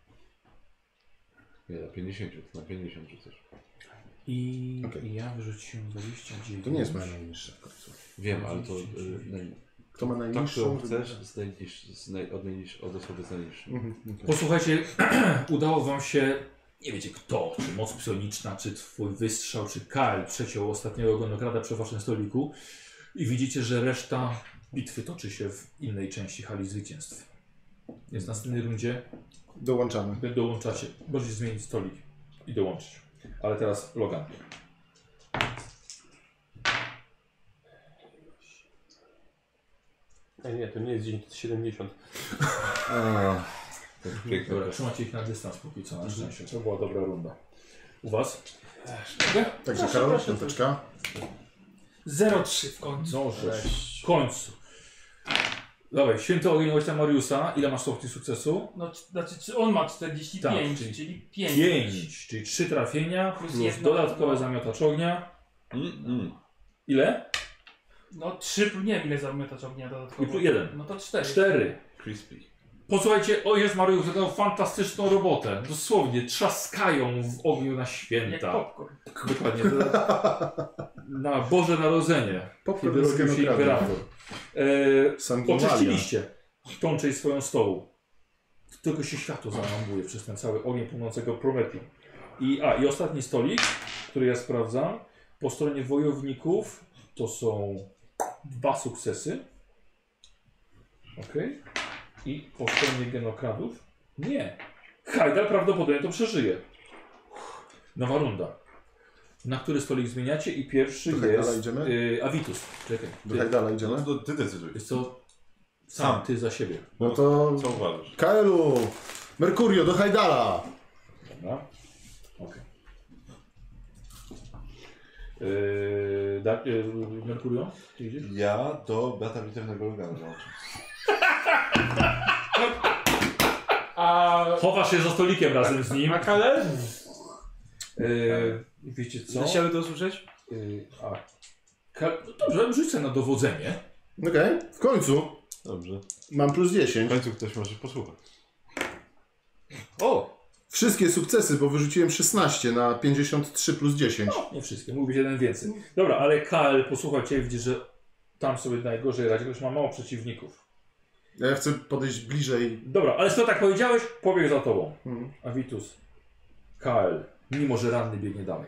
Nie, na 50, to na 50 rzucasz. I Okej. ja wyrzuciłem 29. To nie jest moja najniższa w końcu. Wiem, ale to... Kto ma Tak, najniższą? którą chcesz, od osoby z najniższą. Okay. Posłuchajcie, udało wam się, nie wiecie kto, czy moc psioniczna, czy twój wystrzał, czy Kyle przeciął ostatniego gonokrada przy waszym stoliku i widzicie, że reszta bitwy toczy się w innej części hali zwycięstw. Więc w następnej rundzie Dołączamy. dołączacie, możecie zmienić stolik i dołączyć. Ale teraz Logan. Nie, to nie jest 10, to jest 70. Pięknie. Dobra, trzymacie ich na dystans póki co, na szczęście. To była dobra runda. U was? Także Karol, piąteczka. 0,3 w końcu. No, w końcu. Dawaj, święty ogień ojca Mariusa. Ile masz stopni sukcesu? No, znaczy, czy on ma 45, Tak, czyli 5. 5, czyli 3 trafienia plus jedno- dodatkowe no. zamiotacz ognia. Ile? No 3, nie wiem ile zamiotacz ognia I dodatkowo. plus 1. No to 4. 4. Crispy. Posłuchajcie, ojciec Mariusz wykonał fantastyczną robotę. Dosłownie trzaskają w ogniu na Jak święta. popcorn. Dokładnie. Na Boże Narodzenie. Popcorn Kiedy z rodził się genokradu. imperator. Sanguinalia. Oczyściliście tą część swoją stołu. Tylko się światło załamuje przez ten cały ogień płonącego Prometium. I ostatni stolik, który ja sprawdzam, po stronie wojowników to są 2 sukcesy. Ok. I po stronie genokradów nie. Hajdar prawdopodobnie to przeżyje. Nowa runda. Na który stolik zmieniacie? I pierwszy Do Hajdala jest idziemy? Avitus. Czekaj. Do Hajdala idziemy? No to ty decyduj. Jest to sam ty za siebie. No to Co uważasz? Kaelu! Merkurio, do Hajdala! Dobra. Okej. Merkurio, ty idziesz? Ja do brata bitewnego Logana dołączę. A Chowasz się za stolikiem razem z nim. Makale? Wiecie co? Chciałby to usłyszeć? No dobrze, rzucę na dowodzenie. Okej, w końcu Dobrze. mam plus W 10. końcu ktoś może posłuchać. O! Wszystkie sukcesy, bo wyrzuciłem 16 na 53 plus 10. Nie wszystkie, mógł być jeden więcej. Dobra, ale KL, posłuchaj cię, widzisz, że tam sobie najgorzej radzi, już ma mało przeciwników. Ja chcę podejść bliżej. Dobra, ale skoro tak powiedziałeś, pobiegł za tobą. Mhm. Avitus, KL, mimo że ranny biegnie dalej.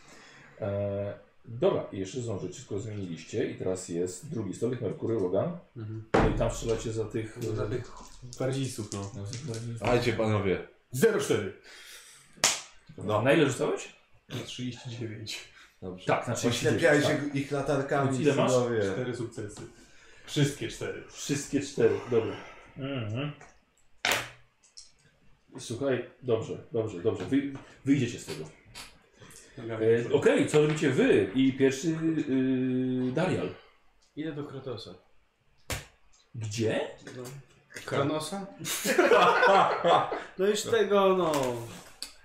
Dobra, i jeszcze zdążycie, wszystko zmieniliście i teraz jest drugi stolik, Merkury, Logan. No i tam strzelacie za tych... Za tych bardzistów, no. Słuchajcie panowie. 0,4. No. Na ile rzucałeś? 39. Dobrze. Tak, na 39. Oślepiajcie Tak. ich latarkami. Więc ile masz? synowie. 4 sukcesy. Wszystkie 4. Wszystkie 4, dobra. Słuchaj, dobrze. Wyjdziecie z tego. Okej, co robicie wy? I pierwszy Darial. Idę do Kratosa. Gdzie? Kronosa? No już tego, no...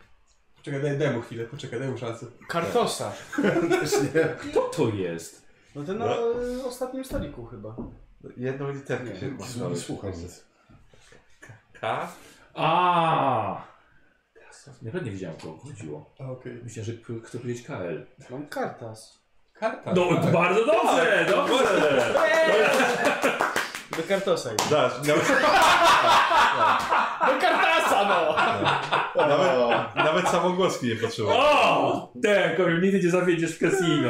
Poczekaj, daj mu chwilę, poczekaj, daj mu szansę. Kartosa. Też nie. Kto to jest? No ten na ostatnim stoliku chyba. Jedną literkę się Nie wcisnąłeś. słucham nic. K? Nie wiedziałem, o co chodziło. Okej. Myślałem, że chcę powiedzieć KL. Mam kartas. Karta. No, bardzo dobrze, dobrze. Do kartosa. Dasz, Do kartasa, no! nawet samogłoski nie potrzeba. O! Tak, nigdy nie zawiedziesz w casino.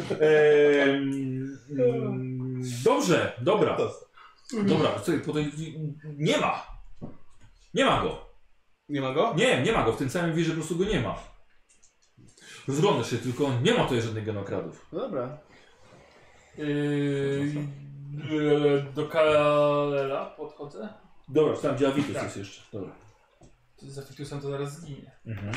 Dobrze, dobra. Dobra, słuchaj, potem nie ma. Nie ma go. Nie ma go? Nie ma go. W tym samym wieży po prostu go nie ma. Rozglądasz się, tylko nie ma tutaj żadnych genokradów. No dobra. Do Kalela podchodzę. Dobra, tam gdzie Avitus jest jeszcze. Dobra. Za Fitusem to zaraz zginie.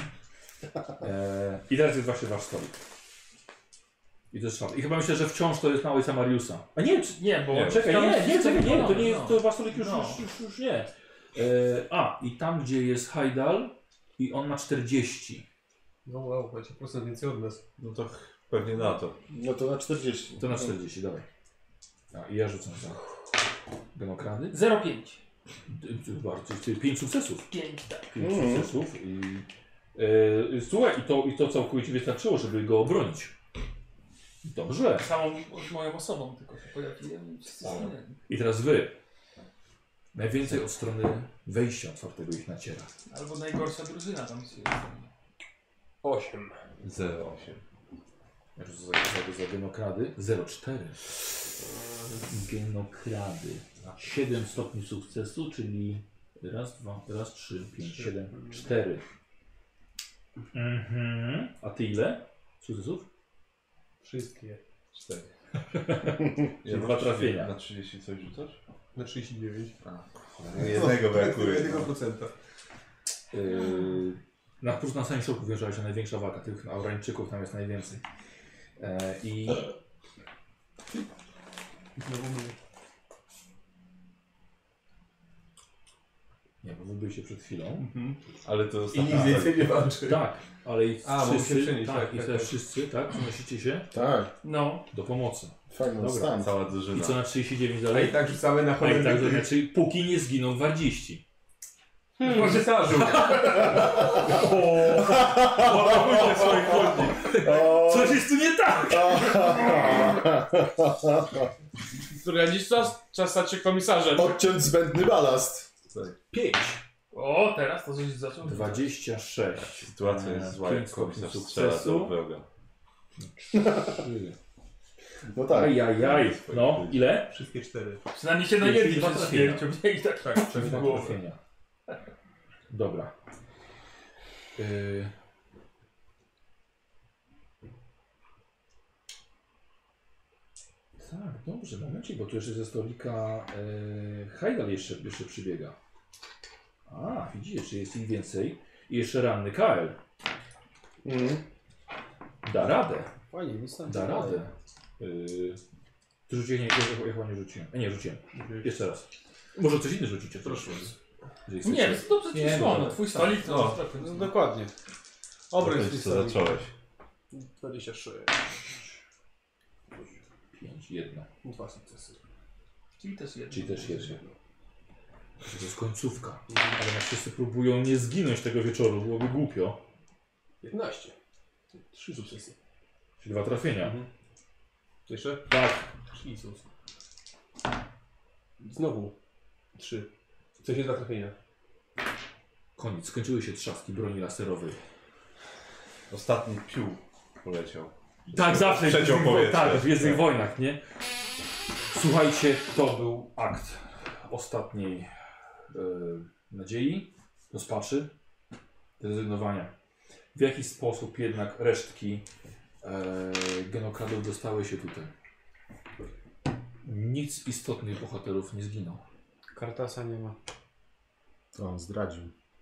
I teraz jest właśnie wasz stolik. I to jest czwarty. I chyba myślę, że wciąż to jest mały Samariusa. A nie, Nie, bo... Nie, czekaj, nie, to nie jest, no. to wasz stolik już, No. już nie. I tam gdzie jest Hajdal i on ma 40. No wow, 20% więcej od nas. No to pewnie na to. No to na 40. To na 40, dawaj. I ja rzucam za genokrady. 0,5. Bardzo, czyli 5 sukcesów. 5, tak. 5 sukcesów i... słuchaj, i to całkowicie wystarczyło, żeby go obronić. Dobrze. Samą moją osobą tylko się pojawiłem i wszyscy zginęli. I teraz wy. Najwięcej od strony wejścia otwartego ich naciera. Albo najgorsza drużyna tam się 8. 0,8. Ja rzucę za genokrady 0,4. Genokrady. 7 stopni sukcesu, czyli raz, 2, raz, 3, 5, 7, 4. A ty ile sukcesów? Wszystkie. 4. Czyli 2 trafienia. Na 30 coś rzucasz? Na 39. Jednego brakuje. 1%. Na samym środku wiążała się największa walka. Tych Aurańczyków tam jest najwięcej. I Znowu mnie. nie, bo wy byliście przed chwilą. Ale to I ostatni nic więcej nie walczy. Tak, ale i A, mogę się wszyscy, przenieść, tak, tak, i tak, teraz tak. wszyscy, tak, przenosicie się Tak, No. do pomocy. fajny Dobra. stan. Cała I drużyna. co na 39 A dalej? i tak rzucamy na A i cholerny tak, kryt. znaczy póki nie zginą gwardziści. Po cesarzu. Coś jest tu nie tak! Który dziś czas stać się komisarzem. Odciąć zbędny balast. 5. O, teraz to coś zaczął. 26. Sytuacja jest zła, jak 5 stopni komisarz strzela do sukcesu. wroga. 3. No tak. Ajajaj. No, ile? Wszystkie 4. Przynajmniej się najedli, Dwa bo trafienia. trafienia ciągnęli tak. Tak, Dwa w głowę. trafienia. Dobra. Tak, dobrze, momencik, bo tu jeszcze ze stolika Hajdal jeszcze przybiega. A, widzicie, czy jest ich więcej. I jeszcze ranny Kael. Da radę, Fajnie, nic tam da radę. Ty rzuciłeś, nie, ja chyba nie rzuciłem. Nie, rzuciłem. Jeszcze raz. Może coś inny rzucicie, proszę. Nie, to dobrze ci Nie, szło, no. no twój stolik to No. jest No, dokładnie. Obręcz Obręcz co zacząłeś. 23. 5, 1. 2 sukcesy. Czyli też jedno. Czyli też jedno. To jest końcówka. Ale jak wszyscy próbują nie zginąć tego wieczoru, byłoby głupio. 15. 3 sukcesy. Czyli 2 trafienia. Jeszcze? Tak. Jezus. Znowu. 3. W sensie 2 trafienia. Koniec. Skończyły się trzaski broni laserowej. Ostatni pił poleciał. Tak, zawsze Trzecią w Gwiezdnych powietrze. Tak, w Gwiezdnych Tak. Wojnach, nie? Słuchajcie, to był akt ostatniej nadziei, rozpaczy, zrezygnowania. W jaki sposób jednak resztki genokradów dostały się tutaj? Nic z istotnych bohaterów nie zginął. Kartasa nie ma. To on zdradził.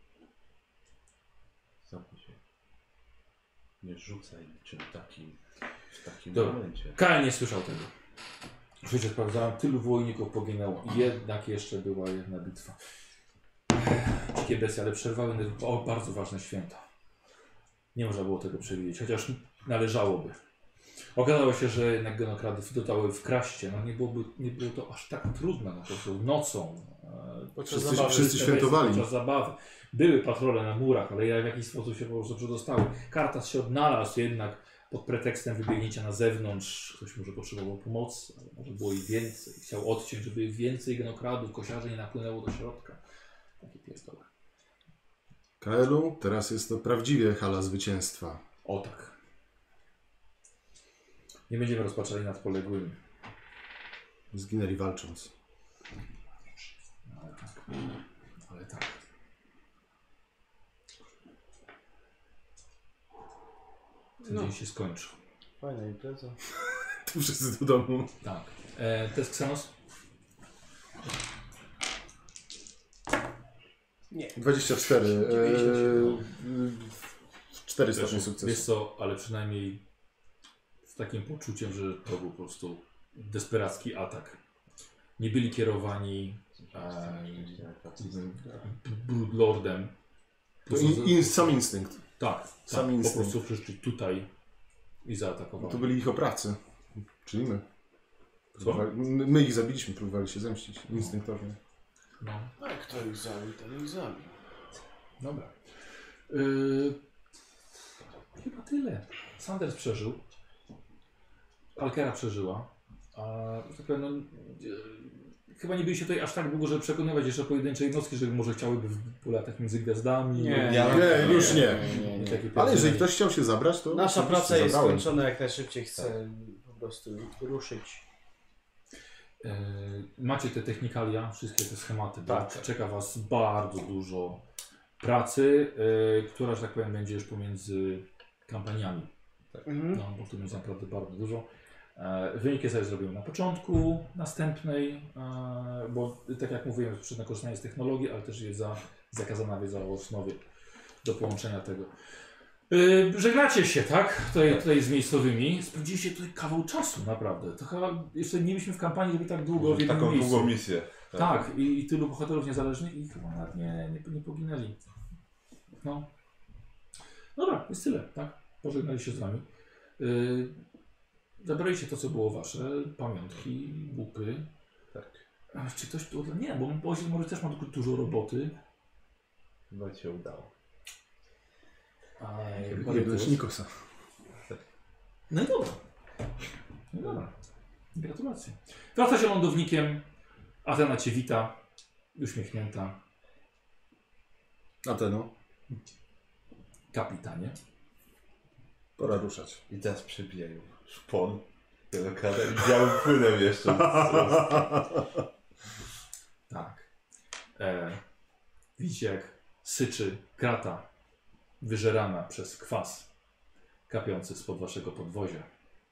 Zamknij się. Nie rzucaj czym takim w takim Dobra. momencie. Kael nie słyszał tego. Oczywiście sprawdzałem, tylu wojowników poginęło. Jednak jeszcze była jedna bitwa. Dzikie bestie, ale przerwały bardzo ważne święta. Nie można było tego przewidzieć, chociaż należałoby. Okazało się, że jednak genokrady dodały w kraście. No nie było to aż tak trudne, no po prostu nocą. Wszyscy świętowali. Podczas zabawy. Były patrole na murach, ale w jakiś sposób się po prostu przedostały. Kartas się odnalazł jednak pod pretekstem wybiegnięcia na zewnątrz. Ktoś może potrzebował pomocy, ale może było ich więcej. Chciał odciąć, żeby więcej genokradów, kosiarzy nie napłynęło do środka. Taki pierdol. Kaelu, teraz jest to prawdziwie hala zwycięstwa. O tak. Nie będziemy rozpaczali nad poległymi. Zginęli walcząc. Ale tak. Ten dzień się skończył. Fajna impreza. Tu wszyscy do domu. Tak. Test Xenos? 24. 4 stopnie Wiesz sukcesu. co, ale przynajmniej z takim poczuciem, że to był po prostu desperacki atak. Nie byli kierowani Broodlordem. To sam instynkt. Tak, sam po instynkt. prostu przyszli tutaj i zaatakowali. To byli ich oprawcy. Czyli my. Co? My ich zabiliśmy, próbowali się zemścić instynktownie. No. A kto ich zabił, to ich zabił. Dobra. Chyba tyle. Sanders przeżył. Alkera przeżyła. A tak powiem, no, chyba nie byliście tutaj aż tak długo, żeby przekonywać jeszcze pojedyncze jednostki, że może chciałyby polatać między gwiazdami. Nie, już nie. Ale jeżeli ktoś chciał się zabrać, to... Nasza oczywiście praca jest zabrałem. skończona, jak najszybciej chcę po prostu ruszyć. Macie te technikalia, wszystkie te schematy. Tak. Czeka Was bardzo dużo pracy, która, że tak powiem, będzie już pomiędzy kampaniami. No, bo tu będzie naprawdę bardzo dużo. Wyniki sobie zrobimy na początku następnej, bo tak jak mówiłem, przyczyna korzystania z technologii, ale też jest zakazana wiedza o osnowie do połączenia tego. Żegnacie się, tak? Tutaj z miejscowymi. Spędziliście tutaj kawał czasu, naprawdę. To chyba jeszcze nie byliśmy w kampanii, żeby tak długo w jednym Taką miejscu. długą misję. Tak, i tylu bohaterów niezależnych i chyba nawet nie poginęli. No. Dobra, jest tyle, tak? Pożegnali się z nami. Zabraliście to, co było wasze, pamiątki, łupy. Tak. Czy ktoś tu... Nie, bo ojciec może też ma dużo roboty. Chyba się udało. Nie byłeś Nikosa. No i dobra. No i dobra. Gratulacje. Wraca się lądownikiem. Atena cię wita. Uśmiechnięta. Ateno, Kapitanie. pora ruszać. I teraz przebijają szpon, genokrada i białym płynem jeszcze. Tak. Widzicie, jak syczy krata wyżerana przez kwas kapiący spod waszego podwozia.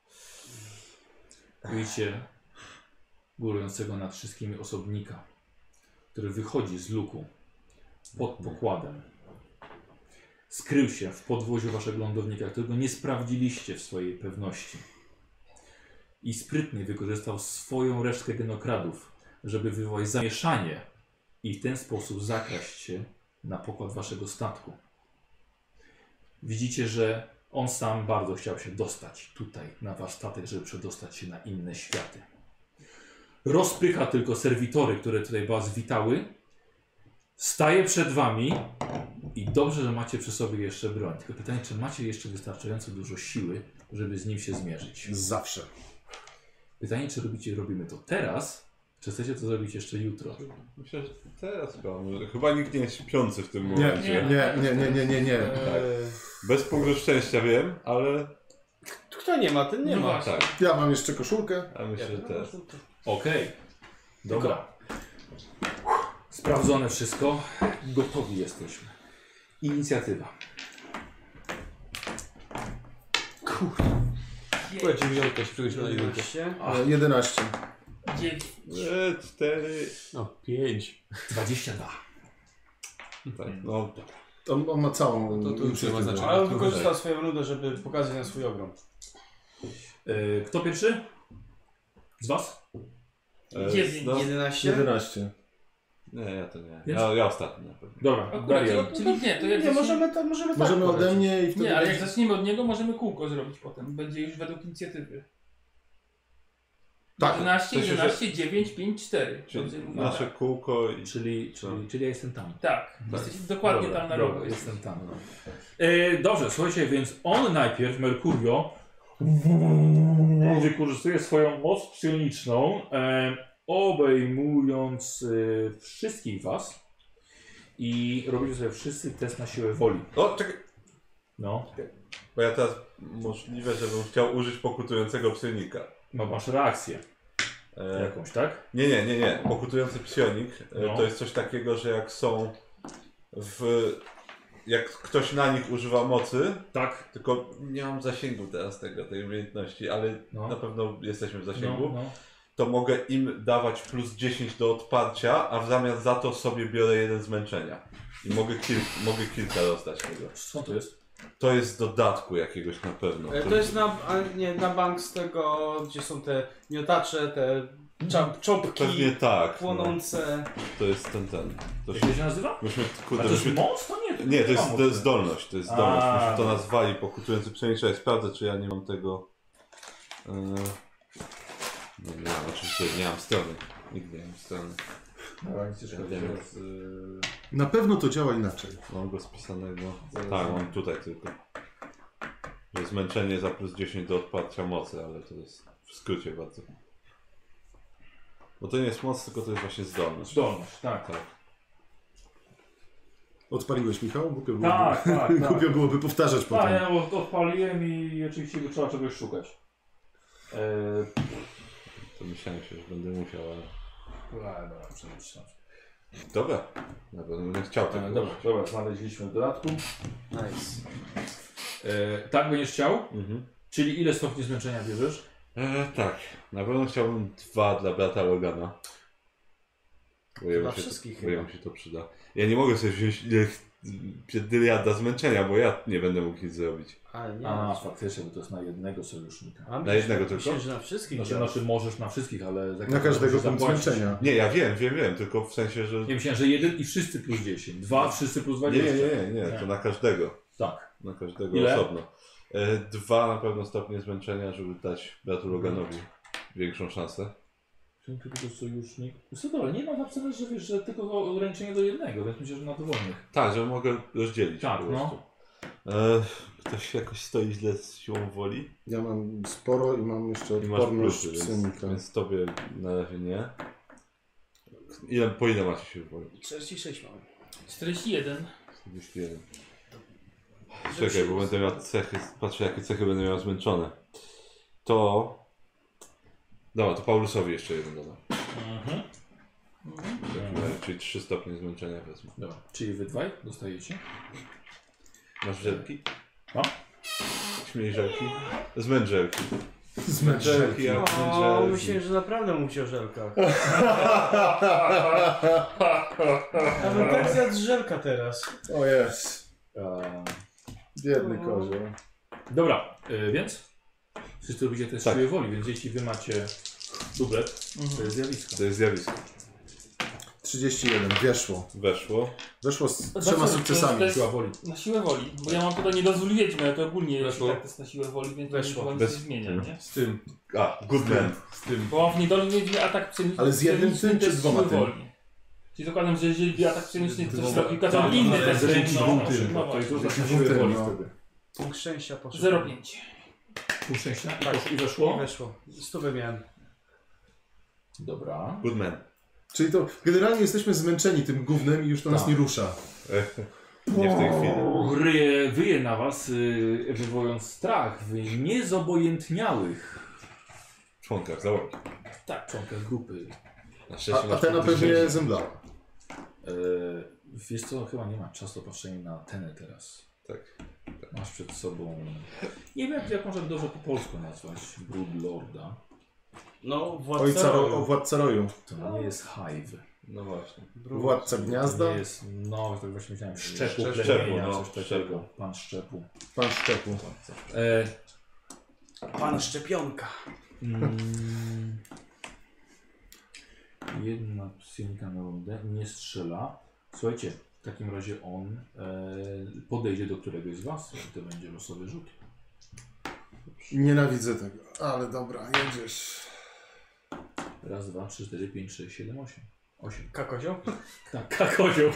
Widzicie górującego nad wszystkimi osobnika, który wychodzi z luku pod pokładem. Skrył się w podwoziu waszego lądownika, którego nie sprawdziliście w swojej pewności. I sprytnie wykorzystał swoją resztkę genokradów, żeby wywołać zamieszanie i w ten sposób zakraść się na pokład waszego statku. Widzicie, że on sam bardzo chciał się dostać tutaj na wasz statek, żeby przedostać się na inne światy. Rozpycha tylko serwitory, które tutaj was witały. Staje przed wami i dobrze, że macie przy sobie jeszcze broń. Tylko pytanie, czy macie jeszcze wystarczająco dużo siły, żeby z nim się zmierzyć? Zawsze. Pytanie, czy robimy to teraz, czy chcecie to zrobić jeszcze jutro? Myślę, że teraz chyba nikt nie jest śpiący w tym Nie, momencie. nie. Tak. Bez punktu szczęścia wiem, ale Kto nie ma, ten nie No ma. właśnie. tak. Ja mam jeszcze koszulkę. A myślę, że teraz. Okej. Dobra. Sprawdzone wszystko. Gotowi jesteśmy. Inicjatywa. Była dziewiątka, się czegoś na 11. 11. 9. 4. No, 5. 22. Tak, no. On ma całą To już nie ma inicjatywę. znaczenia. Ale on wykorzystał swoją nudę, żeby pokazać na swój ogrom. Kto pierwszy? Z was? 9. No, 11. 11. Nie, ja to nie. Więc- Ja ostatni na pewno. Dobra, Akurat, Dariel. czyli nie, to jak Nie, zaczniemy, możemy Możemy tak ode polecieć. mnie i wtedy nie, ale jak będzie- zaczniemy od niego, możemy kółko zrobić potem. Będzie już według inicjatywy. Tak. 11, To się, 11, 9, 5, 4. Czyli Dobrze mówię, nasze tak. kółko i... Czyli ja jestem tam. Tak, jesteś dokładnie Dobra, tam na dobra, rogu. jestem tam. No. Dobrze, słuchajcie, więc on najpierw, Mercurio, wykorzystuje swoją moc psioniczną, obejmując wszystkich was i robicie sobie wszyscy test na siłę woli. O, czekaj. No, Bo ja teraz możliwe, żebym chciał użyć pokutującego psionika. masz reakcję jakąś, tak? Nie. Pokutujący psionik No. to jest coś takiego, że jak są jak ktoś na nich używa mocy, Tak. tylko nie mam zasięgu teraz tej umiejętności, ale No. na pewno jesteśmy w No, zasięgu, no. to mogę im dawać plus 10 do odparcia, a w zamian za to sobie biorę 1 zmęczenia. I mogę kilka rozdać tego. Co to jest? To jest z dodatku jakiegoś na pewno. To jest na bank z tego, gdzie są te miotacze, te czopki Pewnie tak. No, płonące. to jest ten. To Jak to się nazywa? myśmy, A kurde, to jest myśmy, moc? To nie. nie, to ma jest mocy. zdolność. To jest A. zdolność. Myśmy to nazwali pokutujący psionik. Ja sprawdzę, czy ja nie mam tego. Nie, oczywiście nie mam strony. Nigdy nie mam strony. Dobra, nic jeszcze Ja nie wiem. Na pewno to działa inaczej. Mam go spisanego. Tak, mam tutaj tylko. Że zmęczenie za plus 10 do odparcia mocy, ale to jest w skrócie bardzo. Bo to nie jest moc, tylko to jest właśnie zdolność. Zdolność, tak. Tak. Odpaliłeś, Michał? Głupio byłoby, Tak, tak. głupio byłoby powtarzać Tak, potem. ja odpaliłem i oczywiście trzeba czegoś szukać. To myślałem się, że będę musiał, ale... Dobra, przeczytam. Dobra. Na pewno będę chciał tego. Dobra, znaleźliśmy w dodatku. Nice. Tak będziesz chciał? Mhm. Czyli ile stopni zmęczenia bierzesz? Tak. Na pewno chciałbym 2 dla brata Logana. Dla wszystkich Bo jemu się to przyda. Ja nie mogę sobie wziąć pierdyliarda zmęczenia, bo ja nie będę mógł nic zrobić. Ale nie. A, faktycznie, bo to jest na jednego sojusznika. A jednego tylko? Myślę, że na wszystkich. Znaczy możesz na wszystkich, ale... za Na każdego musisz punkt zapłacić. zmęczenia. Nie, ja wiem, tylko w sensie, że... Nie myślałem, że jeden i wszyscy plus 10. 2 wszyscy plus 20. Nie, to na każdego. Tak. Na każdego Ile? osobno. 2 na pewno stopnie zmęczenia, żeby dać bratu Loganowi większą szansę. Tylko sojusznik. Co dobra, nie ma napisane, że wiesz, że tylko ograniczenie do jednego, więc myślę, że na dowolnych. Tak, że mogę rozdzielić Tak, po prostu. Ktoś jakoś stoi źle z siłą woli Ja mam sporo i mam jeszcze i masz odporność plusy, psionika. więc tobie na razie nie. Po ile macie siły woli? 46 mam. 41. 41. Czekaj, bo będę miał cechy, patrzę jakie cechy będę miał zmęczone. To... Dobra, to Paulusowi jeszcze jeden dodam. Mhm. Czyli 3 stopnie zmęczenia wezmę. Dobra, czyli wy dwaj dostajecie? Masz żelki? No. Śmiej żelki? Zmęcz żelki. Zmęczenie. jak O, żelki. myślałem, że naprawdę mówicie o żelkach. Ja bym tak zjadł żelka teraz. O jest. Biedny kozioł. Dobra, więc wszyscy robicie test Tak. siły woli, więc jeśli wy macie dublet, to jest zjawisko. To jest zjawisko. 31, weszło. Weszło. Weszło z 3 Znaczy, sukcesami. to jest- Siła woli. Na siłę woli, bo ja mam tutaj nie dozwól wiedźmy, ale to ogólnie Weszło. tak to jest na siłę woli, więc Weszło. to nic Bez- nie zmienia, nie? Z tym, Good man. z tym. Bo mam w niedolnym wiedźmie atak psioniczny. Ale z jednym psioniczny tym, czy test z dwoma siły tym? woli. Czyli zakładam, że jeżeli atak psioniczny coś dwoma. zrobił, to inny no, test z ręki no, dwóm tym, no to jest właśnie. na siłę woli No. wtedy. Punkt szczęścia poszedł. 0,5. Pół szczęścia? Tak. I weszło? Weszło. 100 miałem. Dobra. Good man. Czyli to generalnie jesteśmy zmęczeni tym gównem i już to nas nie rusza. Nie w tej chwili. Wyje na was, wywołując strach w niezobojętniałych Członkach załogi. członkach grupy. Na szczęście A masz Atena punkty pewnie szczęścia. zemdlała. Wiesz co, chyba nie ma czasu patrzenia na Atenę teraz. Tak. Masz przed sobą... Nie wiem, jak można dobrze po polsku nazwać. Broodlorda. No, Władca roju. To nie jest Hive. No właśnie. Władca To gniazda. nie jest, no tak właśnie myślałem, szczepu Szczepu, plemienia, no, coś takiego. szczepu. Pan szczepu. Pan szczepu. Pan szczepionka. Jedna psionika na rundę. Nie strzela. Słuchajcie, w takim razie on podejdzie do któregoś z was i to będzie losowy rzut. Nienawidzę tego, ale dobra, jedziesz. Raz, dwa, trzy, cztery, pięć, sześć, siedem, osiem. 8. Kakozioł? Tak, kakozioł.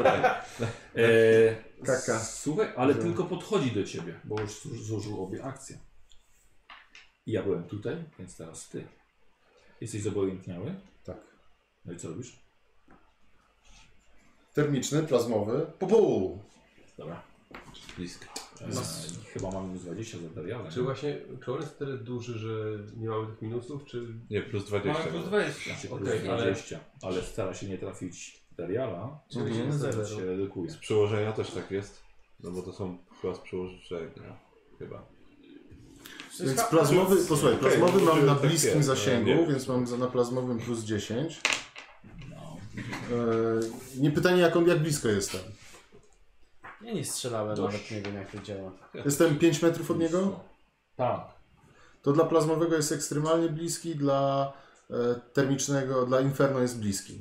Kaka. Słuchaj, ale tylko podchodzi do ciebie, bo już złożył obie akcje. I ja byłem tutaj, więc teraz ty. Jesteś zobojętniały? Tak. No i co robisz? Termiczny, plazmowy. Pupu! Dobra. Blisko. Chyba mam minus 20 za Dariala. Czy właśnie, czy on jest tyle duży, że nie mamy tych minusów, czy... Nie, plus 20. Mamy plus 20. Znaczy Okej, plus 20, ale stara się nie trafić Dariala, Zero. się redukuje. Z przełożenia też tak jest. No bo to są chyba z przełożenia. Chyba. Więc plazmowy, posłuchaj, plazmowy Okej, mam na tak bliskim jest, zasięgu, nie. więc mam na plazmowym plus 10. No. Nie pytanie, jak blisko jestem. Ja nie strzelałem, Dość. nawet nie wiem jak to działa. Jestem 5 metrów od niego? Tak. To dla plazmowego jest ekstremalnie bliski, dla termicznego, dla Inferno jest bliski.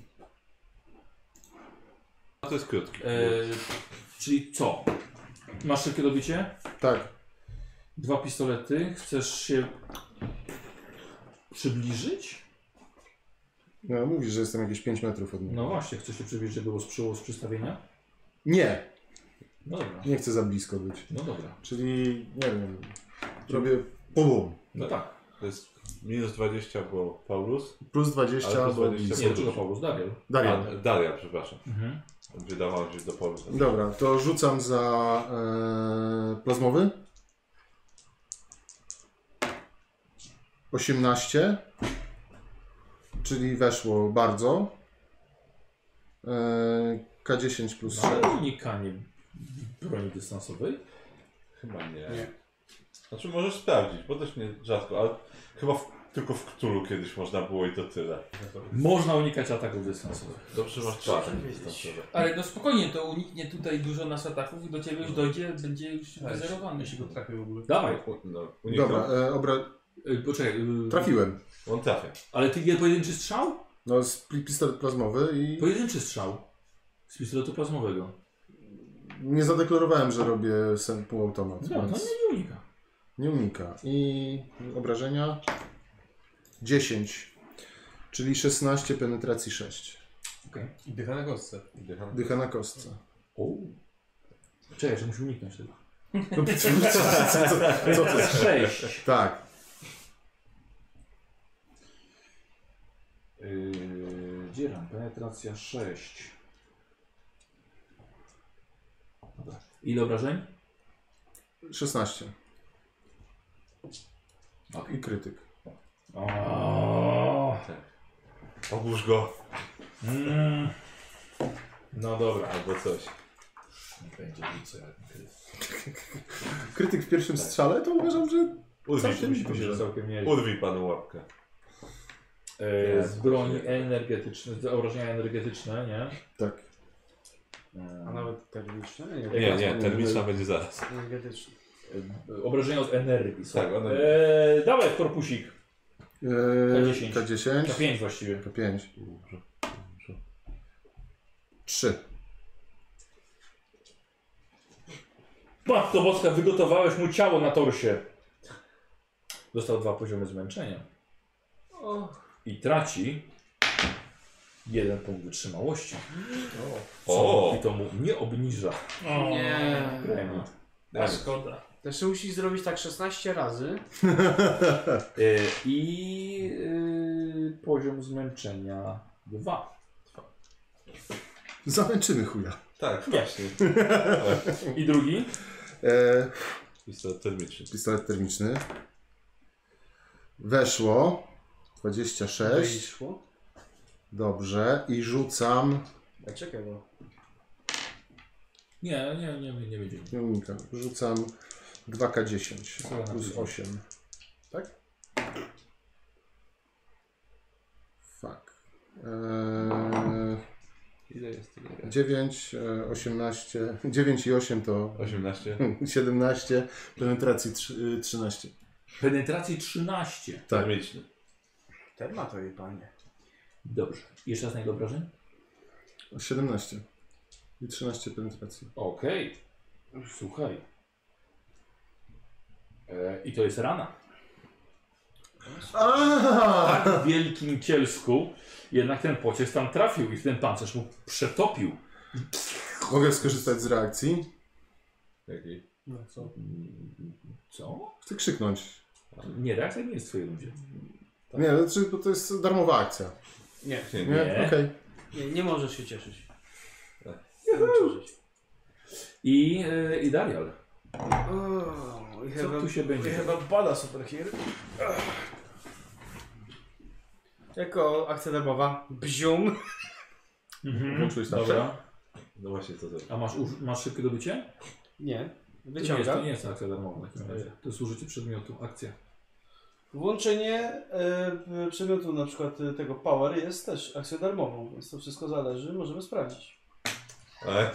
A to jest krótki. Czyli co? Masz szybkie dobicie? Tak. 2 pistolety. Chcesz się przybliżyć? No, mówisz, że jestem jakieś 5 metrów od niego. No właśnie, chcesz się przybliżyć, żeby było z przystawienia? Nie, No dobra. nie chcę za blisko być. No dobra. Czyli, nie wiem, robię pum. No tak. To jest minus 20, bo Paulus. Plus 20 Ale plus albo 20. blisko. Nie, dlaczego Paulus? Dariel. Darian. A, Daria, przepraszam. Mhm. Wydawało się do Paulusa. Dobra, to rzucam za plazmowy. 18. Czyli weszło bardzo. K10 plus 6. Ale unikanie broni dystansowej? Chyba nie. Nie. Znaczy możesz sprawdzić, bo też nie rzadko, ale chyba tylko w Cthulhu kiedyś można było i to tyle. Można unikać ataków dystansowych. Dobrze masz twarz dystansowe. Ale no spokojnie, to uniknie tutaj dużo nas ataków i do ciebie już dojdzie, będzie już wyzerowany. Jeśli go trafię w ogóle. Dawaj. No, unikał. Dobra, Poczekaj. trafiłem. On trafia. Ale ty nie pojedynczy strzał? No, pistolet plazmowy i Pojedynczy strzał. Z pistoletu plazmowego. nie zadeklarowałem, że robię półautomat, No, to więc nie unika. nie unika. I obrażenia 10, czyli 16, penetracji 6. Okej. I dycha na kostce. Dycha na kostce. O. Czekaj, że musi uniknąć tego. No, co to jest? 6. Tak. Dzieram, penetracja 6. Dobra. Ile obrażeń? 16. Okej. I krytyk. Ogłusz go. No dobra. Albo coś. Nie będzie nic jak Krytyk w pierwszym strzale, to uważam, że Urwij, całkiem nie. urwij panu łapkę. Z broni energetycznej, z obrażenia energetyczne, nie? tak. A nawet termiczne? Nie, termiczna będzie zaraz. Energetyczne. Obrażenia z energii. Tak, one... one... Dawaj w korpusik. K10. K10. K5 właściwie. K5. 3. Matko Boska, wygotowałeś mu ciało na torsie. Dostał 2 poziomy zmęczenia. I traci 1 punkt wytrzymałości. O! I to mu nie obniża Nie. premii. A szkoda. To jeszcze musisz zrobić tak 16 razy. Poziom zmęczenia 2. Zamęczymy chuja. Tak, właśnie. I drugi? Pistolet termiczny. Pistolet termiczny. Weszło. 26. Wyszło. Dobrze. I rzucam. Czekaj, bo... Nie będzie. Nie unikam. Rzucam 2K10 plus 8. Tak? Fuck. Ile jest tego? 9, 18. 9 i 8 to 18? 17. Penetracji 13. Penetracji 13. Tak. Termiczny. Ten ma to jej panie. Dobrze. Jeszcze raz na ile obrażeń? 17 i 13 penetracji. Okej. Słuchaj. I to jest rana. Tak w wielkim cielsku. Jednak ten pocisk tam trafił i ten pancerz mu przetopił. Mogę skorzystać z reakcji? Jaki? No co? Co? Chcę krzyknąć. Nie, reakcja nie jest w twojej rundzie. Nie, znaczy, bo to jest darmowa akcja. Nie, Nie, Nie? Okej. nie możesz się cieszyć. Tak. I Darial. Co tu się będzie Chyba bada superhero. Jako akcja darmowa. Bzium. Włączyłeś tarczę? Dobra. No właśnie, co to? A masz szybkie dobycie? Nie. To Wyciągam. nie jest akcja darmowa w takim razie. To jest użycie przedmiotu, akcja. Włączenie przedmiotu, na przykład tego power, jest też akcją darmową, więc to wszystko zależy, możemy sprawdzić. Ale?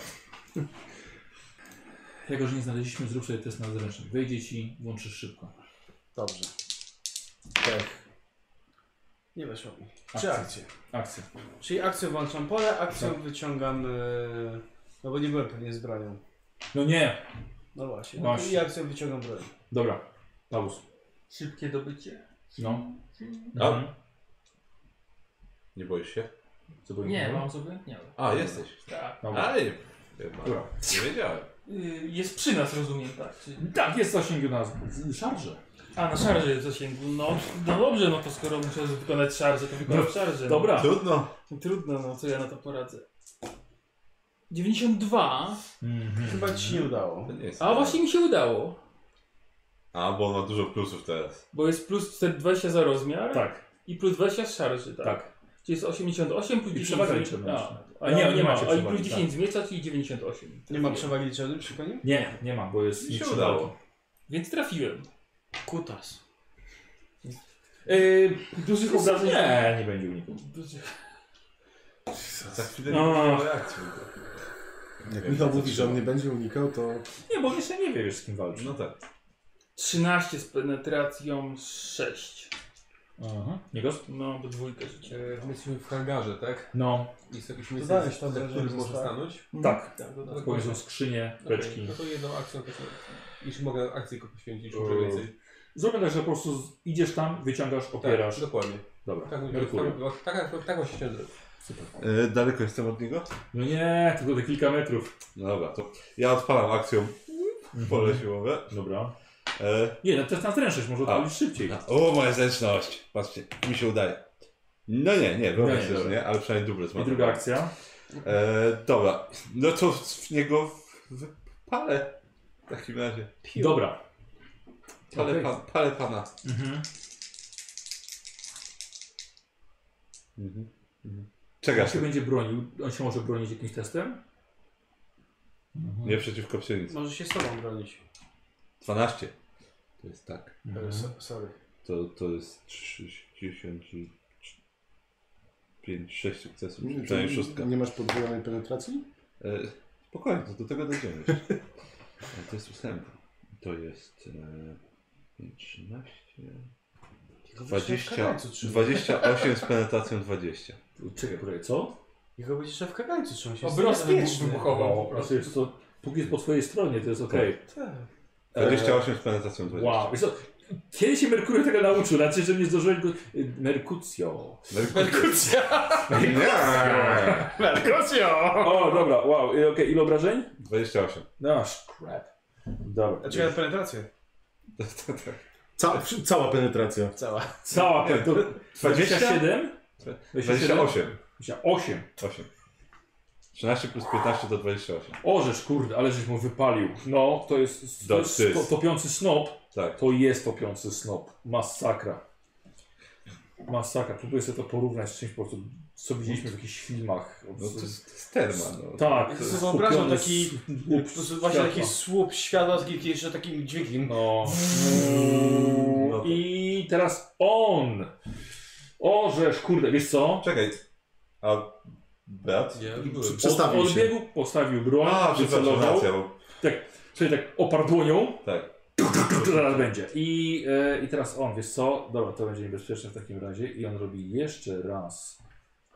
Jako, że nie znaleźliśmy, zrób sobie test na zręczny. Wejdzie ci, włączysz szybko. Dobrze. Tak. Nie weszło mi. Czy akcję? Akcja. Czyli akcją włączam pole, akcją wyciągam, no bo nie byłem pewnie z bronią. No nie. No właśnie. Właśnie. I akcją wyciągam broń. Dobra. Pauz. Szybkie dobycie. No. A? Nie boisz się? Co było Nie, innego? mam zobędniały. A, jesteś. Tak. Dobra. Ale nie. Chyba. Dobra. Nie wiedziałem. Jest przy nas, rozumiem, tak? Czy... Tak, jest zasięgu na szarże. A, na szarży jest zasięgu. No dobrze, no to skoro muszę wykonać szarżę, to wykonam szarżę. No. Dobra. Trudno. Trudno, no co ja na to poradzę. 92. Chyba ci się nie udało. To nie jest. A właśnie mi się udało. A, bo on ma dużo plusów teraz. Bo jest plus 20 za rozmiar Tak. i plus 20 z szarży, tak? Tak. Czyli jest 88 plus I 10 przewaga z liczebna. A nie ma. macie A i przewagi, plus 10 z mieca, czyli 98. Nie ma przewagi liczebnej przy koniu? Nie ma, bo jest Mi się niższy udało. walki. Więc trafiłem. Kutas. Dużych obrażeń. Nie będzie uników. Za chwilę No. nie będzie reakcji. Jak Michał mówi, że on nie będzie unikał, to Nie, bo jeszcze nie wiesz z kim walczysz. No tak. 13 z penetracją 6. Aha. Nikos? No, do dwójkę życia. My jesteśmy w hangarze, tak? No. I jest jakieś Dodałeś miejsce, to za obrażenie, którym można tak? stanąć? Tak. Tak, Powiem, są skrzynie, beczki. No to jedną akcją też. Jeśli mogę akcję tylko poświęcić, O. może więcej. Zrobię tak, że po prostu idziesz tam, wyciągasz, opierasz. Tak, dokładnie. Dobra, Tak, Merkury. tak właśnie chciałem zrobić. Super. Daleko jestem od niego? No nie, tylko te kilka metrów. No dobra, to ja odpalam akcją pole siłowe. Dobra. E, Nie, no to jest na zręczność, może odpalić szybciej. o, moja zręczność. Patrzcie, mi się udaje. No nie, wyobraź sobie, że nie, ale przynajmniej dublet I ma. druga akcja. Dobra, no to w niego palę. W takim razie. Dobra. Palę, Okej. palę pana. Czekaj, On się będzie bronił. On się może bronić jakimś testem? nie przeciwko pszenicy. Może się z tobą bronić. 12. To jest tak. Sorry. To jest 35, 6 sukcesów. Przynajmniej szóstka. nie masz podwojonej penetracji? Spokojnie, to do tego dojdziemy jeszcze. To jest 8. To jest 13. 28 z penetracją 20. Czekaj, poczekaj, co? Jego będzie jeszcze w kagańcu, trzeba się Obrostek bezpieczny. wybuchował po To prostu. jest to, póki jest po twojej stronie, to jest okej. Tak. 28 z penetracją 20. Wow. Wiesz co, kiedy się Merkury tego nauczył? Znaczy, że nie zdążyłeś go... Merkucjo. Merkucja! Nie! Merkucja! O, dobra, wow. Okej, ile obrażeń? 28. No, crap. Dobra. Znaczy ja penetrację. Cała penetracja. Cała. Cała to 27? 28. 28. 8. 13 plus 15 to 28. Orzesz, kurde, ale żeś mu wypalił. No, to jest topiący snop. Tak. To jest topiący snop. Masakra. Masakra. Próbuję sobie to porównać z czymś po prostu, co widzieliśmy w jakichś filmach. No to jest terma. No. Tak. Ja sobie wyobrażam skupiony taki, słup po prostu właśnie taki światła. słup światła z jeszcze takim dźwiękiem. No. No to- I teraz on. Orzesz, kurde, wiesz co? Czekaj. A brat? Ja już byłem. Przestawił się. Odbiegł, postawił broń, A, przepraszam, wycelował. racja, bo... Tak, sobie tak oparł dłonią. Tak. To zaraz będzie. I teraz on, wiesz co? Dobra, to będzie niebezpieczne w takim razie. I on robi jeszcze raz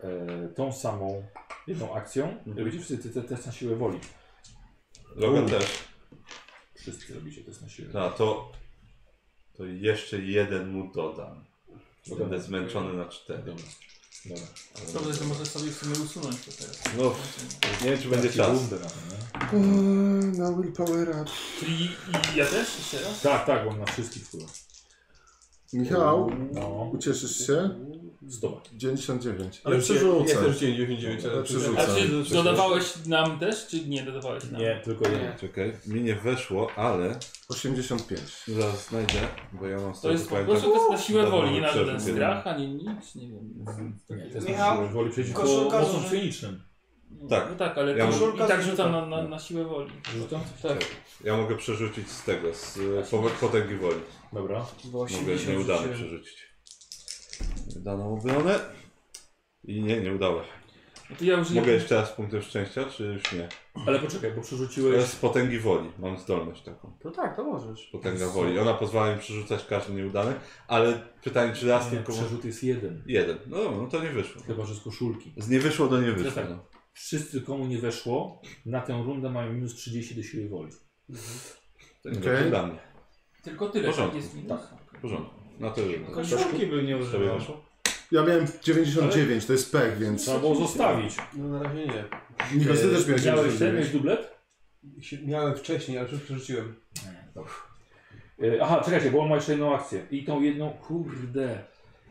tą samą jedną akcją robicie wszyscy test na siłę woli. Logan też. Wszyscy robicie test na siłę. No to jeszcze jeden mu dodam. Dobra. Będę zmęczony na 4. Dobra. Dobra. Dobrze, że możesz sobie w sumie usunąć to teraz. No, nie wiem czy będzie Taki czas. rundę na to, nie? Na willpowera. Czyli i ja też jeszcze raz? Tak, on na wszystkich wpływa. Michał, No, ucieszysz się? 100. 99. Ale Ale przerzucę. Ja też rzuciłem 99, ale Przerzucę. A czy dodawałeś nam też, czy nie dodawałeś nam? Nie, tylko jeden. Czekaj, mi nie weszło, ale 85. zaraz znajdę, bo ja mam z To tego jest po pamiętam. prostu to jest na siłę woli, nie na Przerzut żaden jeden. strach, ani nic, nie wiem. Nie, to jest Michał, na siłę woli przeciwko koszulkarzu, mocom że- psionicznym. Tak. No tak, ale Ja to koszulka i tak zrzuca. rzucam na siłę woli. Rzucam? Tak. Ja mogę przerzucić z tego, z potęgi woli. Dobra. Mogę nieudane przerzucić. Daną obronę. I nie udało się. No to ja użyję... Mogę jeszcze raz punktów szczęścia, czy już nie? Ale poczekaj, bo To przerzuciłeś... jest z potęgi woli, mam zdolność taką. To tak, to możesz. Potęga woli. Ona pozwala mi przerzucać każdy nieudany, ale pytanie, czy raz Nie, tylko... przerzut jest jeden. Jeden. No dobra, no to nie wyszło. Chyba, że z koszulki. Z nie wyszło do nie wyszło. Tak. No. Wszyscy, komu nie weszło, na tę rundę mają minus 30 do siły woli. To nie Okej. okay. dla mnie. Tylko tyle, W porządku. tak jest minus. W porządku. Na to już. Koszulki by nie Tobie używał. weszło? Ja miałem 99, to jest pech, więc... Trzeba było zostawić. No na razie nie. Nikos, ty też miałeś Miałeś ten, 99. miałeś dublet? Miałem wcześniej, ale już przerzuciłem. Dobrze. Aha, czekajcie, bo on ma jeszcze jedną akcję. I tą jedną, kurde.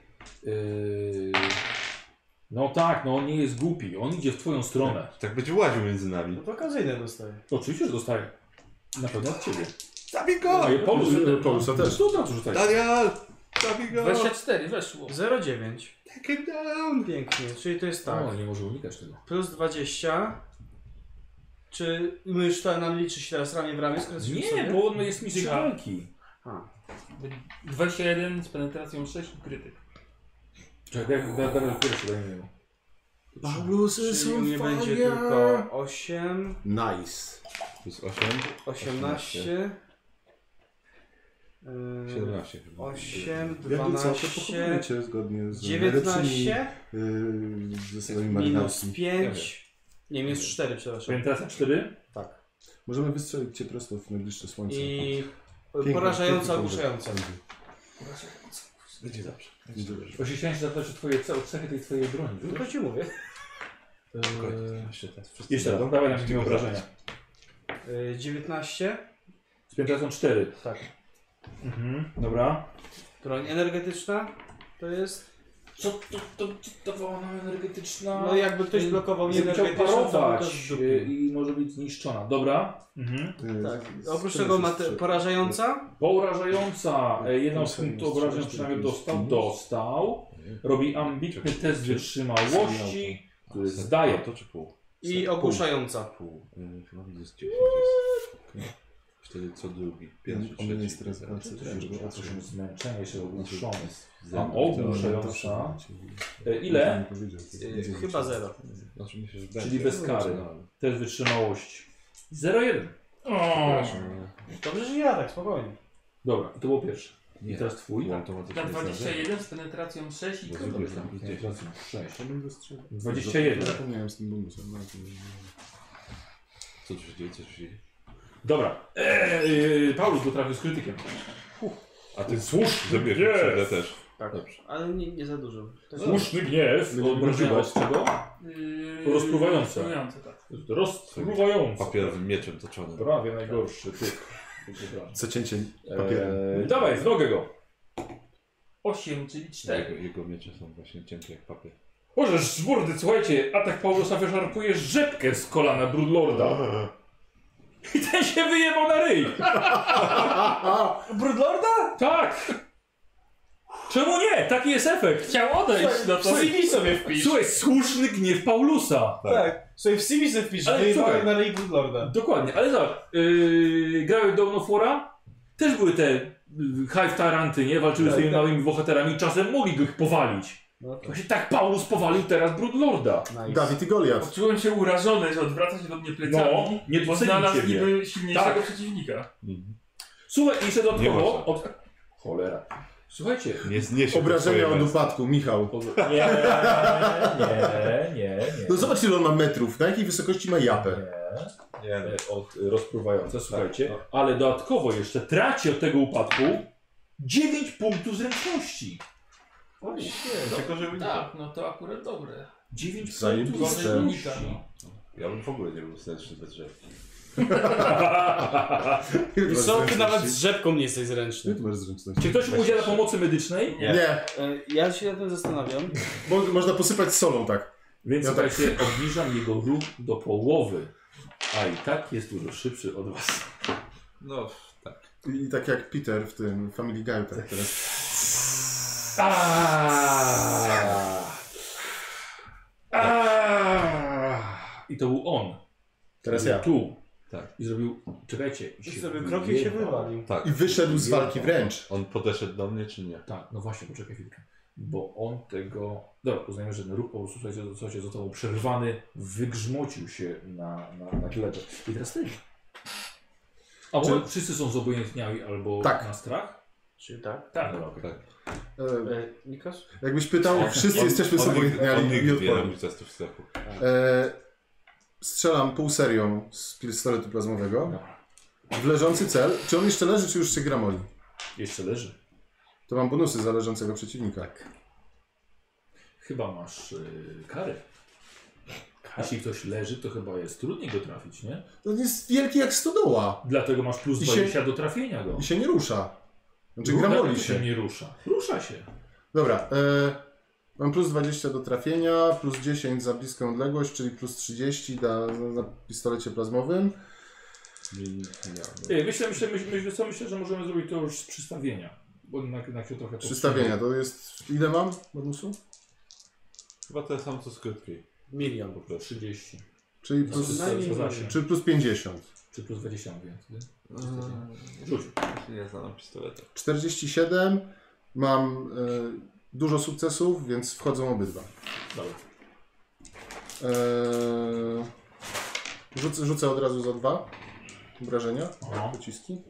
No tak, no on nie jest głupi. On idzie w twoją stronę. Tak będzie łaził między nami. No to okazyjne dostaję. Oczywiście, że dostaje. Na pewno od ciebie. Zabij go! A i Paulus, Paulusa też. To od razu rzucaj. Daniel! Zabij go! 24 weszło. 0,9. Take him down! Pięknie, czyli to jest tak. O, nie może unikać tego. Plus 20. Czy my już to nam liczy się teraz ramię w ramię? Nie, bo on jest mistrzem Dycha. walki. 21 z penetracją 6 i krytyk. Czekaj, Daniel pierwszy, daj mi. Paulusy Czyli u mnie będzie tylko 8, Nice. Plus 8. 18, 17 chyba. 8, Jakby co, to 12, pochowujecie zgodnie z 19, ze swoimi minus marynarskimi. 5, nie, minus 4, przepraszam. Penetracja 4? Tak. Możemy wystrzelić cię prosto w najbliższe słońce. I Piękny, porażająca, piękny ogłuszająca. Będzie dobrze. Właśnie chciałem się zapytać o twoje cechy tej twojej broni. Tylko ci mówię. Jeszcze teraz. wszyscy Jeszcze raz, będą. dawaj na mnie obrażenia. 19, Z penetracją 4. tak. Dobra. Broń energetyczna to jest. Co to dawała nam energetyczna? No jakby ktoś blokował Nie chciał energetyczną, to by to parować zdupił. i może być zniszczona. Dobra. Tak. Oprócz tego ma porażająca. Porażająca. Jedną z Tym punktów samym obrażeń strzelasz, przynajmniej tylko dostał. Robi ambitny test wytrzymałości, który zdaje. To czy pół? I ogłuszająca. Pół. Chyba widzę z 10 jest. Wtedy co drugi. Pierwszy, On nie trzeci. jest teraz w walce, Żeby proszę zmęczenie jeszcze ogłuszony. Zęby. Ogłuszająca. Ile? Chyba 0. Znaczy myślę, że Czyli będzie. bez kary. Test wytrzymałości. 0,1. O, Dobrze, że ja tak, spokojnie. Dobra, to było pierwsze. I Nie. teraz twój. Bo automatycznie na jest 21 z penetracją 6 i Bo krytyk. zrobię tam plus 10. 6. Ja bym wystrzelił. 21. Zapomniałem z tym bonusem. No, Co tu się dzieje? Co tu się dzieje? Dobra. Paulus go trafił z krytykiem. A ty Słuszny zrobiłeś gniew. krzywdę też. Tak. Dobrze. Ale nie za dużo. Tak. Słuszny gniew. Będzie Obrażenia od czego? Rozpruwające. Rozpruwające, tak. Rozpruwające. Papierowym mieczem toczonym. Prawie najgorszy. Ty. Co cięcie papierem. Dawaj, w nogę go. 8, czyli 4. Jego miecze są właśnie cienkie jak papier. Możesz z mordy, słuchajcie, atak Paulusa wyszarpuje rzepkę z kolana Broodlorda. I ten się wyjebał na ryj. Broodlorda? Tak. Czemu nie? Taki jest efekt. Chciał odejść, no to... W CV sobie wpisz. Słuchaj, słuszny gniew Paulusa. Tak. Sobie w CV sobie wpisz. Ale Wyjebałem słuchaj. na ryj Broodlorda. Dokładnie, ale zobacz, grałeś do Nofora, też były te Hive Taranty, nie? Walczyły z tymi małymi bohaterami, czasem mogli go ich powalić. No to. Właśnie tak Paulus powalił teraz Broodlorda. Nice. Dawid i Goliat. Poczułem się urażony, że odwraca się do mnie plecami, No, nie bo docenił znalazł ciebie. niby silniejszego Tak. przeciwnika. Słuchaj, i jeszcze Nie dodatkowo można. Cholera. Słuchajcie. Nie zniesie Obrażenia od upadku, Michał. Nie. No zobacz, ile on ma metrów. Na jakiej wysokości ma japę? Nie, Od rozpływające, słuchajcie. Ale dodatkowo jeszcze traci od tego upadku 9 punktów zręczności. tylko żeby Tak, no to akurat dobre. 9 Zajebiste. punktów zręczności. Ja bym w ogóle nie był zręczny bez drzewki. I co, ty nawet z rzepką nie jesteś zręczny. Ile ty masz zręczności? Czy ktoś udziela pomocy medycznej? Nie. Ja się nad tym zastanawiam. Można posypać solą, tak. Więc Ja tak. słuchajcie, obniżam jego ruch do połowy. A i tak jest dużo szybszy od was. No, tak. I tak jak Peter w tym Family Guy, tak teraz. I to był on. Teraz Zrobił ja. Tu. Tak. I zrobił. Czekajcie. I sobie krokiem się wywalił. Tak. I wyszedł z walki wręcz. On podeszedł do mnie, czy nie? Tak, no właśnie, poczekaj chwilkę. Bo on tego. Dobra, uznajmy, że ten ruch po prostu słuchajcie, został przerwany, wygrzmocił się na glebę. I teraz ty. A bo wszyscy są zobojętniali albo Tak. na strach? Czy tak? Tak. Dobra, okej. Nikos? Jakbyś pytał, wszyscy jesteśmy On zobojętniali i nigdy nie odporni. robił testów strachu. Strzelam pół serią z pistoletu plazmowego Dobra. w leżący cel. Czy on jeszcze leży, czy już się gramoli? Jeszcze leży. To mam bonusy za leżącego przeciwnika. Chyba masz karę. Jeśli ktoś leży, to chyba jest trudniej go trafić, nie? On jest wielki jak stodoła Dlatego masz plus I się- 20 do trafienia go. i się nie rusza. Znaczy Dlatego gramoli się. nie rusza. Rusza się. Dobra, mam plus 20 do trafienia, plus 10 za bliską odległość, czyli plus 30 na pistolecie plazmowym. Myślę, że możemy zrobić to już z przystawienia. Bo jednak się trochę Przystawienia, to jest... Ile mam bonusu? Chyba tyle samo co z krótkiej. 1 000 000. 30. Czyli plus, czy plus 50. Czy plus 20 więc. Rzuć. Nie znam pistoletu. 47, mam dużo sukcesów, więc wchodzą obydwa. Dobra. Rzucę od razu za 2 obrażenia, Aha. pociski.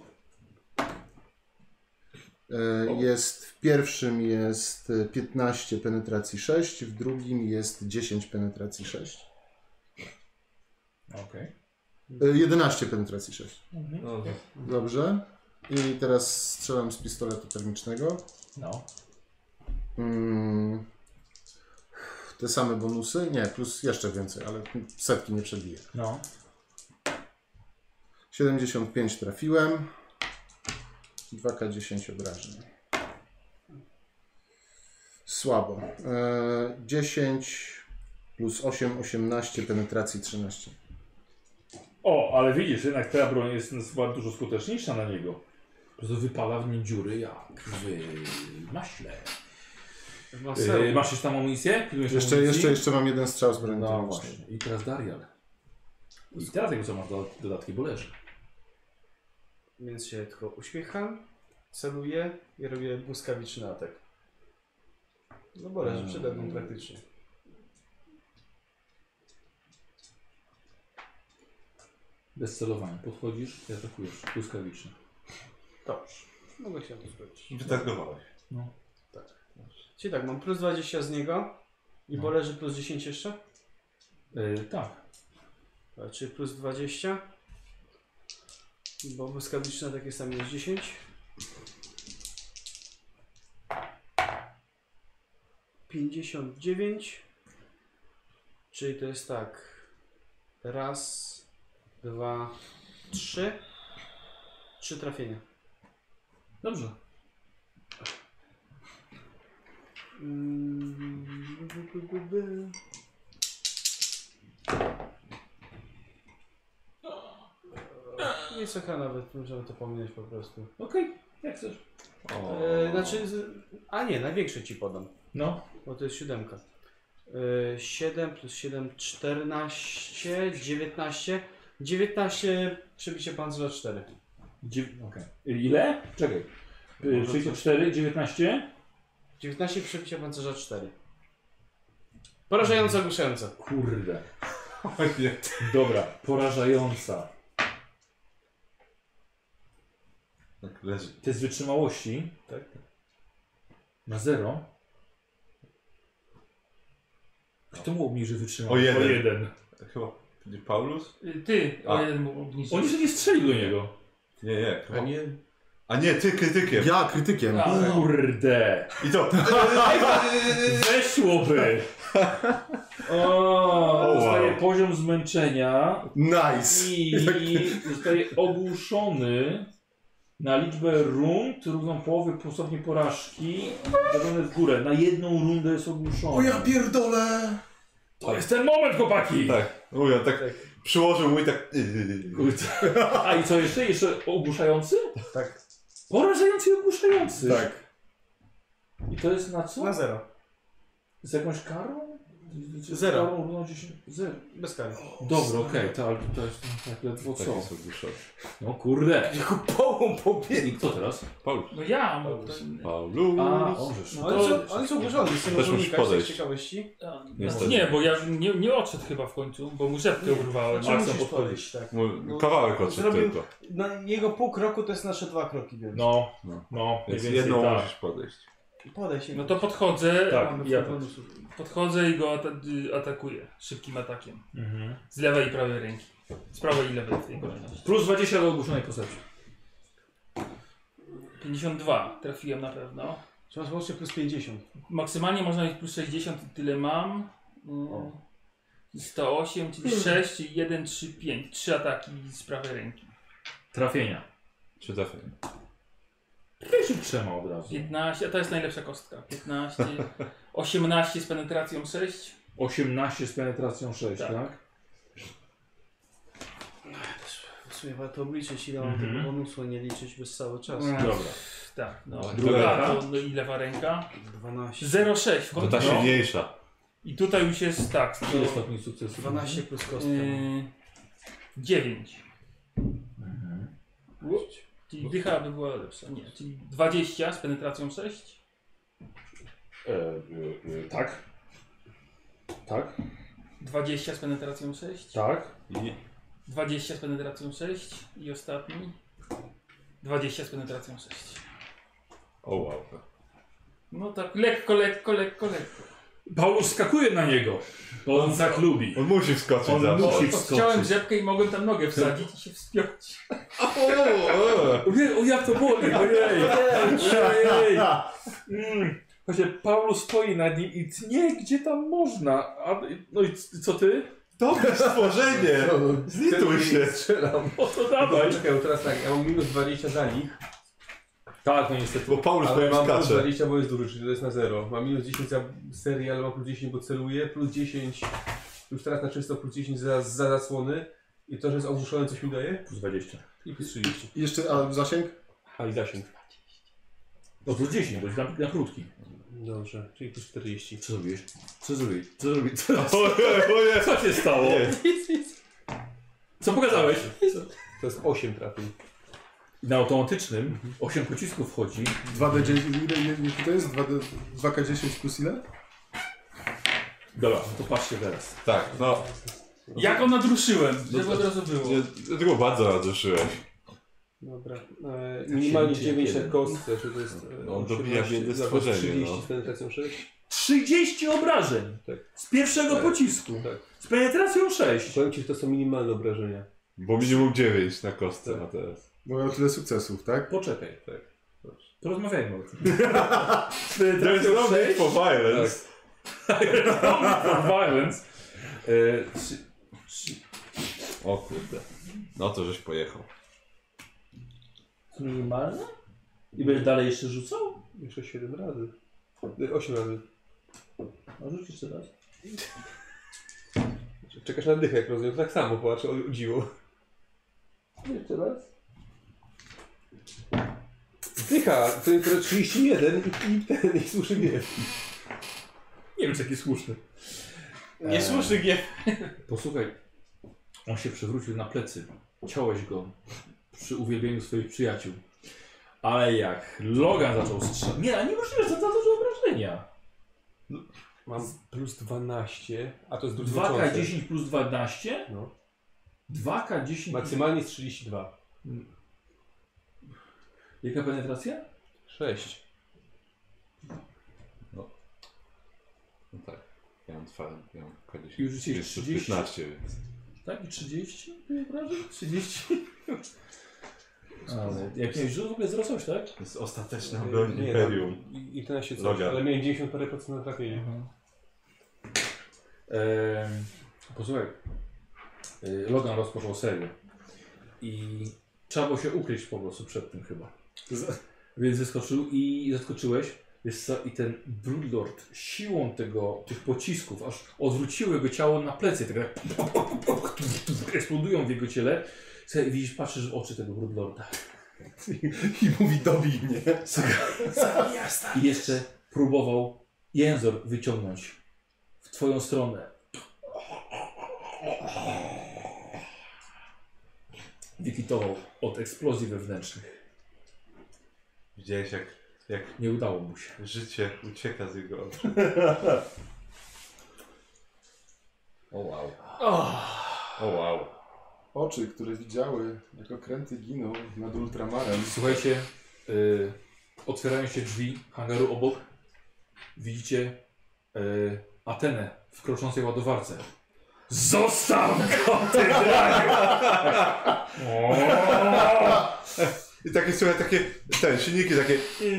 W pierwszym jest 15 penetracji 6, w drugim jest 10 penetracji 6. Okej. 11 penetracji 6. No, Dobrze. I teraz strzelam z pistoletu termicznego. No. Te same bonusy? Nie, plus jeszcze więcej, ale setki nie przebiję. No. 75 trafiłem. 2K10 obrażeń. Słabo. 10 plus 8, 18, penetracji 13. O, ale widzisz, jednak ta broń jest dużo skuteczniejsza na niego. Po prostu wypala w nim dziury jak w maśle. Masz jeszcze tam amunicję? Jeszcze mam jeden strzał z broni No termicznej. właśnie. I teraz Darial. I teraz jakby co masz dodatki, bo leży. Więc się tylko uśmiecham, celuję i robię błyskawiczny atak. No bo leży przede mną praktycznie. Bez celowania. Podchodzisz i atakujesz. Błyskawicznie. Dobrze. Mogę się to zgodzić. wytargowałeś. No. Czyli tak, mam plus 20 z niego i No. bo leży plus 10 jeszcze? Tak. Czyli plus 20. Bo błyskawiczny atak jest tam jest 10. $59. Czyli to jest tak. Raz, dwa, trzy. 3 trafienia. Dobrze. Nie słuchaj nawet, możemy to pominąć po prostu. Okej, jak chcesz. A nie, największy ci podam, No. bo to jest 7. 7 plus 7, 14, 19. 19 przebicie pancerza 4. Okej. Ile? Czekaj. 64, 19? 19 przebicie pancerza 4. Porażająco ogłuszająco. Kurde. Dobra, porażająca. Tak leży. Test wytrzymałości. Tak. Na 0. Kto mu obniży wytrzymałość? O 1. O 1. Chyba nie Paulus? Ty, A. o jeden mu obniżył. On jeszcze nie strzelił do niego. Nie. A nie... A nie, ty krytykiem. Ja krytykiem. A, no. Kurde. I to. Weszłoby. wow. Dostaje poziom zmęczenia Nice. i zostaje ogłuszony na liczbę rund równą połowy stopni porażki. Zrobione w górę. Na 1 rundę jest ogłuszony. O ja pierdolę. To jest ten moment, chłopaki! Tak, mówię, tak przyłożył mu i tak. Kurde. A i co jeszcze? Jeszcze ogłuszający? Tak. Porażający i ogłuszający. Tak. I to jest na co? Na 0. Z jakąś karą? Z Zero. Karą równą 10? Zero. Bez kary. Dobra, okej, to jest tak ledwo Tak co. jest ogłuszony. No kurde. Jako połą pobiegł. I kto teraz? Paulus. No ja, no Paulus. to... Paulus. A, możesz. No, on jest ogłuszony, z tym Też może musisz unikać, z podejść. ciekawości. Niestety. Nie, bo ja nie odszedł chyba w końcu, bo mu rzepkę urwałem. Znaczy, chcę musisz podchodzić. podejść, tak. Kawałek odszedł Zrobił- tylko. Na jego pół kroku to jest nasze 2 kroki, więc. No, No. mniej Więc więcej jedną tak. musisz podejść. Podejść. No to podchodzę, Tak, Mamy ja bonusów. podchodzę i go atakuję szybkim atakiem. Mhm. Z lewej i prawej ręki. Z prawej i lewej w tej kolejności. Plus 20 do ogłuszonej postaci. 52 trafiłem na pewno. Czy masz łącznie plus 50? Maksymalnie można mieć plus 60 i tyle mam. 108, czyli 6, czyli 1, 3, 5. 3 ataki z prawej ręki. Trafienia. Czy trafienie? Pierwszym 3 od razu. 15, a to jest najlepsza kostka. 15, 18 z penetracją 6. 18 z penetracją 6, Tak. tak? W sumie warto obliczyć, ile mam Mhm. tego bonusu, a nie liczyć bez cały czas. Dobra. Tak, no. Druga Druga ręka? to no i lewa ręka. 12. 0,6 w To końcu. ta silniejsza. I tutaj już jest tak. Ile stopni sukcesu? 12 plus kostka. 9. Mhm. Czyli dycha by była lepsza. Nie, czyli 20 z penetracją 6. Tak. Tak. 20 z penetracją 6. Tak. I 20 z penetracją 6. I ostatni. 20 z penetracją 6. o wow. No tak lekko. Paulus skakuje na niego, bo on tak lubi. On musi wskoczyć On zawsze. musi Chciałem wskoczyć. rzepkę i mogłem tam nogę wsadzić i się wspiąć. Ojej, o jak to boli, ojej. Ojej. Właśnie Paulus stoi nad nim i nie, gdzie tam można? No i co ty? Dobre stworzenie! Zlituj się! Strzelam. O to dawaj. Czekaj, teraz tak, ja mam minus 20 za nich, Tak, no niestety. Bo Paulus ale powiem mam plus skacze. 20, bo jest duży, czyli to jest na 0. Mam minus 10 za serię, ale mam plus 10, bo celuję, plus 10, już teraz na czysto plus 10 za zasłony i to, że jest ogłuszony, coś mi daje? Plus 20. I plus 30. Jeszcze, a zasięg? A i zasięg. No plus 10, bo jest na krótki. Dobrze, czyli plus 40. Co zrobiłeś? Co zrobiłeś? Co zrobiłeś? Co się stało? Co pokazałeś? To jest 8 trafień. Na automatycznym 8 pocisków wchodzi. 2D10, ile to jest? 2K10 plus ile? Dobra, no to patrzcie teraz. Tak, no. Jak go nadruszyłem, żeby od razu było. Ja tylko bardzo naduszyłeś. Dobra. Minimalnie Siedem, 9 na jeden. kostce, czy to jest... No, on dobija biedne stworzenie, 30 no. z penetracją 6. 30 obrażeń! Tak. Z pierwszego Tak. pocisku. Tak. Z penetracją 6. Powiem ci, że to są minimalne obrażenia. Bo minimum 9 na kostce ma teraz. Bo miał tyle sukcesów, tak? Poczekaj. Tak. Dobrze. To rozmawiajmy o tym. Z To jest penetracją robić 6. for violence. For violence. O kurde. No to żeś pojechał. Minimalne? I będziesz dalej jeszcze rzucał? Jeszcze 7 razy. 8 razy. No rzuć jeszcze raz. Czekasz na dychę, jak rozumiem. Tak samo, patrz, o dziwo. Jeszcze raz. Dycha, to jest 31 i ten, i słuszy nie. Nie wiem, czy taki słuszny. Niesłuszny gniew. Posłuchaj, on się przewrócił na plecy. Ciąłeś go przy uwielbieniu swoich przyjaciół. Ale jak Logan zaczął strzelać... Nie, a niemożliwe, że za dużo obrażenia. Mam plus 12, a to jest 2K10 plus 12? No. 2K10... Maksymalnie jest 32. Jaka penetracja? 6. No tak. Ja mam kiedyś I już rzuciłeś jeszcze 30? 15, więc... Tak? I 30? Obrażeń? 30? Ale jak miałeś rzut, w ogóle wzrosłeś, tak? To jest ostateczna broń Nie, Imperium. I to na się coś, Logan. ale miałem 90 parę procent na trafienie. Posłuchaj. Logan rozpoczął serię. I trzeba było się ukryć po prostu przed tym chyba. Więc wyskoczył i zaskoczyłeś. Wiesz co, i ten Broodlord siłą tych pocisków aż odwróciły jego ciało na plecy. Tak jak eksplodują w jego ciele. Słuchaj, widzisz, patrzysz w oczy tego Broodlorda. I mówi, dobij mnie. I jeszcze próbował język wyciągnąć w twoją stronę. Wykwitował od eksplozji wewnętrznych. Widziałeś jak Nie udało mu się. życie ucieka z jego oczu. O wow. O wow. Oczy, które widziały, jak okręty giną nad ultramarem. Słuchajcie, otwierają się drzwi hangaru obok. Widzicie Atenę w kroczącej ładowarce. Zostaw go, ty drago! I takie słuchaj, silniki takie...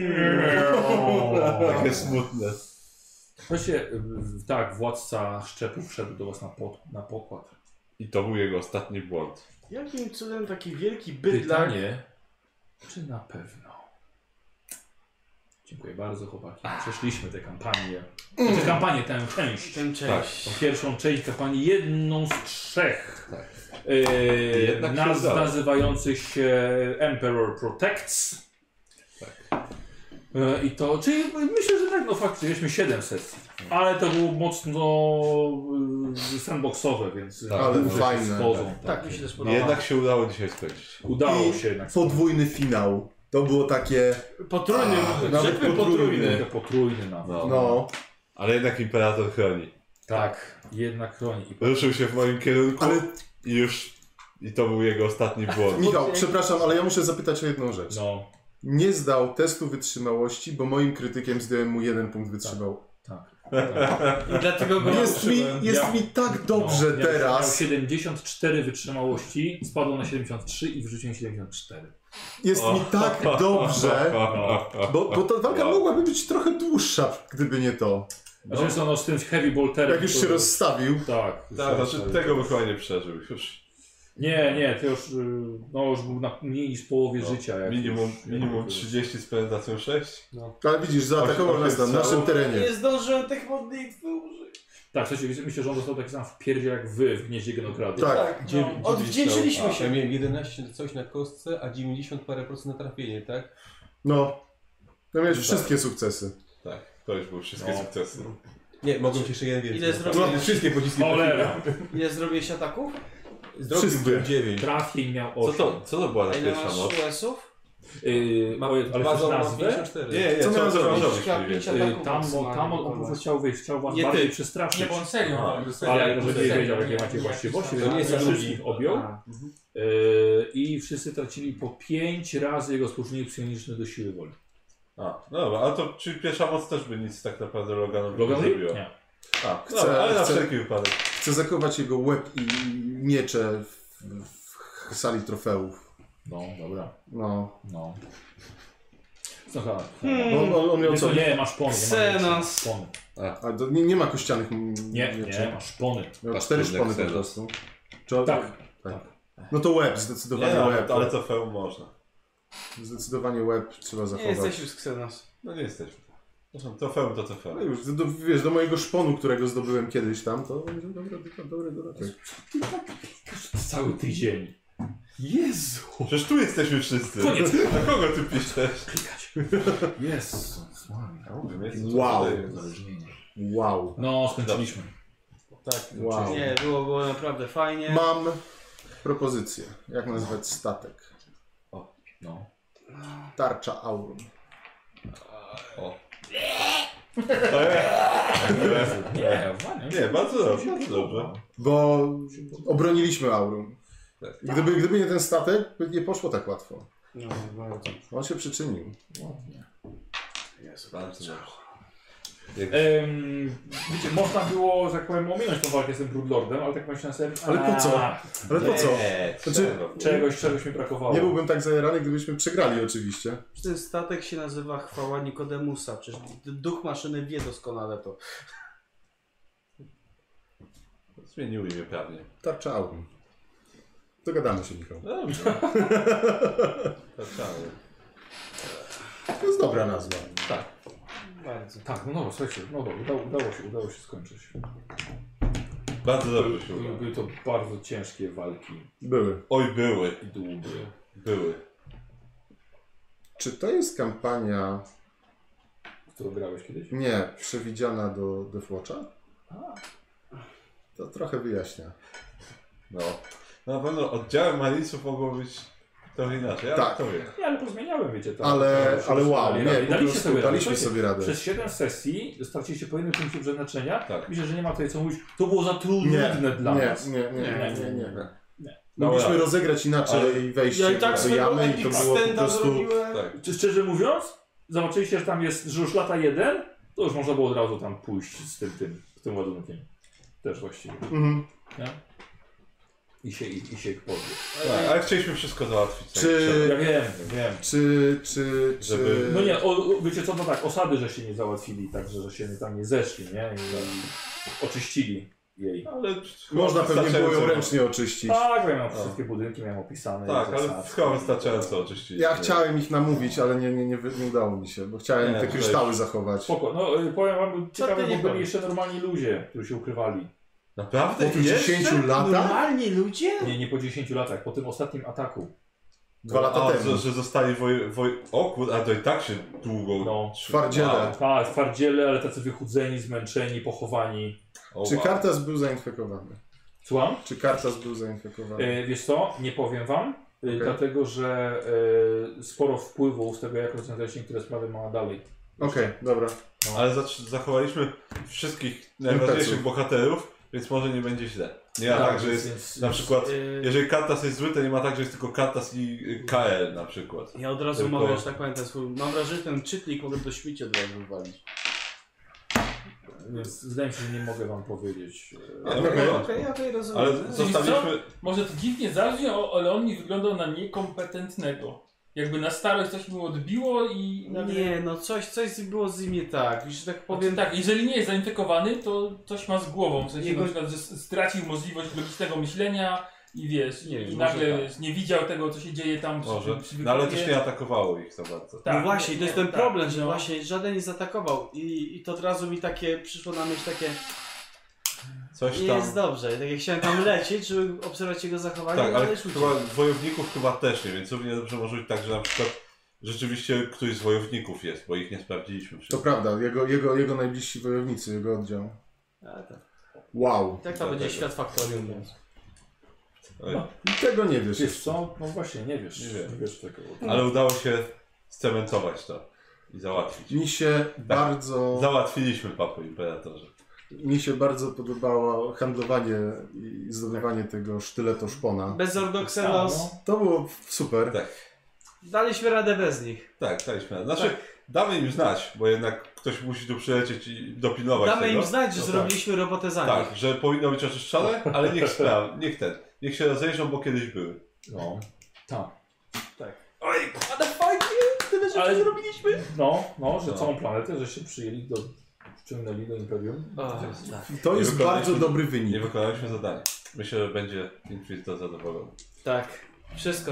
takie smutne. Słuchajcie, tak, władca szczepu wszedł do was na pokład. I to był jego ostatni błąd. Jakim cudem taki wielki bydlak... Pytanie, czy na pewno? Dziękuję bardzo, chłopaki. Przeszliśmy tę kampanię. Tę część. Ten część. Tą pierwszą część kampanii, jedną z 3. Tak. Jednak się udało. Nazywających się Emperor Protects. Tak. I to, czyli myślę, że tak, no faktycznie mieliśmy 7 sesji. Ale to było mocno sandboxowe, więc Ale duże fajne. się schodzą. Tak, mi się też podoba. Jednak się udało dzisiaj skończyć. Udało I się jednak. podwójny finał. To było takie... Potrójny, nawet rzekłbym potrójny. Potrójny nawet. No. Ale jednak Imperator chroni. Tak, jednak chroni. Ruszył się w moim kierunku Ale i to był jego ostatni błąd. Michał, przepraszam, ale ja muszę zapytać o jedną rzecz. No, Nie zdał testu wytrzymałości, bo moim krytykiem zdjąłem mu 1 punkt wytrzymałości. tak. I dlatego go Jest mi tak dobrze Miał teraz. 74 wytrzymałości, spadło na 73 i wrzuciłem 74. Jest mi tak dobrze. Bo ta walka mogłaby być trochę dłuższa, gdyby nie to. Zresztą no, z tym heavy bolterem. Jak już się rozstawił. Tak. Tak, znaczy tego by chyba nie przeżył już. Nie, to już, już był na mniej niż połowie życia. Jak Minimum 30 z penetracją 6. Ale widzisz, zaatakował nas na naszym terenie. Nie zdążyłem tych modlitwy użyć. Tak, słuchajcie, myślę, że on dostał taki sam wpierdziel jak wy w gnieździe Genokrady. Tak. Odwdzięczyliśmy się. Ja miałem 11 coś na kostce, a 90 parę procent na trafienie, tak? No. To miałeś wszystkie sukcesy. Tak, to już były wszystkie sukcesy. Nie, mogłem ci jeszcze jeden więcej. Ile zrobiłem? Wszystkie pociski Cholera! Ile zrobiłeś ataków? Wszystkie. 9. Trafień miał 8. Co to była A ta ile pierwsza masz moc? US-ów? Ale chcesz nazwę? 54. Nie, Co miałem co zrobić? zrobić? Chciał mniej więcej? 5 ataków Tam maksymalnie on po prostu chciał was Nie bardziej ty. przestraszyć. Nie, bo on serio. Ale że nie serio, wiedział, jakie nie, macie nie, właściwości, nie, więc nie jest wszystkich drugi. objął. A. I wszyscy tracili po 5 razy jego spoczynek psioniczny do siły woli. No dobra, ale to czyli pierwsza moc też by nic tak naprawdę Loganowi nie Loganowi? zrobiła. Nie. Dobra, ale na chcę- wszelki wypadek. Chcę zakować jego łeb i miecze w sali trofeów. No, dobra. No. No. Słuchaj. On miał Wiesz co? co, nie, masz szpony. Xenos. Szpony. A to nie ma kościanych Nie, masz szpony. Miał Masz 4 trudne szpony po Xenos. prostu. Tak. No to łeb, Nie, zdecydowanie łeb. ale to feum można. Zdecydowanie łeb trzeba Nie zachować. jesteś już z Xenos. No nie jesteśmy. Zresztą trofeum to trofeum. No już, wiesz, do mojego szponu, którego zdobyłem kiedyś tam, to będzie dobry dodatek. Cały tydzień. Jezu. Przecież tu jesteśmy wszyscy. Koniec. Na kogo ty piszesz? Jezu. Wow. Uzależnienie. Wow. No, skończyliśmy. Tak. Wow. Nie, było naprawdę fajnie. Mam propozycję. Jak nazwać statek? No. Tarcza Aurum. Nie, bardzo dobrze, bardzo dobrze. Bo obroniliśmy Aurum. Tak. Gdyby nie ten statek, by nie poszło tak łatwo. No, bardzo. On się przyczynił. Ładnie. Bardzo dobrze. Wiecie, można było, że tak powiem, ominąć tą walkę z tym Broodlordem, ale tak myślałem sobie... Ale po co? Ale po co? Znaczy, Czegoś mi brakowało. nie byłbym tak zajarany, gdybyśmy przegrali oczywiście. Ten statek się nazywa Chwała Nikodemusa. Przecież duch maszyny wie doskonale to. Zmienił imię prawnie. Tarcza Aurum. Dogadamy się, Michał. No dobrze. Tarczały. To jest dobra nazwa. Tak. Bardzo. Tak, no słuchajcie, udało się skończyć. Bardzo dobrze się udało. Były to bardzo ciężkie walki Były. Oj, były. i długie. Były. Czy to jest kampania, Którą grałeś kiedyś? nie, przewidziana do Deathwatcha? To trochę wyjaśnia. No. Na pewno oddziałem Maliców mogło być trochę inaczej, ale Tak. kto wie. Nie, ale pozmieniałem, wiecie. Tam, Ale wow, nie, po daliście prostu sobie radę. daliśmy sobie radę. Przez 7 sesji straciliście po jednym punkcie przeznaczenia. Tak. Myślę, że nie ma tutaj co mówić. To było za trudne dla nas. Nie. Mogliśmy rozegrać inaczej wejście Ja i tak do swego jamy i to było po prostu... zrobiłem. Tak. Czy szczerze mówiąc, zobaczyliście, że tam jest, że już lata 1, to już można było od razu tam pójść z tym ładunkiem. Też właściwie. Mhm. Nie? I się podjął. Tak, ale chcieliśmy wszystko załatwić. Czy- Ja wiem. Czy... No nie, wiecie co, no tak, osady, że się nie załatwili, także że się tam nie zeszli, nie? I oczyścili jej. Ale Można pewnie było ją wystarczająco. ręcznie oczyścić. Tak, ja miałem wszystkie budynki, miałem opisane. Tak, ale zasadzki. chyba wystarczająco oczywiście. Ja chciałem ich namówić, ale nie udało mi się, bo chciałem Nie, te tutaj- kryształy zachować. Spoko, no powiem wam, ciekawe, ty nie bo byli powiesz? jeszcze normalni ludzie, którzy się ukrywali. Naprawdę? Po tych Jeszcze? 10 latach? Normalni ludzie? Nie po 10 latach, po tym ostatnim ataku. 2 lata temu. Że zostali O kurde, a to i tak się długo... No. Twardziele. Tak, twardziele, ale tacy wychudzeni, zmęczeni, pochowani. O, Czy wow. Kartas był zainfekowany? Słucham? Czy Kartas był zainfekowany? Wiesz co, nie powiem wam, Okej. dlatego że sporo wpływu z tego, jak rozwiązać niektóre sprawy ma dalej. Okej, dobra. Ale zachowaliśmy wszystkich najważniejszych bohaterów, więc może nie będzie źle. Nie ma tak, że jest na przykład, jeżeli Kartas jest zły, to nie ma tak, że jest tylko Kartas i KL na przykład. Ja od razu Tylko- mogę, że tak powiem, ten swój... Mam wrażenie, że ten czytnik mogę do śmieci od razu wywalić. Więc wydaje mi się, że nie mogę wam powiedzieć. Okej, rozumiem. Ale zostawiliśmy... Może to dziwnie zabrzmi, ale on mi wyglądał na niekompetentnego. Jakby na starość coś mu odbiło i... Nie, no coś było z nim nie tak. Że tak powiem... Tak, jeżeli nie jest zainfekowany, to coś ma z głową. W sensie Jego- na przykład, że stracił możliwość logicznego myślenia i wiesz, Nie, i może nagle tak. nie widział tego, co się dzieje tam Może. przy No ale wyprawie. też nie atakowało ich za bardzo. Tak, No właśnie, to jest ten tak, problem, że no. właśnie żaden nie zaatakował i to od razu mi takie przyszło na myśl takie, Coś nie tam... jest dobrze. Tak jak chciałem tam lecieć, żeby obserwować jego zachowanie, Tak, ale już chyba wojowników chyba też nie, więc równie dobrze może być tak, że na przykład rzeczywiście któryś z wojowników jest, bo ich nie sprawdziliśmy. To prawda, jego najbliżsi wojownicy, jego oddział. Tak. Wow. Tak to będzie świat faktorium, więc. Oj, Tego nie wiesz Wiesz jeszcze. co? No właśnie, nie wiesz. Nie wiem. Nie wiesz tego. ale udało się scementować to i załatwić. Mi się bardzo... Załatwiliśmy papę imperatorze. Mi się bardzo podobało handlowanie i zdobywanie tego sztyletu szpona. Bez Ordoxenos no. To było super. Tak. daliśmy radę bez nich. Tak, daliśmy. Znaczy, damy im znać, bo jednak ktoś musi tu przylecieć i dopilnować Damy tego. im znać, że No zrobiliśmy robotę za nich. Tak, że powinno być oczyszczone, ale niech się rozejrzą, bo kiedyś były. No, tak. Oj, ale fajnie, tyle rzeczy Ale- zrobiliśmy. No, że No. całą planetę, żeście przyjęli wciągnęli do Imperium. Tak. To jest bardzo dobry Nie wynik. wykonaliśmy zadania. Myślę, że będzie Inquisitor zadowolony. Tak, wszystko.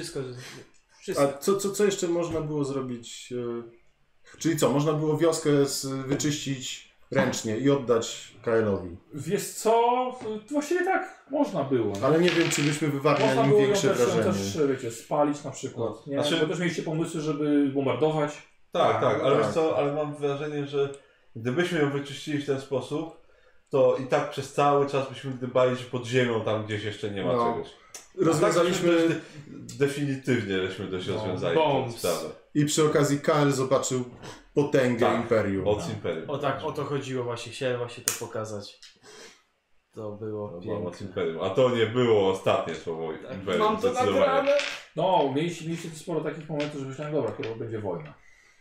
A co jeszcze można było zrobić? Czyli co, można było wioskę wyczyścić ręcznie i oddać KL-owi. Wiesz co? Właściwie tak, można było. Nie? Ale nie wiem, czy byśmy wywarli Można na nim było ją większe też, wrażenie. wiecie, spalić na przykład. Nie? Znaczy- Bo też mieliście pomysły, żeby bombardować. Tak, ale tak. wiesz co, ale mam wrażenie, że gdybyśmy ją wyczyścili w ten sposób, to i tak przez cały czas byśmy gdybali, że pod ziemią tam gdzieś jeszcze nie ma No. czegoś. Rozwiązaliśmy Definitywnie żeśmy dość rozwiązali tę bombs. sprawę. i przy okazji KL zobaczył potęgę Tak. Imperium. Moc Imperium. O tak, o to chodziło właśnie, chciałem właśnie to pokazać. To było To była moc piękne. Imperium. A to nie było ostatnie słowo Imperium. Mam to zdecydowanie. nagrane. No, mieliście sporo takich momentów, że myślałem, dobra, chyba będzie wojna.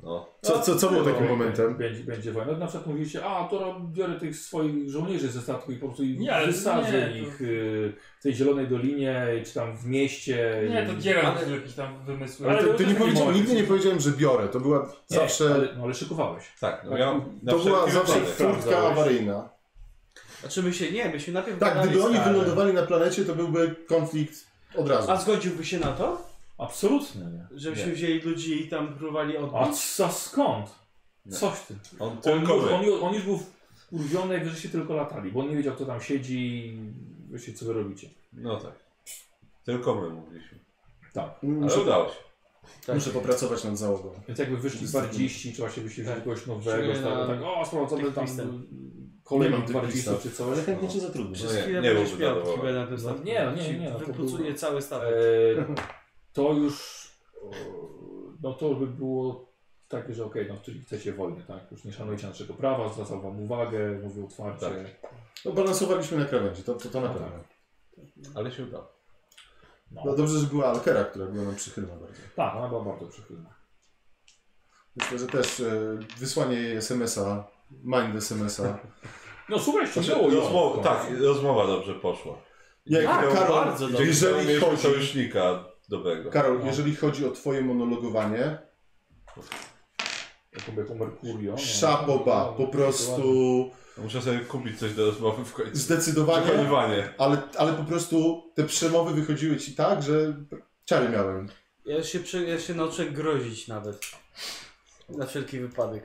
No. Co było takim momentem? Będzie wojna. Na przykład mówicie, a to biorę tych swoich żołnierzy ze statku i po prostu Nie, ale wysadzę nie, ich w tej Zielonej Dolinie, czy tam w mieście. Nie, to Dzieran jakieś tam wymysły. Ale ty nie nie powiedział, nigdy nie powiedziałem, że biorę. To była zawsze... Ale szykowałeś. Tak, no ja na To była wszelki zawsze wypadek. furtka Sprawdzałeś. awaryjna. Znaczy myśmy najpierw Tak, gadali gdyby z oni Karem. wylądowali na planecie, to byłby konflikt od razu. A zgodziłby się na to? Absolutnie nie. Żebyśmy Nie. wzięli ludzi i tam próbowali A odbić? skąd? Nie. Coś ty. On tylko my. On już był wkurwiony, jak żeście tylko latali, bo on nie wiedział, kto tam siedzi i wiecie, co wy robicie. No tak. Tylko my mogliśmy. Tak. Ale udało się. Tak. Muszę popracować nad załogą. Więc jakby wyszli gwardziści, czy właśnie byście wzięli kogoś nowego, Szczególnie stary, na tak, o, sprawdzamy tam technistem. kolejnych Nie mam gwardzistów, czy technista. coś. Ale chętnie cię zatrudnię. Przez nie, chwilę nie będziesz byłby miał zadowolony. kibel na tym statku. Nie, no to Wypucuje był- cały statek. To już, no to by było takie, że okej, no czyli chcecie wojny, tak? Już nie szanujecie naszego prawa, zwracam wam uwagę, mówię otwarcie. Tak. No balansowaliśmy na krawędzi, to na No pewno. tak. Ale się udało. No dobrze, że była Alkera, która była nam przychylna bardzo. Tak, ona była bardzo przychylna. Myślę, że też wysłanie jej SMS-a, mind SMS-a. No słuchaj, ściągnęło ją. Tak, rozmowa dobrze poszła. Jak Tak, Karol, bardzo dobrze. jeżeli Mieliśmy chodzi, sojusznika dobrego. Karol, No. jeżeli chodzi o twoje monologowanie, Jako Mercurio. szapoba, po prostu Muszę sobie kupić coś do rozmowy w końcu. zdecydowanie, Przekonywanie. ale po prostu te przemowy wychodziły ci tak, że ciary miałem. Ja się nauczę grozić nawet. Na wszelki wypadek.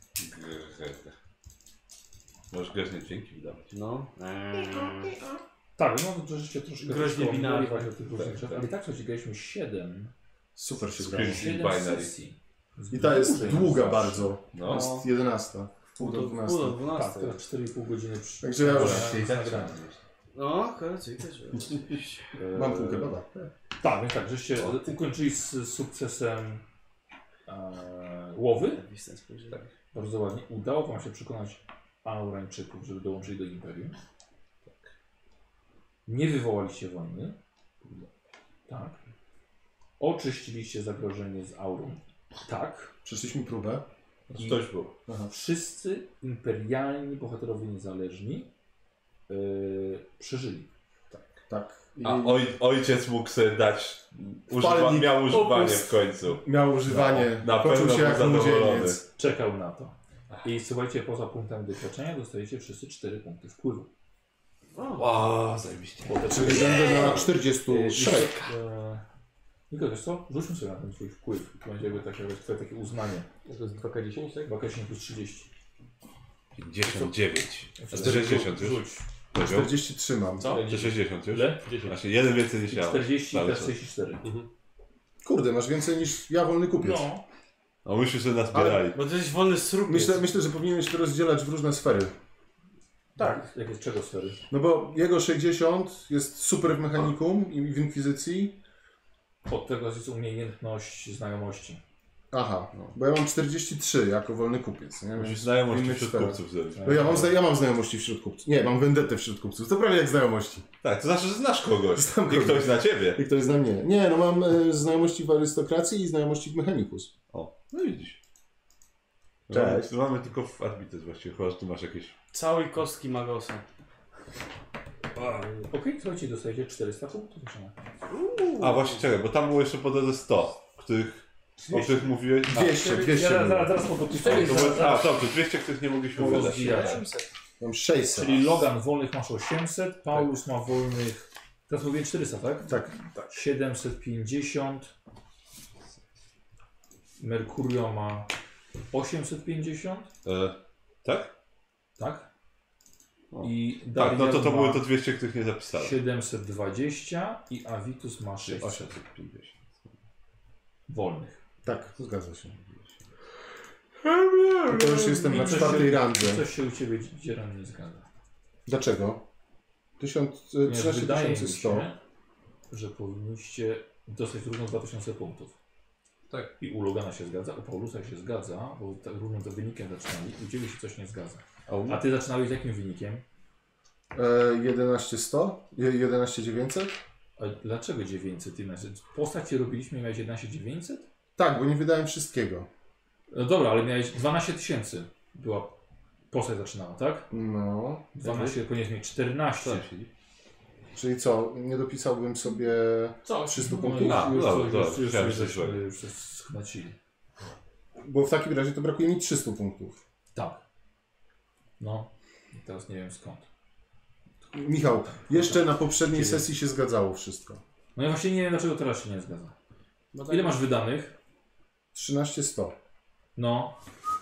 Możesz groźne dźwięki wydawać. No. Tak, no to żeście troszkę Groźnie binarne. właśnie o tych różnych rzeczach, ale i tak słuchajcie, graliśmy 7 Super się grało. Screen. 7 Binary. sesji. I ta jest Dłużej długa niż bardzo. No. Jest 11. Pół do 12. Pół do Tak, 12. teraz 4,5 godziny przy... Także ja już nagrania. No, koledzy, też. mam pół kebaba. Tak, więc tak, żeście ukończyli z sukcesem łowy. Tak. Bardzo ładnie. Udało wam się przekonać Aurańczyków, żeby dołączyli do Imperium. Nie wywołaliście wojny. Tak. Oczyściliście zagrożenie z Aurą. Tak. Przeszliśmy próbę. I Coś było. wszyscy imperialni bohaterowie niezależni przeżyli. Tak. I A ojciec mógł sobie dać. Wpalnik, Miał używanie opus. w końcu. miał używanie, Na poczuł pewno się był jak zadowolony. młodzieniec. Czekał na to. I słuchajcie, poza punktem doświadczenia dostajecie wszyscy 4 punkty wpływu. O, zajebiście. Czyli będę na 46. Niko, wiesz co? Rzućmy sobie na ten swój wpływ. To będzie jakby takie uznanie. To jest 2K10, tak? 2K10 plus 30. 59. Znaczy, 60 już. Rzuć. Poziom. 43 mam. Co? Czy 60 już? Ile? 10. Właśnie jeden więcej niż ja. 40 Cały teraz czas. 44. Kurde, masz więcej niż ja, wolny kupiec. No. A myśmy sobie nazbierali. Bo to jest wolny srób. Myślę, że powinieneś to rozdzielać w różne sfery. Tak. Jakie czego sfery? No bo jego 60 jest super w mechanikum i w inkwizycji. Od tego jest umiejętność znajomości. Aha, bo ja mam 43 jako wolny kupiec. Nie? Musisz Więc znajomości innych wśród sferach. kupców zrobić. No ja mam znajomości wśród kupców. Nie, mam vendetę wśród kupców. To prawie jak znajomości. Tak, to znaczy, że znasz kogoś. Znam I kogoś. ktoś zna ciebie. I ktoś zna mnie. Nie, no mam znajomości w arystokracji i znajomości w mechanikus. O, no widzisz. Cześć. Mamy tylko w Arbites właściwie, chyba że tu masz jakieś... Całej kostki Magosa. Okej, słuchajcie, dostajecie 400 punktów jeszcze na A właśnie, czekaj, bo tam było jeszcze po drodze 100, o których mówiłeś. 200 było. Zaraz po podpisaniu. Dobrze, 200, których nie mogliśmy wydać. Rozwijacie. Mam 600. Czyli Logan wolnych masz 800, Paulus ma wolnych... Teraz mówię 400, tak? Tak. 750. Mercurio ma 850, Tak? tak? O. I Tak, Dariel no to ma były to 200, których nie zapisałem. 720 i Avitus ma 600 850. wolnych. Tak, zgadza się. To już jestem na I coś 4 się- randze. Coś się u Ciebie dzieran nie zgadza. Dlaczego? Ponieważ wydaje mi 13100. się, że powinniście dostać równo 2000 punktów. Tak. I u Logana się zgadza, u Paulusa się zgadza, bo tak równo to wynikiem zaczynali. U Ciebie się coś nie zgadza. A Ty zaczynałeś z jakim wynikiem? 11100? 11900? A dlaczego 900? Postać Ci robiliśmy i miałeś 11900? Tak, bo nie wydałem wszystkiego. No dobra, ale miałeś 12 000. Była postać zaczynała, tak? No. 12 powinieneś mieć 14. Czyli co, nie dopisałbym sobie Co? 300 No punktów? już chciałem coś coś złego. już schmacili. Bo w takim razie to brakuje mi 300 punktów. Tak. No. I teraz nie wiem skąd. Michał, jeszcze na poprzedniej sesji się zgadzało wszystko. No ja właśnie nie wiem, dlaczego teraz się nie zgadza. No tak, Ile masz wydanych? 13100. No.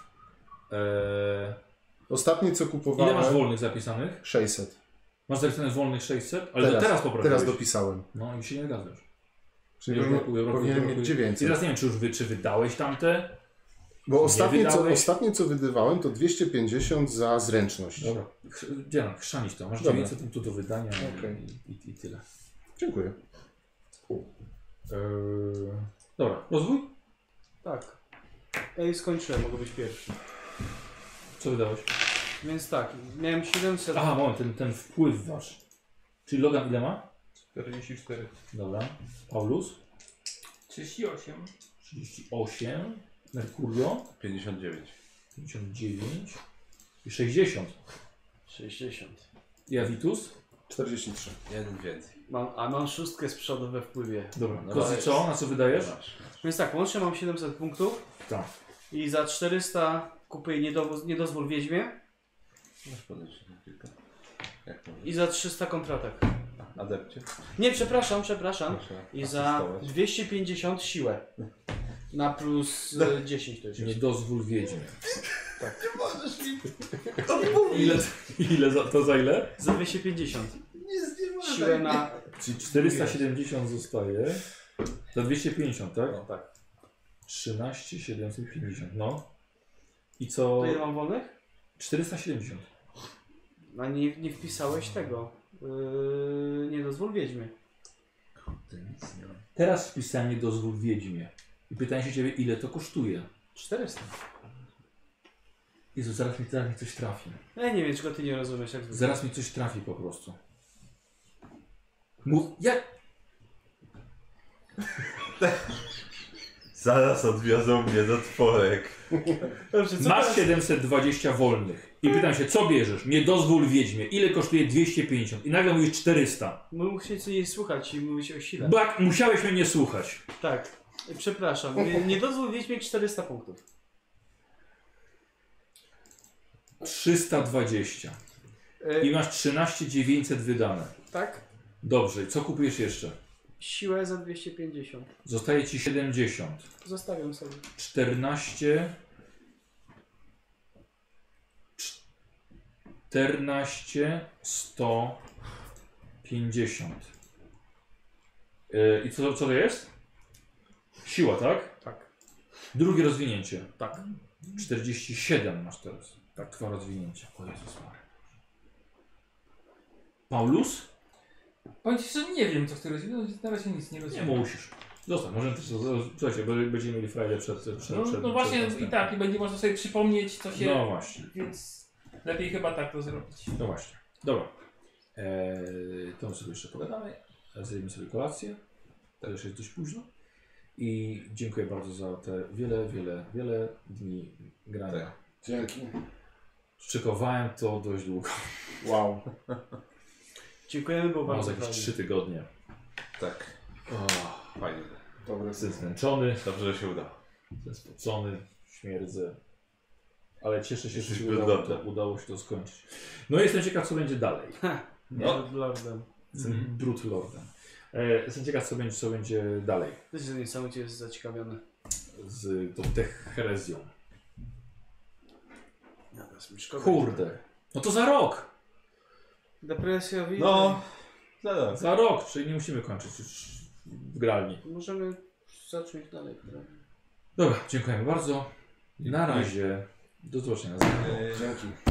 Ostatnie co kupowałem... Ile masz wolnych zapisanych? 600. Masz zapisanych wolnych 600? Ale teraz poprawiłeś. Teraz dopisałem. No i się nie zgadzasz. Czyli Ja powinienem mieć I 900. teraz nie wiem, czy wydałeś tamte? Bo wydałeś? ostatnie co wydawałem to 250 za zręczność. Dobra. Dzielan, chrzanić to. Masz Dobra. 900 punktów do wydania Okej. i tyle. Dziękuję. Dobra, rozwój? Tak. Ej, skończyłem, mogę być pierwszy. Co wydałeś? Więc tak, miałem 700. Aha, moment, ten wpływ wasz. Czyli Logan ile ma? 44. Dobra. Paulus? 38. 38. Mercurio? 59. 59. I 60. 60. I Avitus? 43. Jeden więcej. Mam szóstkę z przodu we wpływie. Dobra. No Kozy to co? Na co wydajesz? Więc tak, łącznie mam 700 punktów Tak. i za 400 kupuję niedozwól wiedźmie Masz podejść na kilka. Jak to i za 300 kontratak. Adepcie. Nie, przepraszam. Proszę. I za 250 siłę. Na plus 10 to już Nie jest. dozwól wiedźmie. Ile to za ile? Za 250. Siłę na... Czyli 470 zostaje. Za 250, tak? No tak. 13 750, no. I co? To ile mam wolnych? 470. A nie wpisałeś tego. Niedozwól wiedźmy. Teraz wpisanie dozwól wiedźmie. I pytanie się ciebie, ile to kosztuje? 400. Jezu, zaraz mi coś trafi. Ja nie wiem, czego ty nie rozumiesz, jak zwykle. Zaraz mi coś trafi po prostu. Mów, jak? Zaraz odwiozą mnie do tworek. Dobrze, co Masz teraz? 720 wolnych. I pytam się, co bierzesz? Nie dozwól wiedźmie. Ile kosztuje 250? I nagle mówisz 400. My musicie coś słuchać i mówić o sile. Bo jak musiałeś mnie nie słuchać. Tak. Przepraszam. Niedozwól wiedźmie 400 punktów. 320. I masz 13 900 wydane. Tak? Dobrze, co kupujesz jeszcze? Siłę za 250. Zostaje ci 70. Zostawiam sobie. 14 150. I co to jest? Siła, tak? Tak. Drugie rozwinięcie. Tak. 47 masz teraz. Tak, dwa rozwinięcia. O Jezus Maria. Paulus? Powiem ci, że nie wiem, co chcę rozwinąć, na razie nic nie Nie rozumiem. musisz. Zostań, możemy też... Słuchajcie, bo będziemy mieli frajdę przed No właśnie następnym. i tak, i będzie można sobie przypomnieć, co się... No właśnie. Więc lepiej chyba tak to zrobić. No właśnie. Dobra. To my sobie jeszcze pogadamy. Zjemy sobie kolację. Teraz jest dość późno. I dziękuję bardzo za te wiele dni grania. Tak. Dzięki. Szykowałem to dość długo. Wow. Dziękujemy, było Mam za bardzo jakieś fajnie. 3 tygodnie. Tak. Fajnie. Dobre. Jestem zmęczony, Dobrze, że się udało. jestem spocony, śmierdzę. Ale cieszę się, że Jesteś się brudny. udało się to skończyć. No i jestem ciekaw, co będzie dalej. No. Lordem. Jestem Brute Lordem. Jestem ciekaw, co będzie dalej Wiecie, że niesamowicie jest zaciekawiony. z tą herezją. Szkoda. Kurde. No to za rok! Depresja, widzę. No, zaraz. Za rok, czyli nie musimy kończyć już w gralni. Możemy zacząć dalej. Dobra, dziękujemy bardzo. Na razie. Do zobaczenia za rok. Dzięki.